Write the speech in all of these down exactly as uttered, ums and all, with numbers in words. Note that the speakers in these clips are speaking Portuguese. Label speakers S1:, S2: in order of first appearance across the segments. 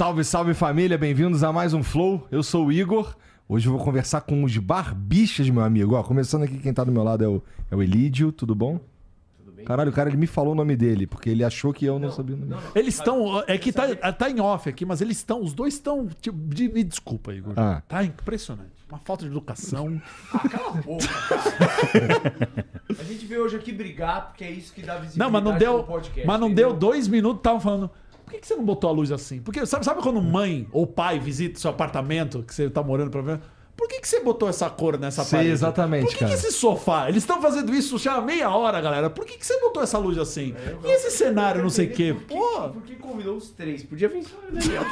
S1: Salve, salve família, bem-vindos a mais um Flow. Eu sou o Igor. Hoje eu vou conversar com os barbichas, meu amigo. Ó, começando aqui, quem tá do meu lado é o, é o Elídio, tudo bom? Tudo bem. Caralho, o cara ele me falou o nome dele, porque ele achou que eu não, não sabia o nome dele.
S2: Eles estão. É que tá, tá em off aqui, mas eles estão. Os dois estão. Tipo, de, me desculpa, Igor. Ah. Tá impressionante. Uma falta de educação.
S3: Ah, cala a boca, cara. A gente veio hoje aqui brigar, porque é isso que dá visibilidade
S2: não, mas não deu,
S3: no podcast.
S2: Mas não
S3: entendeu?
S2: deu dois minutos, estavam falando. Por que, que você não botou a luz assim? Porque sabe, sabe quando mãe ou pai visita seu apartamento, que você tá morando pra ver? Por que, que você botou essa cor nessa
S1: Sim,
S2: parede?
S1: exatamente,
S2: Por que,
S1: cara.
S2: que esse sofá? Eles estão fazendo isso já há meia hora, galera. Por que, que você botou essa luz assim? E esse cenário, não sei o quê?
S3: Por que,
S2: Pô!
S3: por que convidou os três? Podia vir só o Daniel.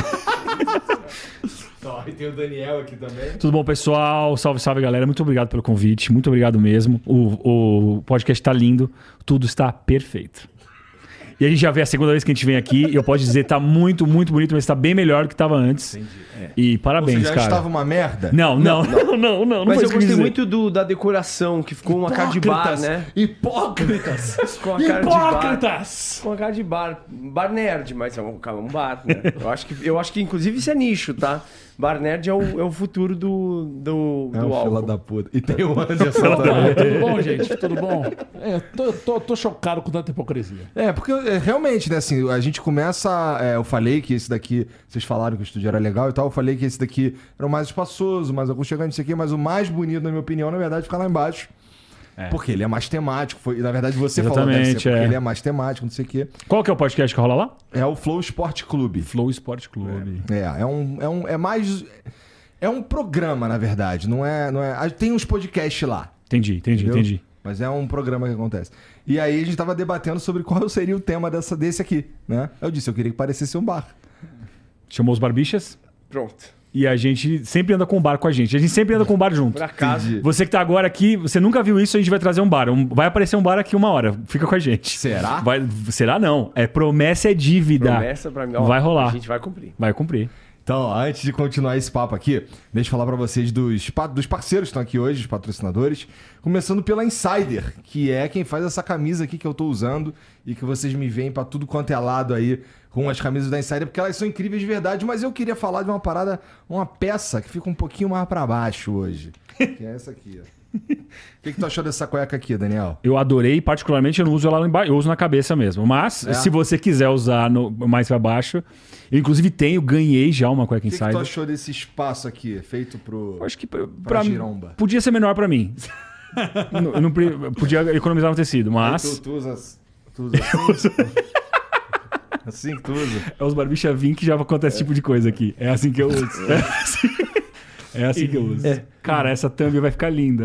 S3: Ó, e tem o Daniel aqui também.
S4: Tudo bom, pessoal? Salve, salve, galera. Muito obrigado pelo convite. Muito obrigado mesmo. O, o podcast tá lindo. Tudo está perfeito. E a gente já vê a segunda vez que a gente vem aqui. E eu posso dizer, tá muito, muito bonito, mas tá bem melhor do que tava antes. Entendi. É. E parabéns,
S1: Ou seja,
S4: cara.
S1: estava uma merda?
S4: Não, não, não, não, não. não
S3: Mas
S4: foi
S3: eu
S4: isso que
S3: gostei
S4: dizer.
S3: muito do, da decoração, que ficou uma cara de bar, né?
S2: Hipócritas!
S3: Com a cara
S2: Hipócritas!
S3: de bar. Com a cara de bar. Bar nerd, mas é um, um bar, né? Eu acho, que, eu acho que, inclusive, isso é nicho, tá? Bar nerd é o, é o futuro do, do,
S1: É
S3: do
S1: um
S3: álcool.
S1: fila da puta. E tem o Anderson
S2: Ah,
S1: também.
S2: tudo bom, gente? Tudo bom? É, tô, tô, tô chocado com tanta hipocrisia.
S1: É, porque é, realmente, né, assim, a gente começa... é, eu falei que esse daqui... Vocês falaram que o estúdio era legal e tal. Eu falei que esse daqui era o mais espaçoso, mais aconchegante, isso aqui. Mas o mais bonito, na minha opinião, na verdade, fica lá embaixo. É. Porque ele é mais temático. Foi, na verdade, você
S4: Exatamente,
S1: falou, deve ser, porque
S4: é.
S1: ele é mais temático, não sei o quê.
S4: Qual que é o podcast que rola lá?
S1: É o Flow Sport Clube.
S4: Flow Sport Clube.
S1: É, é um... É, um, é mais... É um programa, na verdade. Não é... Não é tem uns podcasts lá.
S4: Entendi, entendi,
S1: Entendeu?
S4: entendi.
S1: Mas é um programa que acontece. E aí a gente tava debatendo sobre qual seria o tema dessa, desse aqui, né? Eu disse, eu queria que parecesse um bar.
S4: Chamou os barbichas
S3: Pronto.
S4: e a gente sempre anda com o bar com a gente. A gente sempre anda com o bar junto.
S3: Por acaso.
S1: Entendi.
S4: Você que tá agora aqui, você nunca viu isso, a gente vai trazer um bar. Um- vai aparecer um bar aqui uma hora. Fica com a gente.
S1: Será?
S4: Vai, será não. É promessa, é dívida.
S3: Promessa pra mim. Ó,
S4: Vai rolar.
S3: A gente vai cumprir.
S4: Vai cumprir.
S1: Então, ó, antes de continuar esse papo aqui, deixa eu falar pra vocês dos, pa- dos parceiros que estão aqui hoje, os patrocinadores. Começando pela Insider, que é quem faz essa camisa aqui que eu tô usando e que vocês me veem pra tudo quanto é lado aí com as camisas da Insider, porque elas são incríveis de verdade, mas eu queria falar de uma parada, uma peça que fica um pouquinho mais pra baixo hoje, que é essa aqui, ó. O que, que tu achou dessa cueca aqui, Daniel?
S4: Eu adorei, particularmente eu não uso ela lá embaixo, eu uso na cabeça mesmo. Mas,
S1: É?
S4: se você quiser usar no, mais pra baixo, eu inclusive tenho, ganhei já uma cueca
S1: O que, que tu
S4: Insider.
S1: achou desse espaço aqui, feito pro...
S4: Eu acho que pra,
S1: Pra
S4: pra-
S1: giromba.
S4: podia ser menor pra mim. Não- eu não pre- podia economizar no tecido, mas
S1: Tu, tu usa, tu usa assim? Assim que tu usa?
S4: é os barbicha vim que já acontece esse tipo de coisa aqui. É assim que eu uso. É assim, é assim que eu uso. Cara, essa thumb vai ficar linda.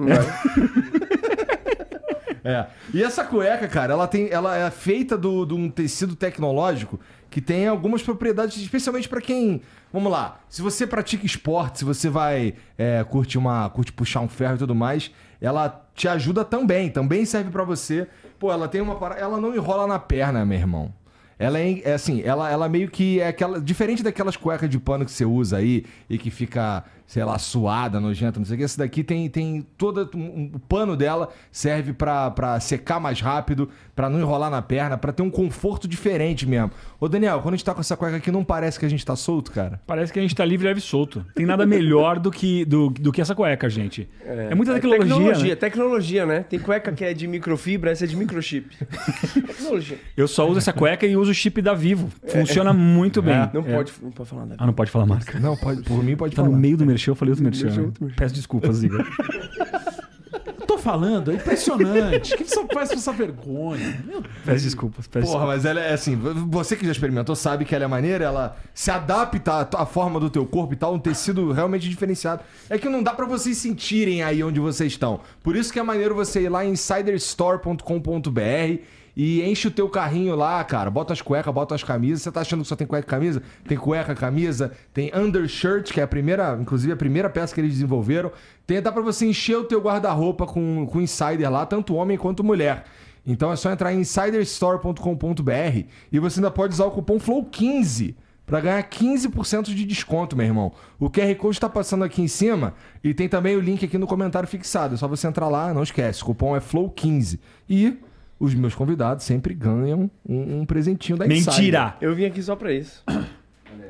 S1: É. E essa cueca, cara, ela tem, ela é feita do- de um tecido tecnológico que tem algumas propriedades, especialmente pra quem, vamos lá, se você pratica esporte, se você vai é, curte uma, curte puxar um ferro e tudo mais, ela te ajuda também, também serve pra você. Pô, ela tem uma parada, ela não enrola na perna, meu irmão. Ela é, é assim, ela, ela meio que é aquela. Diferente daquelas cuecas de pano que você usa aí e que fica, sei lá, suada, nojenta, não sei o que. Essa daqui tem, tem toda. Um, o pano dela serve pra, pra secar mais rápido, pra não enrolar na perna, pra ter um conforto diferente mesmo. Ô, Daniel, quando a gente tá com essa cueca aqui, não parece que a gente tá solto, cara?
S4: Parece que a gente tá livre, leve e solto. Tem nada melhor do que, do, do que essa cueca, gente. É, muita tecnologia.
S3: Tecnologia,
S4: né?
S3: tecnologia, né? Tem cueca que é de microfibra, essa é de microchip. Tecnologia.
S4: Eu só uso essa cueca e uso o chip da Vivo. Funciona muito bem.
S3: Não,
S4: É.
S3: pode, não pode falar nada.
S4: Ah, não pode falar marca.
S1: Não, pode, por mim pode
S4: Tá
S1: falar.
S4: no meio do merchan, eu falei outro merchan.
S3: Merchan,
S4: né?
S3: outro merchan.
S4: Peço desculpas, Igor.
S2: Eu tô falando, é impressionante. O que você faz com essa vergonha? Meu Deus.
S4: Peço desculpas. Peço
S1: Porra, mas ela é assim, você que já experimentou sabe que ela é maneira, ela se adapta à- à forma do teu corpo e tal, um tecido realmente diferenciado. É que não dá pra vocês sentirem aí onde vocês estão. Por isso que é maneiro você ir lá em insider store ponto com ponto b r e enche o teu carrinho lá, cara. Bota as cuecas, bota as camisas. Você tá achando que só tem cueca e camisa? Tem cueca, camisa, tem undershirt, que é a primeira, inclusive a primeira peça que eles desenvolveram. Tem, dá pra você encher o teu guarda-roupa com, com insider lá, tanto homem quanto mulher. Então é só entrar em insider store ponto com ponto b r e você ainda pode usar o cupom flow quinze para ganhar quinze por cento de desconto, meu irmão. O Q R Code está passando aqui em cima e tem também o link aqui no comentário fixado. É só você entrar lá, não esquece. O cupom é flow quinze. E os meus convidados sempre ganham um, um presentinho da Insider.
S4: Mentira!
S3: Eu vim aqui só pra isso.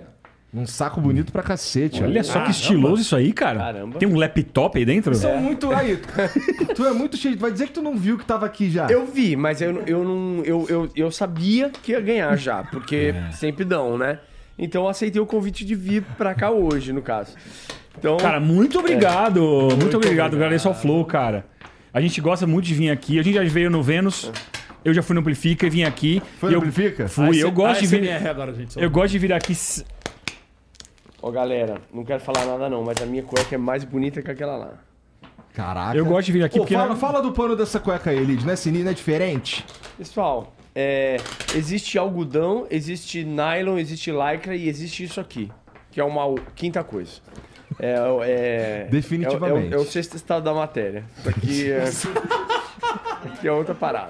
S1: Um saco bonito pra cacete.
S4: Olha só que estiloso isso aí, cara.
S3: Caramba.
S4: Tem um laptop aí dentro?
S1: São muito... Aí, tu é muito cheio. Vai dizer que tu não viu que tava aqui já.
S3: Eu vi, mas eu, eu não. Eu, eu, eu sabia que ia ganhar já, porque sempre dão, né? Então eu aceitei o convite de vir pra cá hoje, no caso. Então,
S4: Cara, muito obrigado. Muito,
S3: Muito
S4: obrigado.
S3: obrigado.
S4: Agradeço ao Flow, cara. A gente gosta muito de vir aqui. A gente já veio no Vênus. Eu já fui no Amplifica e vim aqui.
S1: Foi
S4: E
S1: no
S4: eu
S1: Amplifica?
S4: Fui. Eu gosto de vir...
S2: A S M R agora, gente. só.
S4: Eu gosto de vir aqui... s-
S3: ó, galera, não quero falar nada não, mas a minha cueca é mais bonita que aquela lá.
S1: Caraca.
S4: Eu gosto de vir aqui
S1: Pô,
S4: porque...
S1: fala, fala do pano dessa cueca aí, Lid. Não é sininho, não é diferente?
S3: Pessoal, é, existe algodão, existe nylon, existe lycra e existe isso aqui, que é uma o- quinta coisa. É, é,
S1: Definitivamente.
S3: É, o- é o- é o sexto estado da matéria. Isso aqui é, isso aqui é outra parada.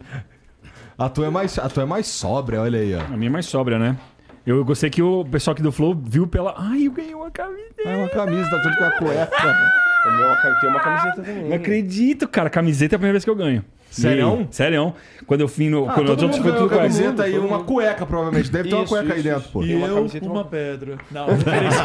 S1: A tua é mais, a tua é mais sóbria, olha aí, ó.
S4: A minha é mais sóbria, né? Eu gostei que o pessoal aqui do Flow viu pela... Ai, eu ganhei uma camisa.
S1: É uma camisa, tá tudo com a cueca.
S3: O meu tem uma camiseta também.
S4: Não acredito, cara. Camiseta é a primeira vez que eu ganho.
S1: Sério?
S4: E- Sério. Quando eu fui no...
S1: Ah,
S4: quando
S1: todo
S4: os outros
S1: mundo
S4: foi
S1: ganhou
S4: tudo com a-
S1: camiseta aí,
S3: todo
S1: uma
S3: mundo.
S1: cueca, provavelmente. Deve ter uma
S3: Isso,
S1: cueca aí
S3: isso,
S1: dentro,
S3: isso.
S1: pô.
S2: E
S3: Uma
S2: eu,
S3: camiseta e
S2: uma
S3: uma-
S2: pedra. Não, referência.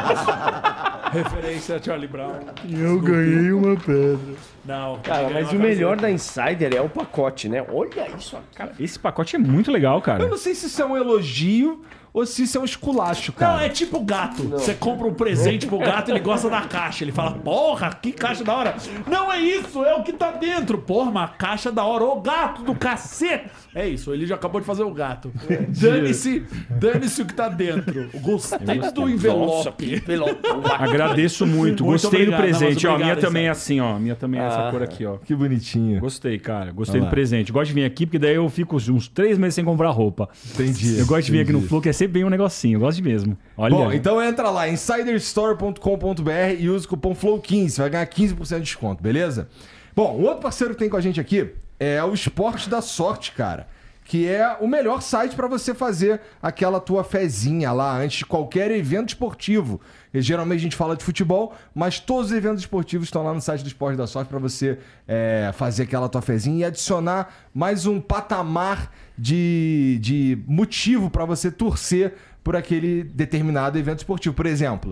S2: referência a Charlie Brown.
S4: Eu ganhei uma pedra.
S2: Não.
S3: Cara,
S2: ganhei
S3: mas
S2: uma
S3: o melhor
S2: camiseta.
S3: da Insider é o pacote, né? Olha isso, cara.
S4: Esse pacote é muito legal, cara.
S1: Eu não sei se isso é um elogio ou se isso é um esculacho, cara.
S2: Não, é tipo gato. Você compra um presente pro gato e ele gosta da caixa. Ele fala, porra, que caixa da hora. Não é isso, é o que tá dentro. Porra, uma caixa da hora. Ô gato do cacete. É isso, ele já acabou de fazer o gato. Dane-se, dane-se o que tá dentro. Gostei do envelope.
S3: envelope.
S4: Agradeço muito.
S2: Muito
S4: Gostei
S2: obrigado,
S4: do presente.
S2: não,
S4: Ó, a
S2: mas
S4: minha
S2: obrigado,
S4: também é
S2: Isaac.
S4: assim, ó. A minha também é essa
S3: Ah.
S4: cor aqui, ó.
S1: Que bonitinho.
S4: Gostei, cara. Gostei
S1: Olha
S4: do
S1: lá.
S4: presente. Gosto de vir aqui porque daí eu fico uns três meses sem comprar roupa.
S1: Entendi.
S4: Eu gosto de vir aqui no
S1: entendi.
S4: Flow, que é sempre bem um negocinho. Eu gosto de mesmo. Olha.
S1: Bom, então entra lá, insider store ponto com ponto b r e usa o cupom flow quinze, vai ganhar quinze por cento de desconto, beleza? Bom, o outro parceiro que tem com a gente aqui é o Esporte da Sorte, cara, que é o melhor site para você fazer aquela tua fezinha lá antes de qualquer evento esportivo. E, geralmente a gente fala de futebol, mas todos os eventos esportivos estão lá no site do Esporte da Sorte para você é, fazer aquela tua fezinha e adicionar mais um patamar de, de motivo para você torcer por aquele determinado evento esportivo. Por exemplo,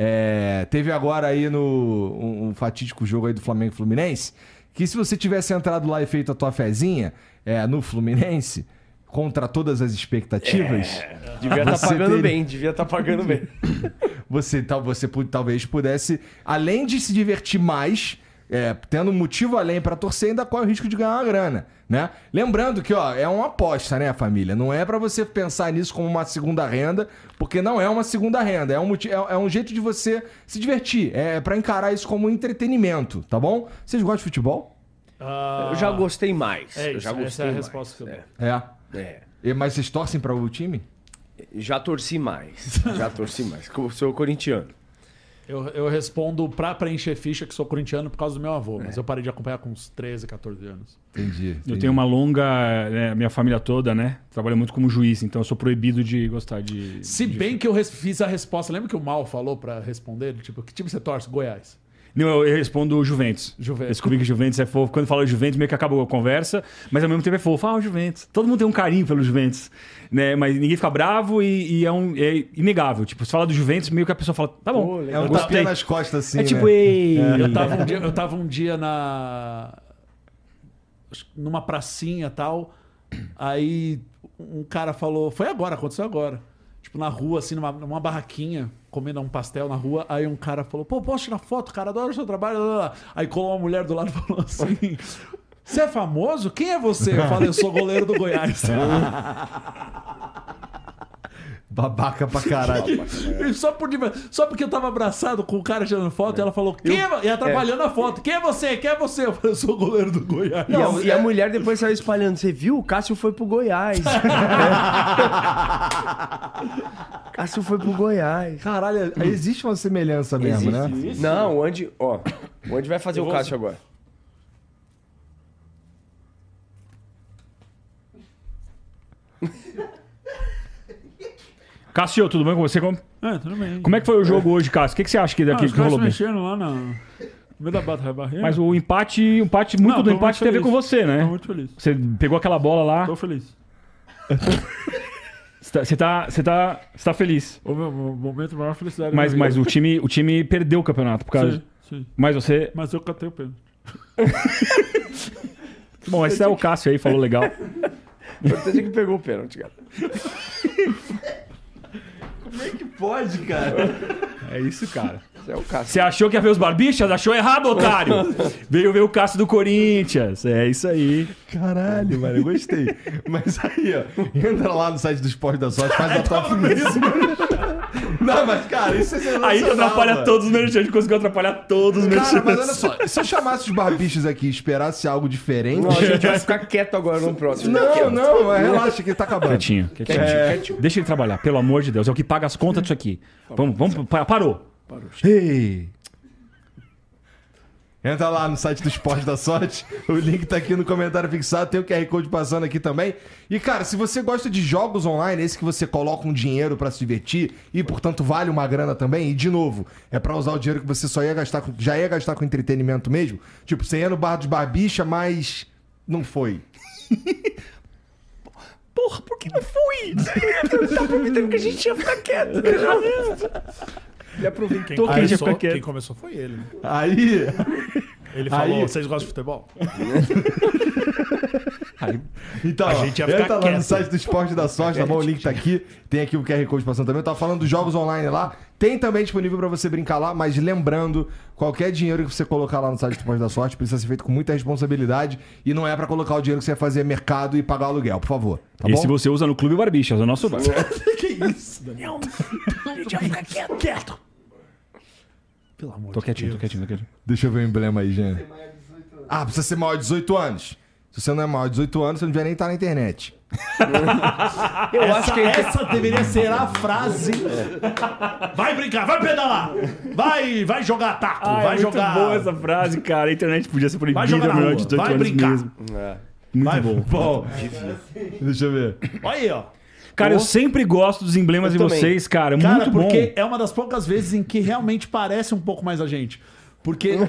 S1: é, teve agora aí no um, um fatídico jogo aí do Flamengo e Fluminense, que se você tivesse entrado lá e feito a tua fezinha é, no Fluminense, contra todas as expectativas,
S3: Devia estar
S1: Você
S3: pagando
S1: teria-
S3: bem, devia estar pagando bem.
S1: você, tal, você pu- talvez pudesse, além de se divertir mais, é, tendo um motivo além para torcer, ainda corre o risco de ganhar uma grana, né? Lembrando que, ó, é uma aposta, né, família? Não é para você pensar nisso como uma segunda renda, porque não é uma segunda renda, é um, moti- é, é um jeito de você se divertir, é para encarar isso como entretenimento, tá bom? Vocês gostam de futebol?
S2: Ah,
S3: Eu já gostei mais.
S2: É
S3: eu
S2: isso,
S3: já
S2: essa
S3: gostei
S2: é a
S3: mais.
S2: resposta que eu dou.
S1: É.
S3: É.
S1: E- Mas vocês torcem para o time?
S3: Já torci mais. Já torci mais. Eu sou corintiano.
S2: Eu, eu respondo pra preencher ficha que sou corintiano por causa do meu avô,
S3: É.
S2: mas eu parei de acompanhar com uns treze, catorze anos.
S1: Entendi.
S4: Eu tenho uma longa... né, minha família toda, né? Trabalha muito como juiz, então eu sou proibido de gostar de...
S2: Se
S4: de-
S2: bem que eu res- fiz a resposta, lembra que o Mal falou pra responder? Tipo, que time você torce? Goiás.
S4: Não, eu, eu respondo Juventus.
S2: Juventus.
S4: Eu descobri que Juventus é fofo. Quando fala Juventus, meio que acabou a conversa, mas ao mesmo tempo é fofo. Ah, o Juventus. Todo mundo tem um carinho pelo Juventus, né? Mas ninguém fica bravo e, e é, um, é inegável. Tipo, se fala do Juventus, meio que a pessoa fala, tá bom.
S3: Pô,
S1: É
S3: legal.
S1: um
S2: Eu
S1: gospinho
S4: gostei.
S1: nas costas, assim,
S4: é tipo,
S1: né?
S4: ei.
S2: Eu tava um dia, eu tava um dia na. acho que numa pracinha e tal. Aí um cara falou. Foi agora, aconteceu agora. Tipo, na rua, assim, numa, numa barraquinha, comendo um pastel na rua. Aí um cara falou: pô, posso tirar foto, cara? Adoro o seu trabalho. Blá, blá, blá. Aí colou uma mulher do lado e falou assim: você é famoso? Quem é você? Eu falei: eu sou goleiro do Goiás.
S1: Babaca pra caralho.
S2: E só, por, só porque eu tava abraçado com o cara tirando foto, e ela falou: quem é, vo-" e atrapalhando a foto. Quem é você? Quem é você? Eu falei: eu sou goleiro do Goiás.
S3: E, a, e a mulher depois saiu espalhando. Você viu? O Cássio foi pro Goiás. Cássio foi pro Goiás.
S1: Caralho, existe uma semelhança mesmo, né?
S3: Não, o Andy... Ó, o Andy vai fazer
S2: Eu
S3: o
S2: vou-
S3: Cássio agora.
S4: Cássio, tudo bem com você? Como,
S2: Ah, tudo bem.
S4: como é que foi o jogo hoje, Cássio? O que, que você acha que
S2: Ah,
S4: daqui
S2: os
S4: que
S2: caras
S4: rolou bem?
S2: mexendo lá na... no meio da bata barreira.
S4: Mas o empate, o empate muito
S2: Não,
S4: do
S2: tô
S4: empate
S2: muito
S4: teve a ver com
S2: feliz.
S4: você, né?
S2: Tô muito feliz.
S4: Você pegou aquela bola lá.
S2: Tô feliz.
S4: Você tá, você tá, você tá, você tá feliz.
S2: O meu, meu momento de maior felicidade.
S4: Mas,
S2: da minha
S4: mas
S2: vida.
S4: o time, o time perdeu o campeonato por causa.
S2: Sim, sim.
S4: Mas você.
S2: Mas eu catei o pênalti.
S4: Bom, esse é o Cássio aí, falou legal.
S3: O importante é que pegou o pênalti, cara.
S1: Como é que pode, cara?
S4: É isso, cara.
S3: Esse é o Cássio.
S4: Você achou que ia ver os barbichas? Achou errado, otário! Veio ver o Cássio do Corinthians. É isso aí.
S1: Caralho, mano, eu gostei. Mas aí, ó, entra lá no site do Esporte da Sorte, faz a tua Não, mas, cara, isso é sensacional.
S4: Aí atrapalha
S1: mano.
S4: todos os merchan. A gente conseguiu atrapalhar todos os merchan.
S1: Cara, mas olha só, se eu chamasse os barbichos aqui e esperasse algo diferente...
S3: Não, a gente vai ficar quieto agora no próximo.
S1: Não, não, mas relaxa que tá acabando.
S4: Quietinho, quietinho.
S1: É.
S4: Deixa ele trabalhar, pelo amor de Deus. É o que paga as contas disso aqui. Vamos, vamos. pa- Parou.
S1: Ei. Entra lá no site do Esporte da Sorte, o link tá aqui no comentário fixado, tem o Q R Code passando aqui também. E cara, se você gosta de jogos online, esse que você coloca um dinheiro pra se divertir e portanto vale uma grana também, e de novo, é pra usar o dinheiro que você só ia gastar com, já ia gastar com entretenimento mesmo. Tipo, você ia no bar dos barbicha, mas não foi.
S4: Porra, por que não fui?
S3: Tá prometendo que a gente ia ficar quieto.
S2: Ele aproveitou. Quem,
S4: Tô quente,
S2: começou,
S4: fica quieto.
S2: quem começou foi ele. Né?
S1: Aí,
S2: Ele
S1: Aí-
S2: falou, vocês gostam de futebol?
S1: então,
S2: A
S1: ó,
S2: gente ia ficar
S1: entra lá
S2: quieto.
S1: no site do Esporte da Sorte, tá bom? O link tá aqui. Tem aqui o Q R Code passando também. Eu tava falando dos jogos online lá. Tem também disponível pra você brincar lá, mas lembrando, qualquer dinheiro que você colocar lá no site do Esporte da Sorte precisa ser feito com muita responsabilidade e não é pra colocar o dinheiro que você vai fazer mercado e pagar o aluguel, por favor. Tá
S4: E
S1: bom?
S4: se você usa no Clube Barbichas, o nosso bar.
S2: Que isso, Daniel? A gente vai ficar quieto. quieto. Pelo amor
S4: Tô
S2: de
S4: quietinho, tô
S2: Deus.
S4: quietinho, tô quietinho.
S1: Deixa eu ver o emblema aí, gente. Ah, precisa ser maior de dezoito anos. Se você não é maior de dezoito anos, você não devia nem estar na internet.
S3: Eu
S2: Essa,
S3: acho que
S2: essa deveria ser a frase. Vai brincar, vai pedalar. Vai, vai jogar taco,
S4: Ah,
S2: vai
S4: é muito
S2: jogar.
S4: boa essa frase, cara. A internet podia ser proibida
S2: Vai jogar na
S4: melhor
S2: rua,
S4: de dezoito
S2: vai
S4: anos
S2: brincar.
S4: mesmo.
S3: É.
S4: Muito
S2: Vai,
S4: bom.
S1: Bom, deixa eu ver.
S2: Olha aí, ó.
S4: Cara, eu sempre gosto dos emblemas
S3: Eu
S4: de
S3: também.
S4: vocês, cara.
S2: Cara,
S4: Muito bom.
S2: porque é uma das poucas vezes em que realmente parece um pouco mais a gente. Porque. eu-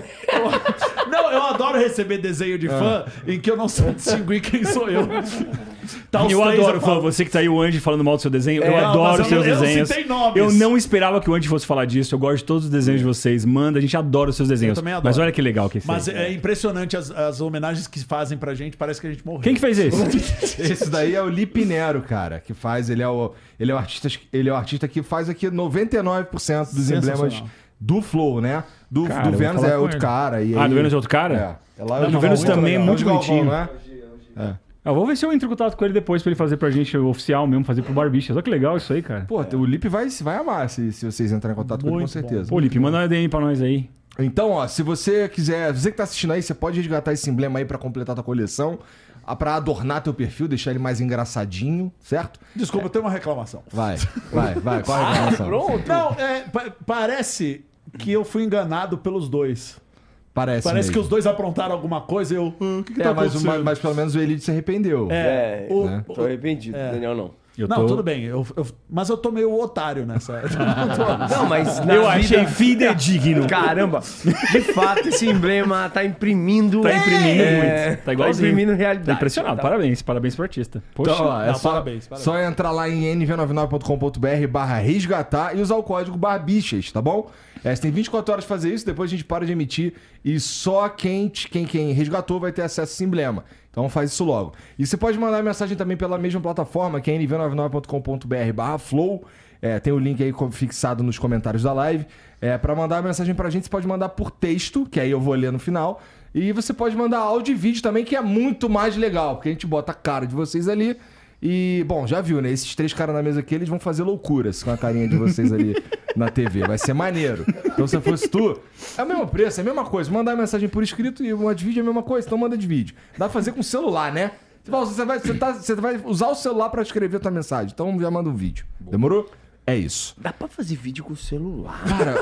S2: não, eu adoro receber desenho de fã em que eu não sei distinguir quem sou eu. Tá os
S4: Eu
S2: três,
S4: adoro,
S2: eu
S4: fã.
S2: falo,
S4: Você que tá aí, o Andy, falando mal do seu desenho. eu
S2: É, não,
S4: adoro
S2: mas
S4: os seus
S2: eu- eu
S4: desenhos.
S2: citei nomes.
S4: Eu não esperava que o Andy fosse falar disso. Eu gosto de todos os desenhos de vocês. Manda, a gente adora os seus desenhos.
S2: Eu também adoro.
S4: Mas olha que legal que
S2: Mas
S4: fez.
S2: é impressionante as, as homenagens que fazem pra gente, parece que a gente morreu.
S4: Quem que fez esse?
S1: Esse daí é o Li Pinero, cara, que faz, ele é o, ele é o artista, ele é o artista que faz aqui noventa e nove por cento dos
S2: Sensacional.
S1: emblemas do Flow, né? Do,
S4: Cara,
S1: do
S4: eu vou
S1: Vênus
S4: falar
S1: é
S4: com
S1: outro
S4: ele.
S1: cara. E
S4: Ah,
S1: aí-
S4: do Vênus é outro cara?
S1: É. é lá
S4: Não, do Vênus também é
S1: legal.
S4: muito
S1: É o Galvão,
S4: bonitinho.
S1: não é?
S4: Eu vou ver se eu entro em contato com ele depois pra ele fazer pra gente o oficial mesmo, fazer pro Barbichas. Olha que legal isso aí, cara.
S1: Pô, o Lipe vai, vai amar se, se vocês entrarem em contato com ele, com
S2: Muito
S1: certeza.
S4: Pô, Lipe, manda uma D M pra nós aí.
S1: Então, ó, se você quiser, você que tá assistindo aí, você pode resgatar esse emblema aí pra completar tua coleção, ah, pra adornar teu perfil, deixar ele mais engraçadinho, certo?
S2: Desculpa, eu tenho uma reclamação.
S1: Vai, vai, vai, qual a reclamação?
S3: Pronto.
S2: Não, é, pa- parece que eu fui enganado pelos dois.
S1: Parece
S2: Parece que
S1: mesmo.
S2: os dois aprontaram alguma coisa e eu. "Ah, o que, que
S1: É,
S2: tá
S1: mas,
S2: acontecendo?"
S1: mas, mas pelo menos o Elite se arrependeu.
S2: É,
S3: É,
S2: o-
S1: né?
S3: Tô arrependido, Daniel não.
S4: Eu
S2: não,
S4: tô-
S2: tudo bem. Eu, eu- mas eu tô meio otário nessa.
S3: Não, mas na
S4: Eu
S3: vida-
S4: achei fidedigno.
S3: Caramba, de fato esse emblema tá imprimindo.
S4: Tá imprimindo
S3: É,
S4: muito. Tá igualzinho.
S3: imprimindo realidade.
S4: Tá impressionado.
S3: Tá.
S4: Parabéns, parabéns pro artista. Poxa.
S1: Então, ó, é
S2: Não,
S1: só,
S2: parabéns, parabéns.
S1: só entrar lá em n v noventa e nove ponto com ponto b r barra resgatar e usar o código barbichas, tá bom? É, você tem vinte e quatro horas pra fazer isso, depois a gente para de emitir e só quem, te- quem, quem resgatou vai ter acesso a esse emblema. Então faz isso logo. E você pode mandar mensagem também pela mesma plataforma, que é n v noventa e nove ponto com ponto b r barra flow. É, tem o link aí co- fixado nos comentários da live. É, para mandar mensagem pra gente, você pode mandar por texto, que aí eu vou ler no final. E você pode mandar áudio e vídeo também, que é muito mais legal, porque a gente bota a cara de vocês ali. E, bom, já viu, né? Esses três caras na mesa aqui, eles vão fazer loucuras com a carinha de vocês ali na T V. Vai ser maneiro. Então, se fosse tu, é o mesmo preço, é a mesma coisa. Mandar mensagem por escrito e uma de vídeo é a mesma coisa. Então, manda de vídeo. Dá pra fazer com celular, né? Você vai, você vai, você tá- você vai usar o celular pra escrever a tua mensagem. Então, já manda um vídeo. Demorou? É isso.
S3: Dá pra fazer vídeo com o celular.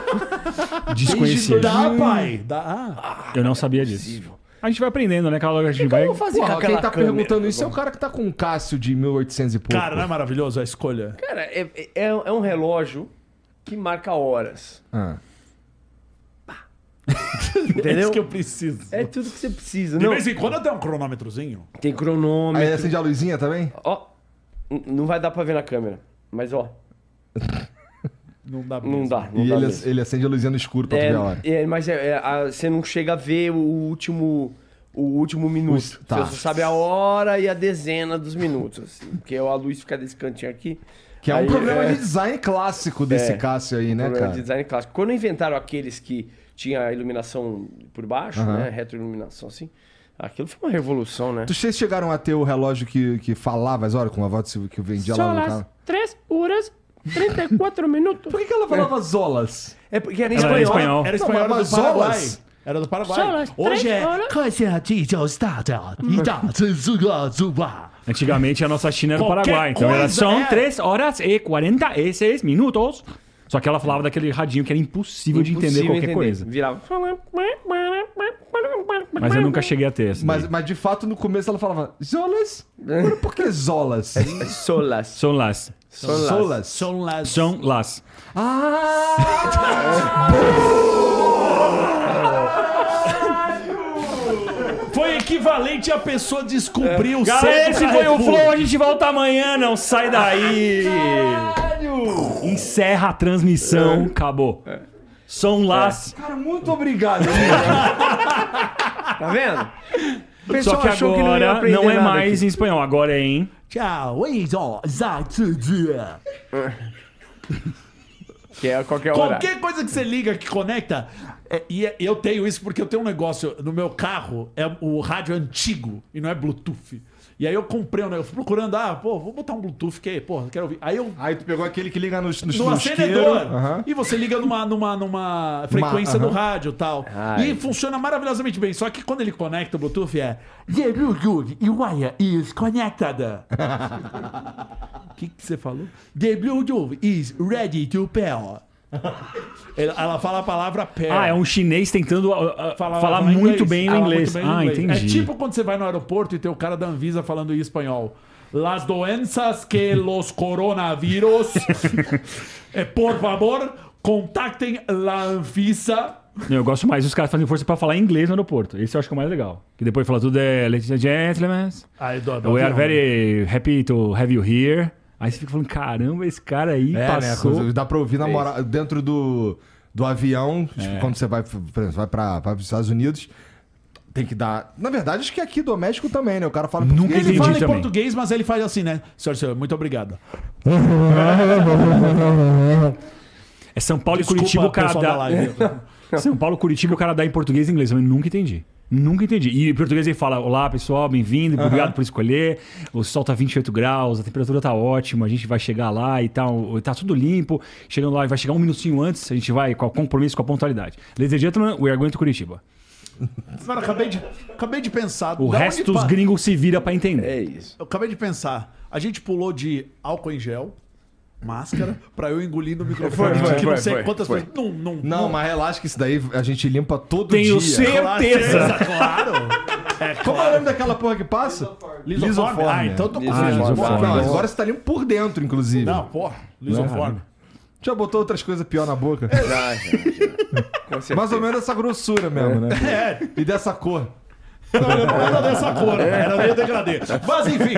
S1: Cara,
S4: Desconhecido.
S2: Dá, pai. Dá. Ah,
S4: Eu não sabia disso. A gente vai aprendendo, né? Cada hora a gente vai.
S3: Eu vou fazer com
S1: porra,
S3: aquela
S1: quem tá
S3: câmera.
S1: perguntando isso é o cara que tá com um Cássio de mil e oitocentos e pouco.
S2: cara, não é maravilhoso a escolha?
S3: Cara, é, é, é um relógio que marca horas.
S1: Ah.
S2: É
S3: Entendeu?
S2: isso que eu preciso.
S3: É tudo que você precisa.
S2: De
S3: Não,
S2: vez em quando eu tenho um cronômetrozinho.
S3: tem
S1: Aí
S3: cronômetro.
S1: acende a luzinha também?
S3: Ó, n- não vai dar pra ver na câmera. Mas, ó,
S2: Não dá mesmo.
S3: não dá. Não
S1: E
S3: dá
S1: ele,
S3: mesmo.
S1: ele acende a luzinha no escuro pra tu
S3: É,
S1: ver a hora.
S3: é, mas é, é, a- você não chega a ver o último, o último minuto.
S1: Tá.
S3: Você só sabe a hora e a dezena dos minutos, assim. Porque a luz fica desse cantinho aqui.
S1: Que é um
S3: Aí,
S1: problema
S3: é,
S1: de design clássico desse
S3: É,
S1: Cássio aí, né,
S3: problema
S1: cara?
S3: de design clássico. Quando inventaram aqueles que tinha a iluminação por baixo,
S1: Aham.
S3: né? Retroiluminação, assim. Aquilo foi uma revolução, né?
S1: Tu vocês chegaram a ter o relógio que, que falava as horas, com a voz que eu vendia lá no carro?
S3: três horas trinta e quatro minutos.
S1: Por que, que ela falava Zolas?
S3: É porque era em
S4: Ela era
S3: espanhol.
S4: espanhol.
S2: Era espanhol,
S1: Não,
S2: era
S1: mas
S2: do Paraguai.
S1: Zolas.
S2: Era do Paraguai.
S3: Zolas,
S2: Hoje
S3: três
S2: é...
S3: horas.
S4: Antigamente a nossa China era o
S2: Qualquer
S4: Paraguai. Então era
S2: coisa,
S4: são
S2: é.
S4: três horas e quarenta e seis minutos. Só que ela falava daquele radinho que era impossível, de entender
S3: Impossível
S4: qualquer
S3: entender.
S4: coisa.
S3: Virava.
S4: Mas eu nunca cheguei a ter essa.
S1: Mas,
S4: daí.
S1: mas de fato no começo ela falava Zolas? Mas por que Zolas?
S3: Solas.
S4: São las.
S3: Solas.
S1: Solas.
S2: São las...
S4: São las.
S1: Ah!
S2: Foi equivalente a pessoa descobrir o
S4: Galera, esse
S2: certo
S4: foi o
S2: Carrefour.
S4: Flow. A gente volta amanhã. Não sai daí. Encerra a transmissão. Acabou. São las.
S1: Cara, muito obrigado.
S3: Tá vendo? O
S4: Só
S3: pessoal
S4: que
S3: achou ia
S4: agora
S3: aprender
S4: não é
S3: nada
S4: mais
S3: aqui.
S4: em espanhol. Agora é em...
S2: Tchau.
S3: Que é a qualquer hora.
S2: Qualquer coisa que você liga que conecta. é- e é- eu tenho isso porque eu tenho um negócio no meu carro, é o rádio antigo e não é Bluetooth. E aí eu comprei um negócio, fui procurando, ah, pô, vou botar um Bluetooth que, pô, quero ouvir. Aí eu.
S1: Aí tu pegou aquele que liga no, no,
S2: No
S1: no
S2: acendedor.
S1: isqueiro. Aham.
S2: E você liga numa, numa, numa frequência
S1: aham.
S2: do rádio e tal.
S3: Ai.
S2: E funciona maravilhosamente bem. Só que quando ele conecta o Bluetooth é. The Bluetooth wire is connected. O que, que você falou? The Bluetooth is ready to pair. Ela, ela fala a palavra pair.
S4: Ah, é um chinês tentando uh, uh,
S2: Fala-
S4: falar
S2: fala
S4: muito
S2: inglês.
S4: bem o
S2: Fala
S4: inglês.
S2: muito bem o
S4: Ah,
S2: inglês.
S4: entendi.
S2: É tipo quando você vai no aeroporto e tem o cara da Anvisa falando em espanhol. Las doenças que los coronavirus. eh, por favor, contactem la Anvisa.
S4: Não, eu gosto mais dos caras fazendo força pra falar inglês no aeroporto. Esse eu acho que é o mais legal. Que depois fala tudo é... Ladies and gentlemen,
S2: Aí, do, do
S4: we are
S2: avião.
S4: very happy to have you here. Aí você fica falando, caramba, esse cara aí
S1: É,
S4: passou...
S1: né? Dá pra ouvir na moral, dentro do, do avião,
S4: É.
S1: tipo, quando você vai, por exemplo, vai pra, vai pros Estados Unidos, tem que dar... Na verdade, acho que aqui do México também, né? O cara fala
S4: Nunca
S1: português.
S2: Ele
S4: entendi
S2: fala em
S4: também.
S2: português, mas ele faz assim, né? Senhor, senhor, muito obrigado.
S4: É São Paulo e
S2: Desculpa,
S4: Curitiba, o cara
S2: pessoal da
S4: dá...
S2: live.
S4: São Paulo, Curitiba, o cara dá em português e inglês. Eu nunca entendi. Nunca entendi. E em português ele fala: olá, pessoal, bem-vindo, obrigado por escolher. O sol tá vinte e oito graus, a temperatura tá ótima, a gente vai chegar lá e tal. Tá tudo limpo. Chegando lá, vai chegar um minutinho antes, a gente vai com o compromisso com a pontualidade. Ladies and gentlemen, we are going to Curitiba.
S2: Mano, acabei de, acabei de pensar.
S4: O
S2: da
S4: resto
S2: onde
S4: dos
S2: pa-
S4: gringos se vira pra entender.
S3: É isso.
S2: Eu acabei de pensar. A gente pulou de álcool em gel, máscara, pra eu engolir no microfone.
S3: Foi, foi,
S2: que não
S3: foi,
S2: sei
S3: foi,
S2: quantas
S3: foi.
S2: pessoas. Não, não,
S1: Não, mas relaxa que isso daí a gente limpa todo
S4: Tenho
S1: dia.
S4: certeza.
S2: Claro. É,
S1: Como é o nome daquela porra que passa?
S2: Lisoforme. Ah, então eu tô
S3: Lisoforme.
S2: confuso.
S4: Ah, lisoforme.
S1: Não, agora você tá limpo por dentro, inclusive.
S2: Não, porra. Lisoforme.
S1: Já botou outras coisas pior na boca?
S3: Já, já, já. Com certeza.
S1: Mais ou menos dessa grossura mesmo, né?
S2: É,
S1: E dessa cor.
S2: não, eu não era dessa cor, era meio degradê. Mas enfim.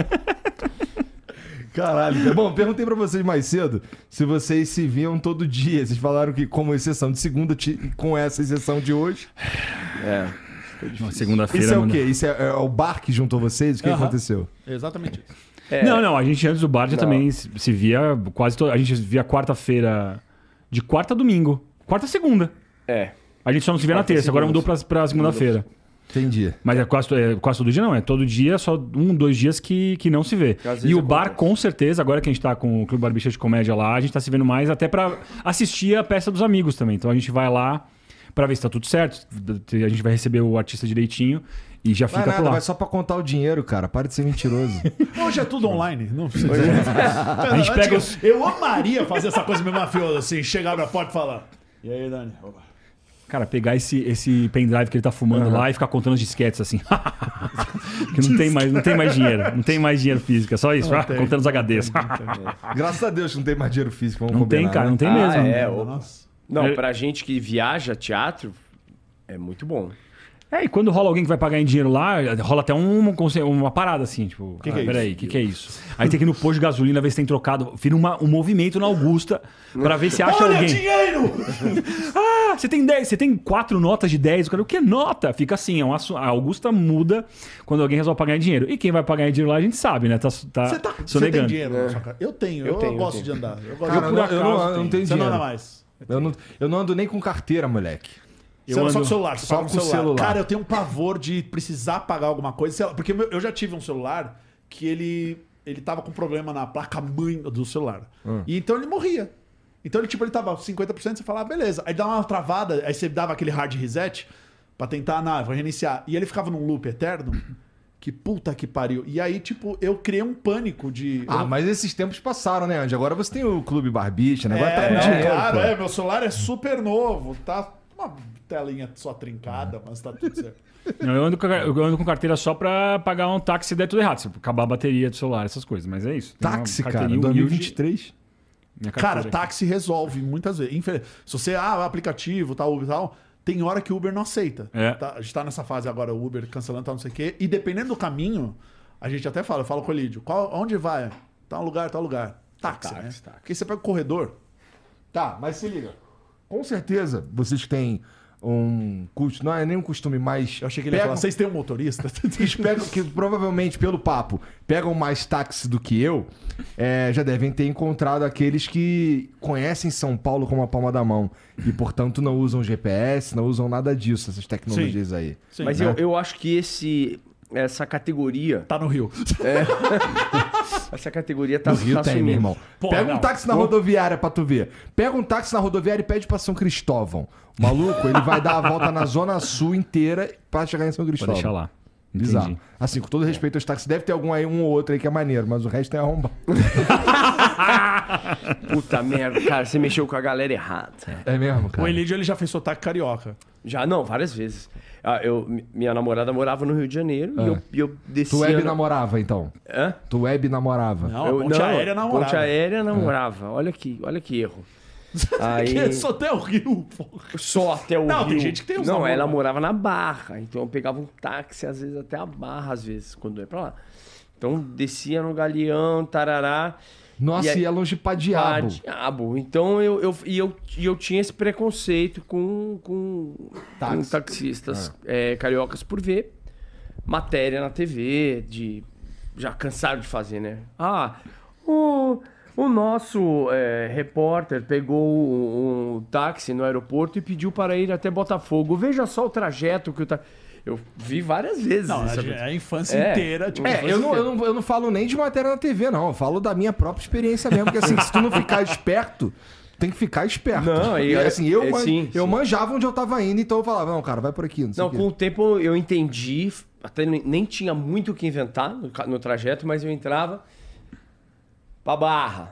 S1: Caralho. cara. Bom, perguntei pra vocês mais cedo se vocês se viam todo dia. Vocês falaram que, como exceção de segunda, ti- com essa exceção de hoje.
S3: É.
S4: Segunda-feira.
S1: Isso é o
S4: mano.
S1: quê? Isso é, é o bar que juntou vocês? O que
S2: Aham.
S1: aconteceu?
S2: Exatamente isso.
S3: É.
S4: Não, não, a gente antes do bar já
S3: Não.
S4: também se se via quase toda. A gente via quarta-feira. De quarta a domingo. Quarta a segunda.
S3: É.
S4: A gente só não se via na
S3: Quarta e
S4: terça, agora
S3: segunda.
S4: mudou pra, pra segunda-feira.
S1: Entendi.
S4: Mas é quase, é quase todo dia, não. É todo dia, só um, dois dias que, que não se vê.
S3: Às vezes
S4: E o bar,
S3: acontece.
S4: com certeza, agora que a gente tá com o Clube Barbicha de Comédia lá, a gente tá se vendo mais até pra assistir a peça dos amigos também. Então a gente vai lá pra ver se tá tudo certo. A gente vai receber o artista direitinho e já
S1: Vai
S4: fica
S1: nada,
S4: por lá.
S1: vai só pra contar o dinheiro, cara. Para de ser mentiroso.
S2: Hoje é tudo online. Não precisa.
S4: A gente pega os...
S2: Eu amaria fazer essa coisa meio mafiosa, assim, chegar na porta e falar. E aí, Dani? Opa.
S4: Cara, pegar esse, esse pendrive que ele tá fumando lá e ficar contando os disquetes assim. que não tem, mais, não tem mais dinheiro. Não tem mais dinheiro físico. É só isso.
S2: Não
S4: ah,
S2: tem,
S4: contando os H Ds.
S1: Graças a Deus que não tem mais dinheiro físico. Vamos
S4: Não tem,
S1: combinar,
S4: cara.
S1: né?
S4: Não tem
S3: Ah,
S4: mesmo.
S3: é, opa.
S2: Nossa.
S3: Não,
S4: É-
S3: pra gente que viaja teatro, é muito bom.
S4: É, e quando rola alguém que vai pagar em dinheiro lá, rola até uma, uma parada assim, tipo,
S2: Que que
S4: ah,
S2: é
S4: peraí, o
S2: isso?
S4: que, que é isso? Aí tem que ir no posto de gasolina ver se tem trocado. Vira uma, um movimento na Augusta pra ver se acha
S2: Olha,
S4: alguém.
S2: dinheiro!
S4: Ah, você tem dez, você tem quatro notas de dez. O cara, o que é nota? Fica assim, é um assu- a Augusta muda quando alguém resolve pagar em dinheiro. E quem vai pagar em dinheiro lá a gente sabe, né? Tá, tá
S2: Você tá, você tem
S4: sonegando.
S2: dinheiro na sua cara? Eu tenho, eu,
S3: Eu tenho, eu
S2: gosto
S3: tenho.
S2: de andar. Eu, gosto
S1: Cara,
S2: de...
S1: eu, não, eu, não, eu não tenho
S2: Você não
S1: dinheiro.
S2: anda mais.
S1: Eu não, eu não ando nem com carteira, moleque.
S2: Você
S4: Eu
S2: anda só
S4: ando
S2: com celular, você
S1: só
S2: paga
S1: com
S2: com celular.
S1: celular.
S2: Cara, eu tenho um pavor de precisar pagar alguma coisa, sei lá, porque meu- eu já tive um celular que ele ele tava com problema na placa-mãe do celular.
S1: Hum.
S2: E então ele morria. Então ele tipo ele tava cinquenta por cento, você falava, ah, beleza. Aí dava uma travada, aí você dava aquele hard reset pra tentar, ah, vou reiniciar. E ele ficava num loop eterno. Que puta que pariu. E aí, tipo, eu criei um pânico de.
S1: Ah,
S2: eu...
S1: mas esses tempos passaram, né, Andy? Agora você tem o Clube Barbicha, né? Agora
S2: é,
S1: tá com
S2: não,
S1: dinheiro,
S2: claro,
S1: pô.
S2: é, meu celular é super novo, tá uma telinha só trincada, mas tá tudo certo.
S4: Não, eu, ando com, a- eu ando com carteira só pra pagar um táxi se der tudo errado. Se acabar a bateria do celular, essas coisas. Mas é isso. Tem uma
S1: Táxi, cara,
S4: carteirinha
S1: dois mil e
S4: humilde.
S1: vinte e três.
S4: Minha carteira
S2: Cara,
S4: aqui.
S2: táxi resolve muitas vezes. Infel- Se você, ah, aplicativo, tal, Uber e tal, tem hora que o Uber não aceita.
S4: É.
S2: Tá? A gente tá nessa fase agora, o Uber cancelando, tal, não sei o quê. E dependendo do caminho, a gente até fala, eu falo com o Lídio, qual, onde vai? Tal lugar, tal lugar. Táxi,
S3: Táxi,
S2: né?
S3: táxi.
S2: Porque você pega o corredor.
S1: Tá, mas se liga. Com certeza, vocês têm um custo, não é nem um costume mais.
S2: Eu achei que ele ia
S1: pegam,
S2: falar, vocês têm um motorista?
S1: Eles pegam, que provavelmente pelo papo, pegam mais táxi do que eu, é, já devem ter encontrado aqueles que conhecem São Paulo como a palma da mão. E, portanto, não usam G P S, não usam nada disso, essas tecnologias aí.
S2: Sim.
S3: Mas
S1: né?
S3: eu, eu acho que esse, essa categoria,
S2: Tá no Rio.
S3: essa categoria tá,
S1: No Rio
S3: tá
S1: tem, meu
S3: sumindo.
S1: irmão.
S2: Pô,
S1: Pega um
S2: não.
S1: táxi na rodoviária pra tu ver. Pega um táxi na rodoviária e pede pra São Cristóvão. O maluco, ele vai dar a volta na Zona Sul inteira pra chegar em São
S4: Vou
S1: Cristóvão.
S4: deixar lá.
S1: Bizarro.
S4: Entendi.
S1: Assim, com todo respeito aos táxis, deve ter algum aí, um ou outro aí que é maneiro, mas o resto é arrombado.
S3: Puta merda, cara, você mexeu com a galera errada.
S1: É mesmo, cara?
S2: O Elidio, ele já fez sotaque carioca.
S3: Já, não, várias vezes. Ah, eu, mi- minha namorada morava no Rio de Janeiro
S1: Ah.
S3: e eu, e eu descia...
S1: Tu web
S3: na-
S1: namorava, então?
S3: Hã?
S1: Tu web namorava?
S2: Não,
S3: Eu-
S2: a ponte
S3: não,
S2: aérea namorava.
S3: Ponte aérea namorava. Olha que, olha que erro. Aí...
S2: Que só até o Rio, porra.
S3: Só até o
S2: Não,
S3: Rio.
S2: tem gente que tem uns
S3: Não,
S2: namoro
S3: ela
S2: lá.
S3: morava na Barra. Então eu pegava um táxi, às vezes até a Barra, às vezes, quando eu ia pra lá. Então descia no Galeão, tarará.
S1: Nossa,
S3: E aí-
S1: e é longe pra
S3: Ah,
S1: diabo.
S3: diabo. Então eu, eu, e eu, e eu tinha esse preconceito com, com,
S1: Táxi.
S3: com taxistas é, cariocas por ver matéria na T V, de já cansaram de fazer, né? Ah, o, o nosso é, repórter pegou um, um táxi no aeroporto e pediu para ir até Botafogo. Veja só o trajeto que o táxi... Eu vi várias vezes
S2: Não,
S3: isso.
S2: a, a infância
S3: É.
S2: inteira. Tipo, a
S1: É,
S2: infância
S1: eu não,
S2: inteira.
S1: eu, não, eu não falo nem de matéria na T V, não. Eu falo da minha própria experiência mesmo. Porque assim, se tu não ficar esperto, tem que ficar esperto.
S3: Não, e-
S1: e assim, eu,
S3: é,
S1: man-
S3: sim,
S1: eu
S3: sim.
S1: manjava onde eu tava indo, então eu falava, não, cara, vai por aqui. Não, sei
S3: Não,
S1: o quê.
S3: com o tempo eu entendi, até nem nem tinha muito o que inventar no, ca- no trajeto, mas eu entrava pra Barra.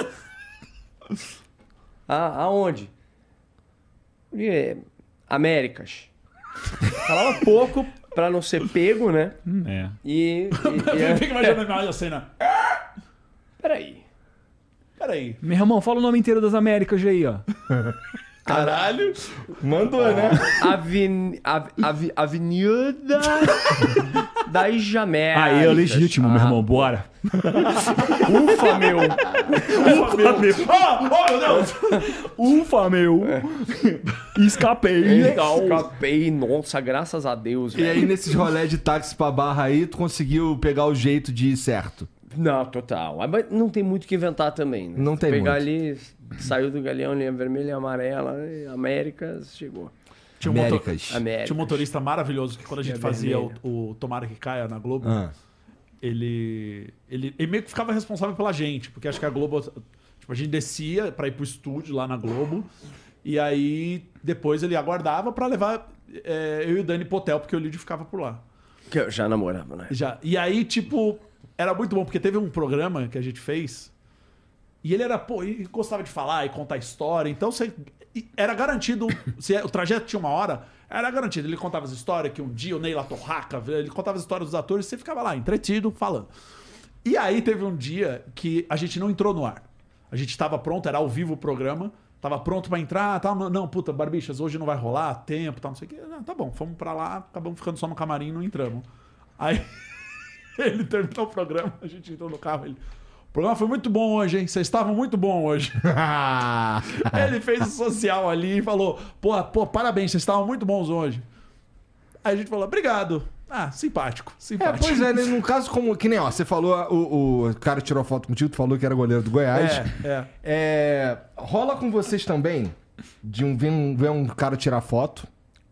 S3: ah, aonde? É, Américas. Falava pouco pra não ser pego, né?
S4: É.
S3: E. e,
S2: Eu fico
S3: e
S2: imaginando mais a cena.
S3: peraí.
S2: Peraí.
S4: Meu irmão, fala o nome inteiro das Américas aí, ó.
S2: Caralho.
S1: Mandou, né?
S3: Aven, av, av, Avenida das Jaméricas.
S4: Aí, é legítimo, meu
S3: Ah,
S4: irmão, bora.
S3: Ufa, meu.
S2: Ufa, meu. Ah, oh, meu Deus.
S4: Ufa, meu. Escapei.
S3: Legal. Escapei, nossa, graças a Deus.
S1: E
S3: velho.
S1: aí, nesses rolés de táxi pra Barra aí, tu conseguiu pegar o jeito de ir certo.
S3: Não, total. Mas não tem muito o que inventar também. Né?
S1: Não tem
S3: Pegar
S1: muito.
S3: ali, saiu do Galeão, linha vermelha e amarela, e Américas, chegou.
S2: Tinha um, motor...
S1: Américas.
S3: Américas.
S2: Tinha um motorista maravilhoso que quando a gente
S3: É
S2: fazia o,
S3: vermelho.
S2: o Tomara que Caia na Globo,
S1: Ah.
S2: ele, ele, ele meio que ficava responsável pela gente, porque acho que a Globo. Tipo, a gente descia pra ir pro estúdio lá na Globo, e aí depois ele aguardava pra levar é, eu e o Dani pro hotel, porque o Lídio ficava por lá.
S3: Que eu já namorava, né?
S2: Já. E aí, tipo, era muito bom, porque teve um programa que a gente fez. E ele era, pô, e gostava de falar e contar história. Então, você, e era garantido. Se o trajeto tinha uma hora, era garantido. Ele contava as histórias que um dia o Ney Latorraca, ele contava as histórias dos atores e você ficava lá, entretido, falando. E aí teve um dia que a gente não entrou no ar. A gente estava pronto, era ao vivo o programa. tava pronto pra entrar, tal. Não, puta, Barbichas, hoje não vai rolar, tempo, tal, não sei o quê. Não, tá bom, fomos pra lá, acabamos ficando só no camarim e não entramos. Aí ele terminou o programa, a gente entrou no carro, ele... O programa foi muito bom hoje, hein? Vocês estavam muito bom hoje. Ele fez o social ali e falou, pô, pô, parabéns, vocês estavam muito bons hoje. Aí a gente falou, obrigado. Ah, simpático,
S1: É,
S2: simpático.
S1: pois é, né, num caso como. Que nem, ó, você falou, o, o cara tirou foto contigo, tu falou que era goleiro do Goiás.
S2: É, é.
S1: É, rola com vocês também de um, vem, um, vem um cara tirar foto.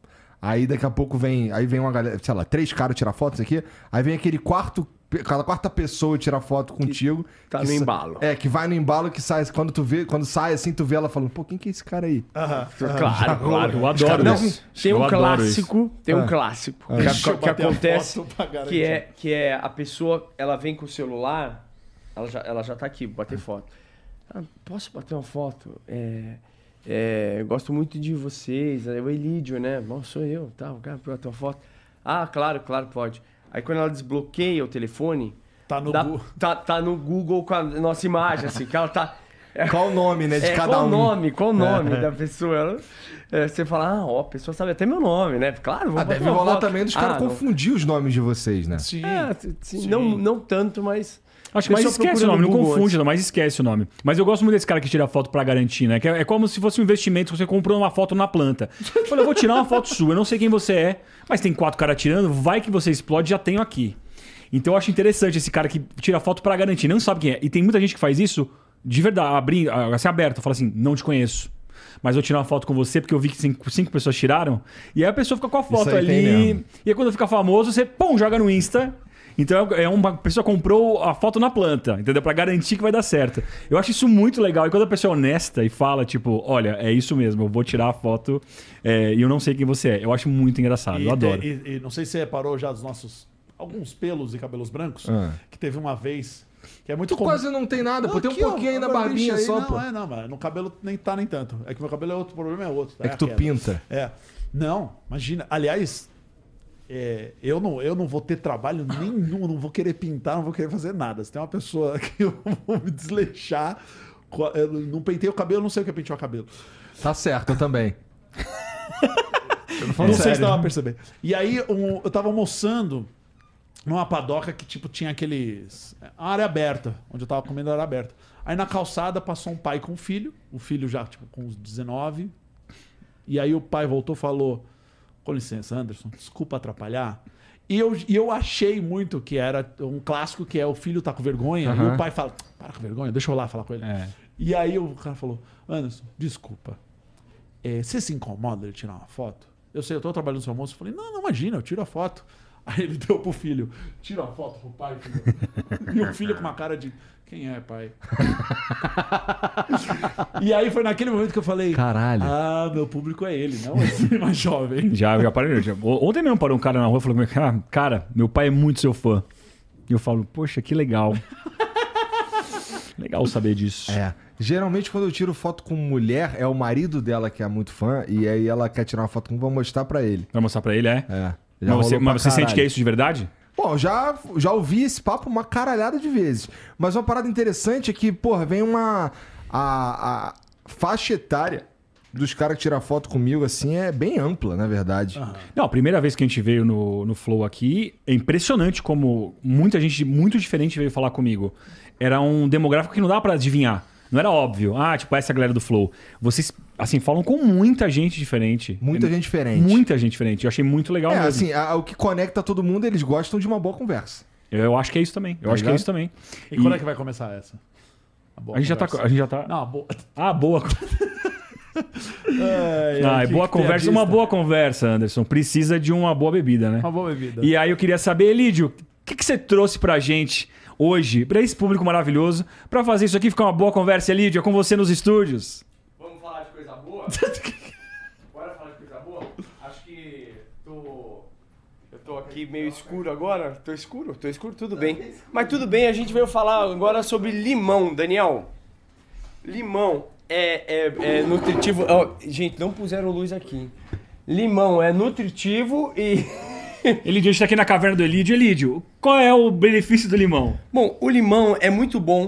S1: Aí daqui a pouco vem. Aí vem uma galera, sei lá, três caras tirar fotos aqui. Aí vem aquele quarto. Cada quarta pessoa tirar foto contigo.
S3: tá
S1: que
S3: no
S1: sa-
S3: embalo.
S1: É, que vai no embalo que sai. Quando tu vê, quando sai assim, tu vê ela falando, pô, quem que é esse cara aí?
S2: Aham.
S3: Claro, claro.
S4: Eu adoro
S3: Não,
S4: isso.
S3: tem
S4: Eu
S3: um
S4: adoro
S3: clássico, tem um
S1: Ah.
S3: clássico
S1: Ah.
S3: que,
S2: Deixa eu
S3: a- que
S2: bater a
S3: acontece,
S2: foto pra garantir.
S3: que é, que é a pessoa, ela vem com o celular, ela já, ela já tá aqui, bater foto. Ah, posso bater uma foto? É, é, eu gosto muito de vocês, é o Elídio, né? Não, sou eu, tá, o cara bater uma foto. Ah, claro, claro, pode. Aí quando ela desbloqueia o telefone,
S2: Tá no
S3: dá-
S2: Google.
S3: tá, tá no Google com a nossa imagem, assim, que ela tá...
S1: Qual o nome, né, de
S3: É,
S1: cada
S3: qual
S1: um?
S3: o nome? Qual o nome da pessoa? Ela- é, você fala, ah, ó, a pessoa sabe até meu nome, né? Claro, vou
S1: Ah,
S3: bater
S1: deve
S3: uma
S1: rolar
S3: foto.
S1: também dos caras
S3: Ah, não.
S1: confundir os nomes de vocês, né?
S2: Sim.
S3: É, t- sim,
S2: Sim.
S3: Não, não tanto, mas...
S4: Acho que mais
S3: Pessoa
S4: esquece o
S3: procura
S4: nome,
S3: no
S4: não
S3: Google
S4: confunde,
S3: antes.
S4: não, mas esquece o nome. Mas eu gosto muito desse cara que tira foto pra garantir, né? Que é, é como se fosse um investimento, você comprou uma foto na planta. Olha, eu vou tirar uma foto sua, eu não sei quem você é, mas tem quatro caras tirando, vai que você explode, já tenho aqui. Então eu acho interessante esse cara que tira foto pra garantir, não sabe quem é. E tem muita gente que faz isso de verdade, abrindo, assim, aberto, fala assim, não te conheço. Mas eu tirar uma foto com você porque eu vi que cinco, cinco pessoas tiraram. E aí a pessoa fica com a foto
S1: aí tem
S4: ali.
S1: mesmo.
S4: E aí quando fica famoso, você, pum, joga no Insta. Então é uma pessoa comprou a foto na planta, entendeu? Pra garantir que vai dar certo. Eu acho isso muito legal. E quando a pessoa é honesta e fala, tipo, olha, é isso mesmo, eu vou tirar a foto é, e eu não sei quem você é. Eu acho muito engraçado, eu adoro.
S2: E, e- e não sei se você reparou já dos nossos... Alguns pelos e cabelos brancos.
S1: Ah.
S2: Que teve uma vez... Que é muito
S1: Tu
S2: comum.
S1: quase não tem nada, pô. Tem um
S2: Aqui, ó,
S1: pouquinho aí na
S2: agora,
S1: barbinha
S2: bicho, aí,
S1: só,
S2: não,
S1: pô.
S2: É, não, mas no cabelo nem tá nem tanto. É que meu cabelo é outro, o problema é outro. tá?
S1: É que tu
S2: a queda.
S1: pinta.
S2: É. Não, imagina. Aliás, é, eu, não, eu não vou ter trabalho nenhum, não vou querer pintar, não vou querer fazer nada. Se tem uma pessoa que eu vou me desleixar, co- eu não pentei o cabelo, não sei o que é pentear o cabelo.
S1: Tá certo, eu também. Eu
S2: Não sei se dá pra perceber. E aí, um- eu tava almoçando numa padoca que, tipo, tinha aqueles... Uma área aberta, onde eu tava comendo a área aberta. Aí na calçada passou um pai com um filho, o filho já, tipo, com uns dezenove. E aí o pai voltou e falou, com licença, Anderson, desculpa atrapalhar. E eu, e eu achei muito que era um clássico que é o filho tá com vergonha, e
S1: Aham.
S2: o pai fala, para com vergonha, deixa eu lá falar com ele.
S4: É.
S2: E aí o cara falou, Anderson, desculpa, é, você se incomoda de tirar uma foto? Eu sei, eu tô trabalhando no seu almoço. Eu falei, não, não, imagina, eu tiro a foto. Aí ele deu pro filho, tira a foto pro pai, filho. E o filho com uma cara de, quem é, pai? E aí foi naquele momento que eu falei,
S1: Caralho.
S2: ah, meu público é ele, não esse mais jovem.
S4: Já, já parei. Já. Ontem mesmo parou um cara na rua e falou comigo, ah, cara, meu pai é muito seu fã. E eu falo, poxa, que legal. Legal saber disso.
S1: É. Geralmente, quando eu tiro foto com mulher, é o marido dela que é muito fã, e aí ela quer tirar uma foto comigo, vou mostrar pra ele.
S4: Vai mostrar pra ele, é?
S1: É. Já
S4: Mas você,
S1: rolou pra
S4: mas você sente
S1: caralho.
S4: que é isso de verdade?
S1: Bom, já, já ouvi esse papo uma caralhada de vezes. Mas uma parada interessante é que, porra, vem uma... A, a faixa etária dos caras que tiram foto comigo, assim, é bem ampla, na verdade.
S4: Não, a primeira vez que a gente veio no, no Flow aqui, é impressionante como muita gente muito diferente veio falar comigo. Era um demográfico que não dá pra adivinhar. Não era óbvio. Ah, tipo, essa é a galera do Flow. Vocês, assim, falam com muita gente diferente.
S1: Muita
S4: É,
S1: gente diferente.
S4: Muita gente diferente. Eu achei muito legal
S1: É,
S4: mesmo.
S1: assim, a- o que conecta todo mundo, eles gostam de uma boa conversa.
S4: Eu, eu acho que é isso também. Eu
S1: Tá
S4: acho que é
S1: ligado?
S4: isso também.
S2: E,
S4: E
S2: quando é que vai começar essa? boa
S4: a gente já tá...
S2: conversa?
S4: A gente já tá...
S2: Não, boa.
S4: Ah, boa.
S2: Ai,
S4: Ah,
S2: ai,
S4: é
S2: que-
S4: boa
S2: que
S4: conversa.
S2: piadista.
S4: Uma boa conversa, Anderson. Precisa de uma boa bebida, né?
S2: Uma boa bebida.
S4: E aí eu queria saber, Elídio, o que, que você trouxe pra gente hoje, pra esse público maravilhoso, pra fazer isso aqui ficar uma boa conversa, Elídio? É com você nos estúdios.
S3: Vamos falar de coisa boa? Bora falar de coisa boa? Acho que tô... Eu tô aqui meio escuro agora. Tô escuro? Tô escuro? Tudo bem. Mas tudo bem, a gente veio falar agora sobre limão, Daniel. Limão é, é, é nutritivo... Ó, gente, não puseram luz aqui. Limão é nutritivo e...
S4: Elídio, a gente tá aqui na caverna do Elídio. Elídio, qual é o benefício do limão?
S3: Bom, o limão é muito bom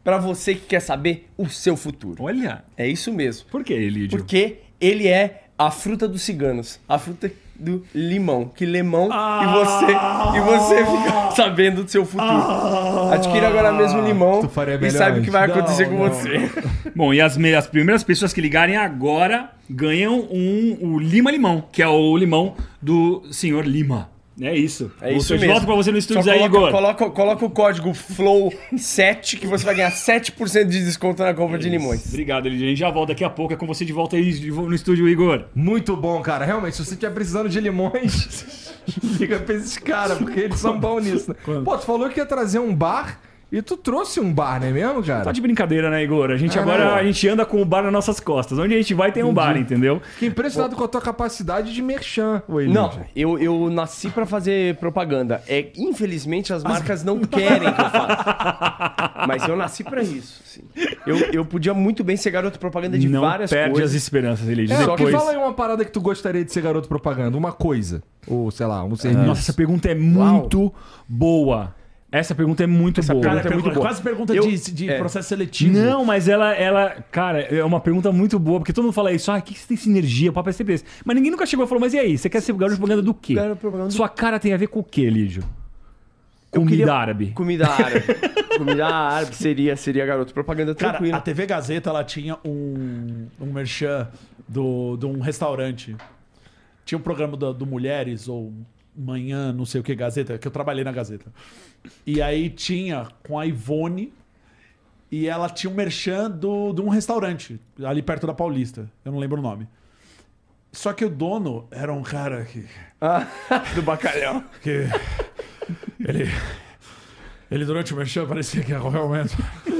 S3: pra você que quer saber o seu futuro.
S4: Olha.
S3: É isso mesmo.
S4: Por que, Lídio?
S3: Porque ele é a fruta dos ciganos. A fruta do limão. Que limão
S2: Ah!
S3: e você e você fica sabendo do seu futuro.
S2: Ah!
S3: Adquira agora mesmo o limão
S1: Tu faria
S3: e
S1: melhor
S3: sabe o que vai
S2: antes.
S3: acontecer
S2: Não,
S3: com
S2: não.
S3: você.
S4: Bom, e as, me- as primeiras pessoas que ligarem agora ganham um, o Lima Limão, que é o limão do senhor Lima. É isso.
S3: É isso
S4: Voltou de
S3: mesmo.
S4: volta pra você no estúdio
S3: Só
S4: aí,
S3: coloca,
S4: Igor.
S3: coloca, coloca o código flow sete que você vai ganhar sete por cento de desconto na compra de limões.
S4: Obrigado, Lídio. A gente já volta daqui a pouco. É com você de volta aí de vo- no estúdio, Igor.
S1: Muito bom, cara. Realmente, se você estiver precisando de limões, liga pra esses caras, porque eles são bons nisso. Né? Pô, tu falou que ia trazer um bar e tu trouxe um bar, não é mesmo, cara?
S4: Tá de brincadeira, né, Igor? A gente
S1: É,
S4: agora
S1: né?
S4: a gente anda com o bar nas nossas costas. Onde a gente vai tem um bar, entendeu?
S1: Fiquei impressionado com a tua capacidade de merchan, Oi,
S3: Não, eu, eu nasci pra fazer propaganda. É, infelizmente as marcas não querem que eu faça. Mas eu nasci pra isso. Assim. Eu, eu podia muito bem ser garoto propaganda de
S4: Não
S3: várias
S4: perde
S3: coisas.
S4: as esperanças, Lídio.
S1: É,
S3: Só
S1: que
S4: Depois...
S1: fala aí uma parada que tu gostaria de ser garoto propaganda, uma coisa. Ou, sei lá, um serviço.
S4: Nossa, essa pergunta é muito boa. Essa pergunta é muito boa.
S3: pergunta
S2: Cara,
S3: é muito
S2: pergunta-
S3: boa.
S2: quase pergunta
S3: Eu-
S2: de, de
S3: é.
S2: processo seletivo.
S4: Não, mas ela, ela, cara, é uma pergunta muito boa, porque todo mundo fala isso, ah, o que você tem sinergia, o papo é sempre esse. Mas ninguém nunca chegou e falou, mas e aí, você quer ser garoto de propaganda do quê?
S3: Garoto propaganda do-
S4: Sua cara tem a ver com o quê, Lídio?
S3: Eu
S4: Comida
S3: queria-
S4: árabe.
S3: Comida árabe. Comida árabe seria, seria garoto propaganda
S2: Cara,
S3: tranquilo.
S2: a T V Gazeta, ela tinha um, um merchan do, de um restaurante. Tinha um programa do, do Mulheres, ou Manhã, não sei o que, Gazeta, que eu trabalhei na Gazeta. E aí tinha com a Ivone, e ela tinha um merchan do, de um restaurante, ali perto da Paulista. Eu não lembro o nome. Só que o dono era um cara que...
S3: Ah, do bacalhau.
S2: que ele, ele durante o merchan parecia que a qualquer momento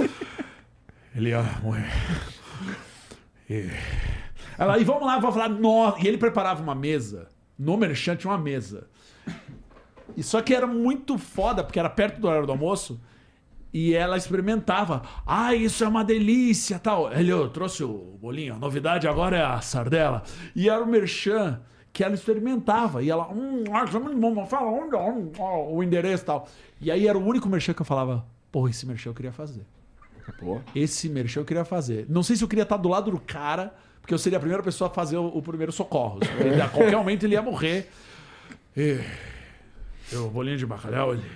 S2: ele ia morrer. E, ela, e vamos lá, vamos falar. Nossa. E ele preparava uma mesa. No merchan tinha uma mesa. E só que era muito foda, porque era perto do horário do almoço. E ela experimentava. Ah, isso é uma delícia, tal. Ele, eu trouxe o bolinho. A novidade agora é a sardela. E era o merchan que ela experimentava. E ela, hum, isso é muito bom. Fala onde, onde, ó, o endereço e tal. E aí era o único merchan que eu falava, porra, esse merchan eu queria fazer.
S3: Pô.
S2: Esse merchan eu queria fazer. Não sei se eu queria estar do lado do cara, porque eu seria a primeira pessoa a fazer o, o primeiro socorro. Ele, a qualquer momento ele ia morrer. E eu, bolinho de bacalhau, ele...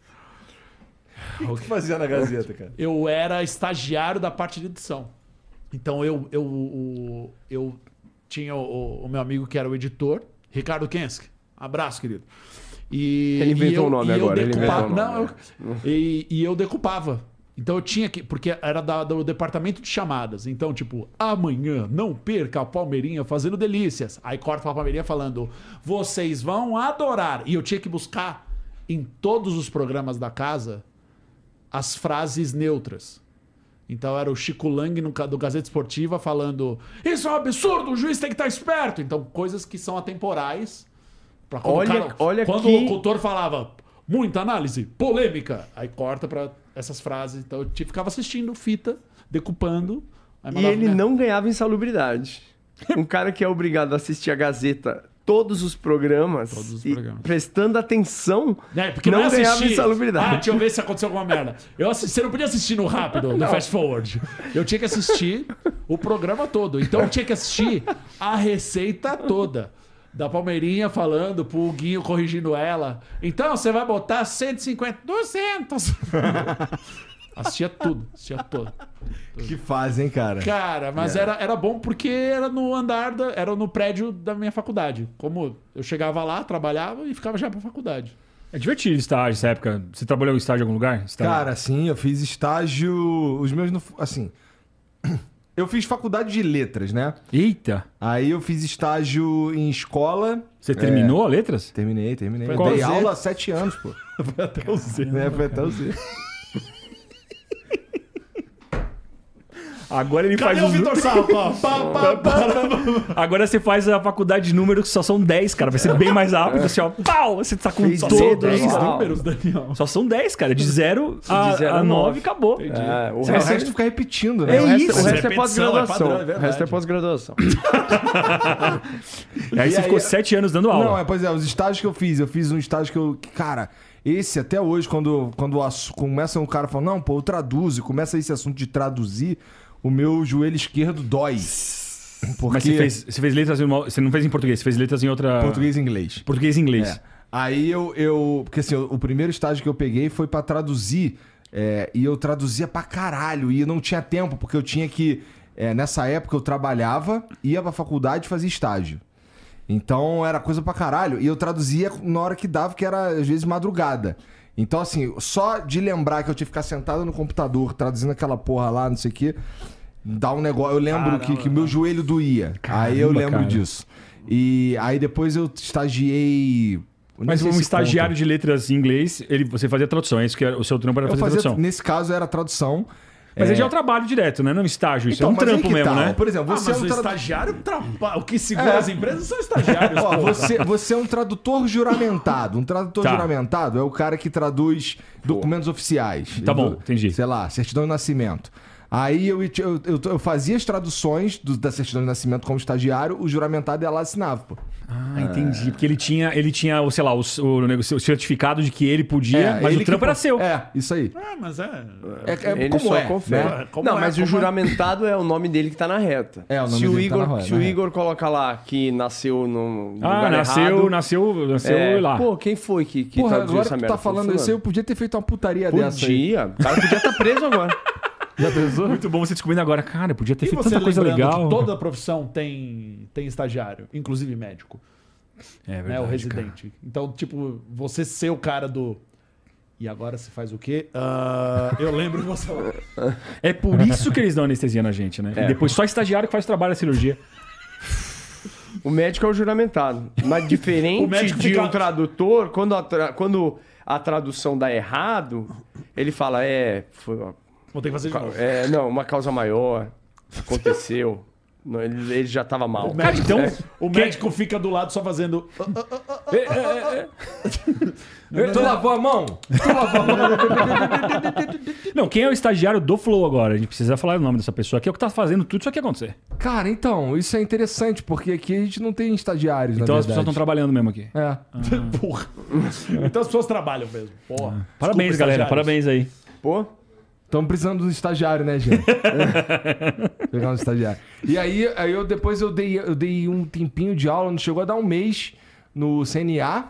S1: O que tu fazia na Gazeta, cara?
S2: Eu era estagiário da parte de edição. Então eu, eu, o- eu tinha o, o meu amigo que era o editor, Ricardo Kensky. Abraço, querido. E,
S3: Ele inventou
S2: e eu,
S3: o nome
S2: e eu
S3: agora, ele
S2: decupava-
S3: inventou o nome,
S2: Não, eu- e, e eu decupava. Então eu tinha que. Porque era da- do departamento de chamadas. Então, tipo, amanhã não perca a Palmeirinha fazendo delícias. Aí corta a Palmeirinha falando: vocês vão adorar. E eu tinha que buscar em todos os programas da casa as frases neutras. Então era o Chico Lang no, do Gazeta Esportiva falando: isso é um absurdo, o juiz tem que estar esperto. Então, coisas que são atemporais. Pra quando
S3: Olha-
S2: o cara-
S3: olha
S2: quando
S3: que-
S2: o locutor falava muita análise, polêmica, aí corta pra essas frases. Então eu te- ficava assistindo fita, decupando. aí
S3: E
S2: mandava
S3: ele
S2: minha-
S3: não ganhava insalubridade. Um cara que é obrigado a assistir a Gazeta todos os programas,
S2: Todos os
S3: e
S2: programas.
S3: prestando atenção,
S2: É, porque
S3: não
S2: não, é
S3: ganhava
S2: assistir.
S3: insalubridade.
S2: Ah, deixa eu ver se aconteceu alguma merda. Eu assisti, você não podia assistir no rápido, no fast forward. Eu tinha que assistir o programa todo. Então eu tinha que assistir a receita toda. Da Palmeirinha falando pro Guinho corrigindo ela. Então você vai botar cento e cinquenta, duzentos. Assistia tudo, assistia tudo.
S1: Que fazem, cara?
S2: Cara, mas era, era bom porque era no andar, da, era no prédio da minha faculdade. Como eu chegava lá, trabalhava e ficava já pra faculdade.
S4: É divertido estágio nessa época. Você trabalhou em estágio em algum lugar? Estágio?
S1: Cara, sim, eu fiz estágio. Os meus. no- Assim. Eu fiz faculdade de letras, né?
S4: Eita!
S1: Aí eu fiz estágio em escola.
S4: Você terminou a letras?
S1: Terminei, terminei.
S2: Foi
S1: Eu
S2: até
S1: dei
S2: o Z?
S1: aula há sete anos, pô.
S2: Foi até o Z.
S1: Né? Foi até o Z.
S4: Agora ele faz
S2: Cadê o
S4: os...
S2: Vitor Salpa? Pá, pá, pá.
S4: Agora você faz a faculdade de números que só são dez, cara. Vai ser bem mais rápido. Assim, ó. Pau! Você tá com
S3: Fez
S4: todos.
S3: dez
S2: Dez
S3: Uau.
S2: números, Daniel.
S4: Só são dez, cara. De zero a,
S3: De zero
S4: a
S3: a
S4: nove
S3: nove.
S4: acabou.
S3: É, o
S1: O
S3: resto,
S1: resto fica repetindo, né?
S3: é
S1: O resto-
S3: isso. O
S2: Mas
S3: resto é
S2: repetição, é
S3: pós-graduação.
S2: padrão, é
S3: O resto é
S2: verdade.
S3: pós-graduação.
S4: E aí
S1: E
S4: você
S1: aí-
S4: ficou sete anos dando aula.
S1: Não, é, pois é, os estágios que eu fiz, eu fiz um estágio que eu. que, Cara, esse até hoje, quando, quando assu- começa um cara falando, não, pô, eu traduzo, e começa esse assunto de traduzir, o meu joelho esquerdo dói. Porque...
S4: Mas você fez, você fez letras em uma... Você não fez em português, você fez letras em outra...
S1: Português e inglês.
S4: Português e inglês.
S1: É. Aí eu, eu... Porque assim, o primeiro estágio que eu peguei foi pra traduzir, é, e eu traduzia pra caralho, e eu não tinha tempo, porque eu tinha que... É, nessa época eu trabalhava, ia pra faculdade e fazia estágio. Então era coisa pra caralho. E eu traduzia na hora que dava, que era às vezes madrugada. Então assim, só de lembrar que eu tinha que ficar sentado no computador traduzindo aquela porra lá, não sei o quê, dá um negócio. Eu lembro
S2: Caramba,
S1: que, que meu joelho doía.
S4: Caramba,
S1: aí eu lembro
S4: cara.
S1: disso. E aí depois eu estagiei... eu nem
S4: Mas
S1: sei
S4: um
S1: se
S4: estagiário
S1: conta.
S4: de letras em inglês, ele, você fazia tradução, é isso que era, o seu trampo era
S1: Eu
S4: fazer
S1: fazia,
S4: tradução.
S1: nesse caso era tradução.
S4: Mas aí já é um trabalho direto, né? Não é um estágio, isso
S1: Então,
S4: é um
S1: mas aí
S4: trampo
S1: que
S4: mesmo,
S1: tá,
S4: né?
S1: Por exemplo,
S2: Ah,
S1: você
S2: mas
S1: é um
S2: o
S1: tradu-
S2: estagiário trapa... O que segura
S1: É.
S2: as empresas são estagiários.
S1: Ó,
S2: porra.
S1: você, você é um tradutor juramentado. Um tradutor
S4: Tá.
S1: juramentado é o cara que traduz documentos oficiais.
S4: Tá bom,
S1: Do-
S4: entendi.
S1: Sei lá, certidão de nascimento. Aí eu, eu, eu, eu fazia as traduções do- da certidão de nascimento como estagiário, o juramentado ia lá e assinava, pô.
S4: Ah, entendi. Porque ele tinha, ele tinha o, sei lá, o, o, nego- o certificado de que ele podia, mas
S1: ele
S4: o trampo
S1: que-
S4: era seu.
S1: É, isso aí.
S2: Ah, mas é...
S1: É, é
S3: Ele
S1: como
S3: só
S1: é,
S3: confere.
S1: né?
S2: Como
S3: não,
S2: é,
S3: mas
S2: como
S3: o
S2: é.
S3: juramentado é o nome dele que tá na reta.
S1: É, o nome
S3: se o
S1: dele tá
S3: Igor,
S1: na
S3: se
S1: reta.
S3: o Igor coloca lá que nasceu no
S4: Ah,
S3: lugar
S4: nasceu,
S3: errado,
S4: nasceu, nasceu
S3: é,
S4: lá.
S3: Pô, quem foi que, que
S1: Porra,
S3: traduziu
S1: agora
S3: essa
S1: que tu
S3: merda?
S1: tá falando
S3: Foi
S1: isso aí, eu
S3: fulano.
S1: podia ter feito uma putaria dessa aí.
S3: Podia. O cara podia estar preso agora.
S1: Já pensou?
S4: Muito bom você descobrindo agora. Cara, eu podia ter
S2: E
S4: feito
S2: você
S4: tanta coisa
S2: lembrando
S4: legal.
S2: que toda profissão tem, tem estagiário, inclusive médico,
S4: É
S2: né? O residente. Então, tipo, você ser o cara do... E agora você faz o quê? Ah, eu lembro que você...
S4: É por isso que eles dão anestesia na gente, né?
S3: É.
S4: E depois só estagiário que faz trabalho da cirurgia.
S3: O médico é o juramentado. Mas
S2: O
S3: diferente
S2: médico
S3: de
S2: fica-
S3: um tradutor, quando a, tra- quando a tradução dá errado, ele fala, é, foi uma-
S2: Vou ter que fazer de novo.
S3: é, não, uma causa maior, aconteceu. Não, ele, ele já tava mal.
S2: O médico,
S4: então,
S2: é, o médico fica do lado só fazendo...
S1: Tu lavou a mão? Tu lavou a mão?
S4: Não, quem é o estagiário do Flow agora? A gente precisa falar o nome dessa pessoa aqui, é o que tá fazendo tudo isso aqui acontecer.
S1: Cara, então, isso é interessante, porque aqui a gente não tem estagiários,
S4: Então
S1: na
S4: as pessoas estão
S1: verdade.
S4: trabalhando mesmo aqui.
S1: É.
S2: Porra. Então as pessoas trabalham mesmo. Porra.
S4: Parabéns,
S2: Desculpa,
S4: galera.
S2: estagiários.
S4: Parabéns aí.
S3: Pô,
S1: Estamos precisando de um estagiário, né, gente? Pegar um estagiário. E aí, aí eu depois eu dei, eu dei um tempinho de aula, não chegou a dar um mês no C N A.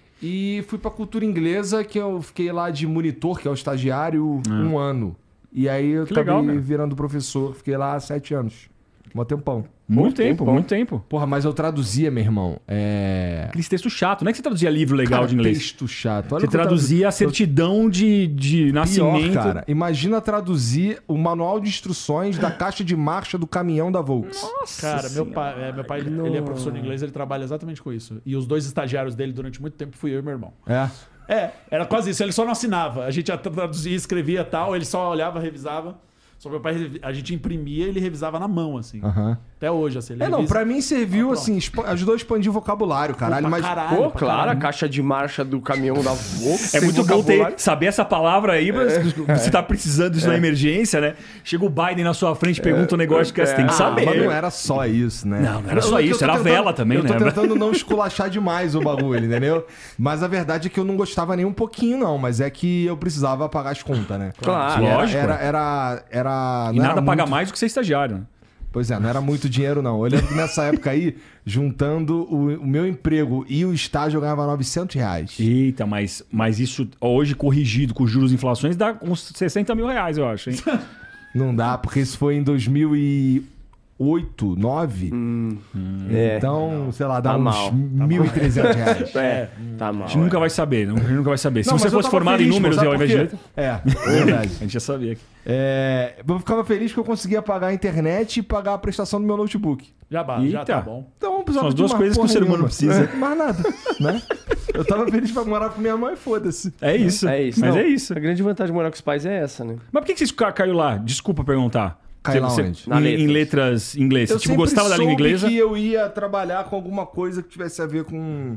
S1: E fui pra cultura inglesa, que eu fiquei lá de monitor, que é o estagiário, um ano. E aí eu
S4: Que
S1: acabei
S4: legal, cara.
S1: virando professor. Fiquei lá há sete anos. Mó tempão.
S4: Muito
S3: Pô,
S4: tempo,
S3: tempão.
S4: muito tempo.
S1: Porra, mas eu traduzia, meu irmão. É...
S4: Aqueles textos chato. Não é que você traduzia livro legal
S1: Cara,
S4: de inglês.
S1: texto chato. Olha
S4: Você
S1: o que eu
S4: traduzia a
S1: traduzi- eu-
S4: certidão de, de nascimento.
S1: Pior, cara. Imagina traduzir o manual de instruções da caixa de marcha do caminhão da Volks.
S2: Cara, meu pai, é, meu pai ele, ele é professor de inglês, ele trabalha exatamente com isso. E os dois estagiários dele durante muito tempo fui eu e meu irmão.
S1: É.
S2: É, era quase isso. Ele só não assinava. A gente traduzia, escrevia e tal, ele só olhava, revisava. Só meu pai, a gente imprimia e ele revisava na mão, assim.
S1: Aham.
S2: Até hoje, assim. Ele
S1: É, não,
S2: revisa-
S1: pra mim serviu,
S2: Ah, pronto.
S1: assim, expa- ajudou a expandir o vocabulário, caralho.
S2: Pra
S1: Mas,
S2: caralho,
S3: pô,
S2: pra
S3: claro,
S2: caralho.
S3: a caixa de marcha do caminhão da Volks.
S4: É
S3: tem
S4: muito bom ter,
S3: vocabulário.
S4: saber essa palavra aí, mas você tá precisando disso na emergência, né? Chega o Biden na sua frente, pergunta um negócio que você tem que
S1: Ah,
S4: saber.
S1: mas não era só isso, né?
S4: Não, não era
S1: Eu-
S4: só
S1: eu
S4: isso,
S1: tô
S4: era a
S1: tentando-
S4: vela também,
S1: eu tô
S4: né?
S1: tentando não esculachar demais o bagulho, entendeu? Mas a verdade é que eu não gostava nem um pouquinho, não. Mas é que eu precisava pagar as contas, né?
S3: Claro.
S1: Era-
S4: Lógico.
S1: Era, era, era,
S4: E
S1: não
S4: nada
S1: era
S4: paga
S1: muito-
S4: mais do que ser estagiário. né?
S1: Pois é, não era muito dinheiro, não. Eu lembro que nessa época aí, juntando o, o meu emprego e o estágio, eu ganhava novecentos reais.
S4: Eita, mas, mas isso hoje corrigido com juros e inflações dá uns sessenta mil reais, eu acho, hein?
S1: Não dá, porque isso foi em dois mil e oito, dois mil e nove.
S3: É.
S1: Então, sei lá, dá
S3: Tá
S1: uns
S3: mal.
S1: mil e trezentos reais.
S3: É, tá mal.
S4: A gente nunca vai saber, não, a gente nunca vai saber. Se
S1: Não,
S4: você
S1: mas eu
S4: fosse
S1: tava
S4: formado
S1: feliz,
S4: em números
S1: pô,
S4: e ao
S1: sabe
S4: invés de
S1: por
S4: letra,
S1: quê? É, verdade.
S4: a gente já sabia.
S1: É, eu ficava feliz que eu conseguia pagar a internet e pagar a prestação do meu notebook.
S2: Já, ba- já
S4: Eita.
S2: tá bom.
S1: Então não precisava
S4: São as
S1: de
S4: duas
S1: mais
S4: coisas que o
S1: porra
S4: ser humano
S1: nenhuma.
S4: precisa.
S1: É, mais nada, né? Eu tava feliz pra morar com minha mãe, foda-se.
S4: É isso.
S3: É isso.
S4: Mas
S3: Não,
S4: é isso.
S3: A grande vantagem de morar com os pais é essa, né?
S4: Mas por que que você ca- caiu lá? Desculpa perguntar.
S1: Caiu
S4: Você-
S1: lá
S4: você-
S1: onde?
S3: Na
S4: Em, em letras inglesas. Você tipo,
S1: sempre
S4: gostava da língua
S1: soube
S4: inglesa?
S1: que eu ia trabalhar com alguma coisa que tivesse a ver com,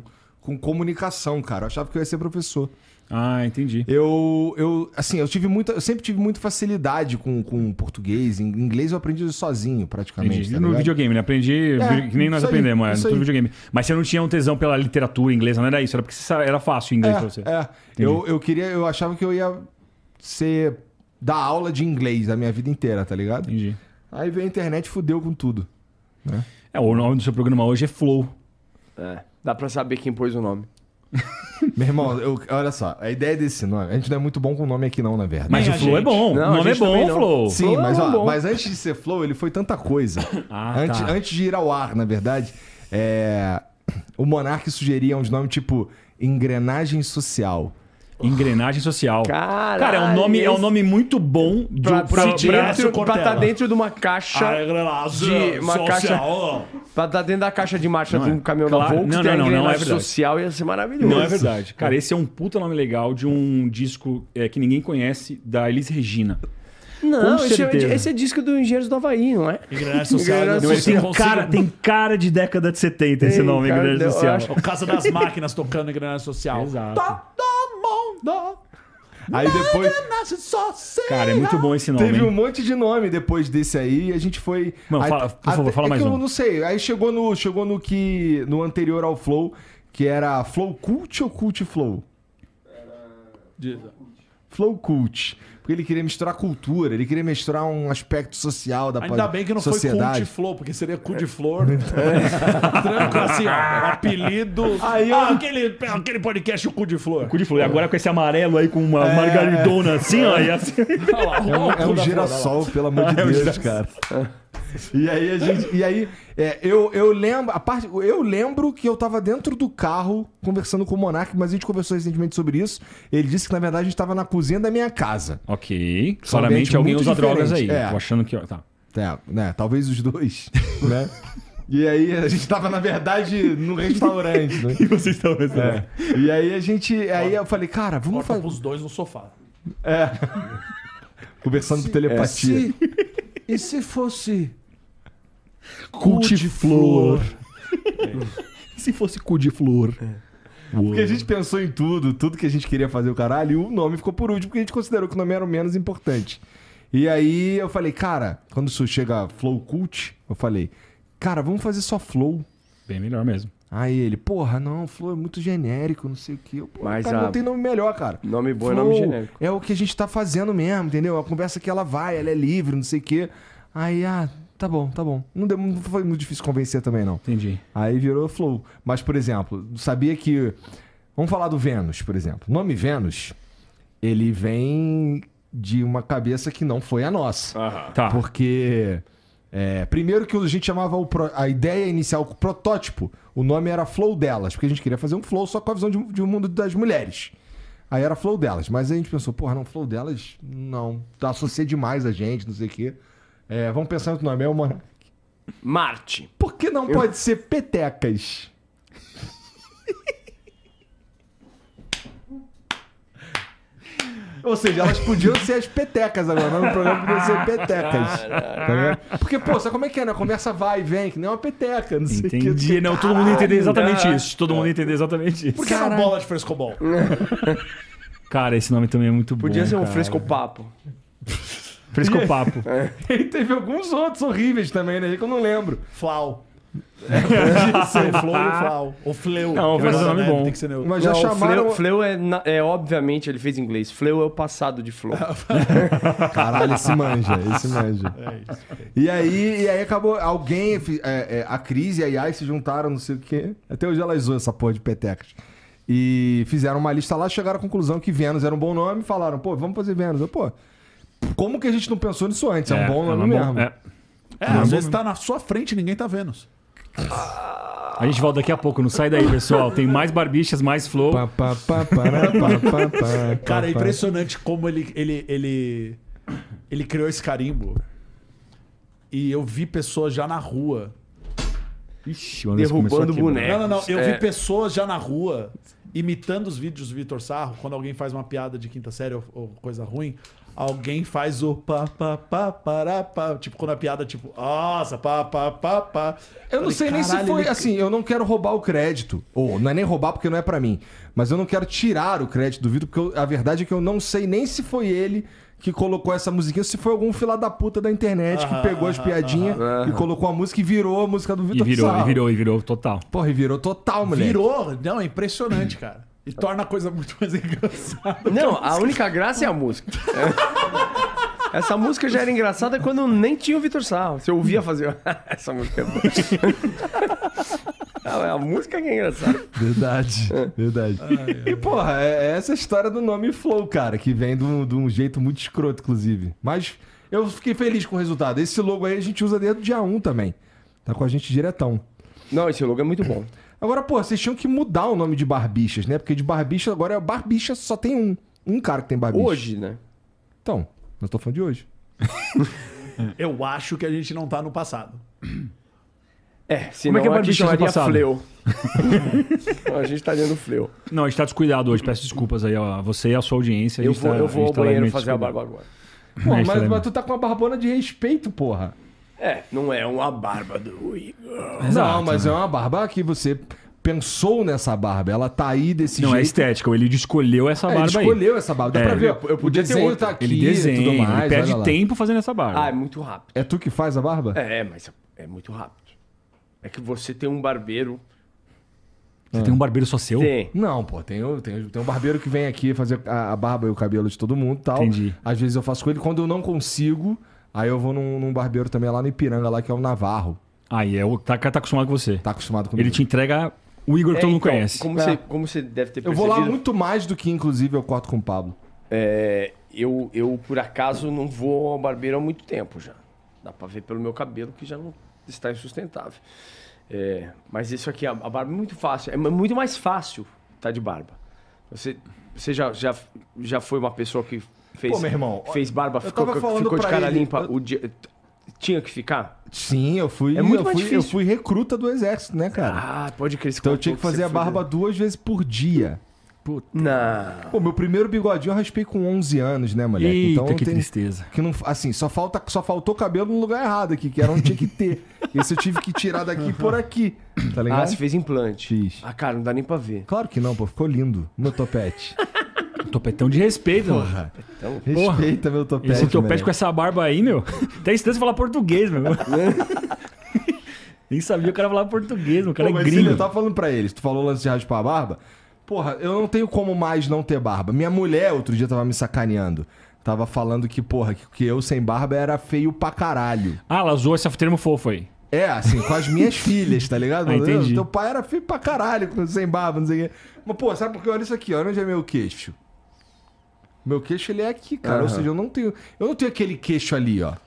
S1: com comunicação, cara. Eu achava que eu ia ser professor.
S4: Ah, entendi.
S1: Eu, eu assim, eu tive muita, eu sempre tive muita facilidade com, com português. Em inglês eu aprendi sozinho, praticamente.
S4: Entendi.
S1: Tá
S4: no
S1: ligado?
S4: videogame, né? Aprendi
S1: É,
S4: que nem nós
S1: isso aí,
S4: aprendemos, é,
S1: isso
S4: no
S1: aí.
S4: videogame. Mas você não tinha um tesão pela literatura inglesa, não era isso? Era porque você- era fácil o inglês pra você.
S1: É, é. Eu, eu queria, eu achava que eu ia ser dar aula de inglês a minha vida inteira, tá ligado?
S4: Entendi.
S1: Aí veio a internet e fudeu com tudo.
S4: É, o nome do seu programa hoje é Flow.
S3: É, dá pra saber quem pôs o nome.
S1: Meu irmão, eu- olha só, a ideia desse nome, a gente não é muito bom com o nome aqui não, na verdade.
S4: Mas
S2: Nem
S4: o
S2: a
S4: Flow é
S2: gente.
S4: bom.
S3: Não,
S4: o
S3: a
S4: nome é
S3: gente também
S4: bom,
S3: não.
S4: Flow.
S1: Sim,
S3: Flow
S1: mas,
S3: é
S1: ó,
S3: bom.
S1: mas antes de ser Flow, ele foi tanta coisa.
S4: Ah,
S1: antes,
S4: tá.
S1: antes de ir ao ar, na verdade, é, o Monark sugeria uns nomes tipo Engrenagem Social.
S4: Engrenagem social.
S3: Caralho,
S4: Cara, é um nome, é um
S3: esse-
S4: nome muito bom de,
S3: Pra,
S4: pra,
S3: pra,
S2: pra-
S3: dentro,
S2: Cortella.
S3: pra tá dentro de uma caixa.
S2: A engrenagem
S3: de uma
S2: social.
S3: Pra tá dentro da caixa de marcha
S4: Não
S3: de
S4: é.
S3: um caminhão
S4: Claro.
S3: da Volks,
S4: Não,
S3: tem
S4: não,
S3: a
S4: não, não é
S3: engrenagem
S4: verdade.
S3: social, ia ser maravilhoso.
S4: Não é verdade. Cara, esse é um puta nome legal de um disco é, que ninguém conhece, da Elis Regina.
S3: Não,
S4: Com
S3: esse é,
S4: certeza.
S3: esse é disco do Engenheiros do Havaí, não é?
S2: Engrenagem social.
S3: Engrenagem
S2: eu
S4: Ele tem,
S2: não consigo-
S4: cara, tem cara de década de setenta esse
S3: Tem,
S4: nome,
S3: cara,
S4: Engrenagem
S3: eu
S4: Social.
S3: acho-
S2: O Casa das Máquinas tocando engrenagem social.
S4: Exato.
S2: Todo mundo.
S1: Aí depois
S2: Engrenagem social.
S4: Cara, é muito bom esse nome.
S1: teve
S4: hein?
S1: um monte de nome depois desse aí e a gente foi...
S4: Não,
S1: aí-
S4: fala- por favor,
S1: até-
S4: fala
S1: é
S4: mais
S1: que
S4: um.
S1: eu não sei, aí chegou no, chegou no que... no anterior ao Flow, que era Flow Cult ou Cult Flow? Flow Cult. Porque ele queria misturar cultura, ele queria misturar um aspecto social da
S2: Ainda bem que não
S1: sociedade.
S2: foi Cult Flow, porque seria cu de flor. Tranquilo, assim, ó. Apelido.
S1: Aí eu-
S2: Ah, aquele, aquele podcast, o cu de flor.
S4: Cu de flor. E agora com esse amarelo aí, com uma margaridona assim, ó. E assim...
S2: Olha lá,
S1: É um,
S2: olha o
S1: é
S2: cu
S1: um
S2: da
S1: girassol, pelo amor de
S4: É um
S1: Deus,
S4: girassol.
S1: cara. E aí a gente. E aí, é, eu, eu lembro. A parte, eu lembro que eu tava dentro do carro conversando com o Monark, mas a gente conversou recentemente sobre isso. Ele disse que, na verdade, a gente tava na cozinha da minha casa.
S4: Ok.
S1: São
S4: Claramente
S1: ambientes
S4: alguém
S1: muito
S4: usa drogas aí.
S1: diferentes. É.
S4: Tô achando que... ó, Tá.
S1: É, né? Talvez os dois, né? E aí a gente tava, na verdade, no restaurante, né?
S4: E vocês estão pensando?
S1: É. E aí a gente. Aí eu falei, cara, vamos
S2: Corta
S1: fazer.
S2: pros dois no sofá.
S1: Conversando por telepatia.
S2: E se fosse
S4: Cu de flor.
S1: É.
S4: Se fosse cu de flor.
S1: Porque a gente pensou em tudo, tudo que a gente queria fazer o caralho, e o nome ficou por último, porque a gente considerou que o nome era o menos importante. E aí eu falei, cara, quando isso chega Flow Cult, eu falei, cara, vamos fazer só Flow.
S4: Bem melhor mesmo.
S1: Aí ele, porra, não, Flow é muito genérico, não sei o quê. Eu, Pô,
S3: Mas
S1: cara,
S3: a-
S1: não tem nome melhor, cara.
S3: Nome bom é
S1: Flow
S3: nome genérico.
S1: é o que a gente tá fazendo mesmo, entendeu? A conversa que ela vai, ela é livre, não sei o quê. Aí, ah, tá bom, tá bom. Não, deu, não foi muito difícil convencer também, não.
S4: Entendi.
S1: Aí virou Flow. Mas, por exemplo, sabia que... Vamos falar do Vênus, por exemplo. O nome Vênus, ele vem de uma cabeça que não foi a nossa.
S4: Tá.
S1: Porque... é, primeiro que a gente chamava o pro- a ideia inicial, o protótipo, o nome era Flow Delas, porque a gente queria fazer um Flow só com a visão de, de um mundo das mulheres. Aí era Flow Delas, mas aí a gente pensou, porra, não, Flow Delas, não, associa demais a gente, não sei o quê. É, vamos pensar em outro nome, é uma...
S3: Marte.
S1: Por que não pode ser Petecas? Ou seja, elas podiam ser as petecas agora, mas no programa podia ser petecas. Tá ligado? Porque, pô, sabe como é que é, né? A conversa vai e vem, que nem uma peteca, não sei o que.
S4: Entendi. Não, todo mundo entender exatamente
S3: Caralho.
S4: isso. Todo mundo entender examente isso.
S2: Por que não bola de frescobol?
S4: Cara, esse nome também é muito bom.
S3: Podia ser um
S4: cara.
S3: frescopapo.
S4: Frescopapo.
S1: E teve alguns outros horríveis também, né? Que eu não lembro.
S2: Flau. Podia ser o Flow e o Flau. O Fleu.
S4: Não,
S2: que
S4: mas é
S2: é
S4: nome bom.
S2: Tem que ser neutro.
S1: Mas já
S3: Não,
S1: chamaram...
S3: Fleu, Fleu é, na- é, obviamente, ele fez em inglês. Fleu é o passado de Flow.
S1: Caralho, esse manja, esse manja.
S2: É isso.
S1: E aí, e aí acabou, alguém, é, é, a Cris e a Yai se juntaram, não sei o quê. Até hoje ela zoou essa porra de petecas. E fizeram uma lista lá, chegaram à conclusão que Vênus era um bom nome e falaram, pô, vamos fazer Vênus. Eu, pô, como que a gente não pensou nisso antes? É, um bom nome mesmo.
S4: É.
S2: É, às vezes tá na sua frente e ninguém tá vendo.
S4: A gente volta daqui a pouco. Não sai daí, pessoal. Tem mais barbichas, mais flow.
S1: Pá, pá, pá, pará, pá, pá, pá,
S2: Cara, é
S1: pá, pá.
S2: impressionante como ele, ele, ele, ele criou esse carimbo. E eu vi pessoas já na rua.
S4: Ixi, o Anderson
S3: Derrubando
S4: começou a quebrar.
S3: boneco.
S2: Não, não, não. Eu
S3: É.
S2: vi pessoas já na rua imitando os vídeos do Vitor Sarro, quando alguém faz uma piada de quinta série ou, ou coisa ruim, alguém faz o pá, pá, pá, pará, pá. Tipo, quando a piada, tipo, nossa, pá, pá, pá, pá.
S1: Eu não
S2: Falei,
S1: sei nem se
S2: caralho,
S1: foi
S2: ele-
S1: assim, eu não quero roubar o crédito. Ou não é nem roubar porque não é pra mim. Mas eu não quero tirar o crédito do Vitor, porque eu- a verdade é que eu não sei nem se foi ele que colocou essa musiquinha, ou se foi algum filho da puta da internet que
S2: Aham,
S1: pegou as
S2: aham,
S1: piadinhas
S3: aham.
S1: e colocou a música e virou a música do
S4: E
S1: Vitor
S4: virou,
S1: Sarro.
S4: e virou, e virou total.
S1: Porra, e virou total, moleque.
S2: Virou. Não, é impressionante, cara. E torna a coisa muito mais engraçada.
S3: Não, a única graça é a música. É. Essa música já era engraçada quando nem tinha o Vitor Sarro. Você ouvia fazer. Essa música é boa. Não, a música que é engraçada.
S1: Verdade, verdade. E, porra, é, é essa história do nome Flow, cara, que vem de um, de um jeito muito escroto, inclusive. Mas eu fiquei feliz com o resultado. Esse logo aí a gente usa desde o dia um também. Tá com a gente diretão.
S3: Não, esse logo é muito bom.
S1: Agora, pô, vocês tinham que mudar o nome de Barbichas, né? Porque de Barbicha agora é Barbicha, só tem um. Um cara que tem Barbicha.
S3: Hoje, né?
S1: Então, eu tô falando de hoje.
S2: Eu acho que a gente não tá no passado.
S3: É, senão
S4: é que é
S3: aqui
S4: Barbicha do
S3: chamaria
S4: passado?
S3: Fleu. A gente tá dentro do Fleu.
S4: Não, a gente tá descuidado hoje. Peço desculpas aí a você e a sua audiência. A
S3: Eu
S4: gente
S3: vou,
S4: tá-
S3: eu
S4: a
S3: vou
S4: gente
S3: ao
S4: tá
S3: banheiro
S4: levemente
S3: fazer a
S4: descuidado.
S3: barba agora.
S1: Pô,
S4: A gente tá
S1: mas,
S4: lembra-
S1: mas tu tá com uma barbona de respeito, porra.
S3: É, não é uma barba do Igor.
S4: Exato,
S1: não, mas
S4: né?
S1: é uma barba que você pensou nessa barba. Ela tá aí desse
S4: Não é
S1: jeito.
S4: estética, ele escolheu essa
S1: É,
S4: barba
S1: ele
S4: aí.
S1: escolheu essa barba. Dá
S4: É,
S1: pra ver.
S3: eu- eu
S1: o
S3: podia ter
S1: desenho
S3: outra.
S1: tá aqui
S4: Ele
S1: e
S4: desenha,
S1: tudo mais.
S4: ele perde
S1: olha lá.
S4: tempo fazendo essa barba.
S3: Ah, é muito rápido.
S1: É tu que faz a barba?
S3: É, mas é muito rápido. É que você tem um barbeiro.
S4: Você tem um barbeiro só seu?
S3: Tem.
S1: Não, pô, tem, o- tem, tem um barbeiro que vem aqui fazer a, a barba e o cabelo de todo mundo e tal.
S4: Entendi.
S1: Às vezes eu faço com ele. Quando eu não consigo, aí eu vou num, num barbeiro também lá no Ipiranga, lá que é o Navarro.
S4: Aí é o tá, tá acostumado com você.
S1: Tá acostumado comigo.
S4: Ele te entrega o Igor que
S3: É,
S4: todo mundo
S3: então,
S4: conhece.
S3: Como,
S1: É.
S3: você, como você deve ter
S1: Eu
S3: percebido,
S1: vou lá muito mais do que, inclusive, eu corto com o Pablo.
S3: é, eu, eu, por acaso, não vou ao barbeiro há muito tempo já. Dá pra ver pelo meu cabelo que já não está insustentável. É, mas isso aqui, a, a barba é muito fácil. É muito mais fácil tá de barba. Você, você já, já, já foi uma pessoa que fez,
S1: Pô, meu irmão,
S3: fez barba,
S1: eu
S3: ficou,
S1: tava falando
S3: ficou de
S1: pra
S3: cara
S1: ele,
S3: limpa
S1: eu-
S3: o dia... Tinha que ficar?
S1: Sim, eu fui,
S3: É muito
S1: eu
S3: mais
S1: fui, eu
S3: difícil.
S1: fui recruta do exército, né, cara?
S3: Ah, pode crer.
S1: Então eu tinha que fazer a barba duas vezes por dia.
S3: Não.
S1: Pô, meu primeiro bigodinho eu raspei com onze anos, né, moleque?
S4: Eita,
S1: então
S4: que
S1: tem-
S4: tristeza.
S1: que não, assim, só falta, só faltou cabelo no lugar errado aqui, que era onde tinha que ter. Esse eu tive que tirar daqui e pôr aqui, tá ligado?
S3: Ah, você fez implante.
S1: Fiz.
S3: Ah, cara, não dá nem pra ver.
S1: Claro que não, pô, ficou lindo. Meu topete.
S4: Topetão de respeito, mano.
S1: Porra.
S3: Então,
S1: Respeita meu topete.
S4: Esse topete
S1: moleque.
S4: com essa barba aí, meu. Até instância falar português, meu. Nem sabia que o cara falava português, meu. O cara
S1: Pô,
S4: é
S1: mas
S4: gringo.
S1: Cílio, eu tava falando pra eles, tu falou o lance de raspar a barba. Porra, eu não tenho como mais não ter barba. Minha mulher outro dia tava me sacaneando. Tava falando que, porra, que, que eu sem barba era feio pra caralho.
S4: Ah, ela usou esse termo fofo aí.
S1: É, assim, com as minhas filhas, tá ligado?
S4: Ah, entendi.
S1: Teu pai era feio pra caralho, com- sem barba, não sei o quê. Mas, pô, sabe por que? Olha isso aqui, olha onde é meu queixo. Meu queixo, ele é aqui, cara.
S3: Aham.
S1: Ou seja, eu não tenho... Eu não tenho aquele queixo ali, ó.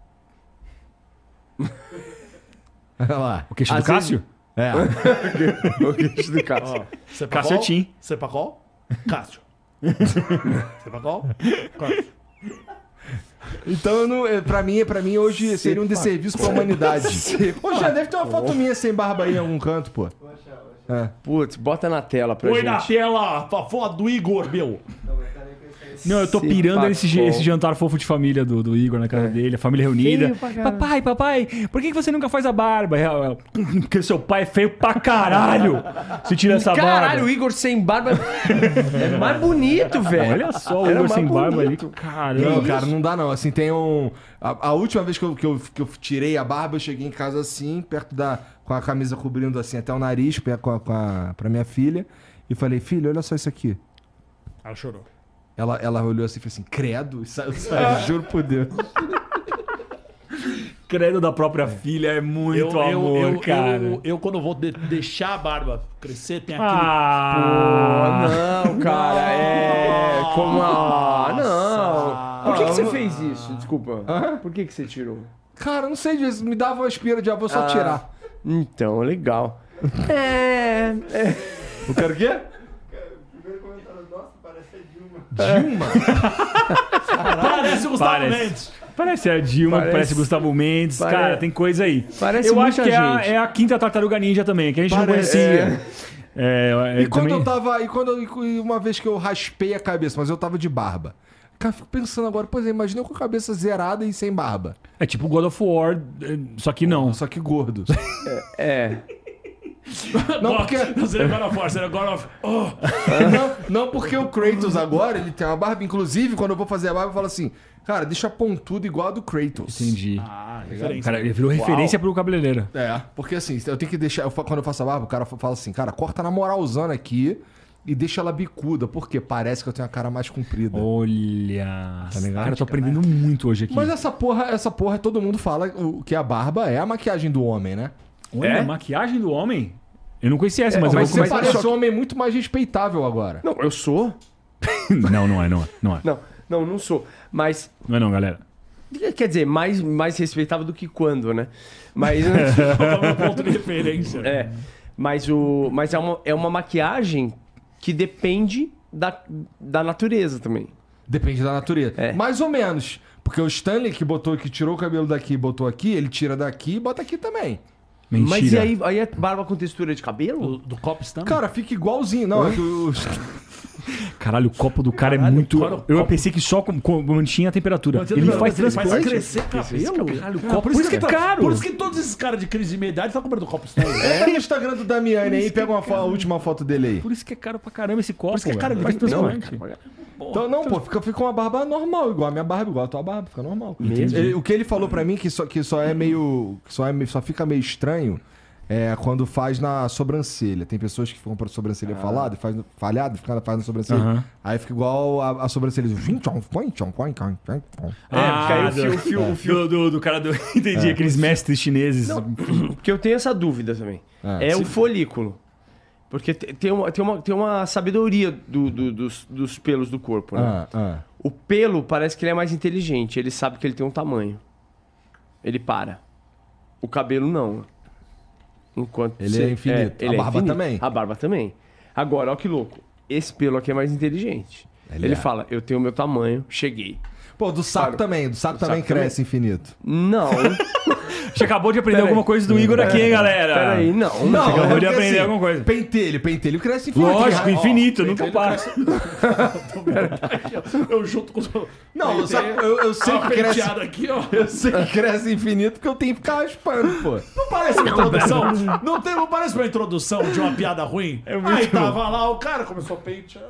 S1: Olha lá.
S4: O queixo
S3: Às
S4: do Cássio?
S1: É.
S3: o queixo do Cássio.
S2: Você
S4: Cássio Tim.
S2: Você pra qual? Cássio. Você pra qual? Cássio.
S1: Então, eu não, é, pra, mim, pra mim, hoje seria um desserviço pra humanidade. Pô, já deve ter uma foto minha sem barba aí em algum canto, pô. É.
S3: Putz, bota na tela pra
S2: Oi
S3: gente.
S2: na tela, a foto do Igor, meu.
S4: Não, eu tô
S3: Se
S4: pirando esse,
S3: pacou.
S4: esse jantar fofo de família do, do Igor na casa dele, a família reunida.
S3: Feio pra caralho.
S4: Papai, papai, por que que você nunca faz a barba? É, é, Porque seu pai é feio pra caralho. Se tira essa
S3: Caralho, o
S4: barba.
S3: Igor sem barba é mais bonito, velho.
S4: Olha só o
S3: Era
S4: Igor
S3: mais
S4: sem barba ali.
S3: bonito.
S4: Caramba.
S1: Não, cara, não dá não. Assim, tem um... A, a última vez que eu, que, eu, que eu tirei a barba, eu cheguei em casa assim, perto da... Com a camisa cobrindo assim até o nariz, pe- com a, com a, pra minha filha. E falei, filha, olha só isso aqui.
S2: Ela chorou.
S1: Ela, ela olhou assim e falou assim, credo? E saiu, saiu, juro por Deus.
S4: Credo da própria filha é muito
S2: Eu, eu,
S4: amor,
S2: eu,
S4: cara.
S2: eu, eu, quando vou de- deixar a barba crescer, tem aquele...
S4: Ah,
S3: Não, cara, é. Como a. Não. Por que, que você
S1: Ah,
S3: fez isso? Desculpa.
S1: Hã?
S3: Por que, que você tirou?
S1: Cara, não sei, às vezes me dava uma espira de avô só
S3: Ah.
S1: tirar.
S3: Então, legal. É. é.
S1: Eu quero o quê? Dilma?
S2: Parece o Gustavo
S4: Parece.
S2: Mendes.
S4: Parece a Dilma, parece,
S3: Parece-
S4: Gustavo Mendes.
S3: pare-
S4: Cara, tem coisa aí.
S3: Parece
S4: Eu
S3: muita
S4: acho que é a,
S3: gente.
S4: é a quinta tartaruga ninja também, que a gente não
S1: Parece-
S4: conhecia. É, é,
S1: E quando
S4: também-
S1: eu tava. E quando eu- e uma vez que eu raspei a cabeça, mas eu tava de barba. Cara, fico pensando agora, pois é, imagina eu com a cabeça zerada e sem barba.
S4: É tipo God of War, é, só que não.
S1: Só que gordo.
S3: É.
S1: Não, porque.
S2: Não seria God of War, seria God of... Oh,
S1: Não, não porque o Kratos agora, ele tem uma barba. Inclusive, quando eu vou fazer a barba, eu falo assim, cara, deixa pontudo igual a do Kratos.
S4: Entendi.
S2: ah, referência.
S4: Cara, ele virou referência pro cabeleireiro.
S1: É, porque assim, eu tenho que deixar. Eu, fa- quando eu faço a barba, o cara fala assim, cara, corta na moralzona aqui e deixa ela bicuda, porque parece que eu tenho a cara mais comprida.
S4: Olha.
S1: Tá ligado?
S4: Cara, eu tô aprendendo muito hoje aqui.
S1: Mas essa porra, essa porra, todo mundo fala o- que a barba é a maquiagem do homem, né?
S4: Olha,
S3: É?
S4: a maquiagem do homem? Eu não conhecia essa, mas eu
S1: Mas
S4: vou
S1: você
S4: começar.
S1: parece um homem muito mais respeitável agora.
S3: Não, eu sou.
S4: Não, não é, não é. Não é,
S3: Não, não, não sou. Mas,
S4: não, é não galera.
S3: quer dizer, mais, mais respeitável do que quando, né? Mas.
S2: Qual é o meu ponto de referência?
S3: É. Mas, o, mas é, uma, é uma maquiagem que depende da, da natureza também.
S1: Depende da natureza.
S3: É.
S1: Mais ou menos. Porque o Stanley que botou, que tirou o cabelo daqui e botou aqui, ele tira daqui e bota aqui também.
S4: Mentira.
S3: Mas e aí, aí é barba com textura de cabelo?
S2: Do, do Cops também?
S1: Cara, fica igualzinho. Não, é que o...
S4: Caralho, o copo do cara
S2: Caralho,
S4: é muito.
S2: cara, o
S4: Eu
S2: copo-
S4: pensei que só com, com, mantinha a temperatura.
S2: Mas
S4: Ele faz
S2: ele faz
S4: transplante.
S2: crescer cabelo.
S4: Caralho, o
S2: Ah,
S4: copo
S2: por isso que
S4: é
S2: tá-
S4: caro.
S2: Por isso que todos esses caras de crise de meia idade estão comprando Cops Stanley.
S1: Entra no Instagram do Damiani aí e pega uma fo- a última foto dele aí.
S4: Por isso que é caro pra caramba esse copo.
S2: Por isso que é caro,
S4: velho.
S2: ele
S4: Faz
S2: vem- não,
S4: transplante.
S1: Então, não, pô, fica, fica uma barba normal, igual a minha barba, igual a tua barba, fica normal.
S3: Mesmo?
S1: Ele- o que ele falou pra mim que só, que só é meio. Que só, é, meio- só fica meio estranho é quando faz na sobrancelha. Tem pessoas que ficam com a sobrancelha falada e faz no- falhada, fica, faz na sobrancelha.
S4: Aham.
S1: Aí fica igual a, a sobrancelha. Vim, tchom, põe, tchom, põe, tchom, tchom, tchom.
S3: É, porque aí o
S4: do-
S3: fio- o fio- o fio-
S4: do, do, do cara do. Entendi, aqueles mestres chineses.
S3: Porque eu tenho essa dúvida também.
S1: É.
S3: É, o folículo. Porque te- tem uma, tem uma, tem uma sabedoria do- do- dos, dos pelos do corpo, né?
S1: Ah, ah.
S3: O pelo parece que ele é mais inteligente. Ele sabe que ele tem um tamanho. Ele para. O cabelo não. Enquanto
S1: Ele é infinito. A barba também.
S3: A barba também. Agora, olha que louco. Esse pelo aqui é mais inteligente.
S1: Ele
S3: Ele,
S1: é.
S3: fala, eu tenho o meu tamanho, cheguei.
S1: Pô, do saco
S3: Claro.
S1: também. Do saco
S3: Do
S1: também
S3: saco
S1: cresce infinito.
S3: Não.
S4: Você acabou de aprender
S3: Pera aí.
S4: alguma coisa do Igor aqui, hein, galera?
S3: Peraí, não.
S1: Não,
S4: acabou
S1: é
S4: de
S1: porque,
S4: aprender
S1: assim,
S4: alguma coisa.
S1: Pentelho, pentelho cresce infinito.
S4: Lógico,
S1: Ó,
S4: infinito,
S1: ó,
S4: nunca
S1: pentelho
S4: para.
S2: Aqui, ó, eu junto com o...
S1: Não, eu, sabe, eu, eu sei
S2: Uma
S1: que cresce.
S2: penteada aqui, ó.
S1: Eu sei que cresce infinito porque eu tenho que ficar raspando, pô.
S2: Não parece uma introdução? Não, tem, não parece uma introdução de uma piada ruim?
S4: É muito
S2: Aí
S4: bom.
S2: tava lá, o cara começou a pentear.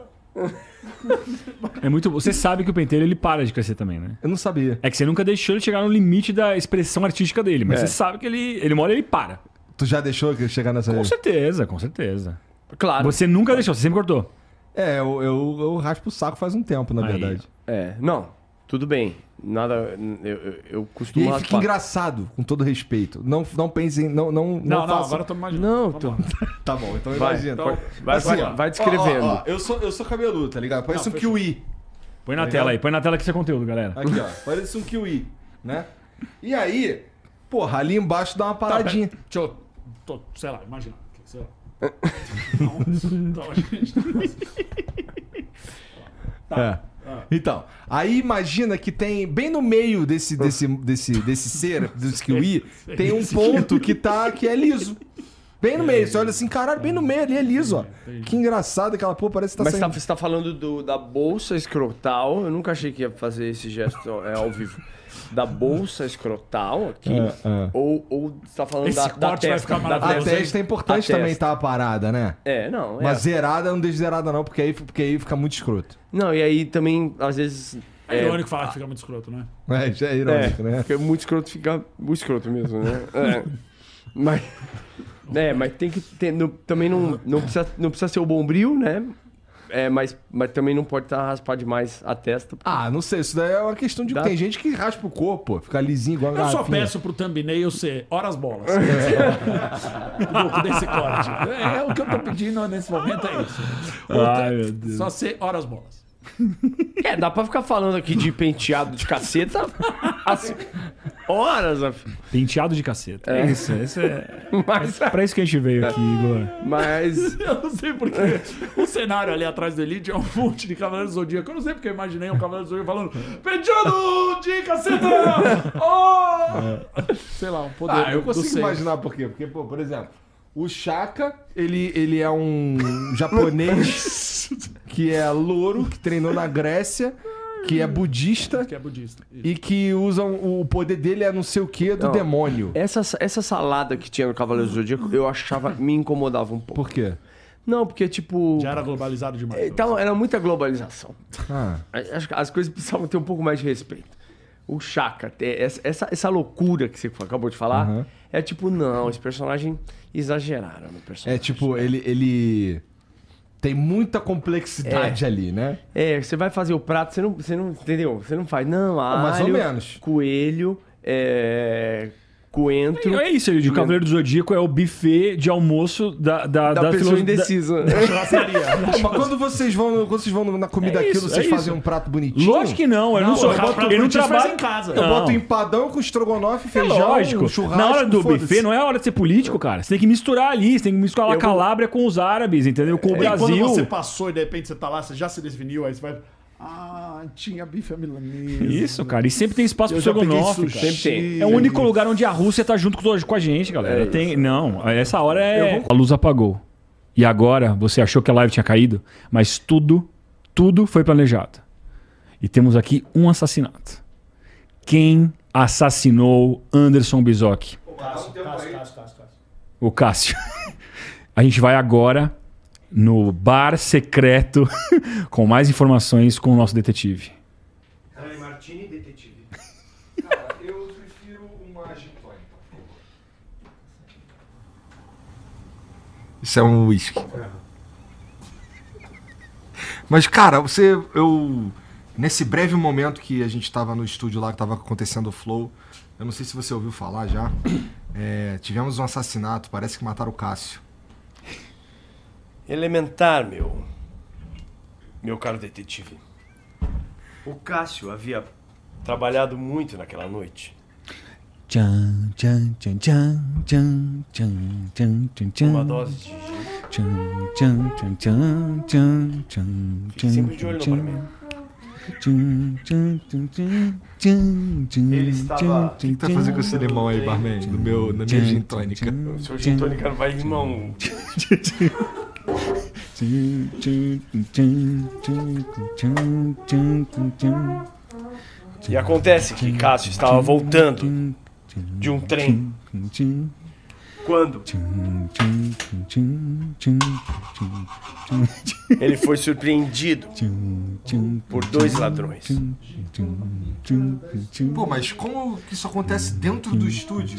S4: É muito bom. Você sabe que o pentelho ele para de crescer também, né?
S1: Eu não sabia.
S4: É que você nunca deixou ele chegar no limite da expressão artística dele, mas
S3: É.
S4: você sabe que ele, ele mora e ele para.
S1: Tu já deixou que chegar nessa.
S4: Com certeza, com certeza.
S3: Claro.
S4: Você nunca deixou, você sempre cortou.
S1: É, eu, eu, eu raspo o saco faz um tempo, na
S4: Aí.
S1: verdade.
S3: É, não. Tudo bem. Nada. Eu, eu, eu
S1: E
S3: costumo
S1: aí fica
S3: raspar.
S1: engraçado, com todo respeito. Não, não pensem, não, não, não,
S2: Não, não,
S1: façam-
S2: agora eu tô imaginando.
S3: Não,
S2: Vamos
S3: tô-
S2: lá.
S1: Tá bom, então
S3: Vai,
S1: imagina.
S2: então,
S3: vai,
S1: Assim,
S3: vai,
S1: ó,
S3: vai descrevendo.
S1: ó, ó, ó, eu, sou, eu sou cabeludo, tá ligado? Parece
S2: Não,
S1: um
S2: fechou.
S1: kiwi.
S4: Põe na
S1: Legal.
S4: tela aí, põe na tela que isso é conteúdo, galera.
S1: Aqui, ó. Parece um kiwi, né? E aí, porra, ali embaixo dá uma paradinha.
S2: Deixa eu... Tô, sei lá, imagina. Sei lá. Não, então, a gente...
S1: É. Então, aí imagina que tem bem no meio desse desse desse desse ser, desse kiwi, tem um ponto que tá que é liso. Bem no meio, você olha assim, caralho, bem no meio ali é liso, ó. Que engraçado aquela porra, parece que tá
S3: Mas tá,
S1: saindo.
S3: você tá falando do, da bolsa escrotal. Eu nunca achei que ia fazer esse gesto é, ao vivo. Da bolsa escrotal aqui.
S1: É, é.
S3: Ou, ou você tá falando
S2: Esse
S3: da, da
S2: corte vai
S3: testa.
S2: ficar
S3: da
S1: A
S2: maravilhoso.
S3: testa.
S1: testa é importante
S3: A
S1: também
S3: testa.
S1: tá a parada, né?
S3: É, não. É.
S1: Mas zerada não deixa zerada não, porque aí, porque aí fica muito escroto.
S3: Não, e aí também, às vezes.
S2: É irônico falar que fica muito escroto, né?
S1: É, já é
S3: É,
S1: irônico, né?
S3: porque muito escroto fica muito escroto mesmo, né? É. Mas. É, mas tem que ter. não- também não, não, precisa, não precisa ser o bombril, né? É, mas, mas também não pode estar raspar demais a testa.
S1: Ah, não sei, isso daí é uma questão de...
S3: Dá-
S1: Tem gente que raspa o corpo, pô, fica lisinho igual a
S2: Eu só
S1: garrafinha.
S2: peço pro thumbnail ser horas bolas. Do- desse corte. É, é o que eu tô pedindo nesse momento, é isso.
S4: Ai, meu Deus.
S2: Só ser horas bolas.
S3: É, dá pra ficar falando aqui de penteado de caceta assim, horas, af-
S4: Penteado de caceta. É, isso, isso é.
S3: mas,
S4: Pra isso que a gente veio aqui, Igor.
S3: mas
S2: Eu não sei porquê. O cenário ali atrás do Elite é um monte de Cavaleiro do Zodíaco. Eu não sei porque eu imaginei um Cavaleiro do Zodíaco falando penteado de caceta! Oh! Sei lá, um poder
S1: Ah, eu
S2: do
S1: consigo
S2: seio.
S1: imaginar por quê. Porque, pô, por exemplo, O Shaka, ele, ele é um japonês que é louro, que treinou na Grécia, que é budista
S2: Que é budista. Isso.
S1: e que usam o poder dele é não sei o que do
S3: Não.
S1: demônio.
S3: Essa, essa salada que tinha no Cavaleiro do Zodíaco, eu achava, me incomodava um pouco.
S1: Por quê?
S3: Não, porque, tipo...
S2: Já era globalizado demais.
S3: Então, era muita globalização.
S1: Ah,
S3: Acho que as coisas precisavam ter um pouco mais de respeito. O Shaka, ter essa, essa, essa loucura que você acabou de falar,
S1: Aham.
S3: é tipo, não, esse personagem exageraram no personagem.
S1: é tipo, ele, ele tem muita complexidade ali, né?
S3: É, você vai fazer o prato, você não, você não entendeu? Você não faz, não, alho,
S1: mais ou menos.
S3: coelho, é, coentro...
S4: É isso, o Cavaleiro do Zodíaco é o buffet de almoço da, da,
S3: Da,
S4: da
S3: pessoa
S4: filo-
S3: indecisa.
S1: Pô, mas quando vocês vão, quando vocês vão na comida
S4: É
S1: aquilo,
S4: isso,
S1: vocês
S4: é
S1: fazem
S4: isso.
S1: um prato bonitinho?
S4: Lógico que não, eu não,
S2: Não,
S4: sou.
S2: eu boto
S4: Eu não
S2: bonitinho,
S4: trabalho
S2: faz em casa.
S1: Eu
S4: Não.
S1: boto um empadão com estrogonofe,
S4: É
S1: feijão,
S4: lógico.
S1: churrasco.
S4: Na hora do
S1: foda-se.
S4: buffet, não é a hora de ser político, cara. Você tem que misturar ali, você tem que misturar a
S3: Eu vou-
S4: Calábria com os árabes, entendeu? Com o
S2: E
S4: Brasil.
S2: quando você passou e de repente você tá lá, você já se definiu, aí você vai. Ah, tinha bife à milanesa.
S4: Isso, cara. E sempre tem espaço
S2: Eu
S4: pro
S2: já peguei
S4: estrogonofe,
S2: sushi.
S4: cara.
S3: Sempre tem.
S4: É o único lugar onde a Rússia tá junto com com a gente, galera.
S3: É
S4: Tem... Não, essa hora é. A luz apagou. E agora você achou que a live tinha caído, mas tudo, tudo foi planejado. E temos aqui um assassinato. Quem assassinou Anderson Bizoc?
S2: Cássio, Cássio, Cássio, Cássio, Cássio.
S4: O Cássio. A gente vai agora no bar secreto com mais informações com o nosso detetive.
S5: Caio Martini, detetive.
S1: Cara, eu prefiro uma gin tônica. Isso é um whisky. Mas, cara, você. Eu. Nesse breve momento que a gente tava no estúdio lá, que tava acontecendo o flow, eu não sei se você ouviu falar já. é, tivemos um assassinato, parece que mataram o Cássio.
S3: Elementar, meu. Meu caro detetive. O Cássio havia trabalhado muito naquela noite.
S4: Tchan, tchan, tchan, tchan, tchan, tchan, tchan, tchan, tchan.
S3: Uma dose de gin.
S4: Tchan, tchan, tchan, tchan, tchan, tchan,
S3: Fique sempre de olho no
S4: tchan,
S3: barman.
S4: tchan, tchan, tchan, tchan, tchan, tchan,
S3: Ele estava-
S4: tchan,
S3: O que que
S1: tá fazendo com esse limão aí, barman? No meu, na minha gin tônica.
S3: O seu gin tônica não vai, irmão.
S4: tchan, tchan, tchan, tchan, tchan, tchan, tchan, tchan.
S3: E acontece que Cássio estava voltando de um trem quando ele foi surpreendido por dois ladrões.
S1: Pô, mas como que isso acontece dentro do estúdio?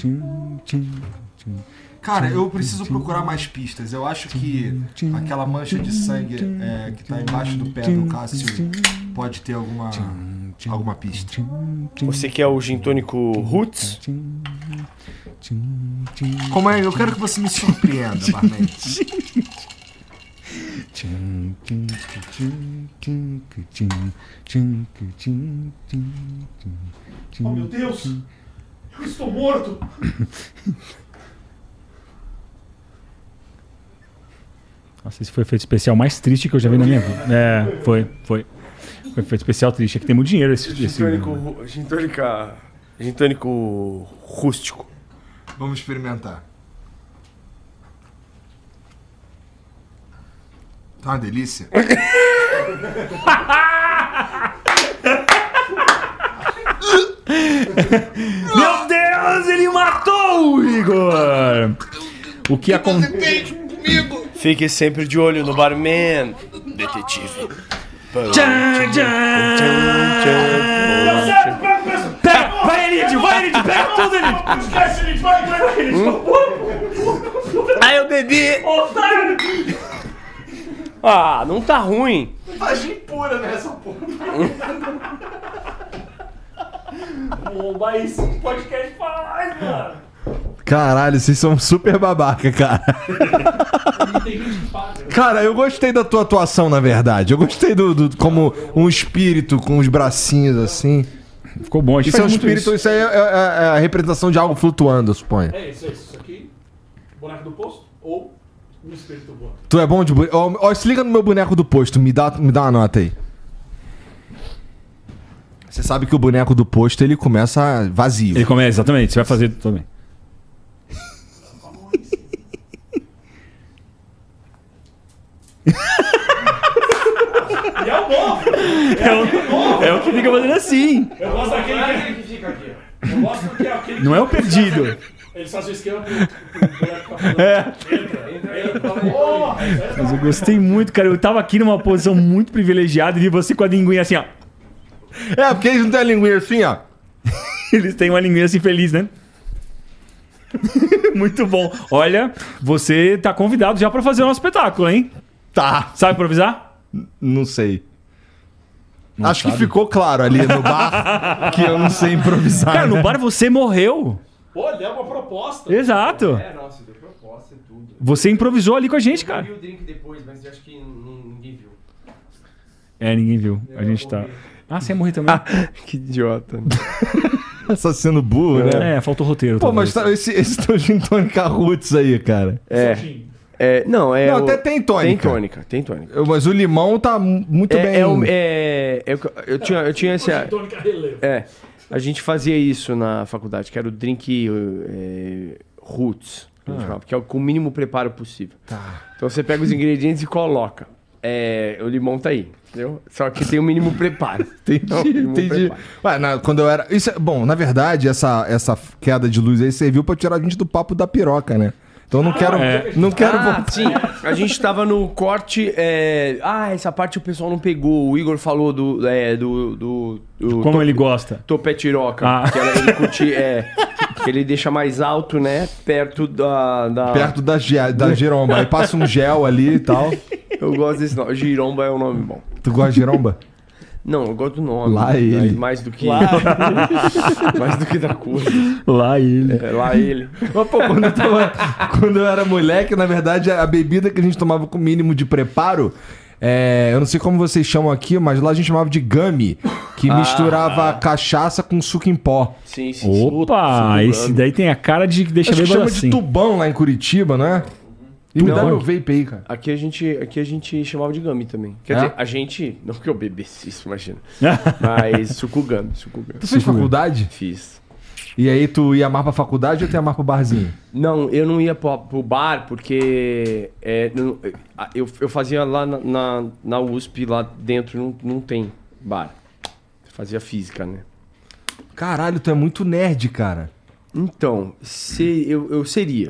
S1: Cara, eu preciso procurar mais pistas. Eu acho que aquela mancha de sangue é, que tá embaixo do pé do Cássio pode ter alguma, alguma pista.
S3: Você quer o gin tônico Roots?
S1: Como é? Eu quero que você me surpreenda, barman.
S2: Oh, meu Deus! Eu estou morto!
S4: Nossa, esse foi o efeito especial mais triste que eu já vi na minha vida. É, foi, foi. Foi um efeito especial triste. É que tem muito dinheiro esse.
S3: Gin
S4: esse...
S3: tônico, ru- gin tônica, gin tônico rústico.
S1: Vamos experimentar. Tá uma delícia.
S4: Meu Deus, ele matou o Igor! O que aconteceu?
S3: Fique sempre de olho no barman, detetive.
S4: Tchan, tchan. Pega, vai, Elite, vai, Elite, pega tudo, Elite!
S2: Esquece, ele vai, vai, ele
S3: Ah, eu bebi! Ah, não tá ruim.
S2: Tá gin pura nessa porra. Mas esse podcast faz, mano.
S1: Caralho, vocês são super babaca, cara.
S2: Tem gente que paga.
S1: Cara, eu gostei da tua atuação, na verdade. Eu gostei do, do como um espírito com os bracinhos assim.
S4: Ficou bom, a gente
S1: Isso é um
S4: faz muito
S1: espírito, isso aí é, é- é a representação de algo flutuando, eu suponho.
S2: É isso, é isso. Isso aqui, boneco do posto ou um espírito bom.
S1: Tu é bom de. bu- Ó, ó, se liga no meu boneco do posto, me dá, me dá uma nota aí. Você sabe que o boneco do posto ele começa vazio.
S4: Ele começa, exatamente, você vai fazer também.
S2: E é o novo.
S4: É o, é o que fica fazendo assim.
S2: Eu gosto daquele que...
S3: que fica aqui.
S2: Eu gosto que é aquele
S4: Não
S2: que-
S4: é o perdido.
S2: Eles fazem o esquema pro, pro moleque que tá falando.
S4: É.
S2: Entra, entra, entra. Porra,
S4: Mas eu gostei muito, cara. Eu tava aqui numa posição muito privilegiada e vi você com a linguinha assim, ó.
S1: É, porque eles não têm a linguinha assim, ó.
S4: Eles têm uma linguinha assim feliz, né? Muito bom. Olha, você tá convidado já pra fazer o nosso espetáculo, hein?
S1: Tá.
S4: Sabe improvisar?
S1: Não sei. Acho que ficou claro ali no bar que eu não sei improvisar.
S4: Cara, no
S1: né?
S4: bar você morreu.
S2: Pô, é uma proposta.
S4: Exato.
S3: É, nossa, deu proposta e tudo.
S4: Você improvisou ali com a gente, cara.
S3: Eu vi o drink depois, mas eu acho que n- ninguém viu.
S4: É, ninguém viu. A gente tá. Ah, você ia morrer também?
S3: Que idiota.
S1: Assassino burro, né?
S4: É, faltou roteiro.
S1: Pô,
S4: talvez.
S1: mas tá, esse, esse teu gin tônica roots aí, cara.
S3: É, é, não, é
S1: Não,
S3: o-
S1: até tem tônica.
S3: Tem tônica, tem tônica.
S1: Eu- Mas o limão tá mu- muito bem.
S3: É, é, o- é, eu, eu tinha, eu tinha esse...
S2: Tônica relevo.
S3: É, a gente fazia isso na faculdade, que era o drink é, roots, que, a gente chamava, que é o com o mínimo preparo possível. Então você pega os ingredientes e coloca. É, o limão tá aí, entendeu? Só que tem o mínimo preparo.
S1: Entendi,
S3: Não, mínimo
S1: entendi.
S3: preparo.
S1: Ué, na- quando eu era. Isso é- bom, na verdade, essa, essa queda de luz aí serviu pra tirar a gente do papo da piroca, né? Então eu não quero.
S4: é.
S1: Não quero
S3: Ah,
S1: voltar.
S3: sim. A gente tava no corte. é, Ah, essa parte o pessoal não pegou. O Igor falou do. É, do, do, do
S4: Como
S3: to-
S4: ele gosta.
S3: Topetiroca.
S4: Ah.
S3: Que ela- ele curte. É, que ele deixa mais alto, né? Perto da. da...
S1: Perto da, ge- da giromba. Aí passa um gel ali e tal.
S3: Eu gosto desse nome. Giromba é um nome bom.
S1: Tu gosta de giromba?
S3: Não, eu gosto do nome.
S1: Lá
S3: Mas
S1: ele.
S3: Mais do que.
S2: Lá.
S3: mais do que da coisa.
S4: Lá ele.
S3: É, lá ele.
S1: Mas, pô, quando eu, tava- quando eu era moleque, na verdade, a bebida que a gente tomava com o mínimo de preparo. é, eu não sei como vocês chamam aqui, mas lá a gente chamava de gummy, que misturava cachaça com suco em pó.
S3: Sim, sim. sim.
S4: Opa, esse daí tem a cara de que deixa
S1: Acho que
S4: bêbado
S1: chama
S4: assim.
S1: de tubão lá em Curitiba, não é? E me dá
S4: Tubão?
S1: meu vape aí, cara.
S3: Aqui a gente, aqui a gente chamava de gummy também. Quer
S1: É?
S3: dizer, a gente. Não que eu bebesse isso, imagina. Mas suco gummy, suco gummy.
S1: Tu fez faculdade?
S3: Fiz.
S1: E aí tu ia mais pra faculdade ou tu ia mais pro barzinho?
S3: Não, eu não ia pro, pro bar porque é, não- eu, eu fazia lá na, na, na U S P, lá dentro não, não tem bar. Fazia física, né?
S1: Caralho, tu é muito nerd, cara.
S3: Então, se, eu, eu seria.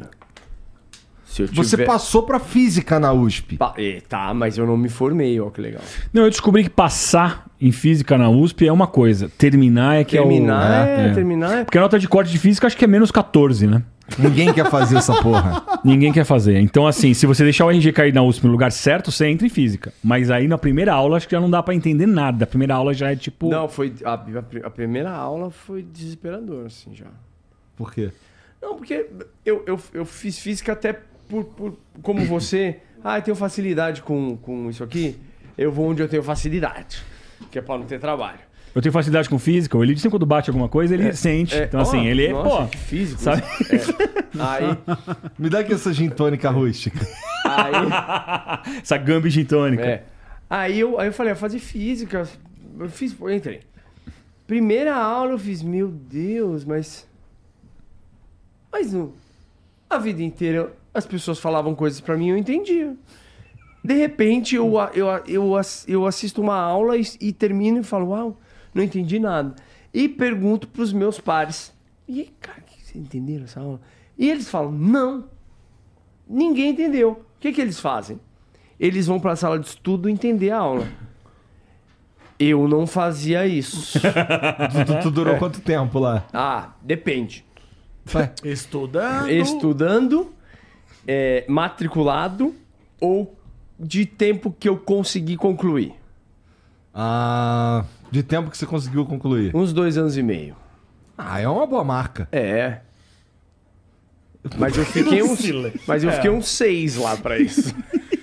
S3: Se eu
S1: Você
S3: tiver...
S1: passou pra física na U S P.
S3: Pa- é, tá, mas eu não me formei, ó, que legal.
S4: Não, eu descobri que passar em física na U S P é uma coisa. Terminar é que
S3: Terminar
S4: é o...
S3: é, terminar é...
S4: Porque a nota de corte de física acho que é menos quatorze, né?
S1: Ninguém quer fazer essa porra.
S4: Ninguém quer fazer. Então, assim, se você deixar o R G cair na U S P no lugar certo, você entra em física. Mas aí na primeira aula acho que já não dá pra entender nada. A primeira aula já é tipo...
S3: Não, foi... A, a, a primeira aula foi desesperador, assim, já.
S1: Por quê?
S3: Não, porque eu, eu, eu fiz física até por, por como você. Ah, eu tenho facilidade com, com isso aqui. Eu vou onde eu tenho facilidade. Que é pra não ter trabalho.
S4: Eu tenho facilidade com física. Ele sempre quando bate alguma coisa, ele sente.
S3: É,
S4: então,
S3: ó,
S4: assim, ele é...
S3: nossa,
S4: pô,
S3: que físico.
S4: sabe?
S3: É. Aí,
S1: Me dá aqui essa gin tônica rústica.
S3: aí,
S4: essa gambi gin tônica.
S3: é. aí, eu, aí eu falei, eu fazer física. Eu fiz, eu entrei. Primeira aula eu fiz, meu Deus, mas. Mas não. A vida inteira as pessoas falavam coisas pra mim e eu entendia. De repente eu, eu, eu, eu assisto uma aula e, e termino e falo, uau, não entendi nada. E pergunto pros meus pares, e aí, cara, que vocês entenderam essa aula? E eles falam, não, ninguém entendeu. O que, que eles fazem? Eles vão pra sala de estudo entender a aula. Eu não fazia isso.
S1: Tu, tu- tu durou quanto tempo lá?
S3: Ah, depende.
S2: Estudando.
S3: Estudando, é, matriculado ou de tempo que eu consegui concluir.
S1: Ah, de tempo que você conseguiu concluir.
S3: Uns dois anos e meio.
S1: Ah, é uma boa marca.
S3: É. Mas eu fiquei uns, mas eu fiquei uns seis lá pra isso.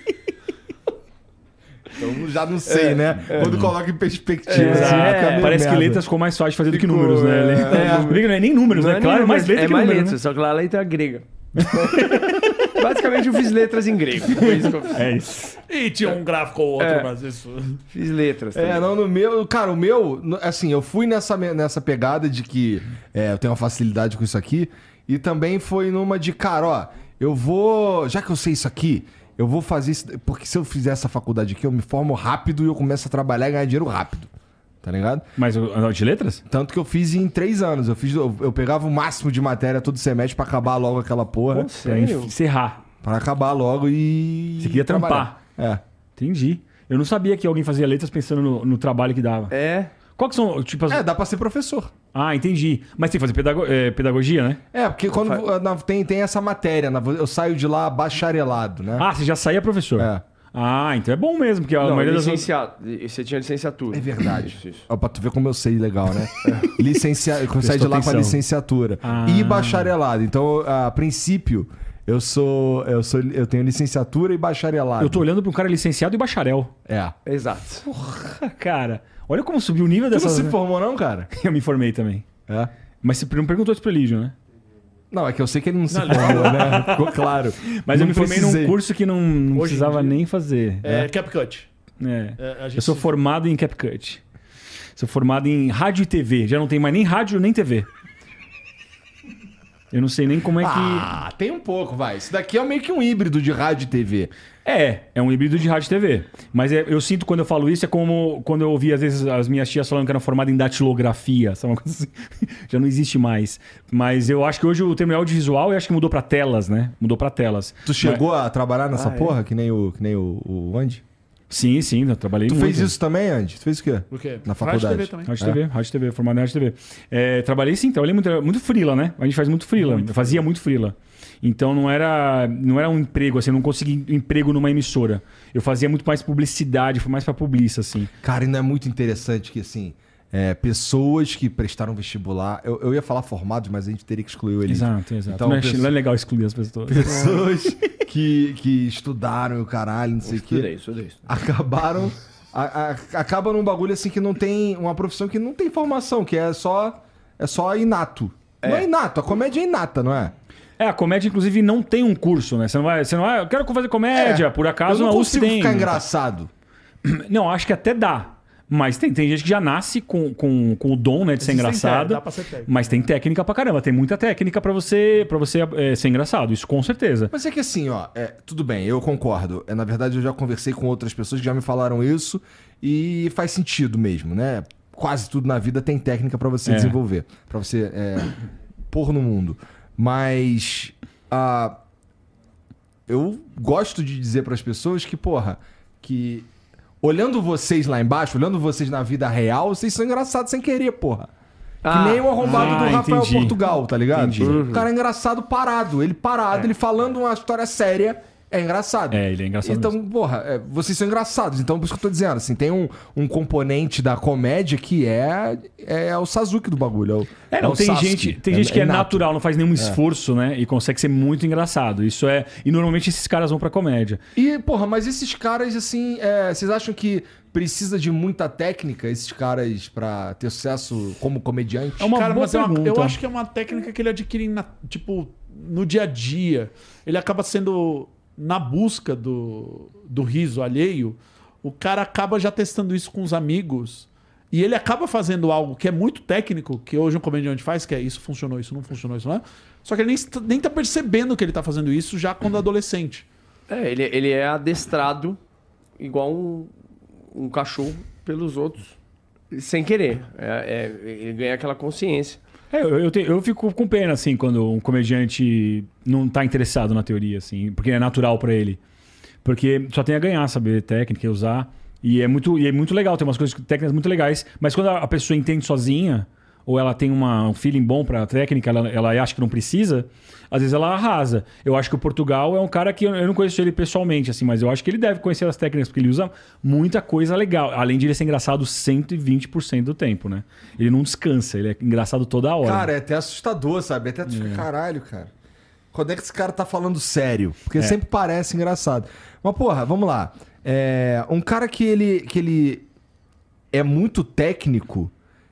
S1: Então já não sei, né? Quando coloca em perspectiva.
S3: É,
S1: assim, fica meio
S4: Parece que
S1: merda.
S4: letras ficou mais fácil de fazer do que
S3: Ficou,
S4: números, né?
S3: é.
S4: Não é nem números,
S3: Não
S4: né?
S3: é
S4: Claro,
S3: nem
S4: mais
S3: número,
S4: letra
S3: é
S4: que
S3: mais
S4: número,
S3: letras, só que lá a letra é grega. Basicamente eu fiz letras em grego. Foi isso que eu fiz.
S4: né? É isso.
S2: E tinha um gráfico ou outro,
S3: É.
S2: mas isso.
S3: Fiz letras.
S1: É,
S3: também.
S1: não, no meu. Cara, o meu. no- Assim, eu fui nessa, me- nessa pegada de que é, eu tenho uma facilidade com isso aqui. E também foi numa de, cara, ó, eu vou. Já que eu sei isso aqui, eu vou fazer isso. Porque se eu fizer essa faculdade aqui, eu me formo rápido e eu começo a trabalhar e ganhar dinheiro rápido. Tá ligado?
S4: Mas o- de letras?
S1: Tanto que eu fiz em três anos. Eu, fiz, eu, eu pegava o máximo de matéria todo semestre pra acabar logo aquela porra.
S4: Pra
S3: Sério?
S4: encerrar.
S1: Pra acabar logo e.
S4: Você queria
S1: trabalhar. É.
S4: Entendi. Eu não sabia que alguém fazia letras pensando no, no trabalho que dava.
S3: É.
S4: Qual que são, tipo... As...
S1: É, dá pra ser professor.
S4: Ah, entendi. Mas tem que fazer pedago- é, pedagogia, né?
S1: É, porque quando ah, na- tem, tem essa matéria, na- eu saio de lá bacharelado, né?
S4: Ah, você já saía professor.
S1: É.
S4: Ah, então é bom mesmo, porque a
S3: Não,
S4: maioria das...
S3: licenciado. Você tinha licenciatura.
S1: É verdade.
S3: Isso, isso.
S1: Ó, pra tu ver como eu sei legal, né? Licencia... Eu saí de lá com a
S4: atenção.
S1: licenciatura.
S4: Ah.
S1: E bacharelado. Então, a princípio, eu sou. Eu sou. Eu tenho licenciatura e bacharelado.
S4: Eu tô olhando pra um cara licenciado e bacharel.
S1: É.
S3: Exato.
S4: Cara, olha como subiu o nível
S1: Tu
S4: dessa...
S1: não se formou, não, cara?
S4: Eu me formei também.
S1: É.
S4: Mas você não perguntou isso pro Elígio, né?
S1: Não, é que eu sei que ele não se formou, né? Ficou claro.
S4: Mas
S1: Não
S4: eu me formei
S1: precisei.
S4: num curso que não, não
S2: Hoje em
S4: precisava
S2: dia-
S4: nem fazer.
S2: É, CapCut.
S4: É.
S2: É, a gente
S4: Eu sou
S2: se-
S4: formado em CapCut. Sou formado em rádio e T V. Já não tem mais nem rádio nem T V. Eu não sei nem como é que...
S1: Ah, tem um pouco, vai. Isso daqui é meio que um híbrido de rádio e T V.
S4: É, é um híbrido de rádio e T V. Mas é- eu sinto quando eu falo isso, é como quando eu ouvi às vezes as minhas tias falando que eram formadas em datilografia, sabe uma coisa assim? Já não existe mais. Mas eu acho que hoje o termo é audiovisual, eu acho que mudou pra telas, né? Mudou pra telas.
S1: Tu chegou a trabalhar nessa
S3: Ah, é?
S1: porra, que nem o, que nem o, o Andy?
S4: Sim, sim, eu trabalhei
S1: Tu
S4: muito.
S1: fez isso também, Andy? Tu fez o quê?
S2: O quê?
S1: Na
S2: Rádio
S1: faculdade.
S2: T V também.
S4: Rádio T V, Rádio T V, formado em Rádio T V. É, trabalhei sim, trabalhei muito, muito freela, né? A gente faz muito freela, eu fazia muito freela. Então não era, não era um emprego, assim, eu não consegui emprego numa emissora. Eu fazia muito mais publicidade, foi mais pra publicidade, assim.
S1: Cara, ainda é muito interessante que, assim, é, pessoas que prestaram vestibular... Eu, eu ia falar formados, mas a gente teria que excluir ele.
S4: Exato, exato.
S1: Então,
S4: não, é,
S1: pessoa-
S4: não é legal excluir as pessoas.
S1: Pessoas que, que estudaram e o caralho, não sei o
S3: Estudei,
S1: quê.
S3: estudei. estudei.
S1: Acabaram... A, a, acaba num bagulho assim que não tem... Uma profissão que não tem formação, que é só... É só inato. Não é inato, a comédia é inata, não é?
S4: É, a comédia, inclusive, não tem um curso, né? Você não vai. Você não vai. Eu quero fazer comédia,
S1: É.
S4: por acaso
S1: eu não
S4: na U S P
S1: consigo
S4: tem.
S1: ficar engraçado.
S4: Não, acho que até dá. Mas tem, tem gente que já nasce com, com, com o dom, né, de ser
S2: Existem
S4: engraçado.
S2: te- dá pra ser técnico.
S4: Mas tem técnica pra caramba. Tem muita técnica pra você, pra você é, ser engraçado. Isso com certeza.
S1: Mas é que assim, ó, é, tudo bem, eu concordo. É, na verdade, eu já conversei com outras pessoas que já me falaram isso e faz sentido mesmo, né? Quase tudo na vida tem técnica pra você
S4: É.
S1: desenvolver, pra você é, pôr no mundo. Mas ah, eu gosto de dizer pras pessoas que, porra, que olhando vocês lá embaixo, olhando vocês na vida real, vocês são engraçados sem querer, porra.
S3: Ah,
S1: que nem o arrombado
S4: ah,
S1: do Rafael
S4: entendi.
S1: Portugal, tá ligado?
S4: Entendi.
S1: O cara é engraçado parado. Ele parado, ele falando uma história séria, é engraçado.
S4: É, ele é engraçado
S1: Então,
S4: mesmo.
S1: porra, é, vocês são engraçados. Então, por isso que eu tô dizendo, assim, tem um, um componente da comédia que é, é o Sasuke do bagulho. É, o,
S4: É, não,
S1: o
S4: tem
S1: Sasuke.
S4: gente, tem gente que é,
S1: nato.
S4: natural, não faz nenhum esforço, né? E consegue ser muito engraçado. Isso é. E normalmente esses caras vão pra comédia.
S1: E, porra, mas esses caras, assim, é, vocês acham que precisa de muita técnica, esses caras, pra ter sucesso como comediante?
S4: É uma
S2: Cara,
S4: boa
S2: mas é uma-
S4: pergunta.
S2: eu acho que é uma técnica que ele adquire, na- tipo, no dia a dia. Ele acaba sendo, na busca do, do riso alheio, o cara acaba já testando isso com os amigos. E ele acaba fazendo algo que é muito técnico, que hoje um comediante faz, que é isso funcionou, isso não funcionou, isso não é. Só que ele nem, está- nem tá percebendo que ele tá fazendo isso já quando adolescente.
S3: É, ele, ele é adestrado igual um, um cachorro pelos outros, sem querer. É, é, ele ganha aquela consciência.
S4: É, eu, eu, te- eu fico com pena, assim, quando um comediante não tá interessado na teoria, assim, porque é natural pra ele. Porque só tem a ganhar, saber técnica e usar. E é muito, e é muito legal, tem umas coisas técnicas muito legais. Mas quando a a pessoa entende sozinha, ou ela tem uma, um feeling bom pra técnica, ela, ela acha que não precisa, às vezes ela arrasa. Eu acho que o Portugal é um cara que eu, eu não conheço ele pessoalmente, assim, mas eu acho que ele deve conhecer as técnicas, porque ele usa muita coisa legal. Além de ele ser engraçado cento e vinte por cento do tempo, né? Ele não descansa, ele é engraçado toda hora.
S1: Cara, é até assustador, sabe? Até tu fica, caralho, cara. Quando é que esse cara tá falando sério? Porque sempre parece engraçado. Mas, porra, vamos lá. É, um cara que ele, que ele é muito técnico.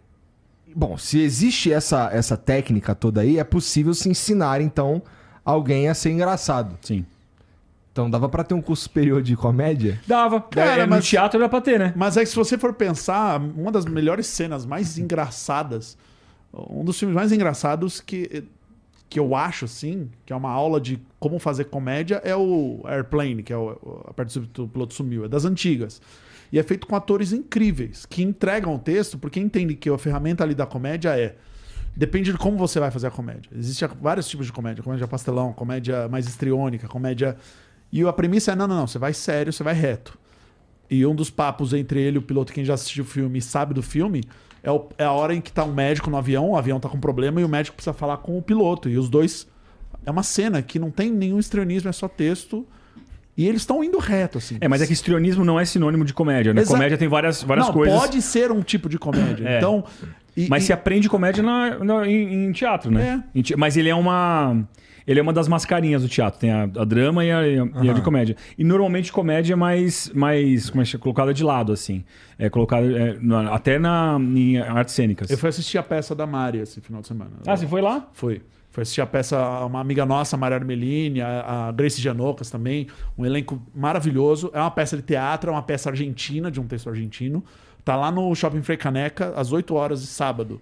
S1: Bom, se existe essa, essa técnica toda aí, é possível se ensinar, então, alguém a ser engraçado.
S4: Sim.
S1: Então dava pra ter um curso superior de comédia?
S4: Dava.
S2: Cara,
S4: é,
S2: mas-
S4: No teatro era pra ter, né?
S2: Mas é que se você for pensar, uma das melhores cenas mais engraçadas, um dos filmes mais engraçados que que eu acho, assim, que é uma aula de como fazer comédia, é o Airplane, que é o, a parte do piloto sumiu, é das antigas. E é feito com atores incríveis, que entregam o texto, porque entendem que a ferramenta ali da comédia é... Depende de como você vai fazer a comédia. Existem vários tipos de comédia. Comédia pastelão, comédia mais histriônica, comédia... E a premissa é, não, não, não, você vai sério, você vai reto. E um dos papos entre ele e o piloto, quem já assistiu o filme e sabe do filme, é, o, é a hora em que tá um médico no avião, o avião tá com problema e o médico precisa falar com o piloto. E os dois... É uma cena que não tem nenhum histrionismo, é só texto... E eles estão indo reto, assim.
S4: É, mas é que histrionismo não é sinônimo de comédia, né?
S2: Exa-
S4: Comédia tem várias, várias
S2: não,
S4: coisas.
S2: pode ser um tipo de comédia.
S4: É.
S2: Então, e-
S4: Mas
S2: e-
S4: se aprende comédia na, na- em, em teatro, né?
S2: É.
S4: Em te- Mas ele é uma. Ele é uma das mascarinhas do teatro. Tem a, a drama e a, e a- e a de comédia. E normalmente comédia é mais, mais como é que é, colocada de lado, assim. É colocada é, na- até na, em artes cênicas.
S2: Eu fui assistir a peça da Mari esse final de semana.
S4: Ah, você foi lá?
S2: Foi. Foi assistir a peça, uma amiga nossa, a Maria Armelini, a, a Grace Janocas também. Um elenco maravilhoso. É uma peça de teatro, é uma peça argentina, de um texto argentino. Tá lá no Shopping Frei Caneca, às oito horas de sábado.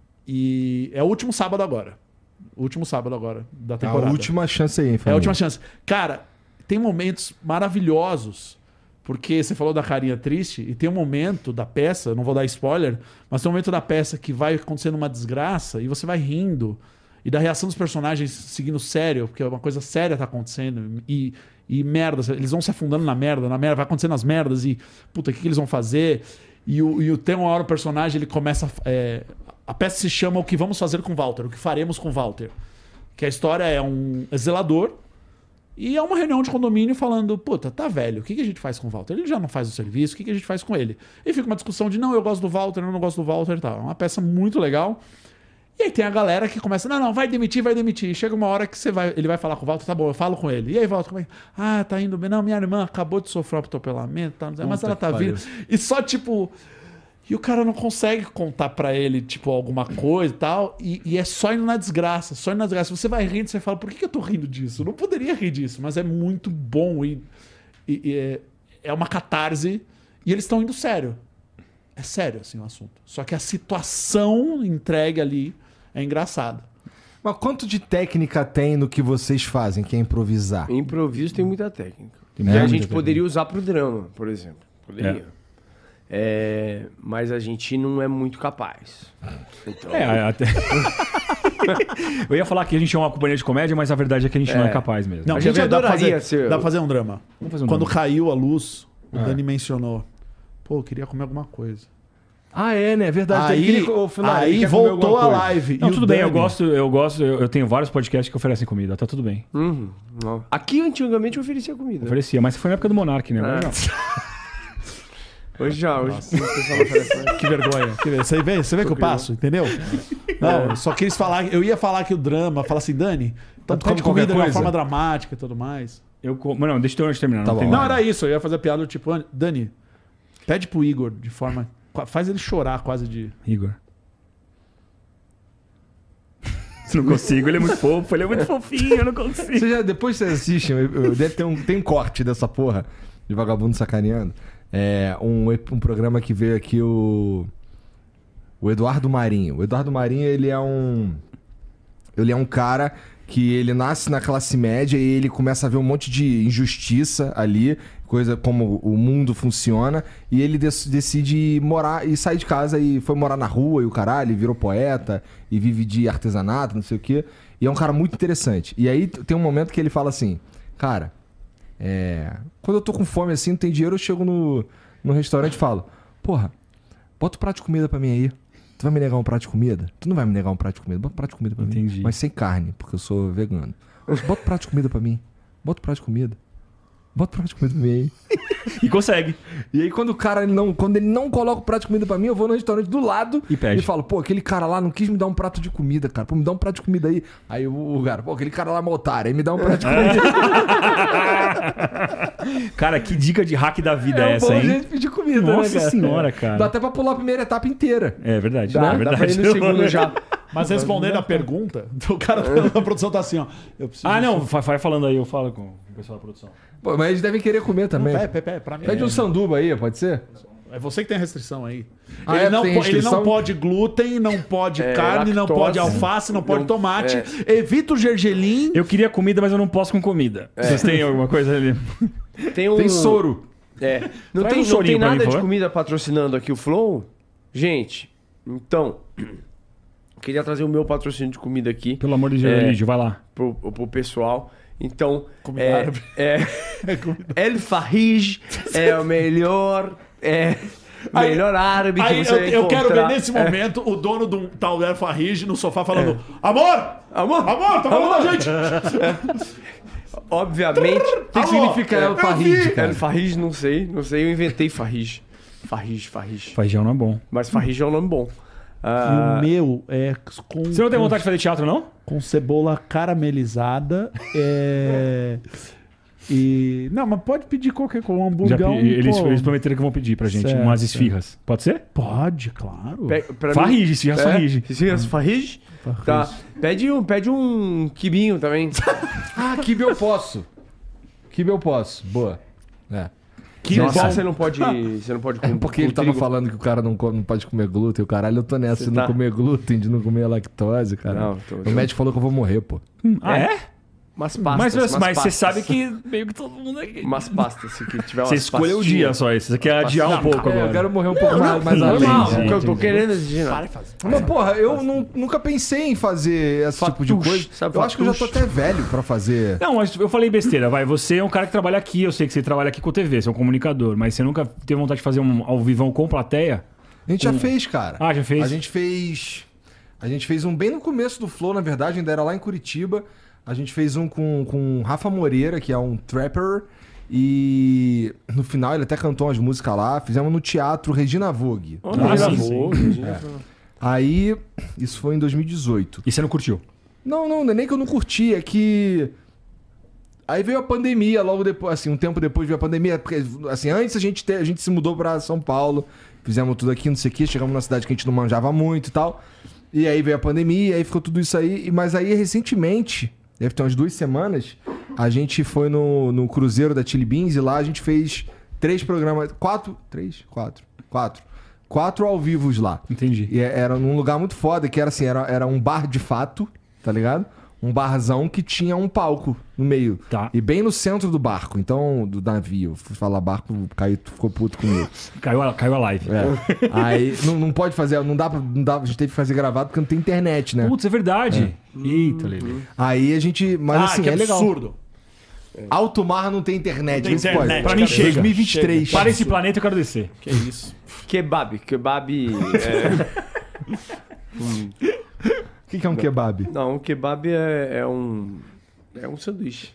S2: E é o último sábado agora. O último sábado agora da
S1: A
S2: temporada.
S1: última chance aí, hein,
S2: É a
S1: família?
S2: última chance. Cara, tem momentos maravilhosos. Porque você falou da carinha triste, e tem um momento da peça, não vou dar spoiler, mas tem um momento da peça que vai acontecendo uma desgraça e você vai rindo. E da reação dos personagens seguindo sério, porque uma coisa séria tá acontecendo. E, e merda, eles vão se afundando na merda, na merda, vai acontecendo as merdas e, puta, o que, que eles vão fazer? E, o, e o, tem uma hora o personagem, ele começa... É, a peça se chama O que Vamos Fazer com Walter, O que Faremos com Walter. Que a história é um zelador e é uma reunião de condomínio falando, puta, tá velho, o que, que a gente faz com o Walter? Ele já não faz o serviço, o que, que a gente faz com ele? E fica uma discussão de, não, eu gosto do Walter, eu não gosto do Walter e tal. É uma peça muito legal. E aí tem a galera que começa, não, não, vai demitir, vai demitir. Chega uma hora que você vai, ele vai falar com o Walter, tá bom, eu falo com ele. E aí, Walter, como é que... Ah, tá indo bem. Não, minha irmã acabou de sofrer um atropelamento, tá, mas
S1: Puta
S2: ela tá
S1: que
S2: vindo. E só, tipo... E o cara não consegue contar pra ele, tipo, alguma coisa e tal. E, e é só indo na desgraça, só indo na desgraça. Você vai rindo, você fala, por que, que eu tô rindo disso? Eu não poderia rir disso, mas é muito bom. E, e- e é, é uma catarse. E eles estão indo sério. É sério, assim, o assunto. Só que a situação entregue ali é engraçada.
S1: Mas quanto de técnica tem no que vocês fazem, que é improvisar?
S3: Improviso tem muita técnica.
S4: Tem
S3: que
S4: muita
S3: a gente
S4: técnica.
S3: poderia usar pro drama, por exemplo. Poderia. É, mas a gente não é muito capaz. Então,
S4: É, até... Eu ia falar que a gente é uma companhia de comédia, mas a verdade é que a gente não é capaz mesmo.
S2: Não,
S3: A
S2: quer
S3: gente
S2: ver? Dá pra
S3: adoraria
S2: fazer,
S3: ser-
S2: dá pra fazer um drama.
S4: Vamos fazer um
S2: Quando
S4: drama.
S2: caiu a luz, o
S1: Ah.
S2: Dani mencionou. Pô, eu queria comer alguma coisa.
S1: Ah, é, né? É verdade.
S2: Aí,
S1: Ele queria- ô, Funari, ele
S2: aí
S1: quer comer
S2: voltou
S1: alguma
S2: a
S1: coisa.
S2: live.
S4: Não,
S2: e o
S4: tudo bem, eu
S2: Dani-
S4: gosto, eu gosto, eu, eu tenho vários podcasts que oferecem comida, tá tudo bem.
S3: Uhum, não. Aqui antigamente eu oferecia comida.
S4: Oferecia, mas foi na época do Monark, né? Agora
S3: É.
S4: não.
S3: Hoje já, hoje o pessoal não oferece mais.
S2: Que vergonha. Que vergonha. Você vê, você vê que eu passo, entendeu? Não, eu só quis falar. Eu ia falar que o drama, falar assim, Dani,
S1: Tá
S2: tanto
S1: come
S2: pede
S1: qualquer
S2: comida de uma
S1: coisa?
S2: forma dramática e tudo mais.
S4: Eu, co- mas não, deixa eu terminar.
S1: Tá
S4: não
S1: bom.
S4: tem
S2: Não,
S4: nada.
S2: era isso. Eu ia fazer a piada do tipo, Dani, pede pro Igor de forma. Faz ele chorar quase de.
S4: Igor. Não consigo, ele é muito fofo, ele é muito fofinho, eu não consigo.
S1: Você já, depois você assiste, eu- eu- deve ter um, tem um corte dessa porra de vagabundo sacaneando. É um, ep- um programa que veio aqui o. O Eduardo Marinho. O Eduardo Marinho, ele é um. Ele é um cara que ele nasce na classe média e ele começa a ver um monte de injustiça ali, coisa como o mundo funciona, e ele dec- decide morar e sair de casa e foi morar na rua e o caralho, e virou poeta e vive de artesanato, não sei o quê. E é um cara muito interessante. E aí t- tem um momento que ele fala assim, cara, é, quando eu tô com fome assim, não tem dinheiro, eu chego no, no restaurante e falo, porra, bota um prato de comida pra mim aí. Tu vai me negar um prato de comida? Tu não vai me negar um prato de comida. Bota um prato de comida pra mim.
S4: Entendi.
S1: Mas sem carne, porque eu sou vegano. Bota um prato de comida pra mim. Bota um prato de comida. Bota um prato de comida pra mim aí.
S4: E consegue.
S1: E aí quando o cara ele não, quando ele não coloca o prato de comida pra mim, eu vou no restaurante do lado
S4: E pede.
S1: falo, pô, aquele cara lá não quis me dar um prato de comida, cara. Pô, me dá um prato de comida aí. Aí o, o cara, pô, aquele cara lá é um otário, aí me dá um prato de comida.
S4: Cara, que dica de hack da vida é,
S1: um
S4: essa,
S1: bom
S4: hein?
S1: jeito de pedir comida,
S4: Nossa
S1: né, cara?
S4: senhora, cara.
S1: Dá até pra pular a primeira etapa inteira.
S4: É verdade.
S3: Dá,
S4: é
S3: dá
S4: verdade.
S3: pra ir no segundo já.
S2: Mas respondendo a pergunta, o cara da produção tá assim, ó. Eu preciso
S4: Ah, não, vai, vai falando aí, eu falo com o pessoal da produção.
S1: Pô, mas eles devem querer comer também.
S2: Pé, pé, pé, pra mim.
S1: Pede um sanduba aí, pode ser?
S2: É você que tem a restrição aí.
S1: Ah,
S2: ele,
S1: é,
S2: não,
S1: tem
S2: po- ele
S1: restrição?
S2: não pode glúten, não pode
S3: É,
S2: carne, não
S3: lactose.
S2: pode alface, não pode
S3: Não-
S2: tomate.
S3: é.
S2: Evita o gergelim.
S4: Eu queria comida, mas eu não posso com comida. Vocês têm alguma coisa ali?
S3: Tem, um...
S1: Tem soro.
S3: É. Não
S4: Traz
S3: tem,
S4: um
S3: não
S4: sorinho
S3: tem
S4: pra mim,
S3: nada
S4: por
S3: de
S4: favor.
S3: comida patrocinando aqui o Flow? Gente, então... Queria trazer o meu patrocínio de comida aqui
S4: Pelo amor de Deus,
S3: É.
S4: Lídio, vai lá.
S3: pro, pro pessoal. Então,
S2: Comida
S3: é,
S2: árabe.
S3: é, El Farrij é o melhor, é,
S2: Aí-
S3: melhor árabe que
S2: Aí
S3: você
S2: eu,
S3: vai
S2: eu quero ver
S3: encontrar.
S2: nesse
S3: É.
S2: momento o dono de um tal El Farrij no sofá falando: Amor!
S3: Amor,
S2: Amor, tá falando da gente!
S3: obviamente.
S1: O que, que
S2: Alô,
S1: significa El
S2: eu
S1: Farrij,
S2: vi.
S1: cara?
S3: El Farrij, não sei, não sei, eu inventei Farrij. Farrij, Farrij.
S4: Feijão não é bom.
S3: Mas Farrij é um nome bom.
S2: E
S3: Ah,
S2: o meu é com,
S4: Você não tem vontade de fazer teatro, não?
S2: com cebola caramelizada. É... E. Não, mas pode pedir qualquer coisa. Um
S4: Já
S2: hamburgão.
S4: pe- eles,
S2: pô,
S4: eles prometeram que vão pedir pra gente
S2: Certo,
S4: umas
S2: certo.
S4: esfirras. Pode ser?
S2: Pode, claro.
S3: pe- pra mim-
S4: Farrij, esfirras
S3: É,
S4: Farrij.
S3: esfirras Farrij? Tá. Pede um, pede um quibinho também.
S1: Ah, kibe eu posso. Kibe eu posso. Boa. É.
S2: Que
S3: Nossa,
S2: bom.
S3: você não pode, você não pode
S1: É
S3: com-
S1: porque
S3: com
S1: ele tava
S3: trigo.
S1: falando que o cara não, co- não pode comer glúten. O caralho, eu tô nessa
S3: Você
S1: de não
S3: tá-
S1: comer glúten, de não comer lactose, cara.
S3: Não, tô
S1: o
S3: junto.
S1: médico falou que eu vou morrer, pô.
S4: Ah, é?
S3: Umas
S4: Mas,
S3: pastas,
S4: mas,
S3: umas
S4: mas você
S3: pastas.
S4: sabe que meio que todo mundo aqui.
S3: Umas pastas, se que tiver umas
S4: Você escolheu o
S3: pastinhas.
S4: dia só isso. Você quer adiar um
S3: Não,
S4: pouco
S1: É,
S4: agora.
S1: eu quero morrer um pouco mais, mais além.
S3: Normal,
S4: Entendi,
S3: o que eu tô
S4: entendi.
S3: querendo exigir. não.
S1: Mas, porra, eu não- nunca pensei em fazer esse tipo de
S3: Fatuche,
S1: coisa.
S3: sabe,
S1: Eu acho que eu já tô
S3: fatuche?
S1: até velho pra fazer.
S4: Não, mas eu falei besteira, vai. Você é um cara que trabalha aqui, eu sei que você trabalha aqui com T V, você é um comunicador, mas você nunca teve vontade de fazer um ao vivão com plateia?
S1: A gente já fez, cara.
S4: Ah, já fez?
S1: A gente fez. A gente fez um bem no começo do Flow, na verdade, ainda era lá em Curitiba. A gente fez um com, com o Rafa Moreira, que é um trapper. E no final ele até cantou umas músicas lá. Fizemos no teatro Regina Vogue.
S3: Olha,
S4: Ah,
S3: Regina
S4: sim,
S3: Vogue, Regina-
S1: Aí, isso foi em dois mil e dezoito.
S4: E você não curtiu?
S1: Não, não, não é nem que eu não curti, é que. Aí veio a pandemia, logo depois, assim, um tempo depois veio a pandemia. Porque, assim, antes a gente, te- a gente se mudou pra São Paulo, fizemos tudo aqui, não sei o quê, chegamos numa cidade que a gente não manjava muito e tal. E aí veio a pandemia, aí ficou tudo isso aí. e- Mas aí, recentemente, deve ter umas duas semanas, a gente foi no, no Cruzeiro da Chili Beans e lá a gente fez três programas. Quatro? Três? Quatro. Quatro. Quatro ao vivos lá.
S4: Entendi.
S1: E era num lugar muito foda, que era assim, era, era um bar de fato, tá ligado? Um barzão que tinha um palco no meio.
S4: Tá.
S1: E bem no centro do barco, então, do navio. Fui falar barco, o Caio ficou puto comigo.
S4: Caiu a, caiu a live.
S1: É. Aí não, não pode fazer, não dá, pra, não dá, a gente teve que fazer gravado porque não tem internet, né?
S4: Putz, é verdade. Eita, Lele.
S1: Aí a gente. Mas
S2: Ah,
S1: assim,
S2: que
S1: é legal.
S2: absurdo.
S1: Alto mar não tem internet.
S2: Não tem
S1: vê se
S2: internet,
S1: pode.
S4: Pra mim
S2: cara.
S4: chega.
S1: dois mil e vinte e três.
S2: Chega.
S4: Para esse planeta eu quero descer.
S2: Que isso.
S3: Kebab, kebab. É...
S1: O que, que é um kebab?
S3: Não, kebab é, é um. É um sanduíche.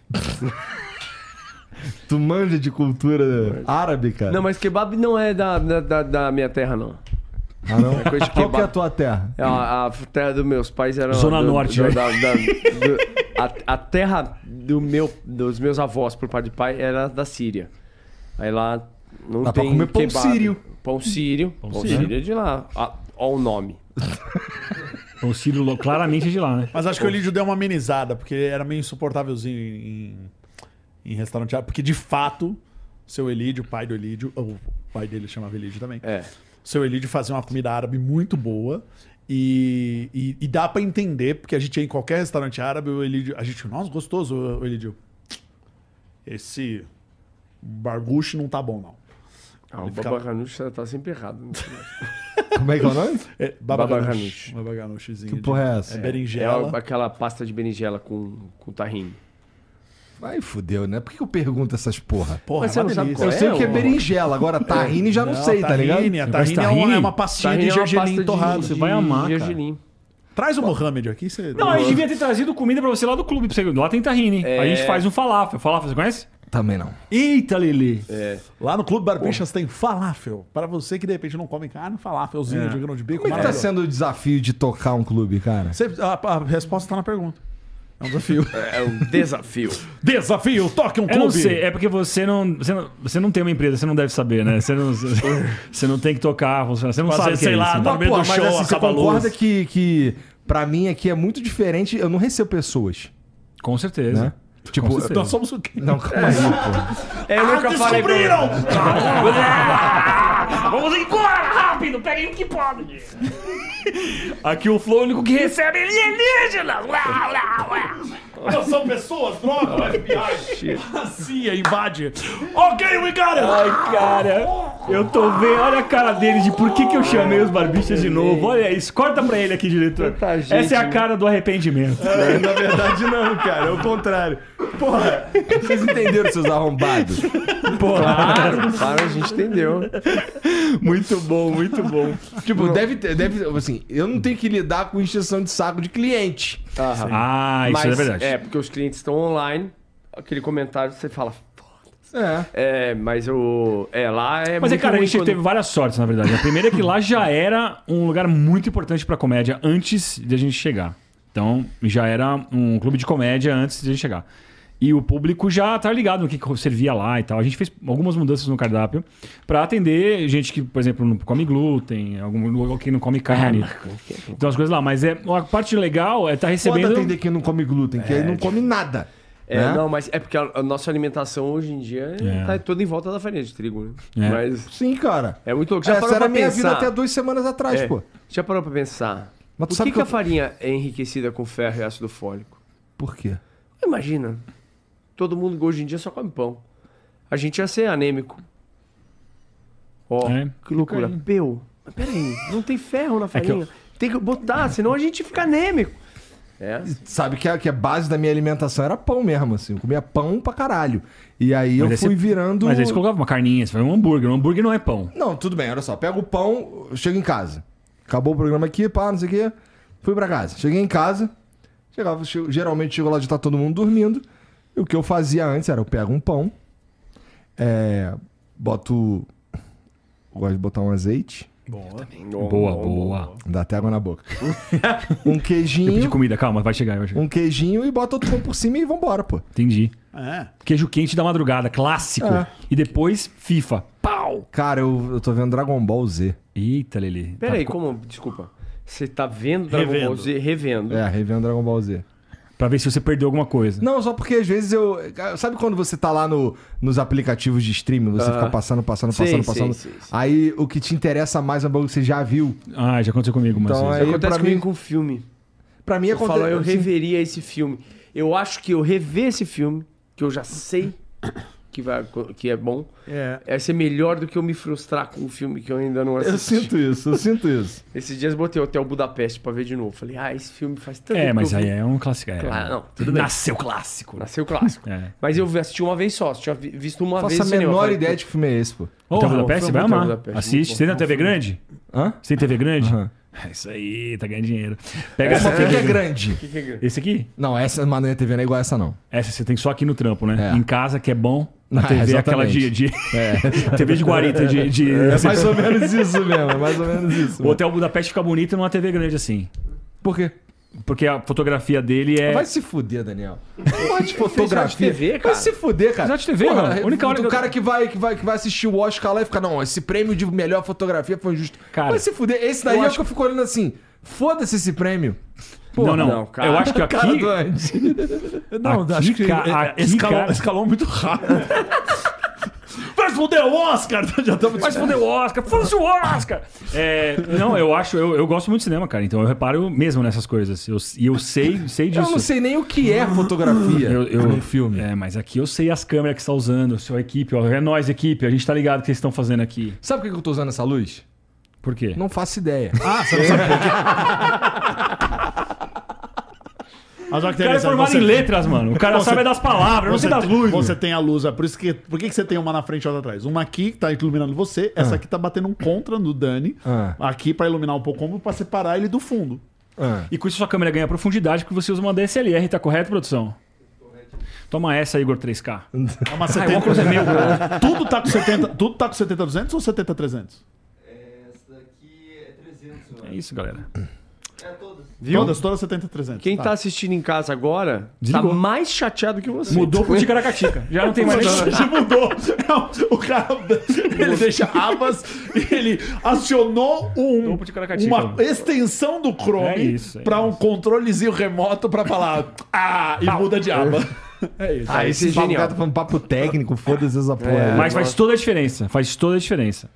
S1: Tu manja de cultura árabe, cara?
S3: Não, mas kebab não é da, da, da, da minha terra, não.
S1: Ah, não?
S3: É coisa de
S1: Qual que é a
S3: kebab.
S1: tua terra?
S3: É A, a terra dos meus pais era.
S4: Zona
S3: do-
S4: Norte,
S3: do-
S4: né?
S3: da- da- do- a, a terra do meu, dos meus avós, por parte de pai, era da Síria. Aí lá não
S1: Dá pra
S3: tem
S1: comer pão
S3: kebab.
S1: sírio.
S3: Pão sírio. Pão,
S4: sírio.
S3: sírio é de lá. Ah, ó o nome.
S4: O Ciro lo- claramente é de lá, né?
S2: Mas acho que o Elídio deu uma amenizada, porque era meio insuportávelzinho em, em restaurante. Porque, de fato, seu Elídio, pai do Elídio, o pai dele chamava Elídio também.
S3: É.
S2: Seu Elídio fazia uma comida árabe muito boa. E, e, e dá pra entender, porque a gente ia em qualquer restaurante árabe, o Elídio. A gente, nossa, gostoso, o Elídio. Esse barguche não tá bom, não.
S3: Ah, o
S2: Ele
S3: Baba
S2: ficava-
S3: Ganoush tá sempre errado.
S1: Como é que é o nome?
S2: É,
S3: Baba
S2: baba
S3: ganoush.
S2: ganoush. Baba ganoushzinho.
S1: Que
S2: de-
S1: porra é essa?
S2: É
S3: É
S2: berinjela.
S3: aquela pasta de berinjela com, com tahine.
S1: Vai fudeu, né? Por que que eu pergunto essas porra?
S2: Porra,
S3: Mas você
S2: é uma
S3: não sabe
S2: delícia.
S3: qual
S1: Eu sei
S3: é,
S1: o que é
S3: ô?
S1: berinjela, agora tahine já não, sei, tá ligado?
S2: tahine, A
S4: Mas
S2: tahine é uma,
S4: tahine?
S2: é uma pastinha
S3: Tahine
S2: de
S3: é uma
S2: gergelim
S3: pasta
S2: torrado.
S3: de,
S4: Você vai amar, cara.
S3: gergelim.
S2: Traz o Mohamed aqui, você...
S4: Não, a gente devia ter trazido comida pra você lá do clube. Pra você... Lá tem tahine.
S3: É.
S4: A gente faz um falafel. Falafel, você conhece?
S1: Também não.
S4: Eita, Lele.
S3: É.
S2: Lá no Clube Barbixas tem falafel. Para você que de repente não come carne, falafelzinho de grão de bico.
S1: Como é que tá
S2: maravilhoso.
S1: sendo o desafio de tocar um clube, cara?
S2: Você- a, a resposta tá na pergunta. É um desafio.
S3: É um desafio.
S2: Desafio, toque um
S4: Eu
S2: clube.
S4: não sei, é porque você não, você não. Você não tem uma empresa, você não deve saber, né? Você não, você não tem que tocar, funciona. Você não
S2: Fazer,
S4: sabe o que
S2: sei
S4: é
S2: lá,
S4: isso.
S2: tá
S4: né?
S2: no meio do
S1: mas
S2: show,
S1: assim, você
S2: acaba a luz.
S1: concorda que, que pra mim aqui é muito diferente, eu não recebo pessoas,
S4: Com certeza.
S1: né? Tipo,
S4: Com certeza.
S2: Nós somos o quê?
S1: não, calma aí, pô.
S3: É, eu nunca falei pra
S2: Descobriram!
S4: Vamos embora, rápido, peguem o que pode. Aqui o Flow, o único que recebe é alienígenas.
S2: Não são pessoas, droga, o F B I. A C I A invade. Ok, we got it.
S4: Ai, cara, eu tô vendo, olha a cara dele de por que, que eu chamei os barbichas de novo. Olha isso, corta pra ele aqui, diretor.
S3: Tanta gente,
S4: Essa é a
S3: né?
S4: cara do arrependimento.
S1: É, na verdade, não, cara. É o contrário. Porra, vocês entenderam, seus arrombados? Porra.
S3: Claro, claro, a gente entendeu.
S4: Muito bom, muito bom.
S1: Tipo, deve ter, deve, assim, eu não tenho que lidar com encheção de saco de cliente.
S3: Aham.
S4: Ah, isso
S3: Mas,
S4: é verdade.
S3: É, porque os clientes estão online, aquele comentário você fala, foda-se.
S1: É.
S3: É, mas o. É, lá é
S4: Mas é,
S3: muito
S4: cara, a
S3: ruim
S4: gente
S3: quando-
S4: teve várias sortes, na verdade. A primeira é que lá já era um lugar muito importante pra comédia antes de a gente chegar. Então, já era um clube de comédia antes de a gente chegar. E o público já tá ligado no que que servia lá e tal. A gente fez algumas mudanças no cardápio pra atender gente que, por exemplo, não come glúten, algum que não come carne. Então, as coisas lá. Mas é, a parte legal é estar tá
S1: Foda
S4: recebendo...
S1: atender quem não come glúten, que aí não come nada.
S3: É,
S1: né?
S3: não, mas é porque a, a nossa alimentação hoje em dia
S4: É.
S3: tá toda em volta da farinha de trigo, né?
S4: É.
S3: Mas
S1: Sim, cara.
S3: é muito louco. Já
S1: Essa
S3: parou
S1: era
S3: pra
S1: a minha
S3: pensar?
S1: vida até duas semanas atrás,
S3: É.
S1: pô.
S3: Já parou pra pensar?
S1: Mas tu
S3: Por
S1: sabe
S3: que,
S1: que
S3: que
S1: eu-
S3: a farinha é enriquecida com ferro e ácido fólico?
S1: Por quê?
S3: Imagina, todo mundo hoje em dia só come pão. A gente ia ser anêmico. Ó,
S4: É,
S3: que loucura.
S4: fica aí.
S3: Peu, mas peraí, não tem ferro na
S4: É que
S3: farinha. Tem que botar, senão a gente fica anêmico. É.
S1: Sabe que a, que a base da minha alimentação era pão mesmo, assim. Eu comia pão pra caralho. E aí eu
S4: Mas aí
S1: fui
S4: você-
S1: virando...
S4: Mas aí você colocava uma carninha, você faz um hambúrguer. Um hambúrguer não é pão.
S1: Não, tudo bem, olha só. Pego o pão, eu chego em casa. Acabou o programa aqui, pá, não sei o quê. Fui pra casa. Cheguei em casa. Chegava, chego- geralmente chego lá de estar todo mundo dormindo. E o que eu fazia antes era eu pego um pão, é, boto... Gosto de botar um azeite.
S4: Boa,
S3: Bom,
S4: boa.
S3: bom, bom.
S1: Dá até água na boca. um
S4: Eu pedi
S1: queijinho.
S4: comida, calma, vai chegar, vai chegar.
S1: Um queijinho e bota outro pão por cima e vambora, pô.
S4: Entendi.
S2: É.
S4: Queijo quente da madrugada, clássico.
S1: É.
S4: E depois, FIFA. Pau!
S1: Cara, eu, eu tô vendo Dragon Ball Z.
S4: Eita, Lelê.
S3: Peraí,
S4: Tá,
S3: como? Desculpa. Você tá vendo Dragon Ball
S2: Revendo.
S3: Z revendo?
S1: É, revendo Dragon Ball Z.
S4: Pra ver se você perdeu alguma coisa.
S1: Não, só porque às vezes eu. Sabe quando você tá lá no, nos aplicativos de streaming, você
S3: Ah.
S1: fica passando, passando,
S3: Sim,
S1: passando,
S3: sim,
S1: passando.
S3: sim, sim.
S1: Aí o que te interessa mais é o bagulho que você já viu.
S4: Ah, já aconteceu comigo, mas...
S1: Então,
S4: vezes.
S1: aí-
S3: Acontece
S1: pra
S3: comigo
S1: mim-
S3: com filme.
S1: Pra mim
S3: Eu
S1: acontece.
S3: falo, eu
S1: assim,
S3: reveria esse filme. Eu acho que eu rever esse filme, que eu já sei que, vai, que é bom,
S2: É.
S3: vai ser melhor do que eu me frustrar com um filme que eu ainda não
S1: Eu
S3: assisti.
S1: sinto isso, eu sinto isso.
S3: Esses dias botei o Hotel Budapeste pra ver de novo. Falei, ah, esse filme faz tanto
S4: É,
S3: tempo
S4: mas
S3: que eu
S4: aí
S3: vi.
S4: é um clássico. É.
S3: Claro, não, tudo bem.
S4: Nasceu clássico.
S3: Nasceu clássico.
S4: É.
S3: Mas eu assisti uma vez só, tinha vi- visto uma
S1: Faço
S3: vez
S1: a
S3: no cinema.
S1: menor
S3: Falei,
S1: ideia de que filme é esse, pô.
S4: Hotel
S3: Porra,
S4: Budapeste,
S3: foi
S4: vai
S3: muito
S4: amar.
S3: Budapeste,
S4: Assiste.
S3: muito
S4: Você tem na
S3: bom.
S4: T V grande?
S1: Hã?
S4: Você tem T V grande?
S1: Aham.
S4: É isso aí, tá ganhando dinheiro. Pega
S1: Essa
S4: essa
S1: aqui
S4: T V
S1: é
S4: grande.
S1: grande.
S3: O que que é grande?
S4: Esse aqui?
S1: Não, essa Manoel T V não é igual essa, não.
S4: Essa você tem só aqui no trampo, né?
S1: É.
S4: Em casa, que é bom. Na
S1: Ah,
S4: T V é aquela de...
S1: exatamente.
S4: de...
S1: É.
S4: T V de guarita, de... de...
S1: É mais ou menos isso mesmo, é mais ou menos isso.
S4: O Hotel Budapeste fica bonito numa T V grande assim.
S1: Por quê?
S4: Porque a fotografia dele é...
S1: Vai se fuder, Daniel. Não gosta de fotografia.
S3: T V, cara.
S1: Vai se fuder, cara.
S4: Festival de T V,
S1: Porra,
S4: mano. A única hora
S1: o
S4: que eu-
S1: cara que vai, que, vai, que vai assistir o Oscar lá e fica, não, esse prêmio de melhor fotografia foi injusto.
S4: Cara,
S1: Vai se fuder. Esse daí
S4: eu
S1: é o
S4: acho-
S1: que eu fico olhando assim. Foda-se esse prêmio.
S4: não, não.
S3: não, cara.
S4: Eu acho que aqui...
S1: Cara do Andy.
S2: Não,
S4: Aqui,
S2: acho que
S4: ca-
S2: é,
S4: aqui,
S2: escalou,
S4: cara.
S2: escalou muito rápido. Vai foder o Oscar! Já estamos
S4: Mas foder o Oscar, foda-se o Oscar! É, não, eu acho, eu, eu gosto muito de cinema, cara, então eu reparo mesmo nessas coisas. Eu- E eu, sei, sei
S1: Eu
S4: disso.
S1: não sei nem o que é fotografia
S4: Eu, eu,
S1: num filme.
S4: É, mas aqui eu sei as câmeras que você está usando, sua equipe, ó, é nós, equipe, a gente tá ligado o que vocês estão fazendo aqui.
S1: Sabe por que eu tô usando essa luz?
S4: Por quê?
S1: Não faço ideia.
S2: Ah, você não sabe por quê? Mas olha que
S4: O cara é
S2: interessante,
S4: formado
S2: você-
S4: em letras, mano. O cara
S2: Você-
S4: sabe das palavras, eu não sei das
S2: tem-
S4: luzes.
S2: Você tem a luz, é por isso que. Por que, que você tem uma na frente e outra atrás? Uma aqui que tá iluminando você, essa aqui tá batendo um contra no Dani.
S1: Ah.
S2: Aqui pra iluminar um pouco como pra separar ele do fundo.
S1: Ah.
S4: E com isso sua câmera ganha profundidade porque você usa uma D S L R, tá correto, produção? Toma essa, Igor três K.
S2: É uma
S4: Ah,
S2: setenta...
S4: o óculos é meu, cara.
S2: tudo tá com setenta, tudo tá com setenta duzentos ou setenta trezentos?
S5: Essa daqui é trezentos, eu
S4: É
S5: acho.
S4: isso, galera.
S5: É todas.
S3: Viu?
S2: Todas, todas setenta trezentos.
S3: Quem tá assistindo em casa agora
S4: Desligou.
S3: tá mais chateado que você.
S4: Mudou pro Ticaracatica. Já não tem mais nada.
S2: Já mudou. O cara ele deixa abas e ele acionou um,
S4: Topo de Caracatica.
S2: uma extensão do
S4: É
S2: Chrome
S4: isso, é
S2: pra um controlezinho remoto pra falar ah, e muda de aba. É isso.
S3: Ah, esse é
S1: papo,
S3: genial.
S1: cara tá falando papo técnico, foda-se essa porra. aí.
S4: Mas faz toda a diferença. Faz toda a diferença.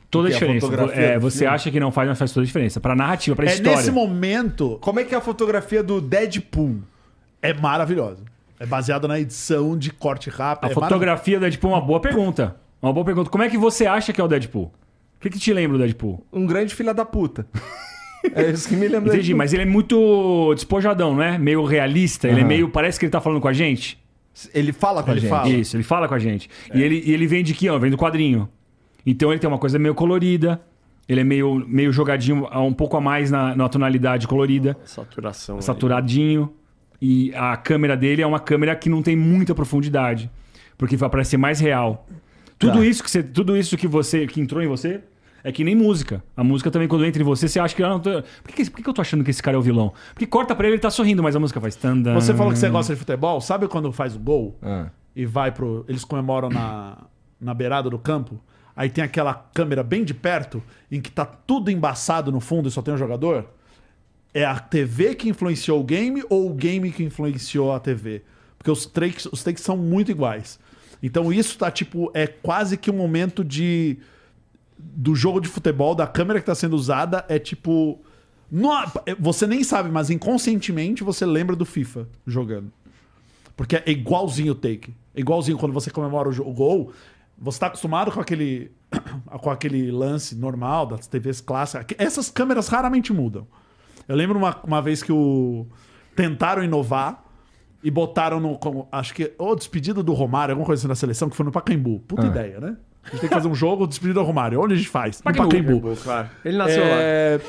S4: Toda a
S1: Que é a
S4: diferença.
S1: fotografia
S4: É,
S1: do
S4: você
S1: filme.
S4: acha que não faz, mas faz toda a diferença. Pra narrativa, pra
S2: É
S4: história.
S2: nesse momento,
S1: Como é que é a fotografia do Deadpool?
S2: é maravilhosa. É baseada na edição de corte rápido.
S4: A
S2: é
S4: fotografia do Deadpool é uma boa pergunta. Uma boa pergunta. Como é que você acha que é o Deadpool? O que, que te lembra do Deadpool?
S1: Um grande filho da puta. É isso que me lembra.
S4: Entendi,
S1: Deadpool.
S4: mas ele é muito despojadão, não é? Meio realista. Ele é
S1: Aham.
S4: meio... Parece que ele tá falando com a gente.
S1: Ele fala com
S2: Ele
S1: a gente.
S2: fala.
S4: Isso, ele fala com a gente. E, ele, e ele vem de que? Ó, vem do quadrinho. Então ele tem uma coisa meio colorida. Ele é meio, meio jogadinho, um pouco a mais na, na tonalidade colorida.
S3: Saturação. aí.
S4: Saturadinho. E a câmera dele é uma câmera que não tem muita profundidade. Porque vai parecer mais real. Tudo
S1: Tá.
S4: isso que você, tudo isso que você que entrou em você é que nem música. A música também, quando entra em você, você acha que. Ah, não tô... por, que, por que eu tô achando que esse cara é o vilão? Porque corta pra ele, ele tá sorrindo, mas a música faz. Tandam.
S2: Você falou que você gosta de futebol. Sabe quando faz o gol
S1: Ah.
S2: e vai pro. Eles comemoram na, na beirada do campo? Aí tem aquela câmera bem de perto em que tá tudo embaçado no fundo e só tem um jogador? É a T V que influenciou o game ou o game que influenciou a T V? Porque os takes, os takes são muito iguais. Então isso tá tipo. É quase que um momento de. Do jogo de futebol, da câmera que tá sendo usada, é tipo. No, você nem sabe, mas inconscientemente você lembra do FIFA jogando. Porque é igualzinho o take. É igualzinho quando você comemora o, jo- o gol. Você tá acostumado com aquele, com aquele lance normal das T Vs clássicas. Essas câmeras raramente mudam. Eu lembro uma, uma vez que o tentaram inovar e botaram no. Como, acho que. Ou despedida do Romário, alguma coisa assim na seleção, que foi no Pacaembu. Puta
S1: Ah.
S2: ideia, né? A gente tem que fazer um jogo, despedida do Romário. Onde a gente faz? No
S4: Pacaembu.
S2: Pacaembu.
S3: Claro. Ele nasceu lá.
S2: É...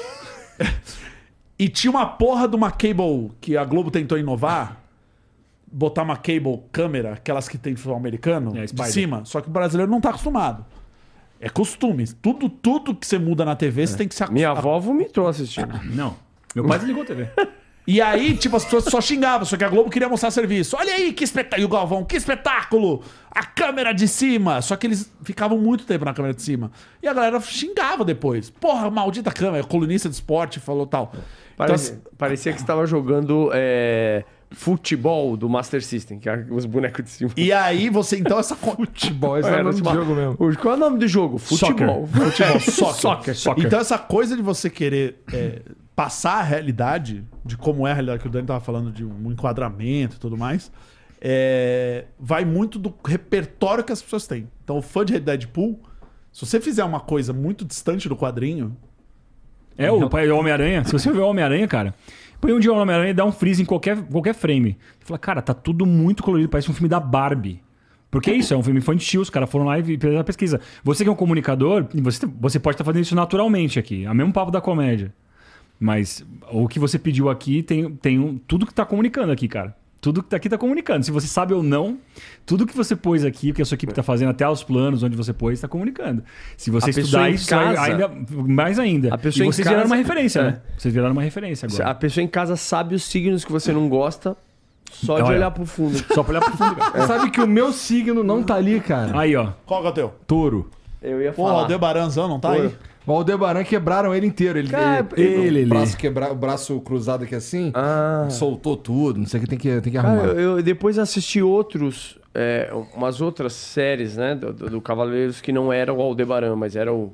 S2: E tinha uma porra de uma cable que a Globo tentou inovar. Botar uma cable câmera, aquelas que tem futebol americano,
S4: É,
S2: de
S4: Spider.
S2: cima. Só que o brasileiro não tá acostumado. É costume. Tudo, tudo que você muda na T V, você tem que se
S3: Minha
S2: acostumar.
S3: avó vomitou assistindo.
S4: Não. Meu pai desligou a T V.
S2: E aí, tipo, as pessoas só xingavam, só que a Globo queria mostrar serviço. Olha aí, que espetáculo. E o Galvão, que espetáculo! A câmera de cima! Só que eles ficavam muito tempo na câmera de cima. E a galera xingava depois. Porra, maldita câmera. Colunista de esporte falou tal. Então,
S3: Parecia,
S2: assim,
S3: parecia que você estava jogando é, futebol do Master System, que é os bonecos de cima.
S2: e aí você, então, essa... co-
S1: Futebol, esse é
S3: Era
S1: o nome
S3: tipo-
S1: do jogo mesmo.
S3: O- Qual é o nome do jogo? Futebol.
S2: Futebol, soccer.
S4: Soccer, soccer.
S2: Então essa coisa de você querer é, passar a realidade, de como é a realidade, que o Dani tava falando de um enquadramento e tudo mais, é, vai muito do repertório que as pessoas têm. Então o fã de Deadpool, se você fizer uma coisa muito distante do quadrinho,
S4: É o pai do Homem-Aranha. Se você ver o Homem-Aranha, cara, põe um dia o Homem-Aranha e dá um freeze em qualquer, qualquer frame. Você fala, cara, tá tudo muito colorido, parece um filme da Barbie. Porque é isso, é um filme infantil, os caras foram lá e fizeram a pesquisa. Você que é um comunicador, você, você pode estar fazendo isso naturalmente aqui. É o mesmo papo da comédia. Mas o que você pediu aqui tem, tem um, tudo que tá comunicando aqui, cara. Tudo que tá aqui tá comunicando. Se você sabe ou não, tudo que você pôs aqui, o que a sua equipe tá fazendo, até os planos onde você pôs, tá comunicando. Se você
S3: A pessoa
S4: estudar
S3: em
S4: isso, vai
S3: casa-
S4: ainda, mais ainda.
S3: A pessoa
S4: e
S3: em
S4: vocês
S3: casa-
S4: viraram uma referência,
S3: É.
S4: né? Vocês viraram uma referência agora.
S3: A pessoa em casa sabe os signos que você não gosta só de
S4: Olha.
S3: olhar pro fundo.
S4: Só pra olhar pro fundo, cara.
S1: Você sabe que o meu signo não tá ali, cara.
S4: Aí, ó.
S2: qual que é o teu?
S1: Touro.
S3: Eu ia
S2: Pô, o
S3: falar.
S2: Aldebaranzão não tá aí?
S1: O Aldebaran quebraram ele inteiro. Ele,
S3: Cara,
S1: ele,
S4: ele-
S1: o, braço quebra, o braço cruzado aqui assim,
S3: Ah.
S1: soltou tudo. Não sei o que tem que, tem que arrumar.
S3: Cara, eu, eu depois assisti outros, é, umas outras séries, né, do, do, do Cavaleiros que não eram o Aldebaran, mas era o,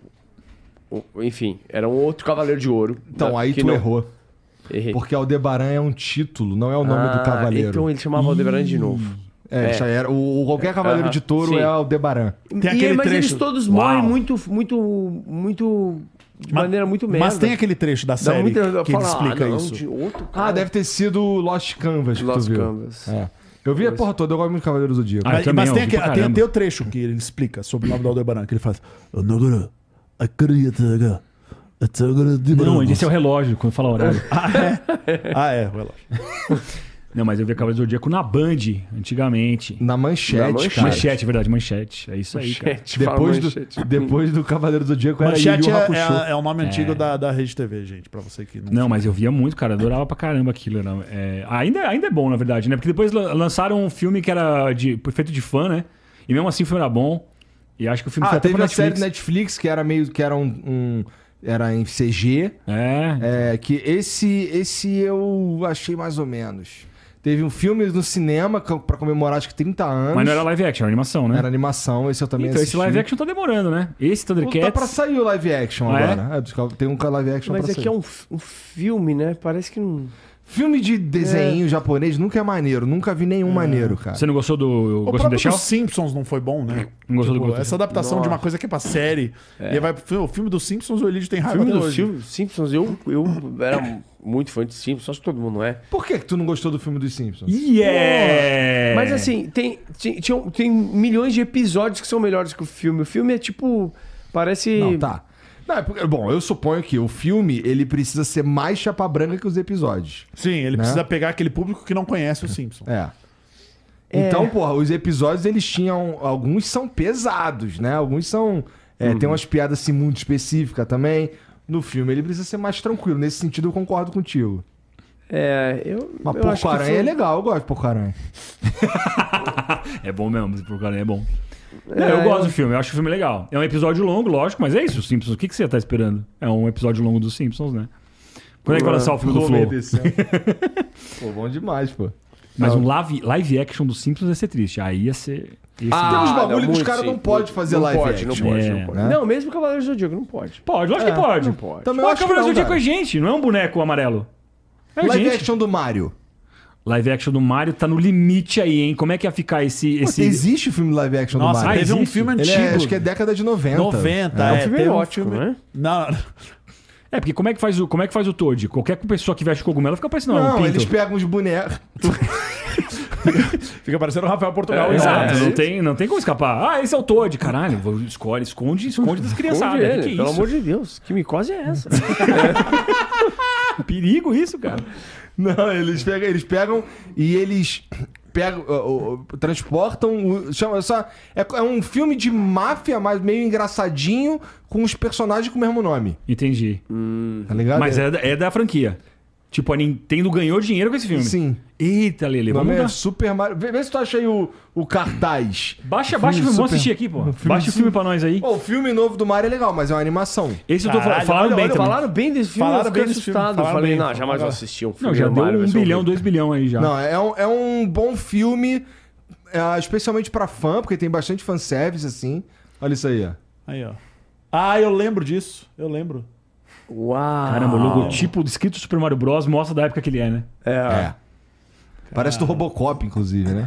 S3: o- enfim, era um outro Cavaleiro de Ouro.
S1: Então,
S3: né,
S1: aí
S3: que
S1: tu
S3: não-
S1: errou.
S3: Errei.
S1: Porque Aldebaran é um título, não é o nome
S3: Ah,
S1: do cavaleiro.
S3: Então ele chamava Aldebaran de novo.
S1: É,
S3: é.
S1: já era. O, o- qualquer cavaleiro
S3: Aham,
S1: de touro
S3: sim.
S1: é Aldebaran.
S2: Tem
S3: E-
S2: aquele
S3: mas
S2: trecho-
S3: eles todos
S4: Uau.
S3: morrem muito, muito, muito, de
S2: Ma-
S3: maneira muito merda.
S2: Mas tem aquele trecho da
S3: Dá
S2: série
S3: muita-
S2: que
S3: fala,
S2: ele explica
S3: ah, não,
S2: isso.
S3: de outro
S1: Ah,
S3: cara.
S1: deve ter sido Lost Canvas que
S3: Lost
S1: tu viu.
S3: Canvas.
S1: É. Eu vi a porra toda, eu gosto muito do Cavaleiro do Zodíaco.
S4: Ah, eu
S2: Mas,
S4: também
S2: mas tem,
S4: ouvi
S2: aquele,
S4: pra
S2: tem,
S4: caramba.
S2: tem o trecho que ele explica sobre o nome do Aldebaran, que ele faz. "Onagura, akariataga, atagara de
S4: Não,
S2: brancos."
S4: esse é o relógio, quando fala o horário.
S2: Ah, é? Ah, é, o relógio.
S4: Não, mas eu vi a Cavaleiro do Zodíaco na Band, antigamente.
S1: Na manchete,
S3: Na manchete.
S1: cara.
S4: Manchete, é verdade, manchete. É isso aí, cara.
S3: Manchete, fala
S1: Depois do,
S3: manchete.
S1: depois do Cavaleiro do Zodíaco era Yu
S2: Manchete
S1: Yu
S2: é,
S1: Hakusho.
S2: é, é o nome antigo da, da Rede T V, gente, pra você que não...
S4: Não, mas eu via muito, cara. Adorava pra caramba aquilo. Era, é, ainda, ainda é bom, na verdade, né? Porque depois lan- lançaram um filme que era de, feito de fã, né? E mesmo assim o filme era bom. E acho que o filme foi
S1: Ah,
S4: até
S1: teve
S4: pra
S1: a série
S4: Netflix.
S1: Netflix que era meio que era um, um- era em C G.
S4: É.
S1: É, que esse esse eu achei mais ou menos. Teve um filme no cinema co- pra comemorar acho que trinta anos.
S4: Mas não era live action, era animação, né?
S1: Era animação, esse eu também
S4: Então, esse
S1: assisti.
S4: live action tá demorando, né? Esse
S1: Tá
S4: Thundercats...
S1: pra sair o live action
S4: Ah, é?
S1: agora. É, tem um live action
S3: Mas
S1: pra
S3: aqui
S1: sair.
S3: é um, f- um filme, né? Parece que não...
S1: Filme de desenho japonês nunca é maneiro. Nunca vi nenhum maneiro, cara.
S4: Você não gostou do
S2: O
S4: Ghost in the
S2: próprio
S4: Shell?
S2: dos Simpsons não foi bom, né?
S4: Não gostou do
S2: Tipo,
S4: Ghost in the
S2: essa adaptação de uma
S3: Nossa.
S2: coisa que é pra série. E aí vai pro filme, o filme dos Simpsons, o Elidio tem raiva
S3: filme
S2: até
S3: dos
S2: hoje.
S3: Sim- Simpsons, eu, eu era muito fã de Simpsons, acho que todo mundo é.
S1: Por que, que tu não gostou do filme dos Simpsons?
S4: Yeah!
S3: Mas assim, tem, tem, tinham- tem milhões de episódios que são melhores que o filme. O filme é tipo. Parece.
S1: Não, tá. Não, é porque- bom, eu suponho que o filme ele precisa ser mais chapa branca que os episódios.
S2: Sim, ele
S1: Né?
S2: precisa pegar aquele público que não conhece os Simpsons.
S1: É.
S3: É.
S1: Então, porra, os episódios eles tinham. Alguns são pesados, né? Alguns são. é, Tem umas piadas assim muito específicas também. No filme ele precisa ser mais tranquilo. Nesse sentido, eu concordo contigo.
S3: É, eu.
S1: Mas
S3: eu acho que
S1: Porco-Aranha
S3: foi-
S1: é legal, eu gosto de Porco-Aranha.
S4: É bom mesmo, esse porcaria é bom.
S3: É,
S4: É, eu gosto
S3: eu-
S4: do filme, eu acho o filme legal. É um episódio longo, lógico, mas é isso, os Simpsons. O que, que você tá esperando? É um episódio longo dos Simpsons, né? Quando é que vai lançar o filme do Flow?
S1: Pô, bom demais, pô.
S4: Mas
S1: Não.
S4: um live, live action dos Simpsons ia ser triste. Aí ia ser. Ia ser
S3: Ah,
S1: Tem uns
S3: não,
S1: bagulho que os
S3: muito
S1: caras
S3: sim.
S1: não podem fazer
S3: não
S1: live
S3: pode,
S1: action.
S3: Não pode,
S4: É,
S3: não pode.
S1: né?
S3: Não, mesmo Cavaleiros do Zodíaco, não pode.
S4: Pode, lógico
S1: É,
S4: que pode.
S3: não pode.
S1: Também
S4: Pô,
S1: acho que
S4: Cavaleiro
S1: não,
S4: do Zodíaco
S1: cara.
S4: é gente, não é um boneco amarelo. É
S1: Live
S4: gente.
S1: action do Mario.
S4: Live action do Mario tá no limite aí, hein? Como é que ia ficar esse.
S1: Pô,
S4: esse...
S1: existe o filme live action
S2: Nossa,
S1: do Mario.
S2: teve um
S4: existe?
S2: filme
S1: Ele
S2: antigo.
S1: é, acho que é década de noventa.
S2: noventa,
S3: É
S2: é.
S3: um filme
S2: teve
S3: erótico,
S2: filme-
S3: né?
S2: Não,
S4: É, porque como é que faz o, como é que faz o Toad? Qualquer pessoa que veste cogumelo fica parecendo um
S1: Não,
S4: pinto.
S1: eles pegam os bonecos.
S2: fica parecendo o Rafael Portugal.
S4: É,
S2: Exato.
S4: exato,
S3: é
S4: não,
S3: isso.
S4: tem, não tem como escapar. Ah, esse é o Toad. Caralho, vou- escolhe, esconde, esconde das criançadas.
S3: Esconde
S4: Que
S3: ele,
S4: que é
S3: pelo
S4: isso?
S3: amor de Deus. Que micose é essa?
S4: Perigo isso, cara.
S1: Não, eles pegam, eles pegam e eles pegam, ó, ó, transportam. o- Chama, só, é, é um filme de máfia, mas meio engraçadinho, com os personagens com o mesmo nome.
S4: Entendi.
S1: Tá ligado?
S4: Mas é, da- é da franquia. Tipo, a Nintendo ganhou dinheiro com esse filme.
S1: Sim.
S4: Eita, Lele,
S1: O
S4: vamos
S1: nome
S4: dar.
S1: é Super Mario. Vê, vê se tu acha aí o, o cartaz.
S4: Baixa, baixa o filme, vamos
S1: super-
S4: assistir aqui, pô.
S1: filme
S4: Baixa o filme
S1: super-
S4: pra nós aí.
S1: Pô, o filme novo do Mario é legal, mas é uma animação.
S4: Esse eu tô falando.
S3: Caralho,
S4: Falaram
S3: olha,
S4: bem
S3: olha,
S4: também.
S3: Falaram bem desse filme,
S2: Falaram
S3: eu fiquei
S2: bem desse filme,
S3: assustado.
S2: falaram
S3: Falei,
S2: bem.
S3: não, jamais vou
S2: Falaram.
S3: assistir um filme
S4: Não, já
S3: do
S4: deu
S3: Mario,
S4: um
S3: vai ser
S4: bilhão,
S3: horrível.
S4: dois bilhão aí já.
S1: Não, é um, é um bom filme, é, especialmente pra fã, porque tem bastante fanservice, assim. Olha isso aí, ó.
S2: Aí, ó. Ah, eu lembro disso. Eu lembro.
S3: Uau.
S4: Caramba, o logotipo escrito Super Mario Bros. Mostra da época que ele é, né?
S3: É.
S1: É. Parece do Robocop, inclusive, né?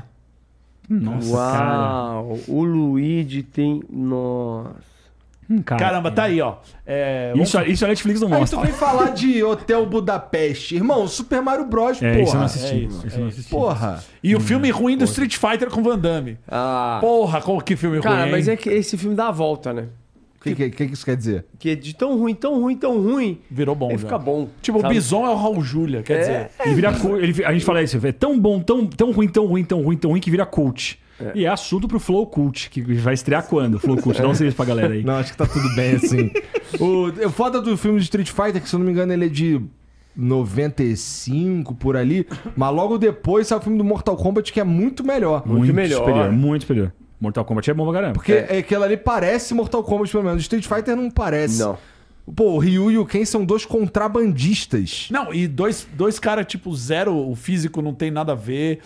S4: Nossa, cara.
S3: Uau. O Luigi tem... Nossa.
S4: Hum, cara.
S2: Caramba, tá aí, ó. É, vamos-
S4: Isso, isso a Netflix não
S1: Aí
S4: mostra.
S1: tu vem falar de Hotel Budapeste. Irmão, Super Mario Bros,
S4: É, isso eu não
S1: porra.
S4: assisti.
S2: é isso,
S4: isso eu não
S2: é
S4: assisti.
S1: Porra.
S2: E o filme ruim do Street Fighter com Van Damme.
S3: Ah.
S2: Porra, como que filme
S3: Cara,
S2: ruim.
S3: mas
S2: hein?
S3: é que esse filme dá a volta, né?
S1: O que, que, que isso quer dizer?
S3: Que é de tão ruim, tão ruim, tão ruim.
S2: Virou bom.
S3: Ele
S2: já.
S3: fica bom.
S2: Tipo,
S3: sabe?
S2: o Bison é o Raul Júlia, quer
S3: É.
S2: dizer.
S4: Ele vira cult. Ele, a gente fala isso, é tão bom, tão, tão ruim, tão ruim, tão ruim, tão ruim que vira cult. E é assunto pro Flow Cult, que vai estrear quando? Flow Cult, dá um serviço pra galera aí.
S1: Não, acho que tá tudo bem assim. o, o foda do filme de Street Fighter, que se eu não me engano ele é de noventa e cinco, por ali. Mas logo depois sai o filme do Mortal Kombat, que é muito melhor.
S3: Muito melhor.
S4: superior, muito superior. Mortal Kombat é bom pra caramba.
S1: Porque é. aquilo ali parece Mortal Kombat, pelo menos. Street Fighter não parece.
S3: Não.
S1: Pô, o Ryu e o Ken são dois contrabandistas.
S2: Não, e dois, dois caras, tipo, zero, o físico não tem nada a ver.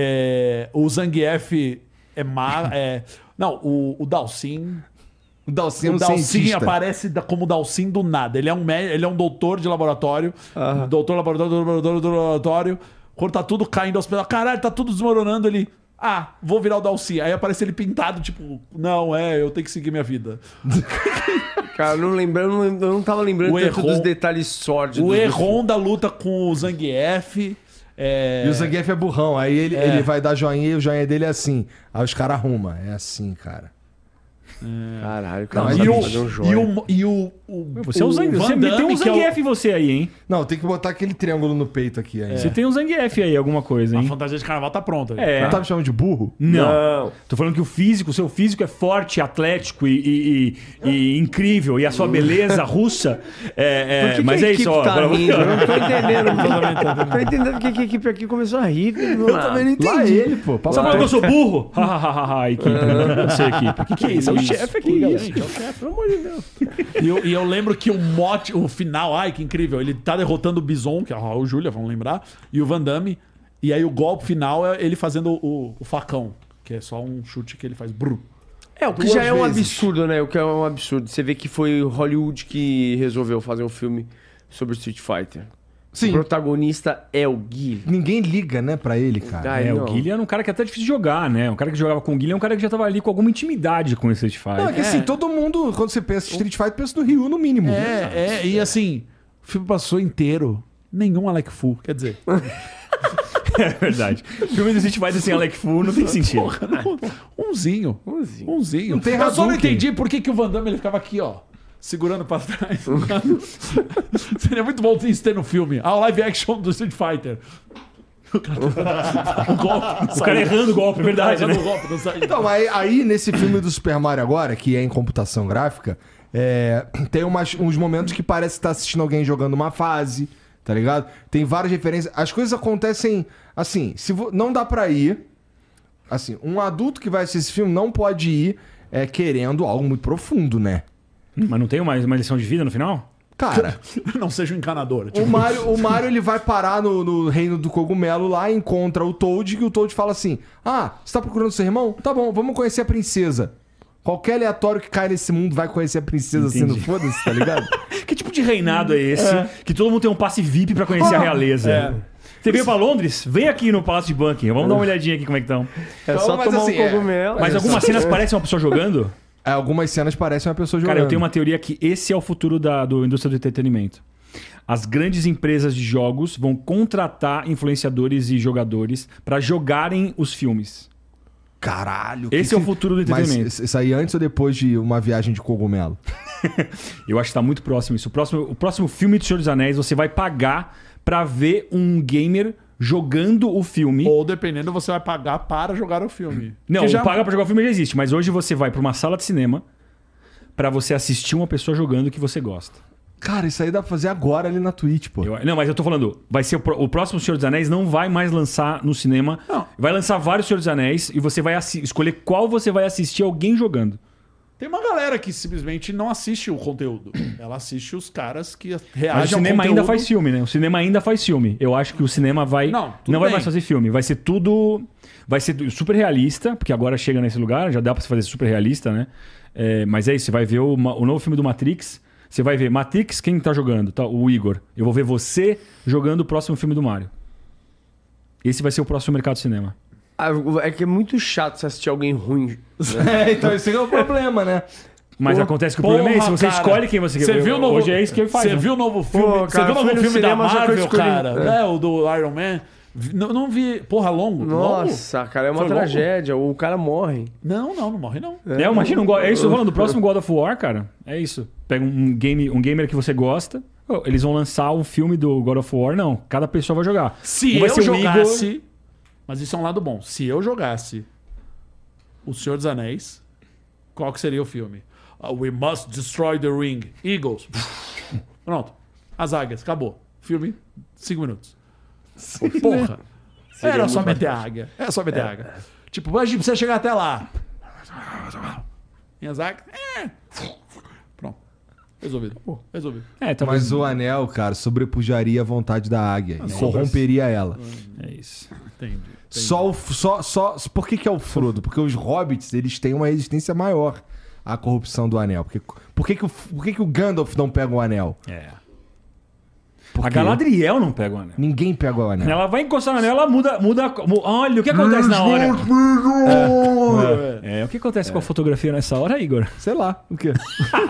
S2: É, o Zangief é má. É, não, o, o Dalsin.
S1: O Dalsin é
S2: O
S1: um
S2: Dalsin
S1: cientista.
S2: aparece da- como Dalsin do nada. Ele é um, mé- ele é um doutor de laboratório.
S3: Aham.
S2: Doutor, laboratório, doutor, doutor, laboratório. Quando tá tudo caindo aos pedaços. Caralho, tá tudo desmoronando. Ele. Ah, vou virar o Dalsin. Aí aparece ele pintado, tipo, não, é, eu tenho que seguir minha vida.
S3: Cara, eu não lembrando, eu não, lem- eu não tava lembrando
S2: O
S3: tanto
S2: Erron-
S3: dos detalhes sórdidos.
S2: O
S3: do
S2: Erron da luta com o Zangief. É...
S1: E o Zangief é burrão. Aí ele,
S2: É.
S1: ele vai dar joinha e o joinha dele é assim. Aí os caras arrumam. É assim, cara.
S3: filme. Caralho,
S1: Não,
S3: cara.
S1: mas
S3: sabe
S2: E o,
S3: fazer um
S2: e
S3: joia.
S2: o, e o, o,
S4: Você, é um Zangief,
S2: Van
S4: você
S2: Damme,
S4: tem um
S2: que é o-
S4: Zangief em você aí, hein?
S1: Não, tem que botar aquele triângulo no peito aqui ainda.
S4: Você tem um Zangief aí, alguma coisa,
S2: A
S4: hein?
S2: fantasia de carnaval tá pronta.
S4: É.
S1: Tu tá me chamando de burro?
S4: Não.
S3: Não.
S4: Tô falando que o físico, o seu físico é forte, atlético e, e- e- e incrível. E a sua beleza russa é. é-
S3: Por que que
S4: mas
S3: a
S4: é
S3: equipe
S4: isso, ó.
S3: tá
S4: agora-
S3: rindo? Eu não tô entendendo. Não tô entendendo porque que a equipe aqui começou a rir. Eu
S2: também não entendi.
S1: Lá ele, pô.
S4: Você tá falando que eu sou burro? Hahaha, equipe. Não sei, equipe. O que, que é isso? É o chefe aqui, galera.
S3: Gente, é o chefe, pelo amor de Deus.
S2: E eu, e eu lembro que o mote, o final, ai que incrível, ele tá derrotando o Bison, que é o Raul Júlia, vamos lembrar, e o Van Damme. E aí o golpe final é ele fazendo o, o facão, que é só um chute que ele faz. Brum.
S3: É, o que
S1: Duas
S3: já é um
S1: vezes.
S3: absurdo, né? O que é um absurdo. Você vê que foi Hollywood que resolveu fazer um filme sobre Street Fighter.
S1: Sim.
S3: O protagonista é o Gui.
S1: Ninguém liga, né, pra ele, cara.
S3: Ah,
S4: É,
S3: não.
S4: o Guilherme é um cara que é até difícil de jogar, né? Um cara que jogava com o Guilherme é um cara que já tava ali com alguma intimidade com esse Street Fighter.
S1: Não, é que assim, todo mundo, quando você pensa em Street Fighter, pensa no Ryu, no mínimo.
S2: É, é, e assim, o filme passou inteiro. Nenhum Alec Fu. Quer dizer,
S4: É verdade. Filme do Street Fighter sem Alec Fu não tem sentido.
S2: porra, não, umzinho.
S3: Umzinho.
S2: Umzinho.
S1: Não tem
S2: Eu só não
S1: Hadouken.
S2: entendi por que, que o Van Damme ele ficava aqui, ó. Segurando pra trás. Seria muito bom isso ter no filme. Ah, o live action do Street Fighter. O cara, o golpe não
S4: O cara errando o golpe, é verdade, né?
S2: O golpe não sai.
S1: Então, aí, aí nesse filme do Super Mario agora, que é em computação gráfica, é, tem umas- uns momentos que parece estar assistindo alguém jogando uma fase, tá ligado? Tem várias referências. As coisas acontecem assim, se vo- não dá pra ir. Assim, um adulto que vai assistir esse filme não pode ir é, querendo algo muito profundo, né?
S4: Mas não tem uma, uma lição de vida no final?
S1: Cara,
S2: Não seja um encanador.
S1: o
S2: Tipo,
S1: Mario, o Mario ele vai parar no, no reino do cogumelo lá, encontra o Toad, que o Toad fala assim: Ah, você tá procurando seu irmão? Tá bom, vamos conhecer a princesa. Qualquer aleatório que cai nesse mundo vai conhecer a princesa
S4: Entendi.
S1: sendo foda-se, tá ligado?
S4: Que tipo de reinado é esse? Que todo mundo tem um passe V I P pra conhecer a realeza.
S2: É.
S4: Você veio pra Londres? Vem aqui no Palácio de Buckingham. Vamos dar uma olhadinha aqui como é que estão.
S3: É só
S1: mas
S3: tomar
S1: assim,
S3: um
S1: é-
S3: cogumelo.
S4: Mas algumas cenas parecem uma pessoa jogando.
S1: É, algumas cenas parecem uma pessoa jogando.
S4: Cara, eu tenho uma teoria que esse é o futuro da do indústria do entretenimento. As grandes empresas de jogos vão contratar influenciadores e jogadores pra jogarem os filmes.
S1: Caralho.
S4: Esse
S1: que
S4: é o
S1: que-
S4: futuro do
S1: Mas
S4: entretenimento.
S1: isso aí antes ou depois de uma viagem de cogumelo?
S4: Eu acho que tá muito próximo isso. O próximo, o próximo filme do Senhor dos Anéis, você vai pagar pra ver um gamer jogando o filme.
S2: ou dependendo, você vai pagar para jogar o filme.
S4: Não,
S2: Que
S4: o
S2: já...
S4: pagar pra jogar o filme já existe, mas hoje você vai pra uma sala de cinema pra você assistir uma pessoa jogando que você gosta.
S1: Cara, isso aí dá pra fazer agora ali na Twitch, pô.
S4: Eu- não, mas eu tô falando, vai ser o, pro- o próximo Senhor dos Anéis não vai mais lançar no cinema.
S2: Não.
S4: Vai lançar vários Senhor dos Anéis e você vai assi- escolher qual você vai assistir alguém jogando.
S2: Tem uma galera que simplesmente não assiste o conteúdo. Ela assiste os caras que
S4: Mas o
S2: reagem ao
S4: cinema ainda
S2: conteúdo.
S4: faz filme, né? O cinema ainda faz filme. Eu acho que o cinema vai
S2: Não,
S4: não,
S2: tudo
S4: vai
S2: bem.
S4: mais fazer filme, vai ser tudo vai ser super realista, porque agora chega nesse lugar, já dá pra se fazer super realista, né? É, mas é isso, você vai ver o, ma- o novo filme do Matrix, você vai ver Matrix, quem tá jogando? Tá, o Igor. Eu vou ver você jogando o próximo filme do Mario. Esse vai ser o próximo mercado de cinema.
S3: Ah, é que é muito chato você assistir alguém ruim.
S1: É, então esse é o problema, né?
S4: Mas
S2: Porra,
S4: acontece que o problema é esse, você
S2: cara.
S4: escolhe quem você quer
S2: Você
S4: ver.
S2: viu o novo...
S4: Hoje é isso que ele faz.
S2: Você
S4: né?
S2: viu o novo filme?
S3: Pô,
S2: você
S3: cara,
S2: viu o
S3: fui
S2: novo
S3: no
S2: filme da
S3: cinema, só que eu
S2: Marvel,
S3: escolhi-
S2: cara?
S3: É.
S2: É, o do Iron Man. Vi- Não, não vi... Porra, longo? Longo?
S3: Nossa, cara, é uma
S2: Foi longo?
S3: tragédia. O cara morre.
S2: Não, não, não morre não.
S4: É, imagina, um, go- é isso que eu tô falando, do próximo God of War, cara. É isso. Pega um, game, um gamer que você gosta, oh, eles vão lançar um filme do God of War, não. Cada pessoa vai jogar.
S2: Se
S4: Um vai
S2: eu
S4: ser o Igor-
S2: jogasse... Mas isso é um lado bom. Se eu jogasse O Senhor dos Anéis, qual que seria o filme? Uh, we must destroy the ring. Eagles. Pronto. As águias. Acabou. Filme, cinco minutos. Porra. Era só meter a águia. Era só meter a águia. Tipo, mas a gente precisa chegar até lá. E as águias... É. Pronto. Resolvido. Resolvido.
S4: É, talvez.
S1: Mas o anel, cara, sobrepujaria a vontade da águia. E corromperia ela.
S4: É isso.
S2: Entendi.
S1: Só o. Só, só, por que, que é o Frodo? Porque os hobbits, eles têm uma resistência maior à corrupção do anel. Porque, por que, que, o, por que, que o Gandalf não pega o anel?
S4: É.
S1: Por
S4: A
S1: quê?
S4: Galadriel não pega o anel.
S1: Ninguém pega o anel.
S4: Ela vai encostar no anel, ela muda, muda. mu- Olha, o que acontece na hora? É, o que acontece com a fotografia nessa hora, Igor?
S1: Sei lá, o quê?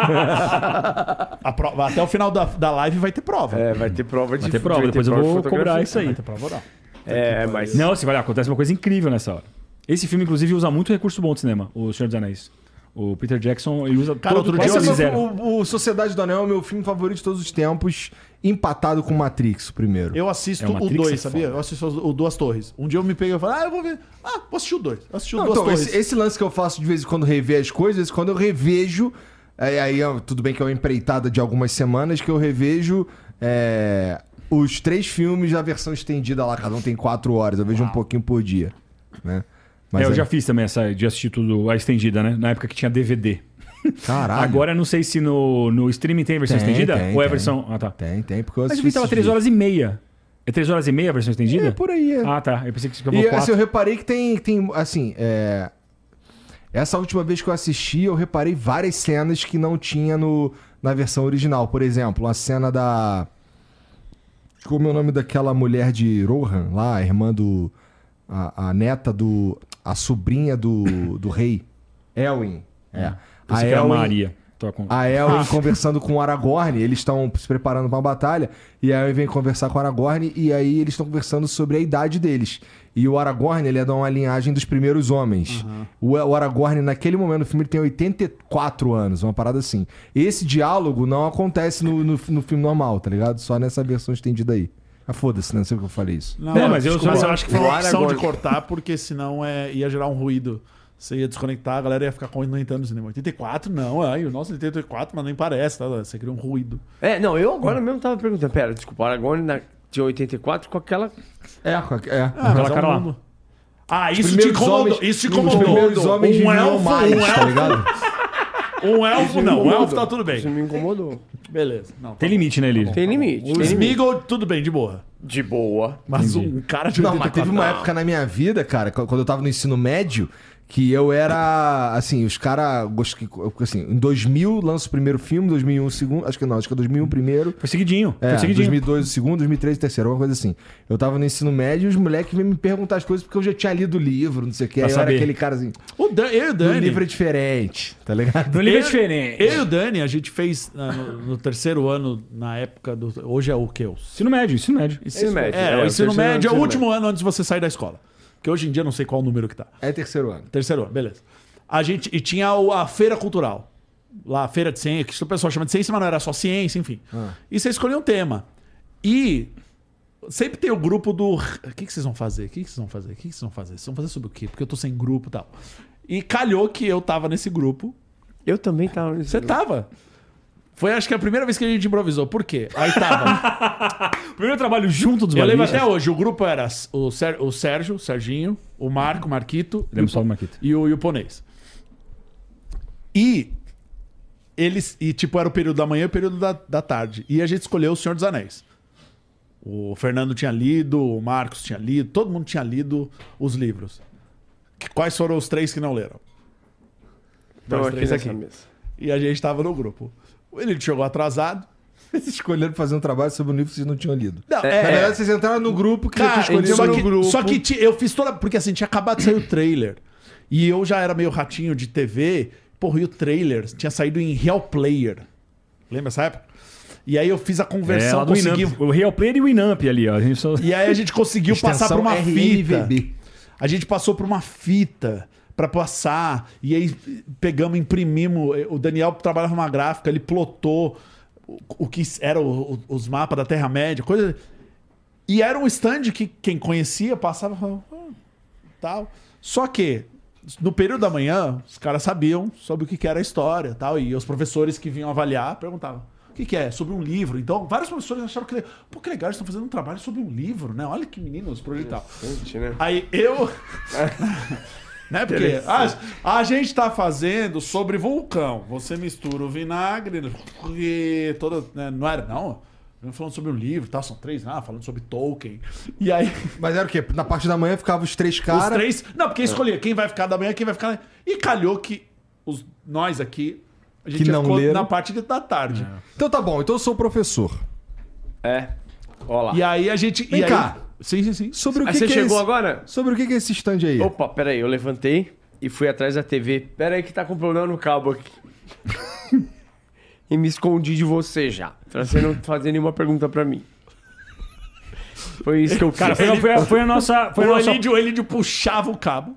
S2: A prova- até o final da, da live vai ter prova.
S3: É, vai ter prova de
S4: Vai ter prova,
S3: vai ter
S4: depois eu
S3: prova de
S4: vou
S3: fotografia.
S4: cobrar isso aí.
S2: Vai ter prova oral.
S3: É, mas.
S4: Não, você vai lá, acontece uma coisa incrível nessa hora. Esse filme, inclusive, usa muito recurso bom de cinema, O Senhor dos Anéis. O Peter Jackson, ele usa
S2: Cara,
S4: todo
S2: outro
S4: o
S2: dia
S1: Esse
S2: eu
S1: é
S4: zero.
S1: meu- o, o Sociedade do Anel é o meu filme favorito de todos os tempos, empatado com Matrix, o primeiro.
S2: Eu assisto
S4: É, o
S2: o
S4: Matrix
S2: dois,
S4: é
S2: sabia?
S4: foda.
S2: Eu assisto o Duas Torres. Um dia eu me peguei e falei, ah, eu vou ver. Ah, vou assistir o dois. Eu assisti o
S1: Não,
S2: Duas
S1: então,
S2: Torres.
S1: esse, esse lance que eu faço de vez em quando rever as coisas, quando eu revejo, aí, aí ó, tudo bem que é uma empreitada de algumas semanas, que eu revejo é, os três filmes da versão estendida lá, cada um tem quatro horas, eu vejo um pouquinho por dia, né?
S4: É, eu
S1: aí-
S4: já fiz também essa de assistir tudo a estendida, né? Na época que tinha D V D.
S1: Caralho.
S4: Agora não sei se no, no streaming tem a versão
S1: Tem,
S4: estendida
S1: tem,
S4: ou é a
S1: tem.
S4: versão. Ah, tá.
S1: Tem, tem, porque eu
S4: Mas eu
S1: assisti
S4: vi que tava
S1: esses
S4: três
S1: dias.
S4: horas e meia. É três horas e meia a versão estendida?
S1: É, por aí. É.
S4: Ah, tá. Eu pensei que você
S1: E
S4: ficou
S1: assim,
S4: quatro.
S1: eu reparei que tem, tem assim, é... essa última vez que eu assisti, eu reparei várias cenas que não tinha no, na versão original. Por exemplo, a cena da... Como é o nome daquela mulher de Rohan lá, a irmã do... A, a neta do... A sobrinha do, do rei. Elwin. É. A
S4: Pensei que era
S1: Elwin...
S4: Maria. Tô com-
S1: A Elwin conversando com o Aragorn, eles estão se preparando para uma batalha, e a Elwin vem conversar com o Aragorn, e aí eles estão conversando sobre a idade deles. E o Aragorn, ele é de uma linhagem dos primeiros homens. O, o Aragorn, naquele momento do filme, ele tem oitenta e quatro anos, uma parada assim. Esse diálogo não acontece no, no, no filme normal, tá ligado? Só nessa versão estendida aí. Ah, foda-se, não sei porque eu falei isso.
S2: Não,
S4: Não, mas eu
S2: desculpa,
S4: só-
S2: eu acho que foi uma
S3: o
S2: opção de
S3: Aragorn-
S2: cortar, porque senão é, ia gerar um ruído. Você ia desconectar, a galera ia ficar comentando no cinema. oitenta e quatro? Não, ai, o nosso oitenta e quatro, mas nem parece, tá? Você cria um ruído.
S3: É, não, eu agora mesmo tava perguntando. Pera, desculpa, o Aragorn na, de oitenta e quatro com aquela...
S1: É, é.
S2: Ah,
S4: Aquela
S2: mas é um
S4: cara lá.
S2: mundo. Ah, isso te
S1: Primeiros
S2: incomodou.
S1: homens-
S2: Isso te
S1: Os
S2: incomodou.
S1: primeiros homens
S2: Um
S1: viviam
S2: elfo,
S1: mais,
S2: um
S1: tá
S2: elfo,
S1: ligado?
S2: um elfo
S3: Isso me
S2: não. Um
S3: incomodou.
S2: elfo tá tudo
S3: Isso
S2: bem.
S3: me incomodou.
S2: Beleza. Não, tá
S4: Tem
S2: bom.
S4: limite, né, Elise?
S3: Tem limite.
S2: O
S3: tem limite.
S2: Smeagol, tudo bem, de boa.
S3: De boa.
S2: Mas um cara de
S1: Não,
S2: oitenta e
S1: mas
S2: quatro...
S1: teve uma
S2: não.
S1: época na minha vida, cara, quando eu tava no ensino médio, que eu era, assim, os caras, assim, em dois mil lança o primeiro filme, dois mil e um o segundo, acho que não, acho que é dois mil e um o primeiro.
S4: Foi seguidinho.
S1: É,
S4: foi seguidinho.
S1: dois mil e dois o segundo, dois mil e três o terceiro, alguma coisa assim. Eu tava no ensino médio e os moleques vêm me perguntar as coisas porque eu já tinha lido o livro, não sei o que.
S4: Pra
S1: Aí eu era
S4: saber.
S1: aquele cara assim,
S2: O Dan, eu e o
S1: o
S2: Dani...
S1: livro é diferente, tá ligado?
S4: No livro é
S2: Eu-
S4: diferente.
S2: Eu e o Dani, a gente fez ah, no, no terceiro ano, na época do... Hoje é o quê? O
S4: Ensino médio, ensino médio.
S3: Ensino médio.
S2: É,
S3: É,
S2: o
S3: o
S2: ensino
S3: terceiro
S2: médio é o
S3: ano do
S2: último ano antes de você sair da escola. Que hoje em dia eu não sei qual o número que tá.
S1: É terceiro ano.
S2: Terceiro ano, beleza. A gente, e tinha o- a feira cultural. Lá, a feira de ciência, que o pessoal chama de ciência, mas não era só ciência, enfim.
S1: Ah.
S2: E você escolhia um tema. E sempre tem o grupo do... O que, que vocês vão fazer? O que, que vocês vão fazer? O que, que vocês vão fazer? Vocês vão fazer sobre o quê? Porque eu tô sem grupo e tal. E calhou que eu tava nesse grupo.
S3: Eu também tava nesse
S2: Você
S3: grupo.
S2: tava. Foi, acho que a primeira vez que a gente improvisou. Por quê? Aí tava...
S4: Primeiro trabalho junto dos
S2: Eu lembro
S4: balistas.
S2: até hoje, o grupo era o, Sér- o Sérgio, o Serginho, o Marco, o Marquito e
S4: Lembro
S2: o,
S4: só do Marquito.
S2: e o, e o Ponês. E eles. E tipo, era o período da manhã e o período da, da tarde. E a gente escolheu o Senhor dos Anéis. O Fernando tinha lido, o Marcos tinha lido, todo mundo tinha lido os livros. Que- Quais foram os três que não leram?
S3: Então,
S2: Nós
S3: aqui
S2: três
S3: nessa
S2: aqui.
S3: mesa.
S2: E a gente tava no grupo. Ele chegou atrasado.
S1: Vocês escolheram fazer um trabalho sobre um livro que vocês não tinham lido.
S2: Não,
S1: Na
S2: é,
S1: verdade, vocês entraram no grupo que
S2: Cara,
S1: eu tinha escolhido
S2: só
S1: no
S2: que,
S1: grupo.
S2: só que ti- eu fiz toda. Porque assim, tinha acabado de sair o trailer. E eu já era meio ratinho de T V. Porra, e o trailer tinha saído em Real Player. Lembra essa época? E aí eu fiz a
S4: É,
S2: conversão,
S4: lá do
S2: consegui.
S4: Winamp. O Real Player e o Winamp ali, ó. A gente só...
S2: E aí a gente conseguiu passar por
S1: Extensão
S2: uma
S1: R N V
S2: fita.
S1: B.
S2: A gente passou por uma fita pra passar. E aí pegamos, imprimimos. O Daniel trabalhava numa gráfica, ele plotou o, o que eram os mapas da Terra-média, coisa. E era um stand que quem conhecia passava e falava, "Ah, tal. Só que no período da manhã, os caras sabiam sobre o que que era a história, tal. E os professores que vinham avaliar perguntavam: o que que é? Sobre um livro. Então, vários professores acharam que, pô, que legal, eles estão fazendo um trabalho sobre um livro, né? Olha que meninos, projeto e tal.
S3: Gente, né?
S2: Aí eu. Né? Porque a, a gente tá fazendo sobre vulcão. Você mistura o vinagre e toda. Né? Não era, não. Falando sobre um livro, tá? São três, ah, falando sobre Tolkien. E aí,
S1: Mas era o quê? Na parte da manhã ficavam os três
S2: os
S1: caras.
S2: três. Não, porque escolhia quem vai ficar da manhã, quem vai ficar. E calhou que os, nós aqui. A gente
S1: Que não
S2: ficou
S1: leram.
S2: na parte da tarde.
S1: Então tá bom, então eu sou o professor.
S3: É. Olha lá.
S2: E aí a gente.
S1: Vem
S2: e aí-
S1: cá.
S2: Sim, sim, sim.
S1: Sobre o
S3: Aí
S1: que,
S3: você
S1: que
S3: chegou
S1: é esse...
S3: agora?
S1: Sobre o que, que é esse stand aí?
S3: Opa, peraí, eu levantei e fui atrás da T V. Pera aí que tá com problema no cabo aqui. E me escondi de você já. Pra você não fazer nenhuma pergunta pra mim. Foi isso que eu
S4: Cara,
S3: fiz.
S4: foi, foi, a- foi a nossa... Foi a
S2: O
S4: nossa...
S2: Elídio, o Elídio puxava o cabo.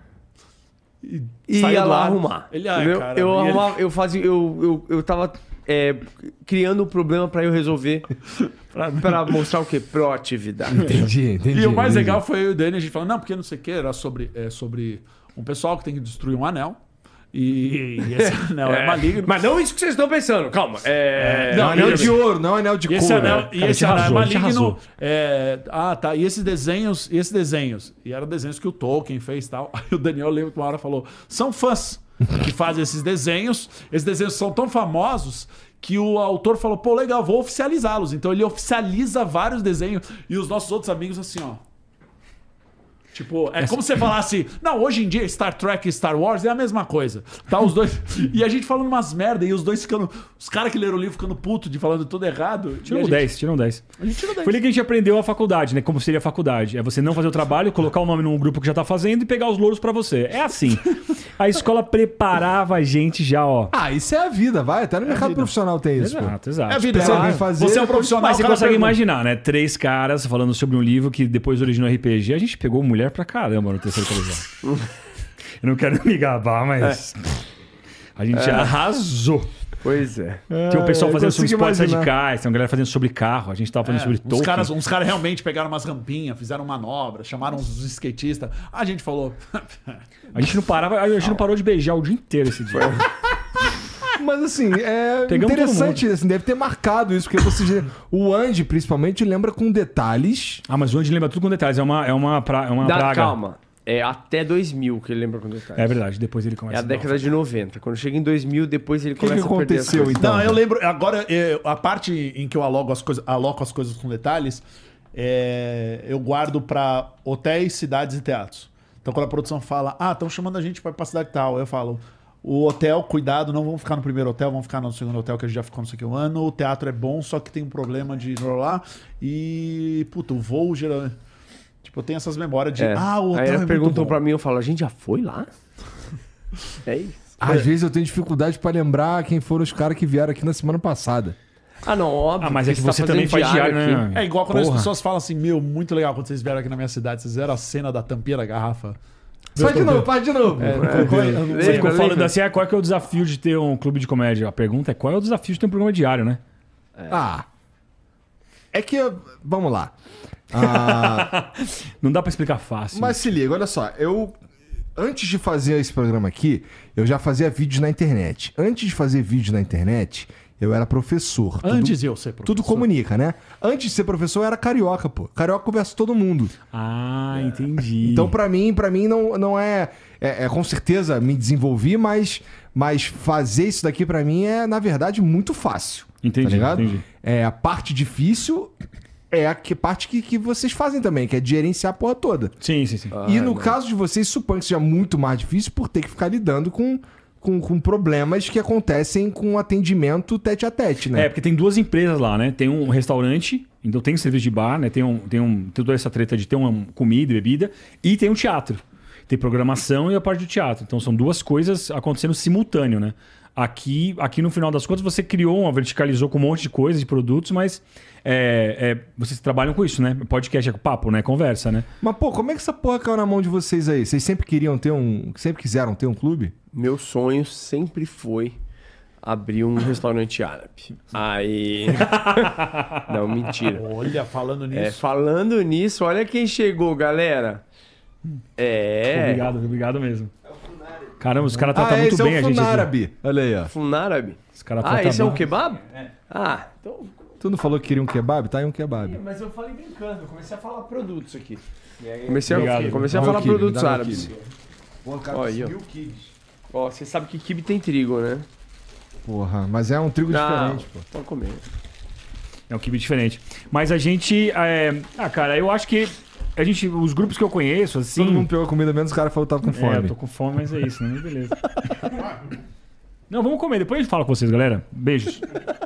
S2: E,
S3: E
S2: saiu
S3: ia
S2: do
S3: lá
S2: ar.
S3: arrumar.
S2: Ele, ah,
S3: entendeu?
S2: cara,
S3: eu
S2: e ele-
S3: arrumava, eu fazia, eu, eu, eu tava é, criando um problema pra eu resolver.
S2: Pra-
S3: Pra mostrar o quê? Proatividade.
S1: Entendi, entendi.
S2: E o mais
S1: entendi.
S2: legal foi eu e o Dani, a gente falando, não, porque não sei o que, era sobre, é, sobre um pessoal que tem que destruir um anel. E, e esse anel é, maligno.
S3: Mas não isso que vocês estão pensando, calma. É...
S1: Não,
S2: Não,
S1: anel
S2: e-
S1: de ouro, não anel de
S2: E esse
S1: couro.
S2: anel, e
S4: Cara,
S2: esse
S4: te
S2: anel
S4: arrasou,
S2: é
S4: te
S2: maligno.
S4: arrasou.
S2: É, ah, tá. E esses desenhos, e esses desenhos. E eram desenhos que o Tolkien fez e tal. Aí o Daniel lembra que uma hora falou: são fãs que fazem esses desenhos. Esses desenhos são tão famosos que o autor falou, pô, legal, vou oficializá-los. Então ele oficializa vários desenhos e os nossos outros amigos assim, ó. Tipo, é como se você falasse, não, hoje em dia Star Trek e Star Wars é a mesma coisa. Tá, os dois. E a gente falando umas merda, e os dois ficando. Os caras que leram o livro ficando puto de falando tudo errado.
S4: Tiram
S2: gente...
S4: dez, tiram dez.
S2: A gente tirou dez.
S4: Foi ali que a gente aprendeu a faculdade, né? Como seria a faculdade. É você não fazer o trabalho, colocar o nome num grupo que já tá fazendo e pegar os louros pra você. É assim. A escola preparava a gente já, ó.
S1: Ah, isso é a vida, vai. Até no mercado profissional tem isso, pô.
S4: Exato, exato.
S2: É a vida,
S1: Espera
S2: você,
S1: alguém fazer,
S2: você é um
S1: depois-
S2: profissional.
S4: Mas você
S2: o cara
S4: consegue
S2: pergunta.
S4: imaginar, né? Três caras falando sobre um livro que depois originou R P G. A gente pegou mulher pra caramba no terceiro colegial. Eu não quero me gabar, mas... A gente arrasou.
S3: Pois é.
S4: Tem o pessoal
S1: eu
S4: fazendo sobre
S1: consigo
S4: esportes
S1: imaginar.
S4: radicais, tem uma galera fazendo sobre carro, a gente tava fazendo
S2: É,
S4: sobre
S2: uns
S4: Tolkien.
S2: caras, uns caras realmente pegaram umas rampinhas, fizeram manobras, chamaram uns skatistas. A gente falou.
S4: A gente não parava, a gente não parou de beijar o dia inteiro esse dia.
S1: Mas assim, é
S4: Pegamos
S1: interessante, assim, deve ter marcado isso, porque você, o Andy, principalmente, lembra com detalhes.
S4: Ah, mas o Andy lembra tudo com detalhes, é uma, é uma, pra, é uma
S3: Dá,
S4: praga.
S3: calma. É até dois mil que ele lembra com detalhes.
S4: É verdade, depois ele
S3: É
S4: começa
S3: a década de noventa. Quando chega em dois mil, depois ele
S1: O que, que
S3: começa a perder as
S1: aconteceu,
S3: coisas.
S1: então?
S2: Não, eu lembro. Agora, é, a parte em que eu aloco as coisas, aloco as coisas com detalhes, é, eu guardo pra hotéis, cidades e teatros. Então, quando a produção fala, ah, estão chamando a gente pra ir pra cidade tal, eu falo. O hotel, cuidado, não vamos ficar no primeiro hotel, vamos ficar no segundo hotel que a gente já ficou não sei o que um ano. O teatro é bom, só que tem um problema de lá. E, puta, o voo geralmente. Tipo, eu tenho essas memórias de.
S3: É.
S2: Ah, o hotel
S3: Aí
S2: é
S3: elas
S2: muito
S3: perguntam
S2: bom.
S3: pra mim, eu falo, a gente já foi lá? É isso.
S1: Às vezes eu tenho dificuldade pra lembrar quem foram os caras que vieram aqui na semana passada.
S3: Ah, não, óbvio.
S4: Ah, mas é que
S3: tá
S4: você também
S3: fazendo
S4: faz diário,
S3: aqui.
S4: né?
S2: É igual quando as
S4: Porra.
S2: pessoas falam assim, meu, muito legal quando vocês vieram aqui na minha cidade, vocês viram a cena da tampinha da garrafa.
S1: Faz de novo, faz de novo.
S4: Você ficou
S3: Lembra,
S4: falando
S3: lembra?
S4: assim, ah, qual é que é o desafio de ter um clube de comédia? A pergunta é qual é o desafio de ter um programa diário, né?
S1: Ah. É que. Vamos lá. Ah,
S4: Não dá pra explicar fácil.
S1: mas se liga, olha só. Eu. Antes de fazer esse programa aqui, eu já fazia vídeos na internet. Antes de fazer vídeo na internet, eu era professor. Tudo-
S2: Antes de eu ser professor.
S1: Tudo comunica, né? Antes de ser professor, eu era carioca, pô. Carioca conversa com todo mundo.
S4: Ah, entendi.
S1: Então, pra mim, para mim não, não é, é, é. Com certeza me desenvolvi, mas, mas fazer isso daqui pra mim é, na verdade, muito fácil.
S4: Entendi,
S1: Tá ligado?
S4: entendi.
S1: É, a parte difícil é a que, parte que, que vocês fazem também, que é de gerenciar a porra toda.
S4: Sim, sim, sim.
S1: e no caso de vocês, suponho que seja muito mais difícil por ter que ficar lidando com, com, com problemas que acontecem com atendimento tete a tete, né?
S4: É, porque tem duas empresas lá, né? Tem um restaurante, então tem serviço de bar, né? Tem, um, tem, um, tem toda essa treta de ter uma comida e bebida, e tem um teatro. Tem programação e a parte do teatro. Então são duas coisas acontecendo simultâneo, né? Aqui, aqui no final das contas, você criou uma, verticalizou com um monte de coisas, de produtos, mas é, é, vocês trabalham com isso, né? Podcast é papo, né? Conversa, né?
S1: Mas, pô, como é que essa porra caiu na mão de vocês aí? Vocês sempre queriam ter um. Sempre quiseram ter um clube?
S3: Meu sonho sempre foi abrir um restaurante árabe. Aí... Não, mentira.
S2: Olha, falando nisso.
S3: É, falando nisso, olha quem chegou, galera. É...
S4: Obrigado, obrigado mesmo. Caramba, os caras
S1: Ah,
S4: tratam
S1: é,
S4: muito
S1: esse
S4: bem
S1: é
S4: a
S1: o
S4: gente aqui.
S1: Funárabe. Olha aí, ó.
S3: Funárabe.
S4: Os caras
S3: Ah,
S4: tratam
S3: esse é
S4: bem.
S3: um kebab? Ah, então...
S1: Tu não falou que queria um kebab? Tá aí um kebab.
S3: Mas eu falei brincando, eu comecei a falar produtos aqui. Comecei,
S4: Obrigado.
S3: a, comecei a
S1: Dá meu
S3: falar
S1: quibe,
S3: produtos
S1: dá meu
S3: árabes.
S1: quibe.
S3: Ó, aí, ó. Ó, você sabe que quibe tem trigo, né?
S1: Porra, mas é um trigo
S3: Não,
S1: diferente, pô.
S3: pode comer.
S4: É um kibe diferente. Mas a gente... é, Ah, cara, eu acho que a gente... Os grupos que eu conheço, assim...
S1: Todo mundo pegou comida, menos o cara falou que tava com fome.
S4: É, eu tô com fome, mas é isso, né? Beleza. Não, vamos comer. Depois a gente fala com vocês, galera. Beijos.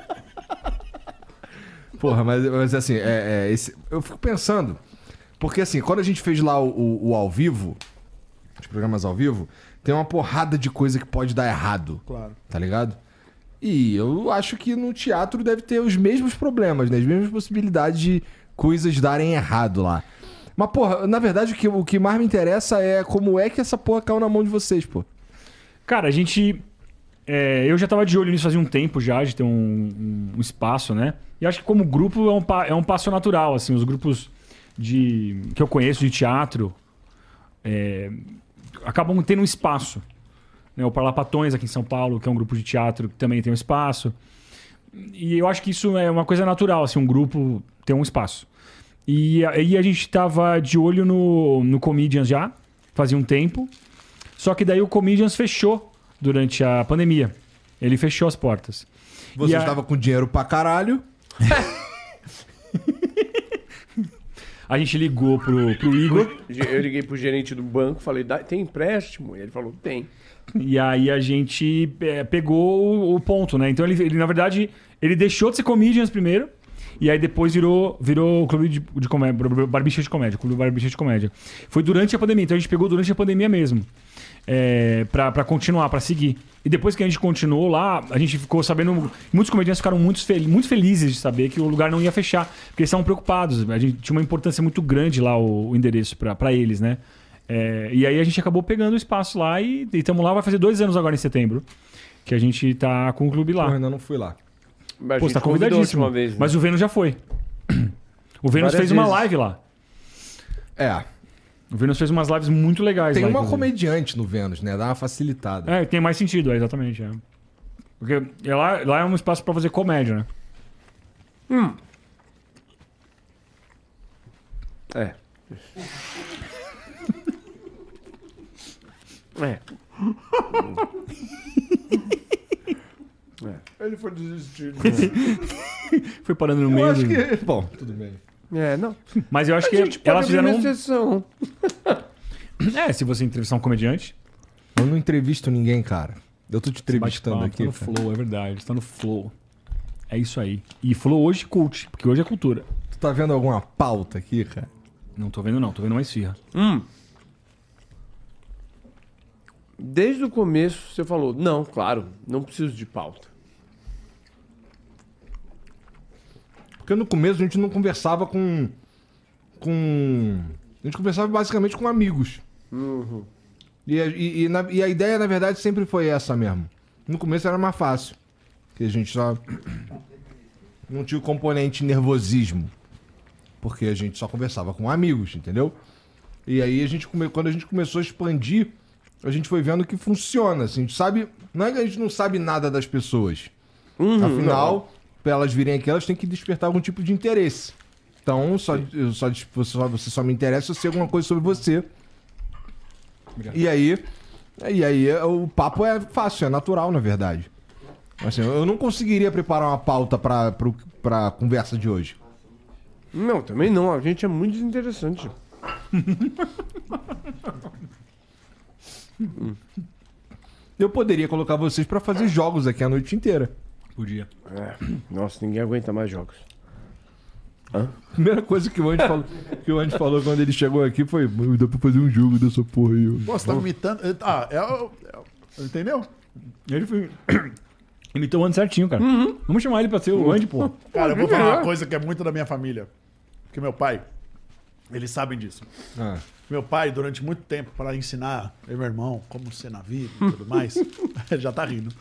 S1: Porra, mas, mas assim, é, é, esse, eu fico pensando. Porque assim, quando a gente fez lá o, o, o ao vivo, os programas ao vivo, tem uma porrada de coisa que pode dar errado.
S2: Claro.
S1: Tá ligado? E eu acho que no teatro deve ter os mesmos problemas, né? As mesmas possibilidades de coisas darem errado lá. Mas, porra, na verdade, o que, o que mais me interessa é como é que essa porra caiu na mão de vocês, pô.
S4: Cara, a gente... é, eu já tava de olho nisso fazia um tempo já, de ter um, um- um espaço, né? E acho que como grupo é um, pa- é um passo natural, assim. Os grupos de, que eu conheço de teatro é, acabam tendo um espaço. Né? O Parlapatões aqui em São Paulo, que é um grupo de teatro que também tem um espaço. E eu acho que isso é uma coisa natural, assim, um grupo ter um espaço. E aí a gente tava de olho no, no Comedians já, fazia um tempo. Só que daí o Comedians fechou durante a pandemia. Ele fechou as portas.
S1: Você
S4: E a-
S1: estava com dinheiro pra caralho.
S4: A gente ligou pro, pro Igor.
S3: Eu liguei pro gerente do banco, falei, "Dá- tem empréstimo?" E ele falou, tem.
S4: E aí a gente é, pegou o, o ponto, né? Então ele, ele, na verdade, ele deixou de ser Comedians primeiro. E aí depois virou, virou o clube de, de comédia, Barbicha de Comédia, clube Barbicha de Comédia. Foi durante a pandemia, então a gente pegou durante a pandemia mesmo. É, pra, pra continuar, pra seguir. E depois que a gente continuou lá, a gente ficou sabendo... Muitos comediantes ficaram muito, fel- muito felizes de saber que o lugar não ia fechar. Porque eles estavam preocupados. A gente tinha uma importância muito grande lá, o, o endereço, pra, pra eles, né? É, e aí a gente acabou pegando o espaço lá e estamos lá. Vai fazer dois anos agora em setembro. Que a gente tá com o clube lá.
S1: Eu ainda não fui lá.
S3: Mas a
S4: Pô,
S3: gente
S4: você tá
S3: convidou a
S4: convidadíssimo.
S3: última vez, né?
S4: Mas o Vênus já foi. O Vênus
S3: Várias
S4: fez uma
S3: vezes.
S4: live lá.
S1: É.
S4: O Vênus fez umas lives muito legais
S1: Tem
S4: lá,
S1: uma
S4: inclusive.
S1: comediante no Vênus, né? Dá uma facilitada.
S4: É, tem mais sentido, é, exatamente. É. Porque é lá, lá é um espaço pra fazer comédia, né?
S3: Hum. É. É.
S2: Ele foi desistir.
S4: Foi parando no meio.
S1: Eu acho
S4: do-
S1: que... Bom, tudo bem.
S3: É, não.
S4: Mas eu acho
S3: A
S4: que
S3: gente pode
S4: elas
S3: abrir
S4: fizeram.
S3: uma
S4: um-
S3: exceção.
S4: É, se você entrevistar um comediante.
S1: Eu não entrevisto ninguém, cara. Eu tô te entrevistando
S4: bate-papo,
S1: aqui.
S4: Tá no
S1: cara.
S4: flow, é verdade. Tá no flow. É isso aí. E flow hoje cult, porque hoje é cultura.
S1: Tu tá vendo alguma pauta aqui, cara?
S4: Não tô vendo, não. Tô vendo uma esfirra.
S3: Hum. Desde o começo você falou, não, claro, não preciso de pauta.
S1: Porque no começo a gente não conversava com. com. A gente conversava basicamente com amigos. E, a- e- e na- e a ideia, na verdade, sempre foi essa mesmo. No começo era mais fácil. Porque a gente só. Não tinha o componente nervosismo. Porque a gente só conversava com amigos, entendeu? E aí a gente come... quando a gente começou a expandir, a gente foi vendo que funciona. Assim, a gente sabe. Não é que a gente não sabe nada das pessoas. Afinal, para elas virem aqui, elas têm que despertar algum tipo de interesse. Então, só, eu só, você, só, você só me interessa se eu sei alguma coisa sobre você. E aí, e aí, o papo é fácil, é natural, na verdade. Assim, eu não conseguiria preparar uma pauta pra, pro- pra conversa de hoje.
S3: Não, também não. A gente é muito desinteressante.
S1: Eu poderia colocar vocês pra fazer jogos aqui a noite inteira.
S4: Podia.
S3: É. Nossa, ninguém aguenta mais jogos.
S1: Primeira coisa que o Andy falou, que o Andy falou quando ele chegou aqui foi: "Mano, dá pra fazer um jogo dessa porra aí. ó."
S2: Pô, você tá me imitando. Ah, é, o- é, o- entendeu?
S4: Ele foi. Imitou o Andy certinho, cara. Vamos chamar ele pra ser o Andy, pô.
S2: Cara, eu vou
S3: que
S2: falar
S3: melhor.
S2: uma coisa que é muito da minha família. Porque meu pai, eles sabem disso.
S1: Ah.
S2: Meu pai, durante muito tempo, para ensinar eu e meu irmão como ser na vida e tudo mais, já tá rindo.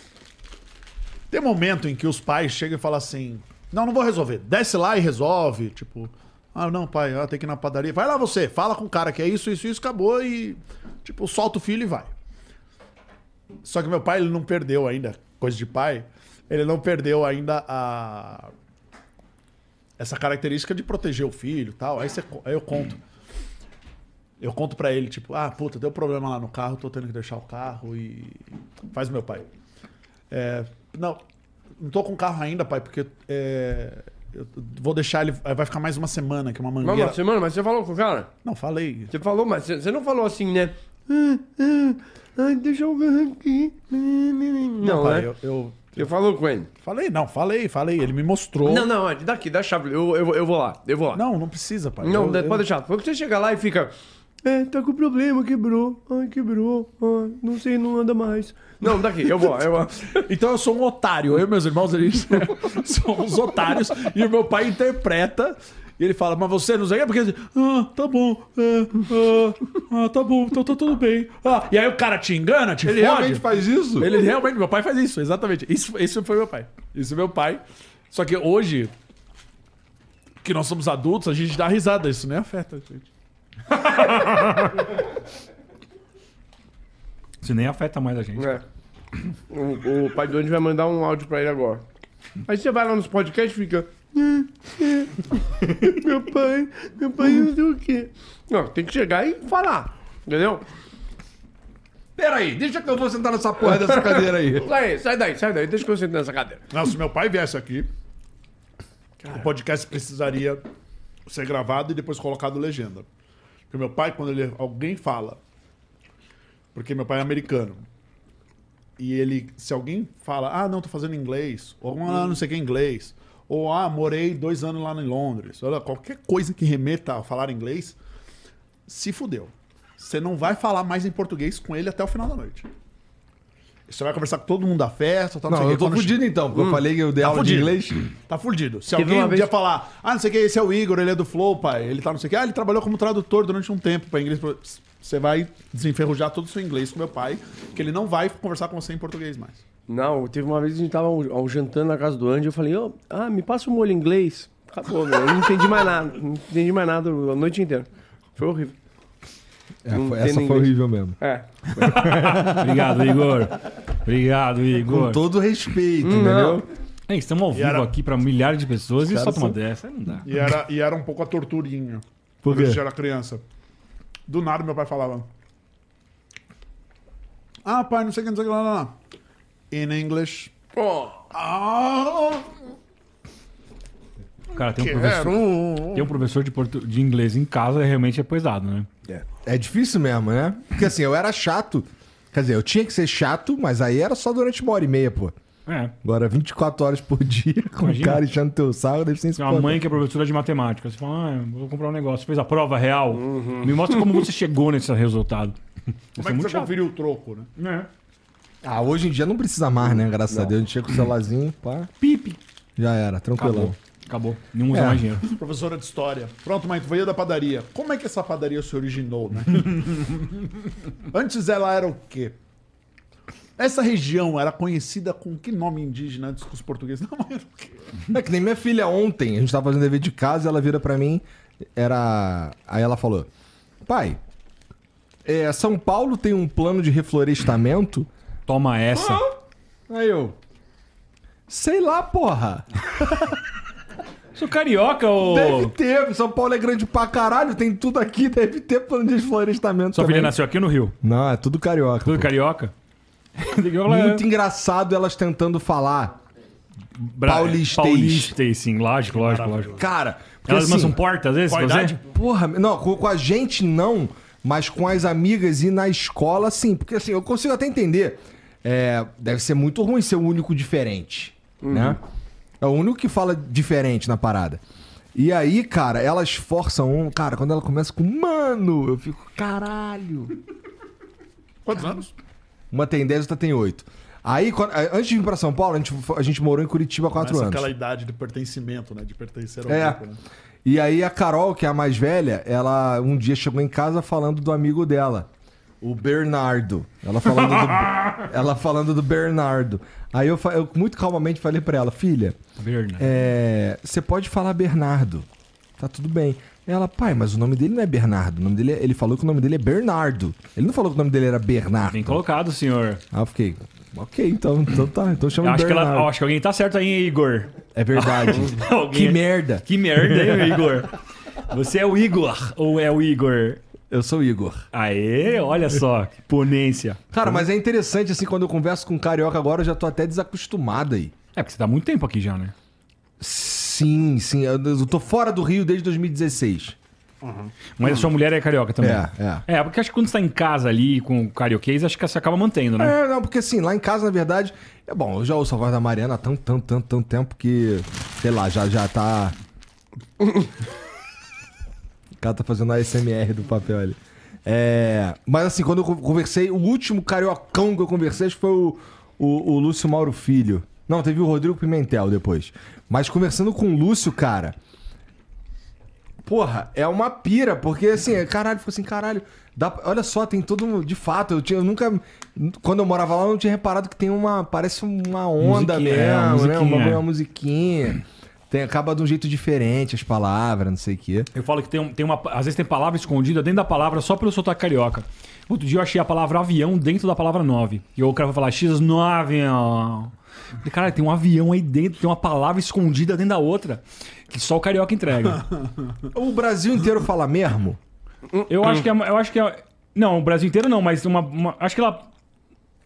S2: Tem momento em que os pais chegam e falam assim: não, não vou resolver. Desce lá e resolve. Tipo, ah, não, pai, ah, tem que ir na padaria. Vai lá você, fala com o cara que é isso, isso, isso, acabou e, tipo, solta o filho e vai. Só que meu pai, ele não perdeu ainda, coisa de pai, ele não perdeu ainda a... essa característica de proteger o filho e tal. Aí, você, aí eu conto. Eu conto pra ele, tipo, ah, puta, deu problema lá no carro, tô tendo que deixar o carro e... Faz meu pai. É, não, não tô com o carro ainda, pai, porque é, eu vou deixar ele... Vai ficar mais uma semana, que é uma
S3: Mas
S2: mangueira...
S3: uma semana, mas você falou com o cara?
S2: Não, falei.
S3: Você falou, mas você você não falou assim, né? Ah, ah, Ai, deixa eu ver aqui. Não,
S2: pai,
S3: né?
S2: eu, eu-
S3: Você falou com ele?
S2: Falei, não, falei, falei. Ele me mostrou.
S3: Não, não, Ed, daqui, dá a chave. Eu, eu, eu vou lá, eu vou lá.
S2: Não, não precisa, pai.
S3: Não,
S2: Eu-
S3: pode
S2: eu-
S3: deixar. Porque você chega lá e fica. É, tá com problema, quebrou. Ai, quebrou. Ai, não sei, não anda mais. Não, daqui, eu vou, eu vou.
S2: Então eu sou um otário. Eu e meus irmãos, eles somos otários. E o meu pai interpreta. E ele fala, mas você não sei o que, porque... Ah, tá bom. É, ah, ah, tá bom, então tá tudo bem. Ah, e aí o cara te engana, te
S1: Ele
S2: fode.
S1: realmente faz isso?
S2: Ele realmente, meu pai faz isso, exatamente. Isso, isso foi meu pai. Isso é meu pai. Só que hoje, que nós somos adultos, a gente dá risada. Isso nem afeta a gente.
S4: Isso nem afeta mais a gente.
S3: É. O, o pai do Andy vai mandar um áudio pra ele agora. Aí você vai lá nos podcasts e fica. Meu pai, meu pai não sei o quê. Não, tem que chegar e falar. Entendeu?
S1: Peraí, deixa que eu vou sentar nessa porra dessa cadeira aí.
S3: Sai, sai daí, sai daí. Deixa que eu sento nessa cadeira.
S6: Não, se meu pai viesse aqui, o podcast precisaria ser gravado e depois colocado legenda. Porque meu pai, quando ele, alguém fala, porque meu pai é americano, e ele, se alguém fala, ah, não, tô fazendo inglês, ou ah, não sei o que é inglês, ou ah, morei dois anos lá em Londres, olha, qualquer coisa que remeta a falar inglês, se fudeu. Você não vai falar mais em português com ele até o final da noite. Você vai conversar com todo mundo da festa, tal, não,
S1: Não,
S6: sei o
S1: eu
S6: quê.
S1: tô
S6: Quando
S1: fudido então, porque eu falei que eu dei
S6: Tá
S1: aula de
S6: fudido.
S1: inglês.
S6: Tá fudido. Se
S3: Teve
S6: alguém
S3: uma
S6: um
S3: vez-
S6: dia falar, ah, não sei o que, esse é o Igor, ele é do Flow, pai, ele tá não sei o que, ah, ele trabalhou como tradutor durante um tempo pra inglês. Você vai desenferrujar todo o seu inglês com meu pai, que ele não vai conversar com você em português mais.
S3: Não, teve uma vez que a gente tava um, um jantando na casa do Andy, eu falei, oh, ah, me passa um molho inglês. Acabou, meu. Eu não entendi mais nada. Não entendi mais nada a noite inteira. Foi horrível.
S1: É,
S3: Não
S1: foi-
S3: entendo
S1: essa foi
S3: inglês.
S1: horrível mesmo.
S3: É.
S4: Obrigado, Igor. Obrigado, Igor.
S1: Com todo respeito,
S3: Não.
S1: entendeu?
S4: É, estamos ao
S6: E
S4: vivo
S6: era-
S4: aqui pra milhares de pessoas e
S1: caras
S4: solta uma
S1: são-
S4: dessa. Aí não dá.
S6: E era, e era um pouco a torturinha.
S1: Por
S6: quando
S1: quê?
S6: a gente era criança. Do nada meu pai falava, ah, pai, não sei o que, não sei o que, lá, lá, lá. In English.
S3: Oh,
S6: Ah,
S4: Cara, tem um
S6: quero.
S4: professor, tem um professor de, portu... de inglês em casa, realmente é pesado, né?
S1: É difícil mesmo, né? Porque assim, eu era chato. Quer dizer, eu tinha que ser chato, mas aí era só durante uma hora e meia, pô.
S4: É.
S1: Agora, vinte e quatro horas por dia, com
S4: Imagina.
S1: o cara enchendo teu saco, deve ser
S4: Tem
S1: insuportável.
S4: uma mãe que é professora de matemática. Você fala, ah, vou comprar um negócio. Você fez a prova real. Me mostra como você chegou nesse resultado.
S6: Como
S4: Isso
S6: é que
S4: muito
S6: você
S4: chato.
S6: conferiu o troco, né?
S4: É.
S1: Ah, hoje em dia não precisa mais, né? Graças a Deus. A gente chega com o celularzinho, pá,
S4: Pipe.
S1: já era, tranquilão.
S4: Acabou. Acabou. Não usa
S1: É.
S4: mais dinheiro.
S6: Professora de história. Pronto, mãe, tu veio da padaria. Como é que essa padaria se originou, né? Antes ela era o quê? Essa região era conhecida com que nome indígena antes que os portugueses? Não, era o quê?
S1: É que nem minha filha ontem, a gente tava fazendo dever de casa, ela vira pra mim, era... Aí ela falou, pai, é, São Paulo tem um plano de reflorestamento?
S4: Toma essa.
S1: Aí eu... Sei lá, porra.
S4: Sou carioca ou...
S1: Deve ter, São Paulo é grande pra caralho, tem tudo aqui, deve ter plano de reflorestamento
S4: Sua
S1: também.
S4: filha nasceu aqui ou no Rio?
S1: Não, é tudo carioca.
S4: Tudo
S1: pô.
S4: carioca?
S1: Muito engraçado elas tentando falar.
S4: Bra...
S1: paulistês.
S4: Paulistês, sim. Lógico, lógico, lógico.
S1: Cara, porque
S4: Elas
S1: assim,
S4: lançam porta às vezes pra
S6: qualidade?
S4: você?
S1: porra, não, com, com a gente não, mas com as amigas e na escola sim. Porque assim, eu consigo até entender. É, deve ser muito ruim ser o único diferente, né? É o único que fala diferente na parada. E aí, cara, elas forçam um... Cara, quando ela começa com mano, eu fico, caralho.
S6: Quantos anos?
S1: Uma tem dez, outra tem oito. Aí, quando- antes de vir pra São Paulo, a gente, a gente morou em Curitiba há quatro
S6: Começa
S1: anos.
S6: aquela idade de pertencimento, né? De pertencer ao
S1: É.
S6: grupo, né?
S1: E aí a Carol, que é a mais velha, ela um dia chegou em casa falando do amigo dela, o Bernardo. Ela falando do, ela falando do Bernardo. Aí eu, fa- eu muito calmamente falei pra ela, filha,
S4: Bernardo.
S1: é, você pode falar Bernardo, tá tudo bem. Ela, pai, mas o nome dele não é Bernardo, o nome dele é- ele falou que o nome dele é Bernardo. Ele não falou que o nome dele era Bernardo.
S4: Bem colocado, senhor.
S1: Aí eu fiquei, ok, então, então tá, então chama
S4: Eu
S1: de
S4: acho que,
S1: Bernardo.
S4: ela, eu acho que alguém tá certo aí, hein, Igor.
S1: É verdade.
S4: Alguém-
S1: Que merda.
S4: Que merda, hein, Igor? Você é o Igor ou é o Igor?
S1: Eu sou o Igor.
S4: Aê, olha só, que ponência.
S1: Cara, mas é interessante, assim, quando eu converso com carioca agora, eu já tô até desacostumado aí.
S4: É, porque você tá há muito tempo aqui já, né?
S1: Sim, sim. Eu, eu tô fora do Rio desde dois mil e dezesseis.
S4: Mas a sua mulher é carioca também.
S1: É, é.
S4: É, porque acho que quando você tá em casa ali com o carioquês, acho que você acaba mantendo, né?
S1: É, não, porque assim, lá em casa, na verdade... É bom, eu já ouço a voz da Mariana há tanto, tanto, tanto, tanto tempo que... Sei lá, já, já tá... O cara tá fazendo a A S M R do papel ali. É... Mas assim, quando eu conversei... O último cariocão que eu conversei acho que foi o, o, o Lúcio Mauro Filho. Não, teve o Rodrigo Pimentel depois. Mas conversando com o Lúcio, cara... Porra, é uma pira, porque assim, caralho, ficou assim, caralho. Dá, olha só, tem todo. De fato, eu, tinha, eu nunca. Quando eu morava lá, eu não tinha reparado que tem uma. Parece uma onda
S4: Musiquinha, é, uma
S1: mesmo, né? Uma,
S4: musiquinha.
S1: uma musiquinha. Tem, acaba de um jeito diferente as palavras, não sei o quê.
S4: Eu falo que tem, um- tem uma. Às vezes tem palavra escondida dentro da palavra só pelo sotaque carioca. Outro dia eu achei a palavra avião dentro da palavra nove. E o cara vai falar X nove. Ó. Falei, cara, tem um avião aí dentro, tem uma palavra escondida dentro da outra. Que só o carioca entrega.
S1: O Brasil inteiro fala mesmo?
S4: Eu acho que é. Eu acho que é não, o Brasil inteiro não, mas uma, uma- acho que ela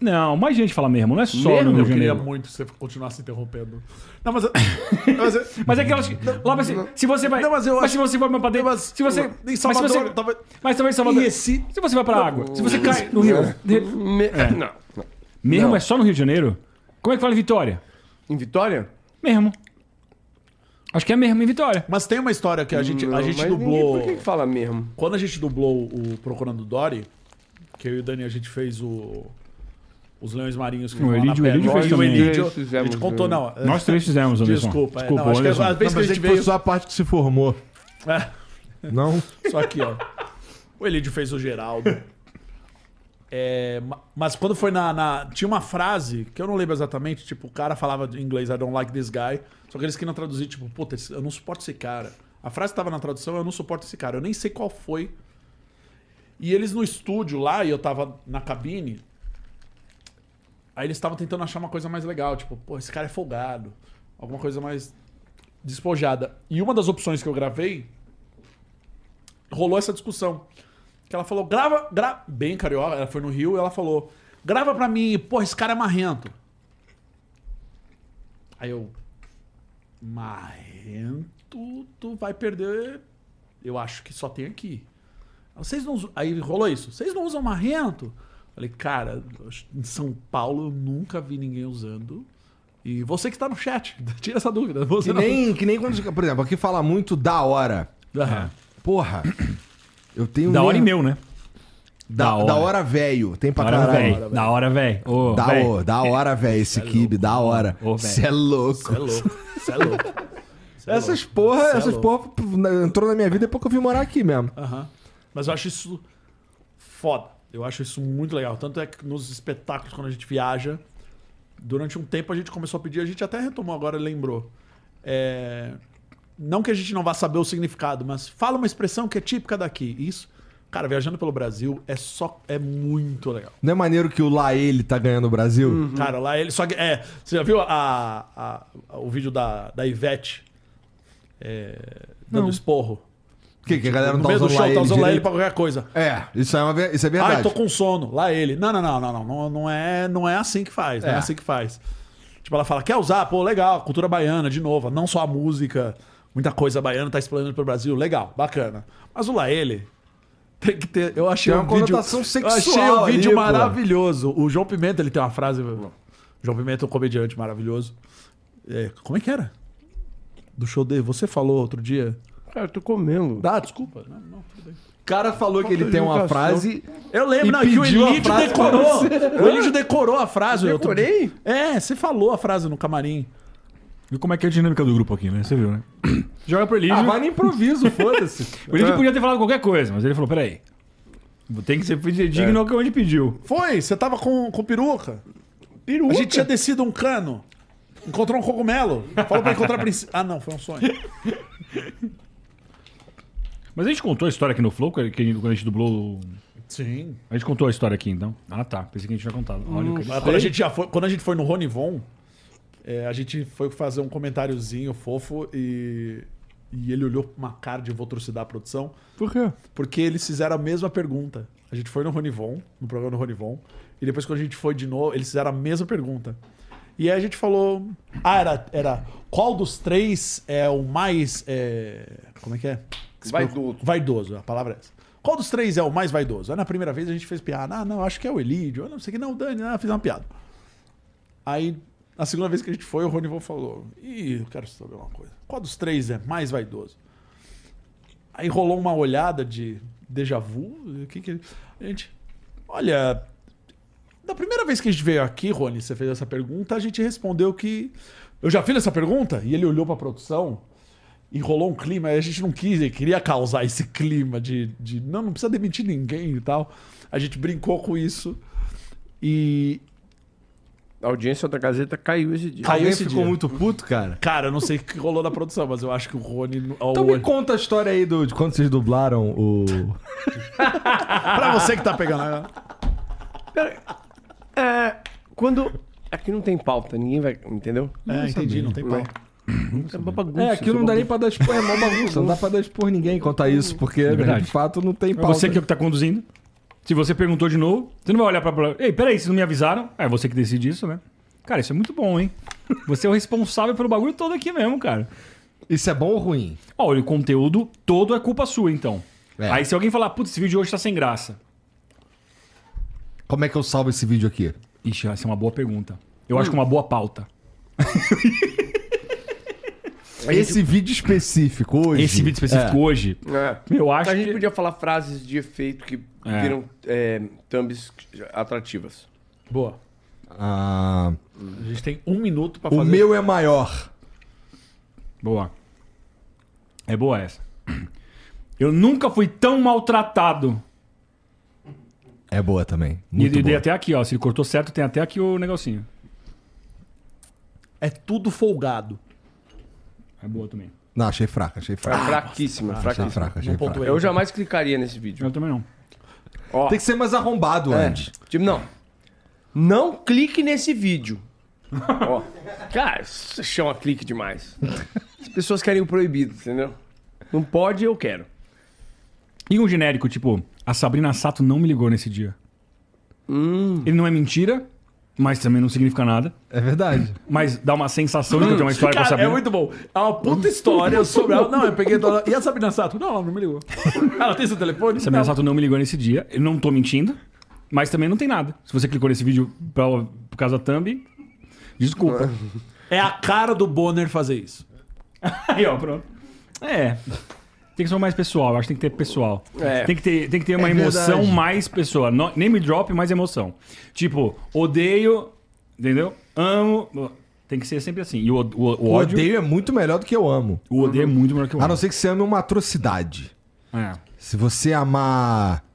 S4: Não, mais gente fala mesmo, não é só
S3: Mesmo?
S4: no Rio
S2: Eu
S4: de
S2: queria
S4: Janeiro.
S2: muito que você continuasse interrompendo. Não, mas... mas,
S4: Mas é que elas. Lá vai ser. Se você vai.
S2: Não, mas eu
S4: mas
S2: acho-
S4: se você vai pra dentro.
S2: Mas
S4: Se você.
S2: em
S4: Mas se
S2: Salvador,
S4: você.
S2: tava-
S4: Mas também em Salvador.
S2: E esse-
S4: Se você vai pra água. Se você cai no Rio. de-
S3: Me- Não. não.
S4: Mesmo
S3: Não.
S4: é só no Rio de Janeiro? Como é que fala em Vitória?
S3: Em Vitória?
S4: Mesmo. Acho que é mesmo em Vitória.
S2: Mas tem uma história que a gente,
S3: Não,
S2: a gente
S3: mas
S2: dublou...
S3: ninguém- Por que, que fala mesmo?
S2: Quando a gente dublou o Procurando Dory, que eu e o Dani, a gente fez o... Os Leões Marinhos que
S4: O
S2: voam na
S4: Elidio- o
S2: pedra.
S4: Elidio fez
S2: E o
S4: também.
S2: Elidio,
S3: Nós
S2: a gente
S3: fizemos,
S2: contou,
S3: né?
S2: não.
S4: Nós três fizemos, Anderson.
S2: Desculpa. é,
S4: Desculpa,
S2: não, acho que
S4: Anderson.
S2: às vezes
S1: Não,
S2: que a
S1: mas é
S2: gente
S1: que foi
S2: veio...
S1: só a parte que se formou.
S2: É,
S1: Não?
S2: só aqui, ó. O Elidio fez o Geraldo. É, ma- mas quando foi na, na- Tinha uma frase que eu não lembro exatamente. Tipo, o cara falava em inglês, I don't like this guy. Só que eles queriam traduzir, tipo, puta, esse- eu não suporto esse cara. A frase estava na tradução, eu não suporto esse cara. Eu nem sei qual foi. E eles no estúdio lá, e eu tava na cabine. Aí eles estavam tentando achar uma coisa mais legal. Tipo, pô, esse cara é folgado. Alguma coisa mais despojada. E uma das opções que eu gravei rolou essa discussão. Que ela falou, grava, grava. Bem carioca, ela foi no Rio e ela falou, grava pra mim, pô, esse cara é marrento. Aí eu. Marrento, tu vai perder. Eu acho que só tem aqui. Vocês não usam... Aí rolou isso. Vocês não usam marrento? Falei, cara, em São Paulo eu nunca vi ninguém usando. E você que tá no chat, tira essa dúvida. Você
S1: Que
S2: não-
S1: nem, que nem quando. Por exemplo, aqui fala muito da hora.
S2: Aham.
S1: Porra. Eu tenho.
S4: Da hora e
S1: nervo-
S4: meu, né?
S1: Da,
S4: Da hora.
S1: da hora velho. Tem pra
S4: Da hora,
S1: caralho.
S4: velho. Da hora, velho. Ô,
S1: Da,
S4: véi.
S1: o- da hora, velho, esse kibe, da hora.
S4: Ô, véi.
S1: Você é louco.
S2: Você é louco. Você é louco. Cê é
S1: Essas
S2: louco.
S1: porra,
S2: Cê é
S1: essas
S2: louco.
S1: porra entrou na minha vida depois que eu vim morar aqui mesmo.
S2: Aham. Mas eu acho isso foda. Eu acho isso muito legal. Tanto é que nos espetáculos, quando a gente viaja, durante um tempo a gente começou a pedir, a gente até retomou agora, lembrou. É, não que a gente não vá saber o significado, mas fala uma expressão que é típica daqui. Isso, cara, viajando pelo Brasil é só é muito legal.
S1: Não é maneiro que o lá ele tá ganhando o Brasil?
S2: Cara, lá ele. Só que. É, você já viu a, a- a- o vídeo da, da Ivete é, dando
S4: Não.
S2: esporro?
S1: Por que, que a galera não
S2: No
S1: tá
S2: meio do
S1: usando
S2: show,
S1: lá ele
S2: tá usando lá ele
S1: direito?
S2: pra qualquer coisa.
S1: É, isso é, uma, ver- isso é verdade.
S2: Ai, tô com sono. Lá ele. Não, não, não, não, não. Não, não, é, não é assim que faz. Não é
S1: É.
S2: assim que faz. Tipo, ela fala, quer usar? Pô, legal. Cultura baiana, de novo. Não só a música. Muita coisa baiana tá explodindo pelo Brasil. Legal, bacana. Mas o lá ele tem que ter... Eu achei
S1: Tem uma
S2: um vídeo...
S1: conotação
S2: Eu
S1: sexual
S2: achei um
S1: ali,
S2: vídeo
S1: pô.
S2: maravilhoso. O João Pimenta, ele tem uma frase... O João Pimenta é um comediante maravilhoso. É, como é que era? Do show dele. Você falou outro dia...
S3: Cara, eu tô comendo.
S2: Ah, desculpa. Não, não, tudo bem.
S1: O cara falou que ele tem uma
S3: educação.
S1: frase.
S2: Eu lembro,
S1: E
S2: não, que o
S1: pediu a
S2: Elidio
S1: frase pra
S2: decorou.
S1: você.
S2: O Elidio decorou a frase.
S3: Eu
S2: outro
S3: decorei?
S2: dia. É, você falou a frase no camarim.
S4: Viu como é que é a dinâmica do grupo aqui, né? Você viu, né? Joga pro Elidio.
S1: Ah, vai no improviso, foda-se.
S4: O Elidio podia ter falado qualquer coisa, mas ele falou, peraí. Tem que ser digno ao que onde pediu.
S2: Foi, você tava com, com peruca.
S3: Peruca.
S2: A gente tinha descido um cano. Encontrou um cogumelo. Falou pra encontrar a princesa. Ah, não, foi um sonho.
S4: Mas a gente contou a história aqui no Flow, que a gente- quando a gente dublou... o-
S2: Sim.
S4: A gente contou a história aqui, então. Ah, tá. Pensei que a gente tinha contado. Olha o que ele...
S2: Mas quando a gente já foi, quando a gente foi no Ronivon, é, a gente foi fazer um comentáriozinho fofo e, e ele olhou com uma cara de vou trucidar a produção.
S3: Por quê?
S2: Porque eles fizeram a mesma pergunta. A gente foi no Ronivon, no programa do Ronivon, e depois quando a gente foi de novo, eles fizeram a mesma pergunta. E aí a gente falou... Ah, era, era qual dos três é o mais... é, como é que é?
S3: Vaidoso.
S2: Vaidoso, a palavra é essa. Qual dos três é o mais vaidoso? Aí na primeira vez a gente fez piada. Ah, não, acho que é o Elidio. Eu não sei que não, o Dani. Ah, fiz uma piada. Aí, na segunda vez que a gente foi, o Ronivon falou: Ih, eu quero saber uma coisa. Qual dos três é mais vaidoso? Aí rolou uma olhada de déjà vu. O que que... A gente... Olha... Da primeira vez que a gente veio aqui, Rony, você fez essa pergunta, a gente respondeu que... Eu já fiz essa pergunta? E ele olhou pra produção e rolou um clima. E a gente não quis, ele queria causar esse clima de, de... Não, não precisa demitir ninguém e tal. A gente brincou com isso. E...
S3: A audiência da Gazeta caiu esse dia.
S2: Caiu
S1: Alguém
S2: esse
S1: ficou
S2: dia.
S1: muito puto, cara.
S2: Cara, eu não sei o que rolou na produção, mas eu acho que o Rony...
S1: Então me conta a história aí do, de quando vocês dublaram o.
S2: Pra você que tá pegando... né?
S3: É, quando... Aqui não tem pauta, ninguém vai... Entendeu?
S2: É, entendi, não tem pau.
S3: É uma bagunça.
S1: É, aqui não dá nem pra dar expor, é mó bagunça. Não dá pra dar expor ninguém quanto a isso, porque
S4: verdade.
S1: de fato não tem
S4: É
S1: pauta.
S4: você que é o que tá conduzindo. Se você perguntou de novo, você não vai olhar pra... Ei, peraí, vocês não me avisaram? É você que decide isso, né? Cara, isso é muito bom, hein? Você é o responsável pelo bagulho todo aqui mesmo, cara.
S1: Isso é bom ou ruim?
S4: Olha, o conteúdo todo é culpa sua, então.
S1: É.
S4: Aí se alguém falar, putz, esse vídeo hoje tá sem graça.
S1: Como é que eu salvo esse vídeo aqui?
S4: Ixi, essa é uma boa pergunta. Eu acho que é uma boa pauta.
S1: Esse vídeo específico hoje...
S4: Esse vídeo específico
S1: É.
S4: hoje,
S3: É.
S4: eu acho
S3: A gente
S4: que...
S3: podia falar frases de efeito que
S4: É.
S3: viram é, thumbs atrativas.
S2: Boa.
S1: Ah,
S2: A gente tem um minuto pra
S1: o
S2: fazer.
S1: meu é maior.
S4: Boa. É boa essa. Eu nunca fui tão maltratado.
S1: É boa também.
S4: E
S1: Muito
S4: e dei
S1: boa.
S4: até aqui, ó. Se ele cortou certo, tem até aqui o negocinho.
S2: É tudo folgado.
S4: É boa também.
S1: Não, achei fraca, achei
S3: É
S1: fraca.
S3: fraquíssima,
S1: achei
S3: fraquíssima.
S1: fraca, achei
S2: Não
S1: fraca.
S2: pontuei.
S3: Eu jamais clicaria nesse vídeo.
S4: Eu também não.
S3: Ó,
S1: Tem que ser mais arrombado,
S3: é,
S1: Andy.
S3: tipo, não. Não clique nesse vídeo. Ó, cara, isso chama clique demais. As pessoas querem o proibido, entendeu? Não pode, eu quero.
S4: E um genérico, tipo, a Sabrina Sato não me ligou nesse dia.
S3: Hum.
S4: Ele não é mentira, mas também não significa nada.
S1: É verdade.
S4: Mas dá uma sensação de que eu tenho uma história com a
S2: Cara,
S4: Sabrina.
S2: é muito bom. É uma puta história sobre ela. Não, eu peguei toda... E a Sabrina Sato? Não, ela não me ligou. Ela tem seu telefone?
S4: Sabrina
S2: Não.
S4: Sato não me ligou nesse dia. Eu não tô mentindo, mas também não tem nada. Se você clicou nesse vídeo pra, por causa da thumb, desculpa.
S2: É a cara do Bonner fazer isso.
S4: Aí, ó, pronto. É. Tem que ser mais pessoal, eu acho que tem que ter pessoal.
S3: É.
S4: Tem, que ter, tem que ter uma
S1: É
S4: emoção
S1: verdade.
S4: mais pessoal. No- Name drop, mais emoção. Tipo, odeio, entendeu? Amo. Tem que ser sempre assim. E o, o, o
S1: O
S4: ódio.
S1: odeio é muito melhor do que eu amo.
S4: O odeio é muito melhor que o
S1: A
S4: amo.
S1: não ser que você ame uma atrocidade.
S4: É.
S1: Se você amar...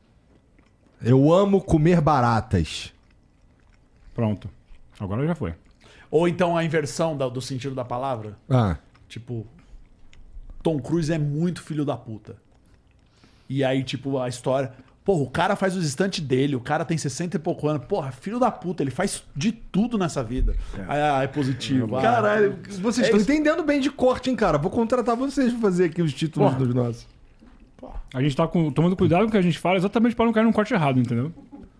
S1: Eu amo comer baratas.
S4: Pronto. Agora já foi.
S2: Ou então a inversão da- do sentido da palavra.
S1: Ah,
S2: Tipo, Tom Cruise é muito filho da puta. E aí, tipo, a história... Porra, o cara faz os estantes dele, o cara tem sessenta e pouco anos. Porra, filho da puta, ele faz de tudo nessa vida. Aí, ah, é positivo. ah,
S1: caralho, vocês
S2: É
S1: estão
S2: isso.
S1: entendendo bem de corte, hein, cara? Vou contratar vocês pra fazer aqui os títulos
S2: Porra.
S1: dos nossos.
S4: A gente tá com- tomando cuidado com o que a gente fala exatamente pra não cair num corte errado, entendeu?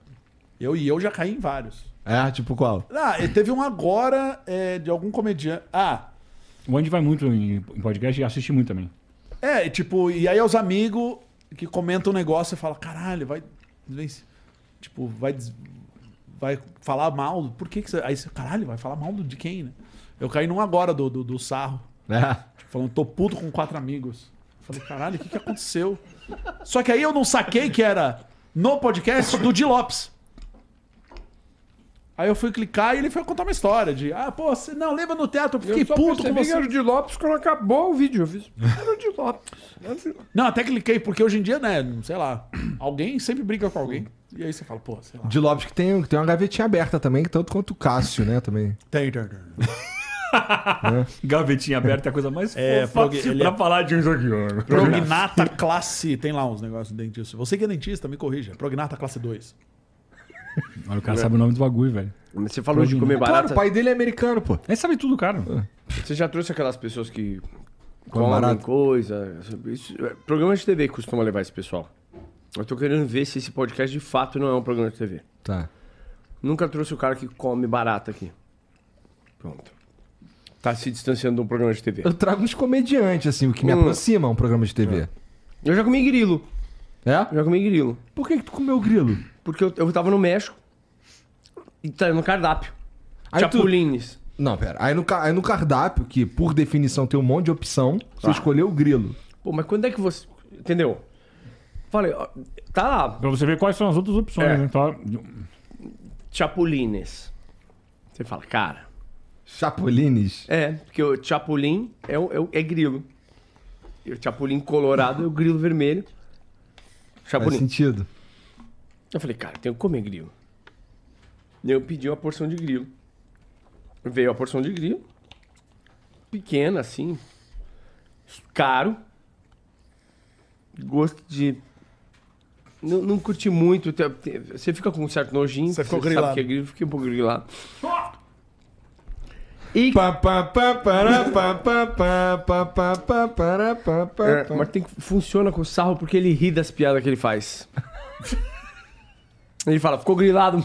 S2: Eu e eu já caí em vários.
S1: É, tipo qual?
S2: Ah, e teve um agora é, de algum comediante. Ah,
S4: O Andy vai muito em, em podcast e assiste muito também.
S2: é, e tipo, e aí os amigos que comentam um negócio e falam, caralho, vai. vem- Tipo, vai. des- Vai falar mal. Por que que você. Aí você, caralho, vai falar mal do- de quem, né? Eu caí num agora do, do, do sarro.
S1: É.
S2: Tipo, falando, tô puto com quatro amigos. Eu falei, caralho, o que, que aconteceu? Só que aí eu não saquei que era no podcast do Di Lopes. Aí eu fui clicar e ele foi contar uma história de, ah, pô, você não lembra no teatro, eu fiquei
S3: Eu só
S2: puto com
S3: percebi
S2: você.
S3: que era o de Lopes quando acabou o vídeo. Eu fiz, era o de Lopes. Era o de Lopes.
S2: Não, até cliquei, porque hoje em dia, né, sei lá, alguém sempre briga com alguém. E aí você fala, pô, sei lá.
S1: De Lopes que tem, que tem uma gavetinha aberta também, tanto quanto o Cássio, né, também.
S2: Tem, tem, tem.
S4: Gavetinha aberta é a coisa mais
S2: É,
S4: fofa
S2: prog- ele
S4: pra
S2: é-
S4: falar de uns aqui, ó.
S2: Prognata classe. Tem lá uns negócios de dentista. Você que é dentista, me corrija. Prognata classe dois.
S4: Olha, o cara sabe o nome do bagulho, velho.
S3: Mas você falou de
S4: Prognata.
S3: comer
S1: Claro,
S3: barata.
S1: o pai dele é americano, pô.
S4: Ele sabe tudo, cara.
S3: Você já trouxe aquelas pessoas que
S1: Come
S3: comem
S1: barato.
S3: coisa. Isso, é, programa de T V costuma levar esse pessoal. Eu tô querendo ver se esse podcast de fato não é um programa de T V.
S1: Tá.
S3: Nunca trouxe o cara que come barata aqui. Pronto. Tá se distanciando de um programa de T V.
S1: Eu trago uns comediantes, assim, o que me
S3: Hum.
S1: aproxima a um programa de T V.
S3: Eu já comi grilo.
S1: É?
S3: Eu já comi grilo.
S1: Por que, que tu comeu grilo?
S3: Porque eu, eu tava no México e tá no cardápio.
S1: Aí tu-
S3: Chapulines.
S1: Não, pera. Aí no, ca- aí no cardápio, que por definição tem um monte de opção, você
S3: Ah.
S1: escolheu o grilo.
S3: Pô, mas quando é que você... Entendeu? Falei, ó, tá lá.
S4: Pra você ver quais são as outras opções,
S3: É.
S4: né? Tá...
S3: Chapulines. Você fala, cara...
S1: Chapulines.
S3: É, porque o chapulim é, o- é, o- é grilo. E o chapulim colorado é o grilo vermelho.
S1: Faz
S3: Chapulim.
S1: sentido.
S3: Eu falei, cara, tenho que comer grilo. E eu pedi uma porção de grilo. Veio a porção de grilo. Pequena, assim. Caro. Gosto de... Não, não curti muito. te- te- Você fica com um certo nojinho.
S2: Você ficou
S3: sabe
S2: grilado.
S3: que é grilo. Fiquei um pouco grilado. E...
S1: Pá, pá, pá, pará, pá, pá, pá, pá, pá, pá, pará, pá, pá,
S3: É,
S1: pá.
S3: mas tem que funciona com o sarro porque ele ri das piadas que ele faz. Ele fala, ficou grilado.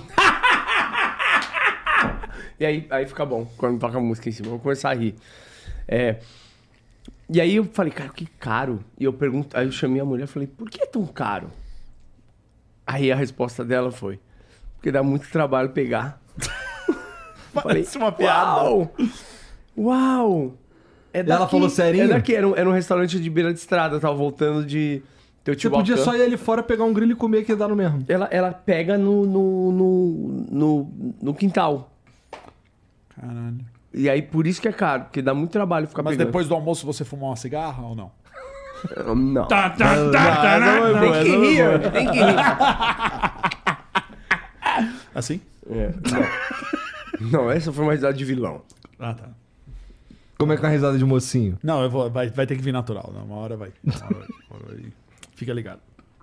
S3: E aí, aí fica bom, quando toca a música em cima. Eu vou começar a rir. É... E aí eu falei, cara, que caro. E eu pergunto, aí eu chamei a mulher e falei, por que é tão caro? Aí a resposta dela foi, porque dá muito trabalho pegar. Falei,
S2: uma piada.
S3: Uau! Uau! É daqui,
S1: ela falou serinho?
S3: É daqui, era um, era um restaurante de beira de estrada, eu tava voltando de
S1: Você
S3: Teotihuacan.
S1: podia só ir ali fora, pegar um grilo e comer, que ia dar no mesmo.
S3: Ela, ela pega no, no, no, no, no quintal.
S2: Caralho.
S3: E aí, por isso que é caro, porque dá muito trabalho ficar
S2: Mas
S3: pegando.
S2: depois do almoço você fumar uma cigarra ou não?
S3: Não.
S4: Tá, tá, tá, tá, tá.
S3: Tem que rir, tem que rir.
S2: Assim?
S3: É, não. Não, essa foi uma risada de vilão.
S2: Ah, tá.
S1: Como é que é a risada de mocinho?
S2: Não, eu vou, vai, vai ter que vir natural. Não, uma hora vai. Uma hora vai, uma hora vai. Fica ligado.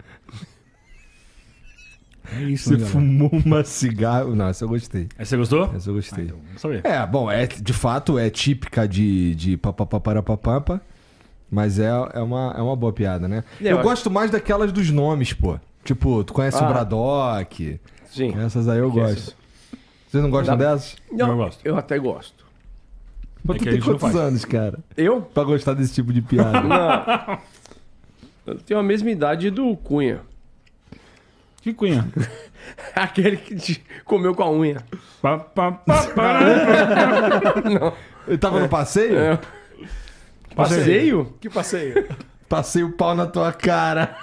S4: É isso,
S1: Você
S4: né, galera?
S1: fumou uma cigarra. Não, essa eu gostei.
S4: Aí você gostou?
S1: Essa eu gostei.
S4: Vamos saber.
S1: É, bom, é, de fato é típica de, de papapá, mas é, é, uma, é uma boa piada, né?
S3: É,
S1: eu
S3: eu
S1: gosto mais daquelas dos nomes, pô. Tipo, tu conhece
S3: Ah.
S1: o Braddock?
S3: Sim.
S1: Essas aí eu
S3: Que
S1: gosto.
S3: essas?
S1: Vocês não gostam
S3: Dá-
S1: dessas?
S3: Não,
S4: Eu gosto.
S3: Eu até gosto.
S1: Mas
S4: É
S1: tu
S4: que a
S1: tem
S4: gente não
S1: quantos
S4: faz.
S1: anos, cara?
S3: Eu?
S1: Pra gostar desse tipo de piada?
S3: Não. Eu tenho a mesma idade do Cunha.
S4: Que cunha.
S3: Aquele que te comeu com a unha.
S4: Pá, pá, pá, pá.
S1: Ele tava no passeio?
S3: É. Passeio?
S2: Que passeio?
S1: Passei o pau na tua cara.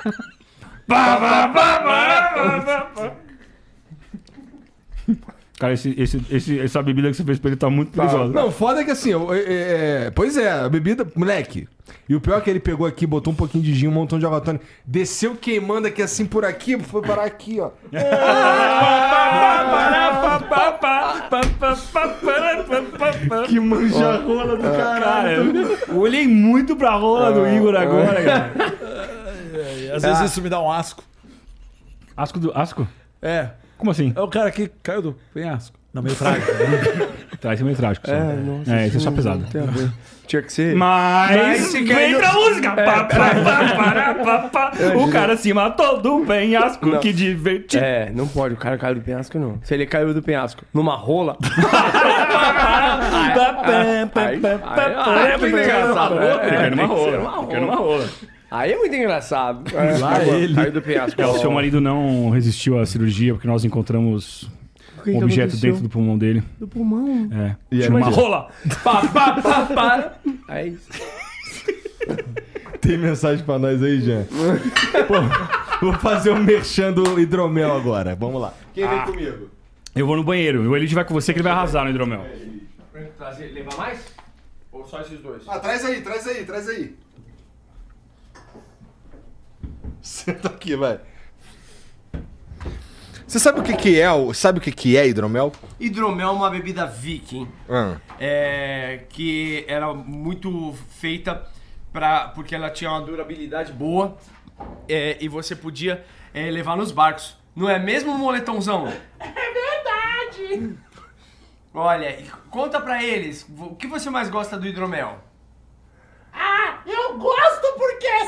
S4: Cara, esse, esse, esse, essa bebida que você fez pra ele tá muito perigosa.
S1: Não, foda é que assim, eu- é- é- pois é, a bebida, moleque. E o pior é que ele pegou aqui, botou um pouquinho de gin, um montão de água tônica, desceu queimando aqui assim por aqui, foi parar aqui, ó. Que manjarrola do
S4: Cara,
S1: caralho.
S4: eu olhei muito pra rola do Igor agora, cara.
S2: Às vezes isso me dá um asco.
S4: Asco do. Asco?
S2: É.
S4: Como assim?
S2: É o cara que caiu do penhasco. Não, meio trágico.
S4: Traz meio trágico. Só.
S3: É, nossa,
S4: É, isso é só pesado.
S3: Tem a ver. Tinha que ser.
S4: Mas
S3: se
S4: vem
S3: caiu-
S4: pra música! Pá, pá, pá, pará, pá, pá. O cara se matou do penhasco,
S3: Não.
S4: que divertido.
S3: É, não pode. O cara caiu do penhasco, não. Se ele caiu do penhasco numa rola. Aí- aí é muito engraçado.
S4: É,
S3: É,
S4: caiu numa
S3: tem que ser
S4: rola. Caiu numa rola.
S3: Aí é muito engraçado. É,
S1: Lá
S3: caiu-
S1: ele.
S3: Caiu do penhasco.
S4: É, o seu marido não resistiu à cirurgia porque nós encontramos
S3: O que
S4: um
S3: que
S4: objeto
S3: aconteceu?
S4: dentro do pulmão dele.
S3: Do pulmão.
S4: É.
S1: E
S4: Tinha
S1: aí,
S4: uma
S1: mas-
S4: rola.
S3: Pá, pá, pá, para. Aí.
S1: Tem mensagem pra nós aí, Jean? Pô, vou fazer um merchan do hidromel agora. Vamos lá. Quem vem comigo?
S4: Eu vou no banheiro. O Elite vai com você que ele vai arrasar no hidromel.
S3: Trazer, levar mais? Ou só esses dois?
S1: Ah, traz aí, traz aí, traz aí. Senta aqui, vai. Você sabe o que que é, o- sabe o que que é hidromel?
S3: Hidromel é uma bebida viking.
S1: Ah.
S3: É, que era muito feita pra, porque ela tinha uma durabilidade boa é, e você podia é, levar nos barcos. Não é mesmo, moletãozão? É verdade! Olha, e conta pra eles, o que você mais gosta do hidromel?
S7: Ah, eu gosto porque é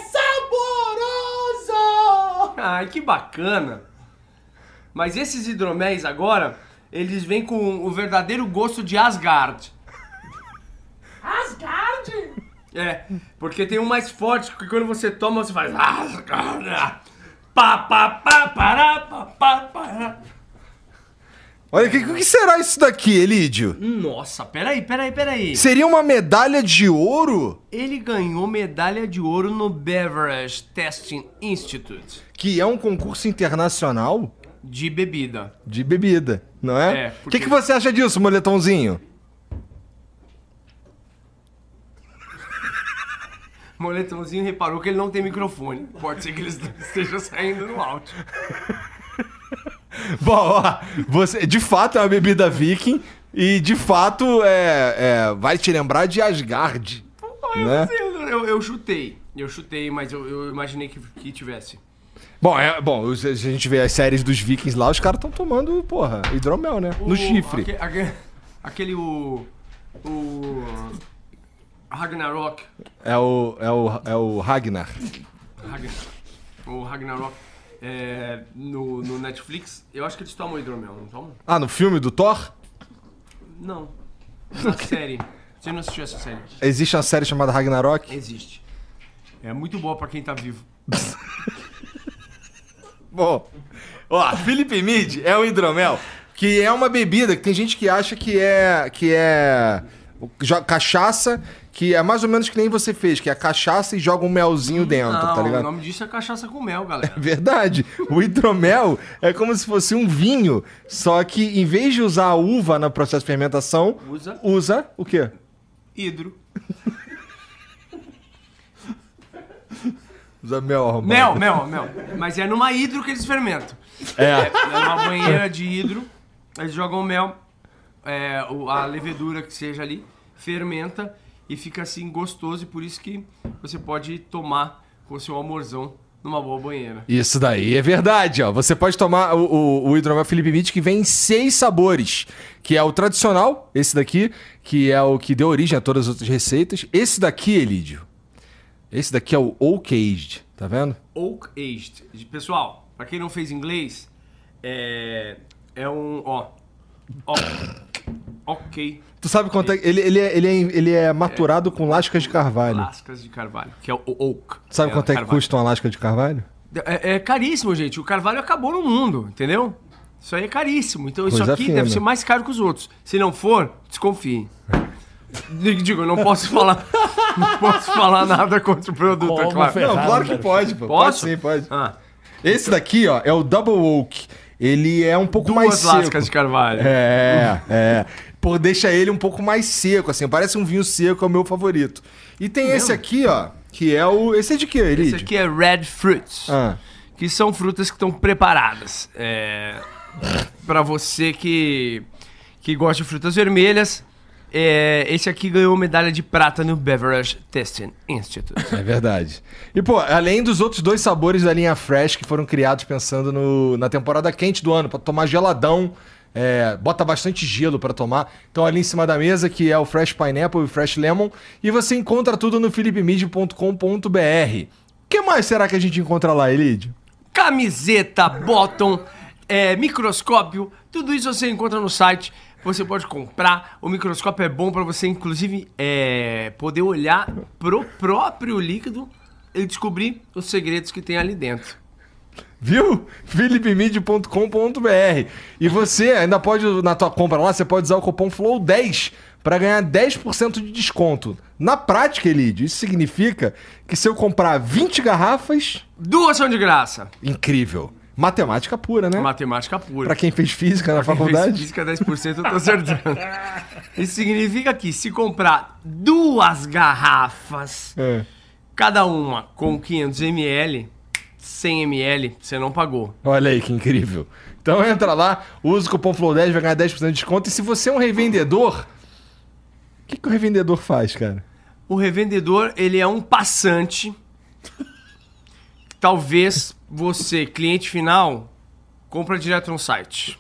S7: saboroso!
S3: Ai, que bacana! Mas esses hidroméis agora, eles vêm com o verdadeiro gosto de Asgard.
S7: Asgard?
S3: É, porque tem um mais forte que quando você toma, você faz. Asgard! Pá, pá, pá, pará, pá, pá, pará.
S1: Olha, o que, que será isso daqui, Elídio?
S3: Nossa, peraí, peraí, peraí.
S1: Seria uma medalha de ouro?
S3: Ele ganhou medalha de ouro no Beverage Testing Institute
S1: Que é um concurso internacional
S3: de bebida.
S1: de bebida, não é?
S3: É,
S1: O
S3: porque-
S1: que, que você acha disso, moletãozinho?
S3: Moletãozinho reparou que ele não tem microfone. Pode ser que ele esteja saindo no áudio.
S1: Bom, ó, você, de fato é uma bebida viking e de fato é, é, vai te lembrar de Asgard,
S3: Eu,
S1: né?
S3: não sei, eu, eu, eu chutei. Eu chutei, mas eu, eu imaginei que, que tivesse.
S1: Bom, é, bom, os- a gente vê as séries dos vikings lá, os caras estão tomando, porra, hidromel, né? No
S3: O-
S1: chifre.
S3: aque- aque- aquele o. O. Ragnarok.
S1: É o, é o, é o Ragnar.
S3: Ragnar, o Ragnarok. é, no, no Netflix, eu acho que eles tomam hidromel, não tomam?
S1: Ah, no filme do Thor?
S3: Não. Na série. Você não assistiu essa série?
S1: Existe uma série chamada Ragnarok?
S3: Existe. É muito boa pra quem tá vivo.
S1: Bom, ó, Felipe Mid é um hidromel, que é uma bebida que tem gente que acha que é que é jo- cachaça, que é mais ou menos que nem você fez, que é cachaça e joga um melzinho dentro,
S3: não,
S1: tá ligado?
S3: o nome disso é cachaça com mel, galera.
S1: Verdade. O hidromel é como se fosse um vinho, só que em vez de usar a uva no processo de fermentação,
S3: Usa
S1: usa o quê?
S3: hidro.
S1: Usa mel, arrombado.
S3: Mel, mel, mel. Mas é numa hidro que eles fermentam.
S1: É.
S3: É numa banheira de hidro, eles jogam mel, é, o- a levedura que seja ali, fermenta e fica assim gostoso. E por isso que você pode tomar com o seu amorzão numa boa banheira.
S1: Isso daí é verdade, ó. Você pode tomar o, o, o hidromel Felipe Mid, que vem em seis sabores. Que é o tradicional, esse daqui, que é o que deu origem a todas as outras receitas. Esse daqui, Elídio, esse daqui é o Oak Aged, tá vendo?
S3: Oak Aged. Pessoal, pra quem não fez inglês, é, é um, ó, ó, ok,
S1: Tu sabe quanto é... Ele, ele, é, ele, é, ele é maturado com lascas de carvalho.
S3: lascas de carvalho, que é o oak.
S1: Sabe quanto é que
S3: carvalho.
S1: custa uma lasca de carvalho?
S3: É, é caríssimo, gente. O carvalho acabou no mundo, entendeu? Isso aí é caríssimo. Então isso
S1: Coisa
S3: aqui
S1: fina.
S3: deve ser mais caro que os outros. Se não for, desconfie. Digo, eu não posso falar, não posso falar nada contra o produto, é
S2: Como
S3: claro.
S2: ferrar,
S1: Não, claro que
S2: né?
S1: pode, pô.
S3: Posso?
S1: Pode sim, pode.
S3: Ah,
S1: Esse daqui, ó, é o Double Oak. Ele é um pouco
S3: duas
S1: mais seco.
S3: lascas de carvalho.
S1: É, é. Pô, deixa ele um pouco mais seco, assim. Parece um vinho seco, é o meu favorito. E tem esse aqui, ó, que é o... Esse é de quê, Elidio?
S3: Esse aqui é Red Fruits,
S1: Ah.
S3: que são frutas que estão preparadas. É, para você que, que gosta de frutas vermelhas, é, esse aqui ganhou medalha de prata no Beverage Testing Institute.
S1: É verdade. E, pô, além dos outros dois sabores da linha Fresh que foram criados pensando no, na temporada quente do ano, pra tomar geladão, é, bota bastante gelo pra tomar. Então, ali em cima da mesa, que é o Fresh Pineapple e o Fresh Lemon. E você encontra tudo no philipe mid ponto com ponto b r. O que mais será que a gente encontra lá, Elidio?
S3: Camiseta, bottom, é, microscópio, tudo isso você encontra no site. Você pode comprar. O microscópio é bom para você, inclusive, é, poder olhar pro próprio líquido e descobrir os segredos que tem ali dentro.
S1: Viu? philipe mid ponto com ponto b r. E você ainda pode, na tua compra lá, você pode usar o cupom flow dez para ganhar dez por cento de desconto. Na prática, Elidio, isso significa que se eu comprar vinte garrafas...
S3: Duas são de graça.
S1: Incrível. Matemática pura, né?
S3: Matemática pura.
S1: Pra quem fez física na
S3: Quem
S1: faculdade.
S3: fez física dez por cento eu tô acertando. Isso significa que se comprar duas garrafas,
S1: É.
S3: cada uma com quinhentos mililitros, cem mililitros, você não pagou.
S1: Olha aí que incrível. Então entra lá, usa o cupom flow dez, vai ganhar dez por cento de desconto. E se você é um revendedor, o que, que o revendedor faz, cara?
S3: O revendedor, ele é um passante. Talvez você, cliente final, compra direto no site.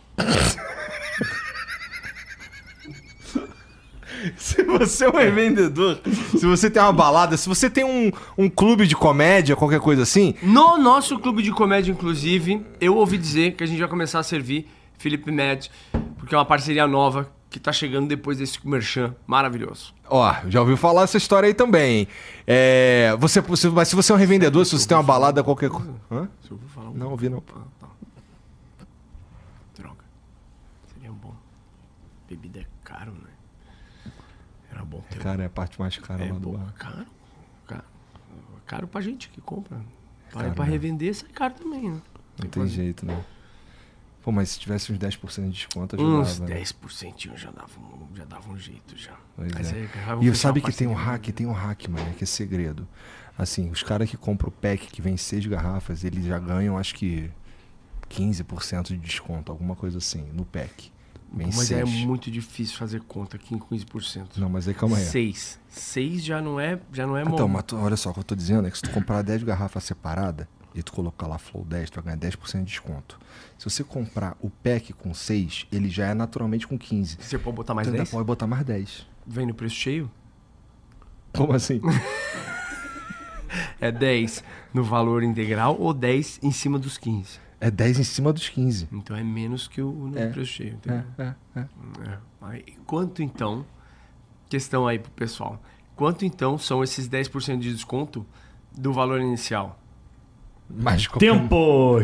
S1: Se você é um revendedor, se você tem uma balada, se você tem um, um clube de comédia, qualquer coisa assim,
S3: No nosso clube de comédia, inclusive, eu ouvi dizer que a gente vai começar a servir Felipe Med, porque é uma parceria nova que tá chegando depois desse merchan maravilhoso.
S1: ó, já ouviu falar essa história aí também. É, você, você- mas se você é um revendedor, se você tem uma balada, qualquer coisa. Hã?
S3: Você ouviu falar?
S1: Não ouvi, não.
S3: Ah, tá. Droga. Seria bom. Bebida é caro, né? Era bom ter.
S1: Cara, é a parte mais cara
S3: É
S1: lá do
S3: bom.
S1: bar.
S3: Caro. Caro. Caro pra gente que compra. Pra,
S1: Caro,
S3: pra
S1: né?
S3: revender, sai caro também, né?
S1: Não tem jeito, né? Pô, mas se tivesse uns dez por cento de desconto, ajudava.
S3: Uns
S1: né?
S3: dez por cento já dava, um, já dava um jeito já.
S1: Pois
S3: Mas
S1: é.
S3: aí, já vou
S1: E
S3: fechar
S1: sabe
S3: uma
S1: que tem um
S3: parceria.
S1: hack, tem um hack, mano, que é segredo. Assim, os caras que compram o pack que vem seis garrafas, eles já ganham, acho que quinze por cento de desconto, alguma coisa assim, no pack. Vem
S3: Mas
S1: seis.
S3: é muito difícil fazer conta aqui em quinze por cento.
S1: Não, mas aí calma aí.
S3: Seis. Seis já não é, já não é
S1: Então,
S3: bom.
S1: mas tu- olha só o que eu tô dizendo, é que se tu comprar dez garrafas separadas e tu colocar lá Flow dez, tu vai ganhar dez por cento de desconto. Se você comprar o pack com seis, ele já é naturalmente com quinze.
S3: Você pode botar mais
S1: Tu ainda
S3: dez?
S1: pode botar mais dez.
S3: Vem no preço cheio?
S1: Como assim?
S3: É dez no valor integral ou dez em cima dos quinze?
S1: É dez em cima dos quinze.
S3: Então é menos que o no
S1: É.
S3: preço cheio. Entendeu?
S1: É, é, é.
S3: É. Aí, quanto então, questão aí pro pessoal, quanto então são esses dez por cento de desconto do valor inicial?
S1: Mas qualquer-
S4: Tempo!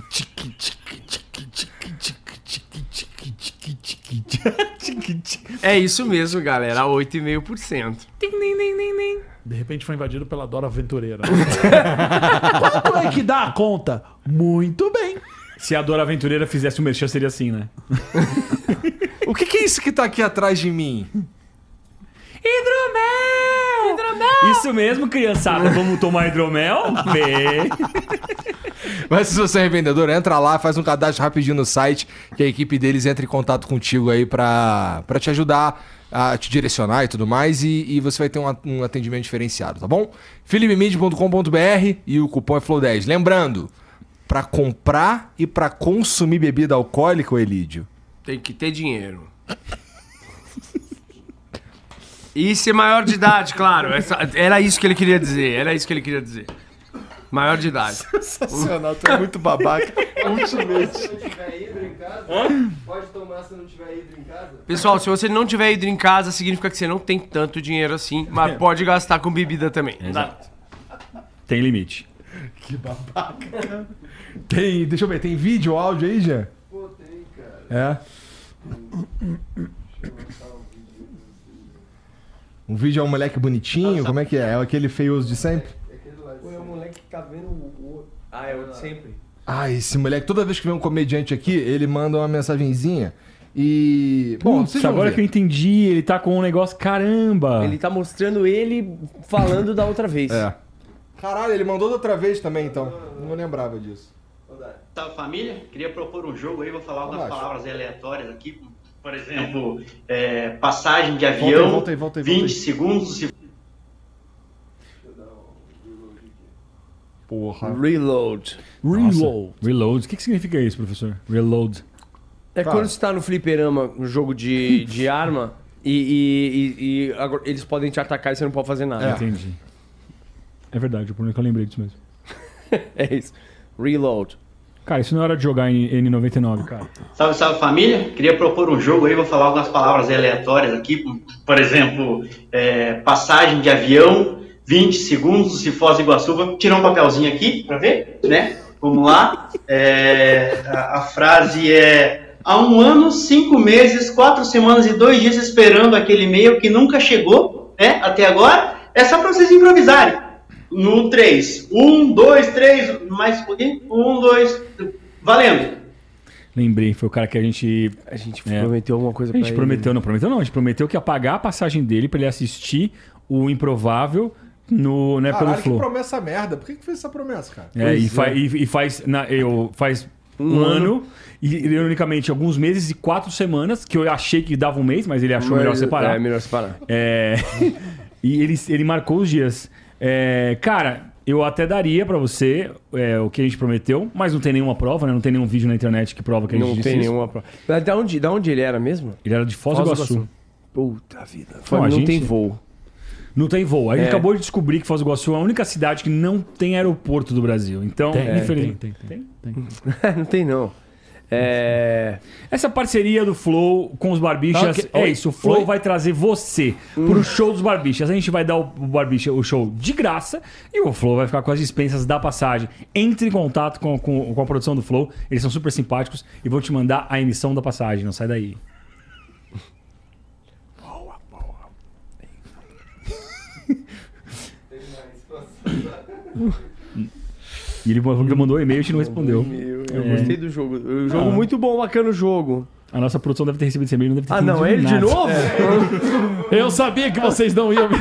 S3: É isso mesmo, galera, oito vírgula cinco por cento.
S2: De repente foi invadido pela Dora Aventureira. Quanto é que dá a conta? Muito bem.
S4: Se a Dora Aventureira fizesse o merchan, seria assim, né?
S1: O que, que é isso que tá aqui atrás de mim?
S4: Hidromel! Hidromel! Isso mesmo, criançada. Vamos tomar hidromel? Vem!
S1: Mas se você é revendedor, entra lá, faz um cadastro rapidinho no site, que a equipe deles entra em contato contigo aí pra, pra te ajudar a te direcionar e tudo mais, e, e você vai ter um, um atendimento diferenciado, tá bom? philip mid ponto com ponto b r e o cupom é flow dez. Lembrando, pra comprar e pra consumir bebida alcoólica, ô Elídio,
S3: Tem que ter dinheiro. E ser maior de idade, claro. Essa- era isso que ele queria dizer. Era isso que ele queria dizer. Maior de idade.
S1: sensacional, tu é muito babaca.
S5: Se não tiver hidro em casa, pode tomar se não tiver hidro em casa.
S3: Pessoal, se você não tiver ido em casa, significa que você não tem tanto dinheiro assim, mas pode gastar com bebida também.
S4: Exato. Tem limite.
S1: Tem, deixa eu ver, tem vídeo, áudio aí, Jean?
S5: Pô, tem, cara.
S1: É. Um vídeo é um moleque bonitinho, como é que é? É aquele feioso de sempre?
S3: Pô, é o moleque que tá vendo o... Ah, é o de sempre?
S1: Ah, esse moleque, toda vez que vem um comediante aqui, ele manda uma mensagenzinha e... Bom,
S4: Putz,
S1: vocês vão
S4: agora
S1: ver.
S4: que eu entendi, ele tá com um negócio. Caramba!
S3: Ele tá mostrando ele falando da outra vez.
S1: É. Caralho, ele mandou da outra vez também, então. Não lembrava disso.
S8: Salve família, queria propor um jogo aí, vou falar algumas
S1: Relaxa.
S8: palavras aleatórias aqui. Por exemplo, é, passagem de
S1: Volta
S8: avião,
S1: aí, volta aí, volta aí, volta
S8: vinte
S1: aí.
S8: segundos. Se...
S1: Porra.
S3: Reload.
S2: Reload.
S4: Reload. O que, que significa isso, professor? Reload.
S3: É
S1: Cara.
S3: quando você tá no fliperama, no jogo de, de arma, e, e- e- e agora eles podem te atacar e você não pode fazer nada.
S4: Entendi. É verdade, o problema é que eu lembrei disso mesmo.
S3: É isso. Reload.
S4: Cara, isso não é hora de jogar em N noventa e nove, cara.
S8: Salve, salve família, queria propor um jogo aí, vou falar algumas palavras aleatórias aqui. Por exemplo, é, passagem de avião, vinte segundos, se Foz do Iguaçu. Vou tirar um papelzinho aqui pra ver, né? Vamos lá. É, a, a frase é: há um ano, cinco meses, quatro semanas e dois dias esperando aquele e-mail que nunca chegou, né? Até agora. É só pra vocês improvisarem. No três. um, dois, três. Mais um pouquinho. um, dois. Valendo.
S4: Lembrei, foi o cara que a gente.
S3: A gente
S4: É.
S3: prometeu alguma coisa
S4: A
S3: pra
S4: gente
S3: ele.
S4: prometeu, não prometeu, não. A gente prometeu que ia pagar a passagem dele pra ele assistir o Improvável no, né, pelo
S1: Caralho, que
S4: Flow.
S1: promessa merda. Por que que fez essa promessa, cara?
S4: É, e, fa- e- e faz, na- eu, faz um, ano, e ironicamente alguns meses e quatro semanas, que eu achei que dava um mês, mas ele achou
S3: Mas-
S4: melhor separar.
S3: É, melhor separar.
S4: É, e ele, ele marcou os dias. É, cara, eu até daria pra você é, o que a gente prometeu, mas não tem nenhuma prova, né? Não tem nenhum vídeo na internet que prova que a gente
S3: Não
S4: disse
S3: tem
S4: isso.
S3: nenhuma prova. Mas Da onde, da onde ele era mesmo?
S4: Ele era de Foz do
S3: Foz do
S4: Iguaçu.
S3: Iguaçu. Puta vida.
S4: Não,
S3: não
S4: a gente-
S3: tem voo.
S4: Não tem voo. A gente
S3: É.
S4: acabou de descobrir que Foz do Iguaçu é a única cidade que não tem aeroporto do Brasil. Então,
S2: Tem,
S4: infelizmente.
S2: tem, tem, tem.
S3: não tem não. É...
S4: Essa parceria do Flow com os Barbichas
S2: Tá, ok.
S4: é
S2: Oi?
S4: isso. O Flow
S2: Oi?
S4: vai trazer você pro show dos Barbichas. A gente vai dar o, o Barbicha o show de graça e o Flow vai ficar com as dispensas da passagem. Entre em contato com, com, com a produção do Flow. Eles são super simpáticos e vão te mandar a emissão da passagem. Não sai daí. E ele mandou um e-mail e a gente não respondeu.
S3: Meu, eu
S4: É.
S3: gostei do jogo. O jogo
S4: Ah.
S3: muito bom, bacana o jogo.
S4: A nossa produção deve ter recebido esse e-mail, não deve ter
S3: Ah, não, é ele de
S4: nada.
S3: novo?
S2: Eu sabia que vocês não iam me...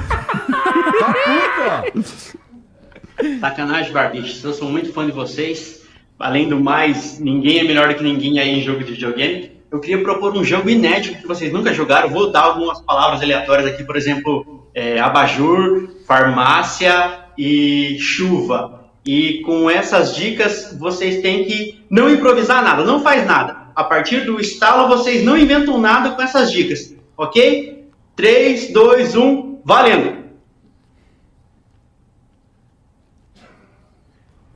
S8: Sacanagem, Barbichos. Eu sou muito fã de vocês. Além do mais, ninguém é melhor do que ninguém aí em jogo de videogame. Eu queria propor um jogo inédito que vocês nunca jogaram. Vou dar algumas palavras aleatórias aqui, por exemplo, é, abajur, farmácia e chuva. E com essas dicas, vocês têm que não improvisar nada, não faz nada. A partir do estalo, vocês não inventam nada com essas dicas, ok? três, dois, um, valendo!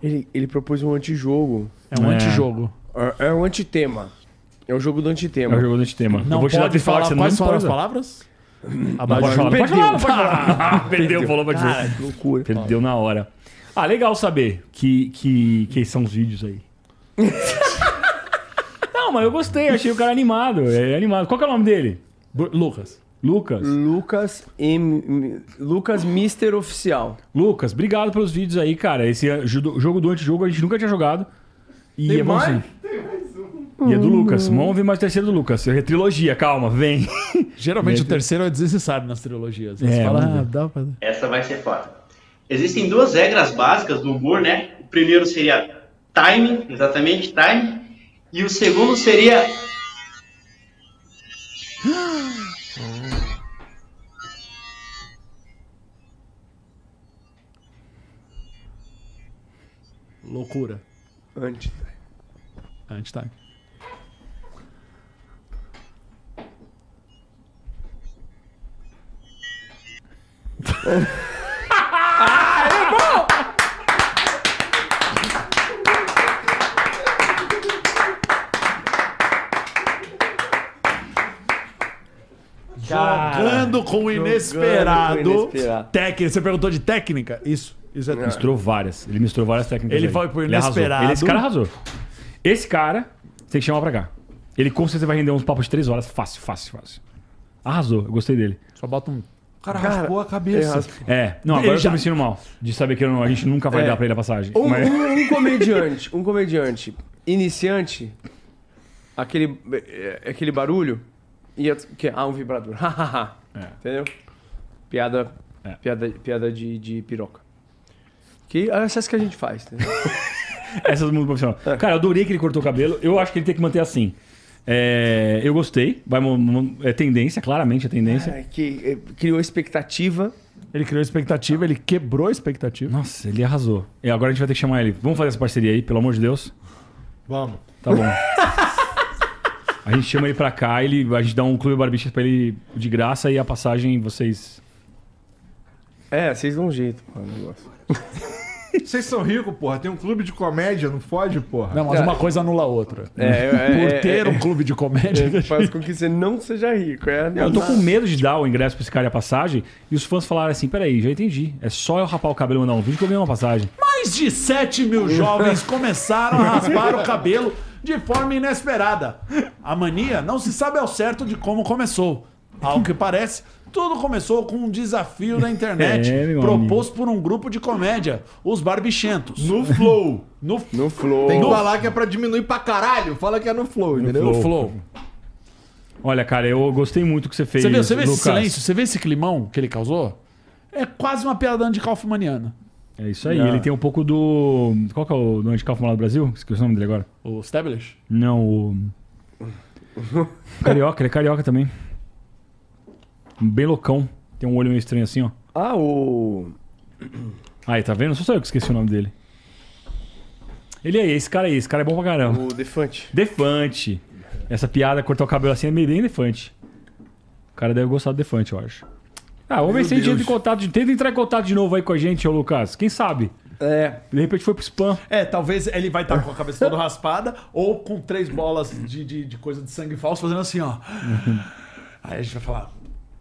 S3: Ele, ele propôs um antijogo.
S2: É um
S4: É.
S2: antijogo.
S3: É, é um antitema. É o jogo do antitema.
S4: É o jogo do antitema.
S2: Não
S4: eu vou te dar
S2: pode
S4: três falar
S2: falar
S4: que você
S2: quais
S4: não
S2: foram as
S4: pode.
S2: palavras?
S4: Não pode falar, não pode falar, não pode falar. Perdeu, falou pra
S3: Cara,
S4: dizer.
S3: que loucura.
S4: Perdeu na hora. Ah, legal saber que, que, que são os vídeos aí. Não, mas eu gostei, achei o cara animado. É animado. Qual que é o nome dele?
S2: Bu- Lucas.
S4: Lucas.
S3: Lucas M... Lucas Mister Oficial.
S4: Lucas, obrigado pelos vídeos aí, cara. Esse é ju- jogo do antijogo a gente nunca tinha jogado. E
S1: Tem
S4: é bom
S1: mais?
S4: sim. E é do Lucas. Vamos ouvir mais o terceiro do Lucas. É trilogia, calma, vem.
S2: Geralmente
S4: Meu
S2: o terceiro é desnecessário nas trilogias. Você
S4: É,
S2: fala,
S4: vamos
S2: ah,
S4: ver.
S2: dá pra...
S8: Essa vai ser foda. Existem duas regras básicas do humor, né? O primeiro seria timing, exatamente, timing. E o segundo seria...
S2: Loucura.
S3: Anti.
S2: Anti-time. Jogando com o inesperado.
S3: com o inesperado.
S2: Técnica. Você perguntou de técnica? Isso. Isso é
S4: Misturou várias. Ele misturou várias técnicas.
S2: Ele
S4: aí.
S2: foi pro
S4: Ele arrasou.
S2: inesperado.
S4: Ele- esse cara arrasou. Esse cara, você tem que chamar pra cá. Ele com certeza vai render uns papos de três horas. Fácil, fácil, fácil. Arrasou. Eu gostei dele.
S2: Só bota um.
S1: O cara,
S3: Cara,
S1: raspou a cabeça.
S3: errado.
S4: É. Não, agora
S2: Ele
S4: eu
S2: já-
S4: tô me sentindo mal. De saber que eu não- a gente nunca vai
S3: É.
S4: dar pra ele a passagem.
S3: Um,
S4: Mas-
S3: um- um comediante, um comediante iniciante, aquele, é, aquele barulho, ia, que, ah, um vibrador. Hahaha.
S4: É.
S3: Entendeu? Piada,
S4: É.
S3: piada, piada de, de piroca. Que é essas que a gente faz, entendeu?
S4: Essas do mundo profissional. Cara, eu adorei que ele cortou o cabelo. Eu acho que ele tem que manter assim. É, eu gostei. Vai, mo- mo- é tendência, claramente é tendência.
S3: É, que é, criou expectativa.
S2: Ele criou expectativa, ele quebrou a expectativa.
S4: Nossa, ele arrasou. E agora a gente vai ter que chamar ele. Vamos fazer essa parceria aí, pelo amor de Deus.
S1: Vamos.
S4: Tá bom. A gente chama ele pra cá, ele, a gente dá um clube barbichas pra ele de graça e a passagem vocês.
S3: É, vocês dão um jeito, pô, o negócio.
S1: Vocês são ricos, porra. Tem um clube de comédia, não fode, porra.
S2: Não, mas uma coisa anula a outra.
S3: É, é,
S2: Por
S3: é,
S2: ter
S3: é,
S2: um clube de comédia.
S3: é, faz com que você não seja rico. É,
S4: Eu tô com medo de dar o ingresso pra esse cara e a passagem e os fãs falaram assim: peraí, já entendi. É só eu rapar o cabelo e mandar um vídeo que eu ganhei uma passagem.
S2: Mais de sete mil jovens começaram a raspar o cabelo de forma inesperada. A mania não se sabe ao certo de como começou. Ao que parece, tudo começou com um desafio na internet
S4: É, meu
S2: proposto por um grupo de comédia, os Barbichentos.
S1: No Flow.
S2: No,
S3: No flow.
S1: Tem que falar que é pra diminuir pra caralho. Fala que é no Flow, entendeu?
S2: no Flow.
S4: Olha, cara, eu gostei muito do que você fez.
S2: Você vê, você vê esse
S4: Lucas.
S2: silêncio? Você vê esse climão que ele causou? É quase uma piada anti-kaufmaniana.
S4: É isso aí. Ele tem um pouco do. Qual que é o nome de Calfo lá do Brasil? Esqueci o nome dele agora.
S2: O Stablish?
S4: Não, o. Carioca, ele é carioca também. Bem loucão. Tem um olho meio estranho assim, ó.
S3: Ah, o...
S4: Aí, tá vendo? Só sou eu que esqueci o nome dele. Ele é esse cara aí, esse cara é bom pra caramba.
S3: O Defante.
S4: Defante. Essa piada, cortar o cabelo assim, é meio bem Defante. O cara deve gostar do Defante, eu acho. Ah, vamos ver se a gente entra em contato. de- Tenta entrar em contato de novo aí com a gente, ô Lucas. Quem sabe?
S3: É.
S4: De repente foi pro spam.
S2: É, talvez ele vai estar com a cabeça toda raspada ou com três bolas de, de, de coisa de sangue falso fazendo assim, ó. Aí a gente vai falar.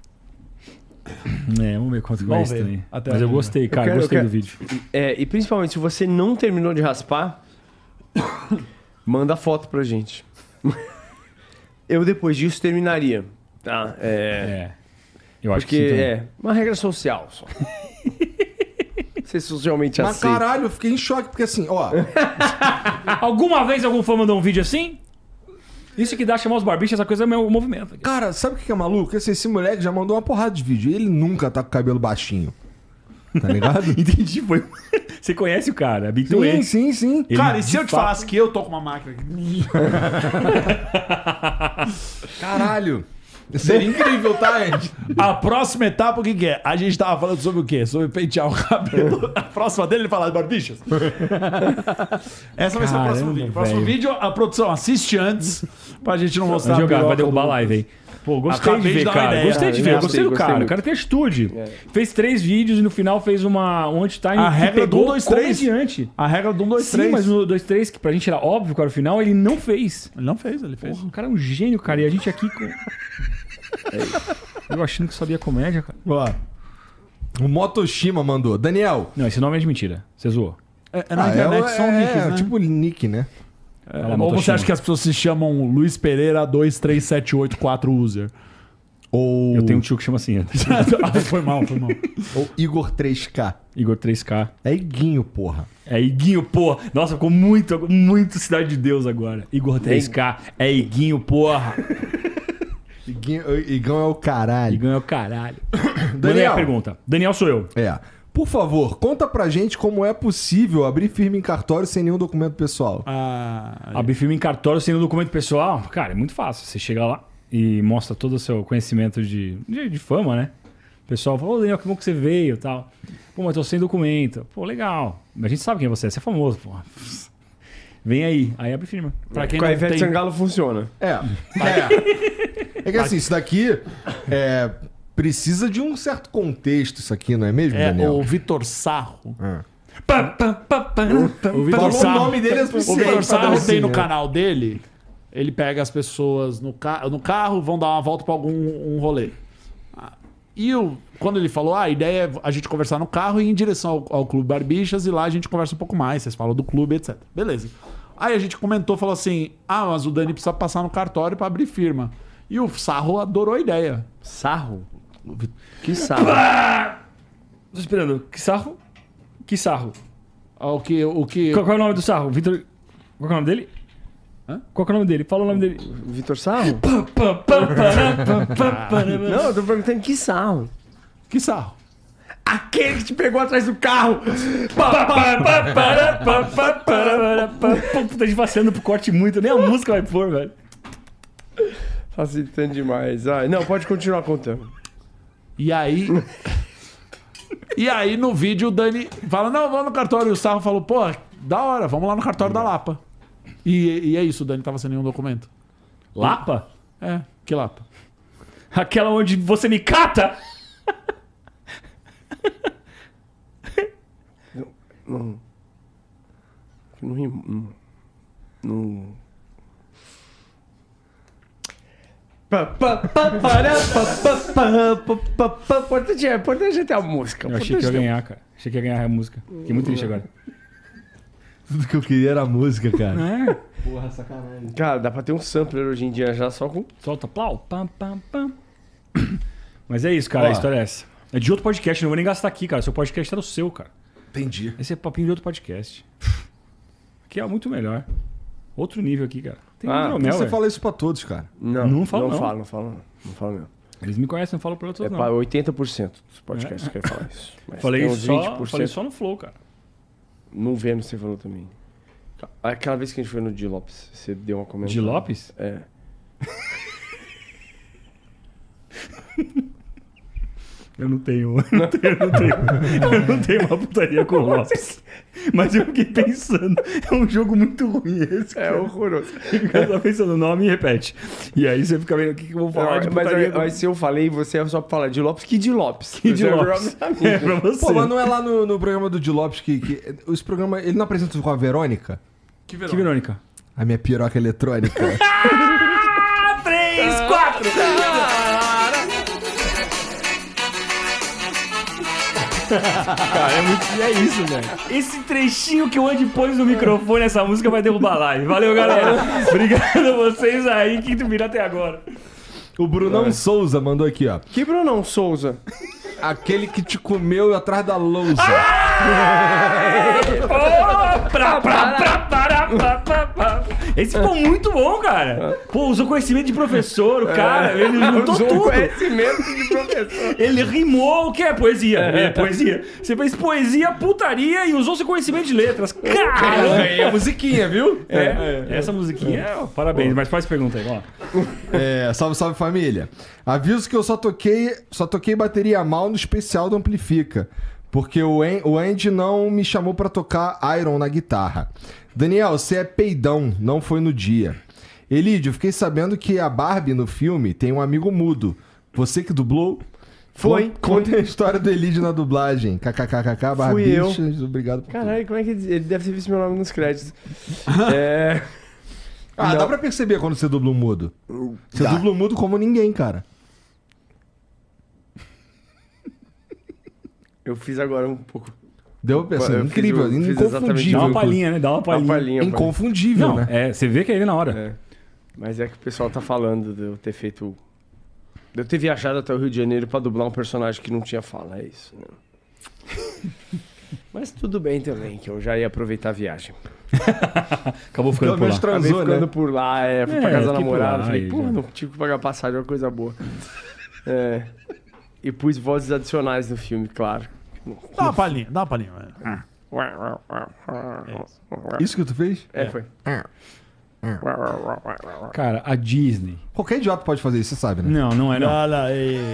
S4: É, vamos ver quanto que vai
S2: Vamos
S4: isso
S2: ver.
S4: também.
S2: Até
S4: Mas eu
S2: aí,
S4: gostei, cara.
S3: quero-
S4: gostei
S3: eu
S4: do
S3: quero-
S4: vídeo.
S3: É, e principalmente, se você não terminou de raspar, manda foto pra gente. Eu, depois disso, terminaria. Tá? É.
S4: É. Eu acho
S3: Porque
S4: que sim também.
S3: é uma regra social só. Ser socialmente
S1: Mas
S3: aceito.
S1: caralho, eu fiquei em choque, porque assim, ó.
S4: Alguma vez algum fã mandou um vídeo assim? Isso que dá chamar os barbichas, essa coisa é meu movimento.
S1: Cara, sabe o que que é maluco? Assim, esse moleque já mandou uma porrada de vídeo. E ele nunca tá com o cabelo baixinho. Tá ligado?
S4: Entendi, foi. Você conhece o cara, habituê.
S1: sim, sim, sim.
S4: Ele,
S2: Cara, e se
S4: de
S2: eu te
S4: fato-
S2: falasse que eu tô com uma máquina aqui?
S1: Caralho. Seria incrível, tá, Andy?
S2: A próxima etapa, o que, que é? A gente tava falando sobre o quê? Sobre pentear o cabelo. A próxima dele, ele fala de barbichas. Essa vai ser o próximo
S4: Caramba,
S2: vídeo. O próximo
S4: velho.
S2: vídeo, a produção assiste antes, pra gente não mostrar
S4: Vai jogar,
S2: a
S4: vai
S2: piroca
S4: derrubar a
S2: do-
S4: live aí. Pô, gostei
S2: Acabei
S4: de ver,
S2: de dar uma
S4: cara.
S2: ideia.
S4: Gostei de
S3: É,
S4: ver,
S3: gostei,
S4: gostei do
S3: gostei
S4: cara.
S3: muito.
S4: O cara tem atitude.
S3: É.
S4: Fez três vídeos e no final fez uma um anti-time
S2: A
S4: que
S2: regra do
S4: pegou
S2: um, dois, três.
S4: comediante.
S2: A regra do um, dois,
S4: Sim,
S2: três.
S4: mas no dois, três, que pra gente era óbvio que era o final, ele não fez.
S2: Ele não fez, ele fez.
S4: Porra, o cara é um gênio, cara. E a gente aqui com... Eu achando que sabia comédia, cara.
S1: Ó, o Motoshima mandou. Daniel.
S4: Não, esse nome é de mentira. Você zoou.
S2: É, é na
S1: Ah,
S2: internet
S1: é,
S2: são
S1: é,
S2: nicks, né?
S1: tipo nick, né?
S2: É,
S4: Fala,
S2: ou
S4: Motoshima.
S2: você acha que as pessoas se chamam Luiz Pereira dois três sete oito quatro user?
S1: Ou,
S4: Eu tenho um tio que chama assim.
S2: Ah, foi mal, foi mal.
S1: ou Igor três K.
S4: Igor três K.
S1: É Iguinho, porra.
S4: É Iguinho, porra. Nossa, ficou muito, muito Cidade de Deus agora. Igor três K. É Iguinho, porra.
S1: Iguinho, Igão é o caralho.
S4: Iguinho é o caralho.
S1: Daniel.
S4: Daniel. Pergunta. Daniel sou eu.
S1: É. Por favor, conta pra gente como é possível abrir firma em cartório sem nenhum documento pessoal.
S2: Ah,
S4: Abrir firma em cartório sem um documento pessoal? Cara, é muito fácil. Você chega lá e mostra todo o seu conhecimento de, de, de fama, né? O pessoal fala, ô Daniel, que bom que você veio e tal. Pô, mas tô sem documento. Pô, legal. A gente sabe quem você é, você é famoso, pô. Vem aí. Aí abre firma.
S2: pra quem
S3: Com a
S2: não
S3: Ivete
S2: tem...
S3: Sangalo funciona.
S1: É. É. É que assim, isso daqui é, precisa de um certo contexto, isso aqui, não é mesmo,
S2: É,
S1: Daniel?
S2: o Vitor Sarro.
S1: É.
S4: Pá, pá, pá, pá,
S2: O Vitor
S1: Falou o
S2: Sarro,
S1: nome dele é
S2: o
S1: suficiente
S2: Vitor
S1: pra
S2: Sarro
S1: dar assim,
S2: tem no
S1: né?
S2: canal dele, ele pega as pessoas no, ca... no carro, vão dar uma volta pra algum um rolê. Ah, E o... quando ele falou, ah, a ideia é a gente conversar no carro e ir em direção ao, ao Clube Barbixas e lá a gente conversa um pouco mais, vocês falam do clube, etcétera. Beleza. Aí a gente comentou, falou assim, ah, mas o Dani precisa passar no cartório pra abrir firma. E o Sarro adorou a ideia.
S3: Sarro? Que sarro?
S4: Tô esperando. Que sarro? Que sarro?
S2: O que... O que...
S4: Qual, qual é o nome do sarro? Vitor... Qual que é o nome dele?
S2: Hã?
S4: Qual que é o nome dele? Fala o nome dele.
S3: Vitor Sarro?
S4: Pá, pá, pá, pará, pá, pá, pará.
S3: Não, eu tô perguntando que sarro.
S2: Que sarro?
S3: Aquele que te pegou atrás do carro.
S4: Pá, pá, pá, pará, pá, pá, pará, pá. Pô, tá desfaciando pro corte muito. Nem a música vai pôr, velho.
S3: Facilitando demais. Ai, não, pode continuar contando.
S2: E aí... e aí no vídeo o Dani fala, não, vamos no cartório. E o Sarro falou, pô, da hora, vamos lá no cartório da Lapa. E, e é isso, o Dani tava sem nenhum documento.
S4: Lapa?
S2: É, que Lapa?
S4: Aquela onde você me cata?
S3: Não. Não rimo. Não. não... Pá, pá, pá, pará, pá, pá, pá, pá, pá, pá. Importante é, importante é ter a música.
S4: Eu achei que ia
S3: Importante é-
S4: ganhar, cara. Achei que ia ganhar a música. Fiquei muito triste agora.
S1: Tudo que eu queria era a música, cara.
S4: É.
S1: Porra, sacanagem.
S3: Cara, dá pra ter um sampler hoje em dia já só com.
S4: Solta plau, pam, pam, pam. Mas é isso, cara.
S1: Ó.
S4: A história é essa. É de outro podcast, não vou nem gastar aqui, cara. Seu podcast era o seu, cara.
S1: Entendi.
S4: Esse é papinho de outro podcast. Aqui é muito melhor. Outro nível aqui, cara. Tem
S3: Ah,
S4: hidromel,
S1: Você
S4: velho.
S1: fala isso pra todos, cara.
S3: Não,
S4: Não falo, não.
S3: Não falo, não falo. Não, não falo mesmo.
S4: Eles me conhecem, não falam pra outros,
S3: É
S4: não.
S3: pra oitenta por cento dos podcasts que eu ia falar isso. Mas
S4: Falei,
S3: tem
S4: isso
S3: uns
S4: só,
S3: vinte por cento.
S4: falei só no Flow, cara.
S3: Não vendo, você falou também. Aquela vez que a gente foi no Di Lopes, você deu uma comentada.
S4: De Lopes?
S3: É.
S4: Eu não tenho. Eu não tenho, eu não tenho, eu não tenho uma putaria com o Lopes. Mas eu fiquei pensando, é um jogo muito ruim esse.
S3: É
S4: cara.
S3: horroroso.
S4: Fica só pensando, nome e repete. E aí você fica vendo o que, que eu vou falar de
S3: mas,
S4: putaria.
S3: mas, mas se eu falei, você é só pra falar de Lopes, que de Lopes.
S4: Que de
S3: Você é
S4: Lopes.
S3: meu amigo.
S4: É pra você.
S1: Pô, mas não é lá no, no programa do Di Lopes que, que... Esse programa, ele não apresenta com a Verônica?
S2: Que
S4: Que Verônica?
S1: A minha piroca eletrônica.
S4: Três, quatro! Cara, é, muito, é isso, velho. Esse trechinho que o Andy pôs no microfone, essa música vai derrubar a live. Valeu, galera. Obrigado a vocês aí que viram até agora.
S1: O Brunão Souza mandou aqui, ó.
S3: Que Brunão Souza?
S1: Aquele que te comeu atrás da lousa.
S4: Oh, pra, pra, pra, pra, pra, pra, pra. Esse ficou muito bom, cara. Pô, usou conhecimento de professor, o cara. Ele juntou
S3: Usou
S4: tudo.
S3: conhecimento de professor.
S4: Ele rimou o que é poesia. É poesia. Você fez poesia, putaria e usou seu conhecimento de letras. Cara!
S1: Ganhei a musiquinha, viu?
S4: É, essa musiquinha, ó, parabéns. Mas faz pergunta aí, ó.
S1: É, salve, salve família. Aviso que eu só toquei, só toquei bateria mal no especial do Amplifica, porque o, An- o Andy não me chamou pra tocar Iron na guitarra. Daniel, você é peidão, não foi no dia. Elídio, eu fiquei sabendo que a Barbie no filme tem um amigo mudo. Você que dublou?
S3: Foi.
S1: Conta a história do Elídio na dublagem. KKKKK, Barbichas, obrigado por
S3: Caralho, como é que ele deve ter visto meu nome nos créditos? é...
S1: Ah,
S3: Não.
S1: dá pra perceber quando você dubla um mudo. Você
S3: Dá.
S1: dubla um mudo como ninguém, cara.
S3: Eu fiz agora um pouco.
S1: Deu pra assim,
S3: Eu fiz
S1: incrível,
S3: o- fiz exatamente
S4: Dá
S1: inconfundível.
S4: uma palhinha, né? Dá uma palhinha.
S3: Uma palhinha. uma
S1: Inconfundível,
S4: Não,
S1: né?
S4: é, você vê que é ele na hora.
S3: palhinha. É. Mas é que o pessoal tá falando de eu ter feito. De eu ter viajado até o Rio de Janeiro pra dublar um personagem que não tinha fala. É isso, né? Mas tudo bem também, que eu já ia aproveitar a viagem.
S4: Acabou ficando
S1: Pelo
S4: por lá.
S1: menos
S3: Acabei
S1: transou,
S3: ficando
S1: né?
S3: por lá, é, fui pra
S4: É,
S3: casa da
S4: fiquei por
S3: namorada.
S4: lá,
S3: Falei,
S4: aí
S3: pô,
S4: já.
S3: não tive que pagar passagem, é uma coisa boa. É. E pus vozes adicionais no filme, claro.
S2: Dá uma palhinha, dá uma palhinha. velho.
S1: Isso que tu fez?
S3: É, foi.
S4: Cara, a Disney.
S1: Qualquer idiota pode fazer isso, você sabe, né?
S4: Não, não é não.
S2: Olha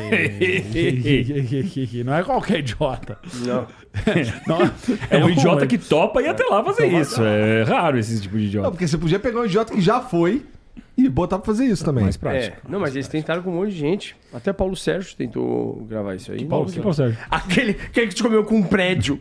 S2: aí. Não é qualquer idiota.
S3: Não.
S2: Não,
S4: É um
S2: um-
S4: idiota que topa ir até lá fazer isso. É raro esse tipo de
S1: Não,
S4: idiota.
S1: porque você podia pegar um idiota que já foi e botar pra fazer isso também.
S4: Mais
S3: É,
S4: prático.
S3: não, mas eles tentaram com um monte de gente. Até Paulo Sérgio tentou gravar isso aí.
S4: Paulo, que Paulo Sérgio?
S3: Aquele, aquele que te comeu com um prédio.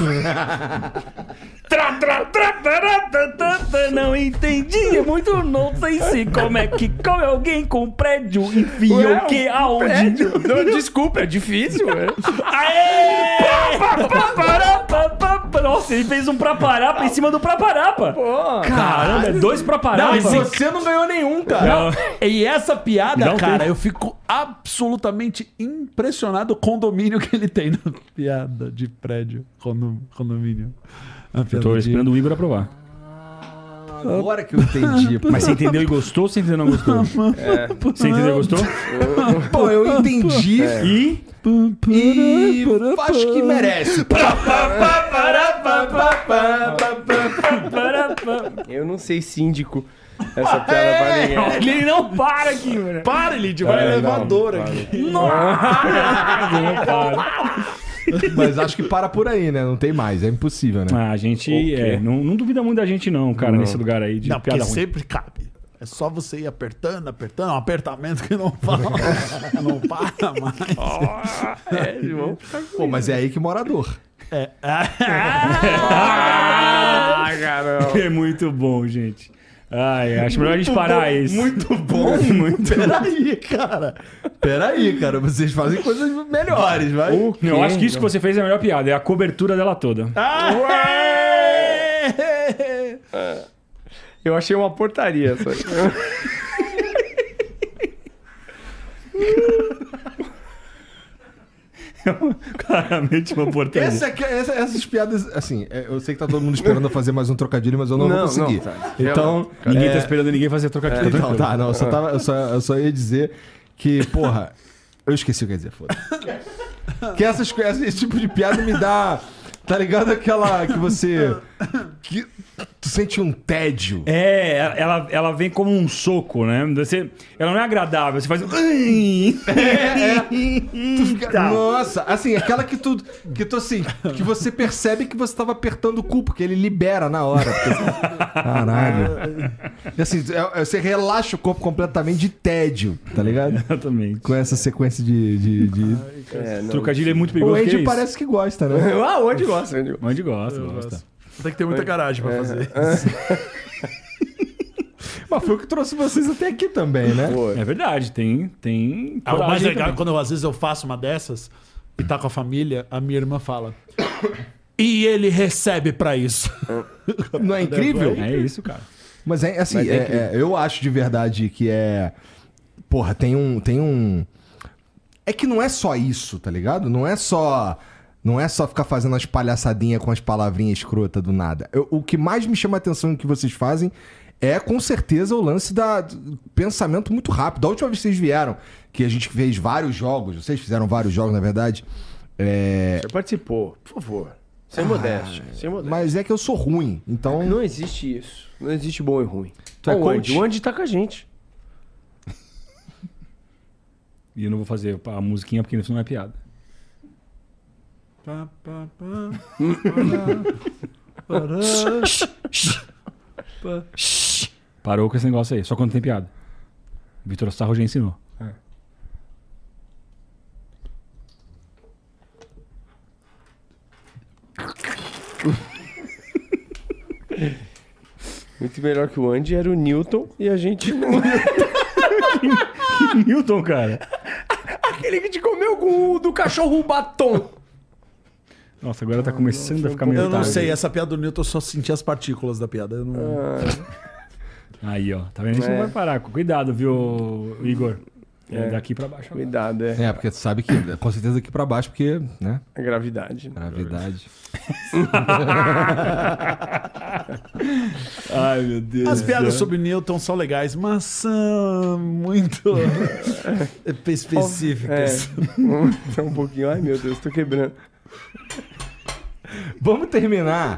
S4: Tra, tra, tra, tra, tra, tra, tra, não entendi, é muito não sei se como é que come alguém com prédio enfia
S3: Ué,
S4: o que
S3: um
S4: aonde?
S3: prédio? Não, desculpa, é difícil. É.
S4: Aê! Pa, pa, pará, pa, pa, pa. Nossa, ele fez um pra parapa em cima do pra parapa.
S3: Pô,
S4: Caramba, é dois pra parapa.
S1: Não, e você não ganhou nenhum, cara.
S4: Não.
S2: E essa piada,
S4: Não
S2: cara,
S4: tem.
S2: eu fico absolutamente impressionado com o domínio que ele tem na piada de prédio, condo- condomínio. A
S4: Eu
S2: piada
S4: tô
S2: de-
S4: esperando o Igor aprovar.
S1: Agora que eu entendi.
S4: Mas você entendeu e gostou ou você entendeu e não gostou? Você entendeu e gostou?
S1: Pô, eu entendi
S4: E...
S1: e acho que merece.
S3: eu não sei síndico essa piada pra ninguém.
S4: Ele não para aqui, mano.
S2: Para, Lid, vai
S3: É,
S2: elevador
S3: não,
S2: aqui.
S4: Não para.
S1: Mas acho que para por aí, né? Não tem mais, é impossível, né?
S4: Ah, a gente é, não, não duvida muito da gente não, cara, nesse lugar aí de
S2: Não, porque
S4: piada ruim.
S2: sempre cabe. É só você ir apertando, apertando. É um apertamento que não para, não para mais.
S3: É, vamos ficar com
S1: Pô, mas é aí que mora a dor.
S2: É.
S3: Ah, caramba.
S4: É muito bom, gente. Ai, acho melhor a gente parar isso.
S1: Muito bom.
S4: Muito.
S1: Peraí, cara. Peraí, cara. Vocês fazem coisas melhores, vai.
S3: O
S4: Não, eu
S3: quê?
S4: acho que isso que você fez é a melhor piada, é a cobertura dela toda.
S3: Eu achei uma portaria. Só.
S4: Claramente uma portaria.
S1: Essa, aqui- essa- essas piadas, assim, é, eu sei que tá todo mundo esperando eu fazer mais um trocadilho, mas eu não,
S3: Não,
S1: vou conseguir.
S3: não, tá.
S1: Então,
S4: Ninguém
S1: é,
S4: tá esperando ninguém fazer trocadilho.
S1: Então, tá, não, eu só, tava, eu, só, eu só ia dizer que, porra, eu esqueci o que ia dizer, foda. Que essas, coisas- esse tipo de piada me dá, tá ligado? Aquela que você, que tu sente um tédio.
S4: É, ela, ela vem como um soco, né? Você, ela não é agradável, você faz um...
S1: Tu fica, nossa, assim, aquela que tu, que tu assim, que você percebe que você tava apertando o cu, porque ele libera na hora. Porque, caralho. E assim, é- é- você relaxa o corpo completamente de tédio, tá ligado?
S4: Exatamente.
S1: Com essa sequência de... de, de...
S3: É, não.
S4: Trocadilho é muito
S1: O
S4: perigoso. que é
S1: Andy
S4: isso?
S1: parece que gosta, né?
S3: Ah, onde gosta? Onde gosta?
S4: O Andy gosta, gosta.
S2: Tem que ter muita garagem pra fazer.
S1: Mas foi o que trouxe vocês até aqui também, né?
S3: Pô,
S4: É verdade, tem... tem
S2: Ah, o mais
S4: coragem
S2: legal é
S4: também.
S2: quando eu, às vezes eu faço uma dessas e tá com a família, a minha irmã fala. E ele recebe pra isso.
S1: Não é incrível?
S4: É isso, cara.
S1: Mas é assim,
S3: Mas é
S1: é-
S3: incrível.
S1: é- eu acho de verdade que é. Porra, tem um. Tem um. É que não é só isso, tá ligado? Não é só. Não é só ficar fazendo as palhaçadinhas com as palavrinhas escrotas do nada. Eu- o que mais me chama a atenção no que vocês fazem é com certeza o lance da do pensamento muito rápido. Da última vez que vocês vieram, que a gente fez vários jogos, vocês fizeram vários jogos, na verdade. É...
S3: Você participou, por favor. Sem modéstia. Sem modéstia.
S1: Mas é que eu sou ruim, então.
S3: Não existe isso. Não existe bom e ruim.
S1: Tu é
S3: Ó, o
S1: coach?
S3: Andy. O Andy tá com a gente.
S4: E eu não vou fazer a musiquinha porque isso não é piada.
S2: Pá, pá, pá, pará, pará, pá.
S4: Parou com esse negócio aí, só quando tem piada. Vitor Sarro já ensinou.
S3: Muito melhor que o Andy era o Newton e a gente não.
S4: Newton, cara.
S3: Aquele que te comeu com o do cachorro batom.
S4: Nossa, agora tá começando a ficar meio
S2: Eu não
S4: tarde.
S2: sei, essa piada do Newton eu só senti as partículas da piada. Eu não...
S4: Aí, ó. Tá vendo? A gente
S3: É.
S4: não vai parar. Cuidado, viu, Igor? É,
S3: É.
S4: daqui pra baixo. Agora.
S3: Cuidado, é.
S1: É, porque tu sabe que, com certeza aqui pra baixo, porque, né?
S3: A gravidade.
S1: Gravidade.
S4: Ai, meu Deus.
S2: As
S4: do
S2: piadas
S4: céu.
S2: sobre Newton são legais, mas são muito específicas.
S3: É. um pouquinho. Ai, meu Deus, tô quebrando.
S1: Vamos terminar.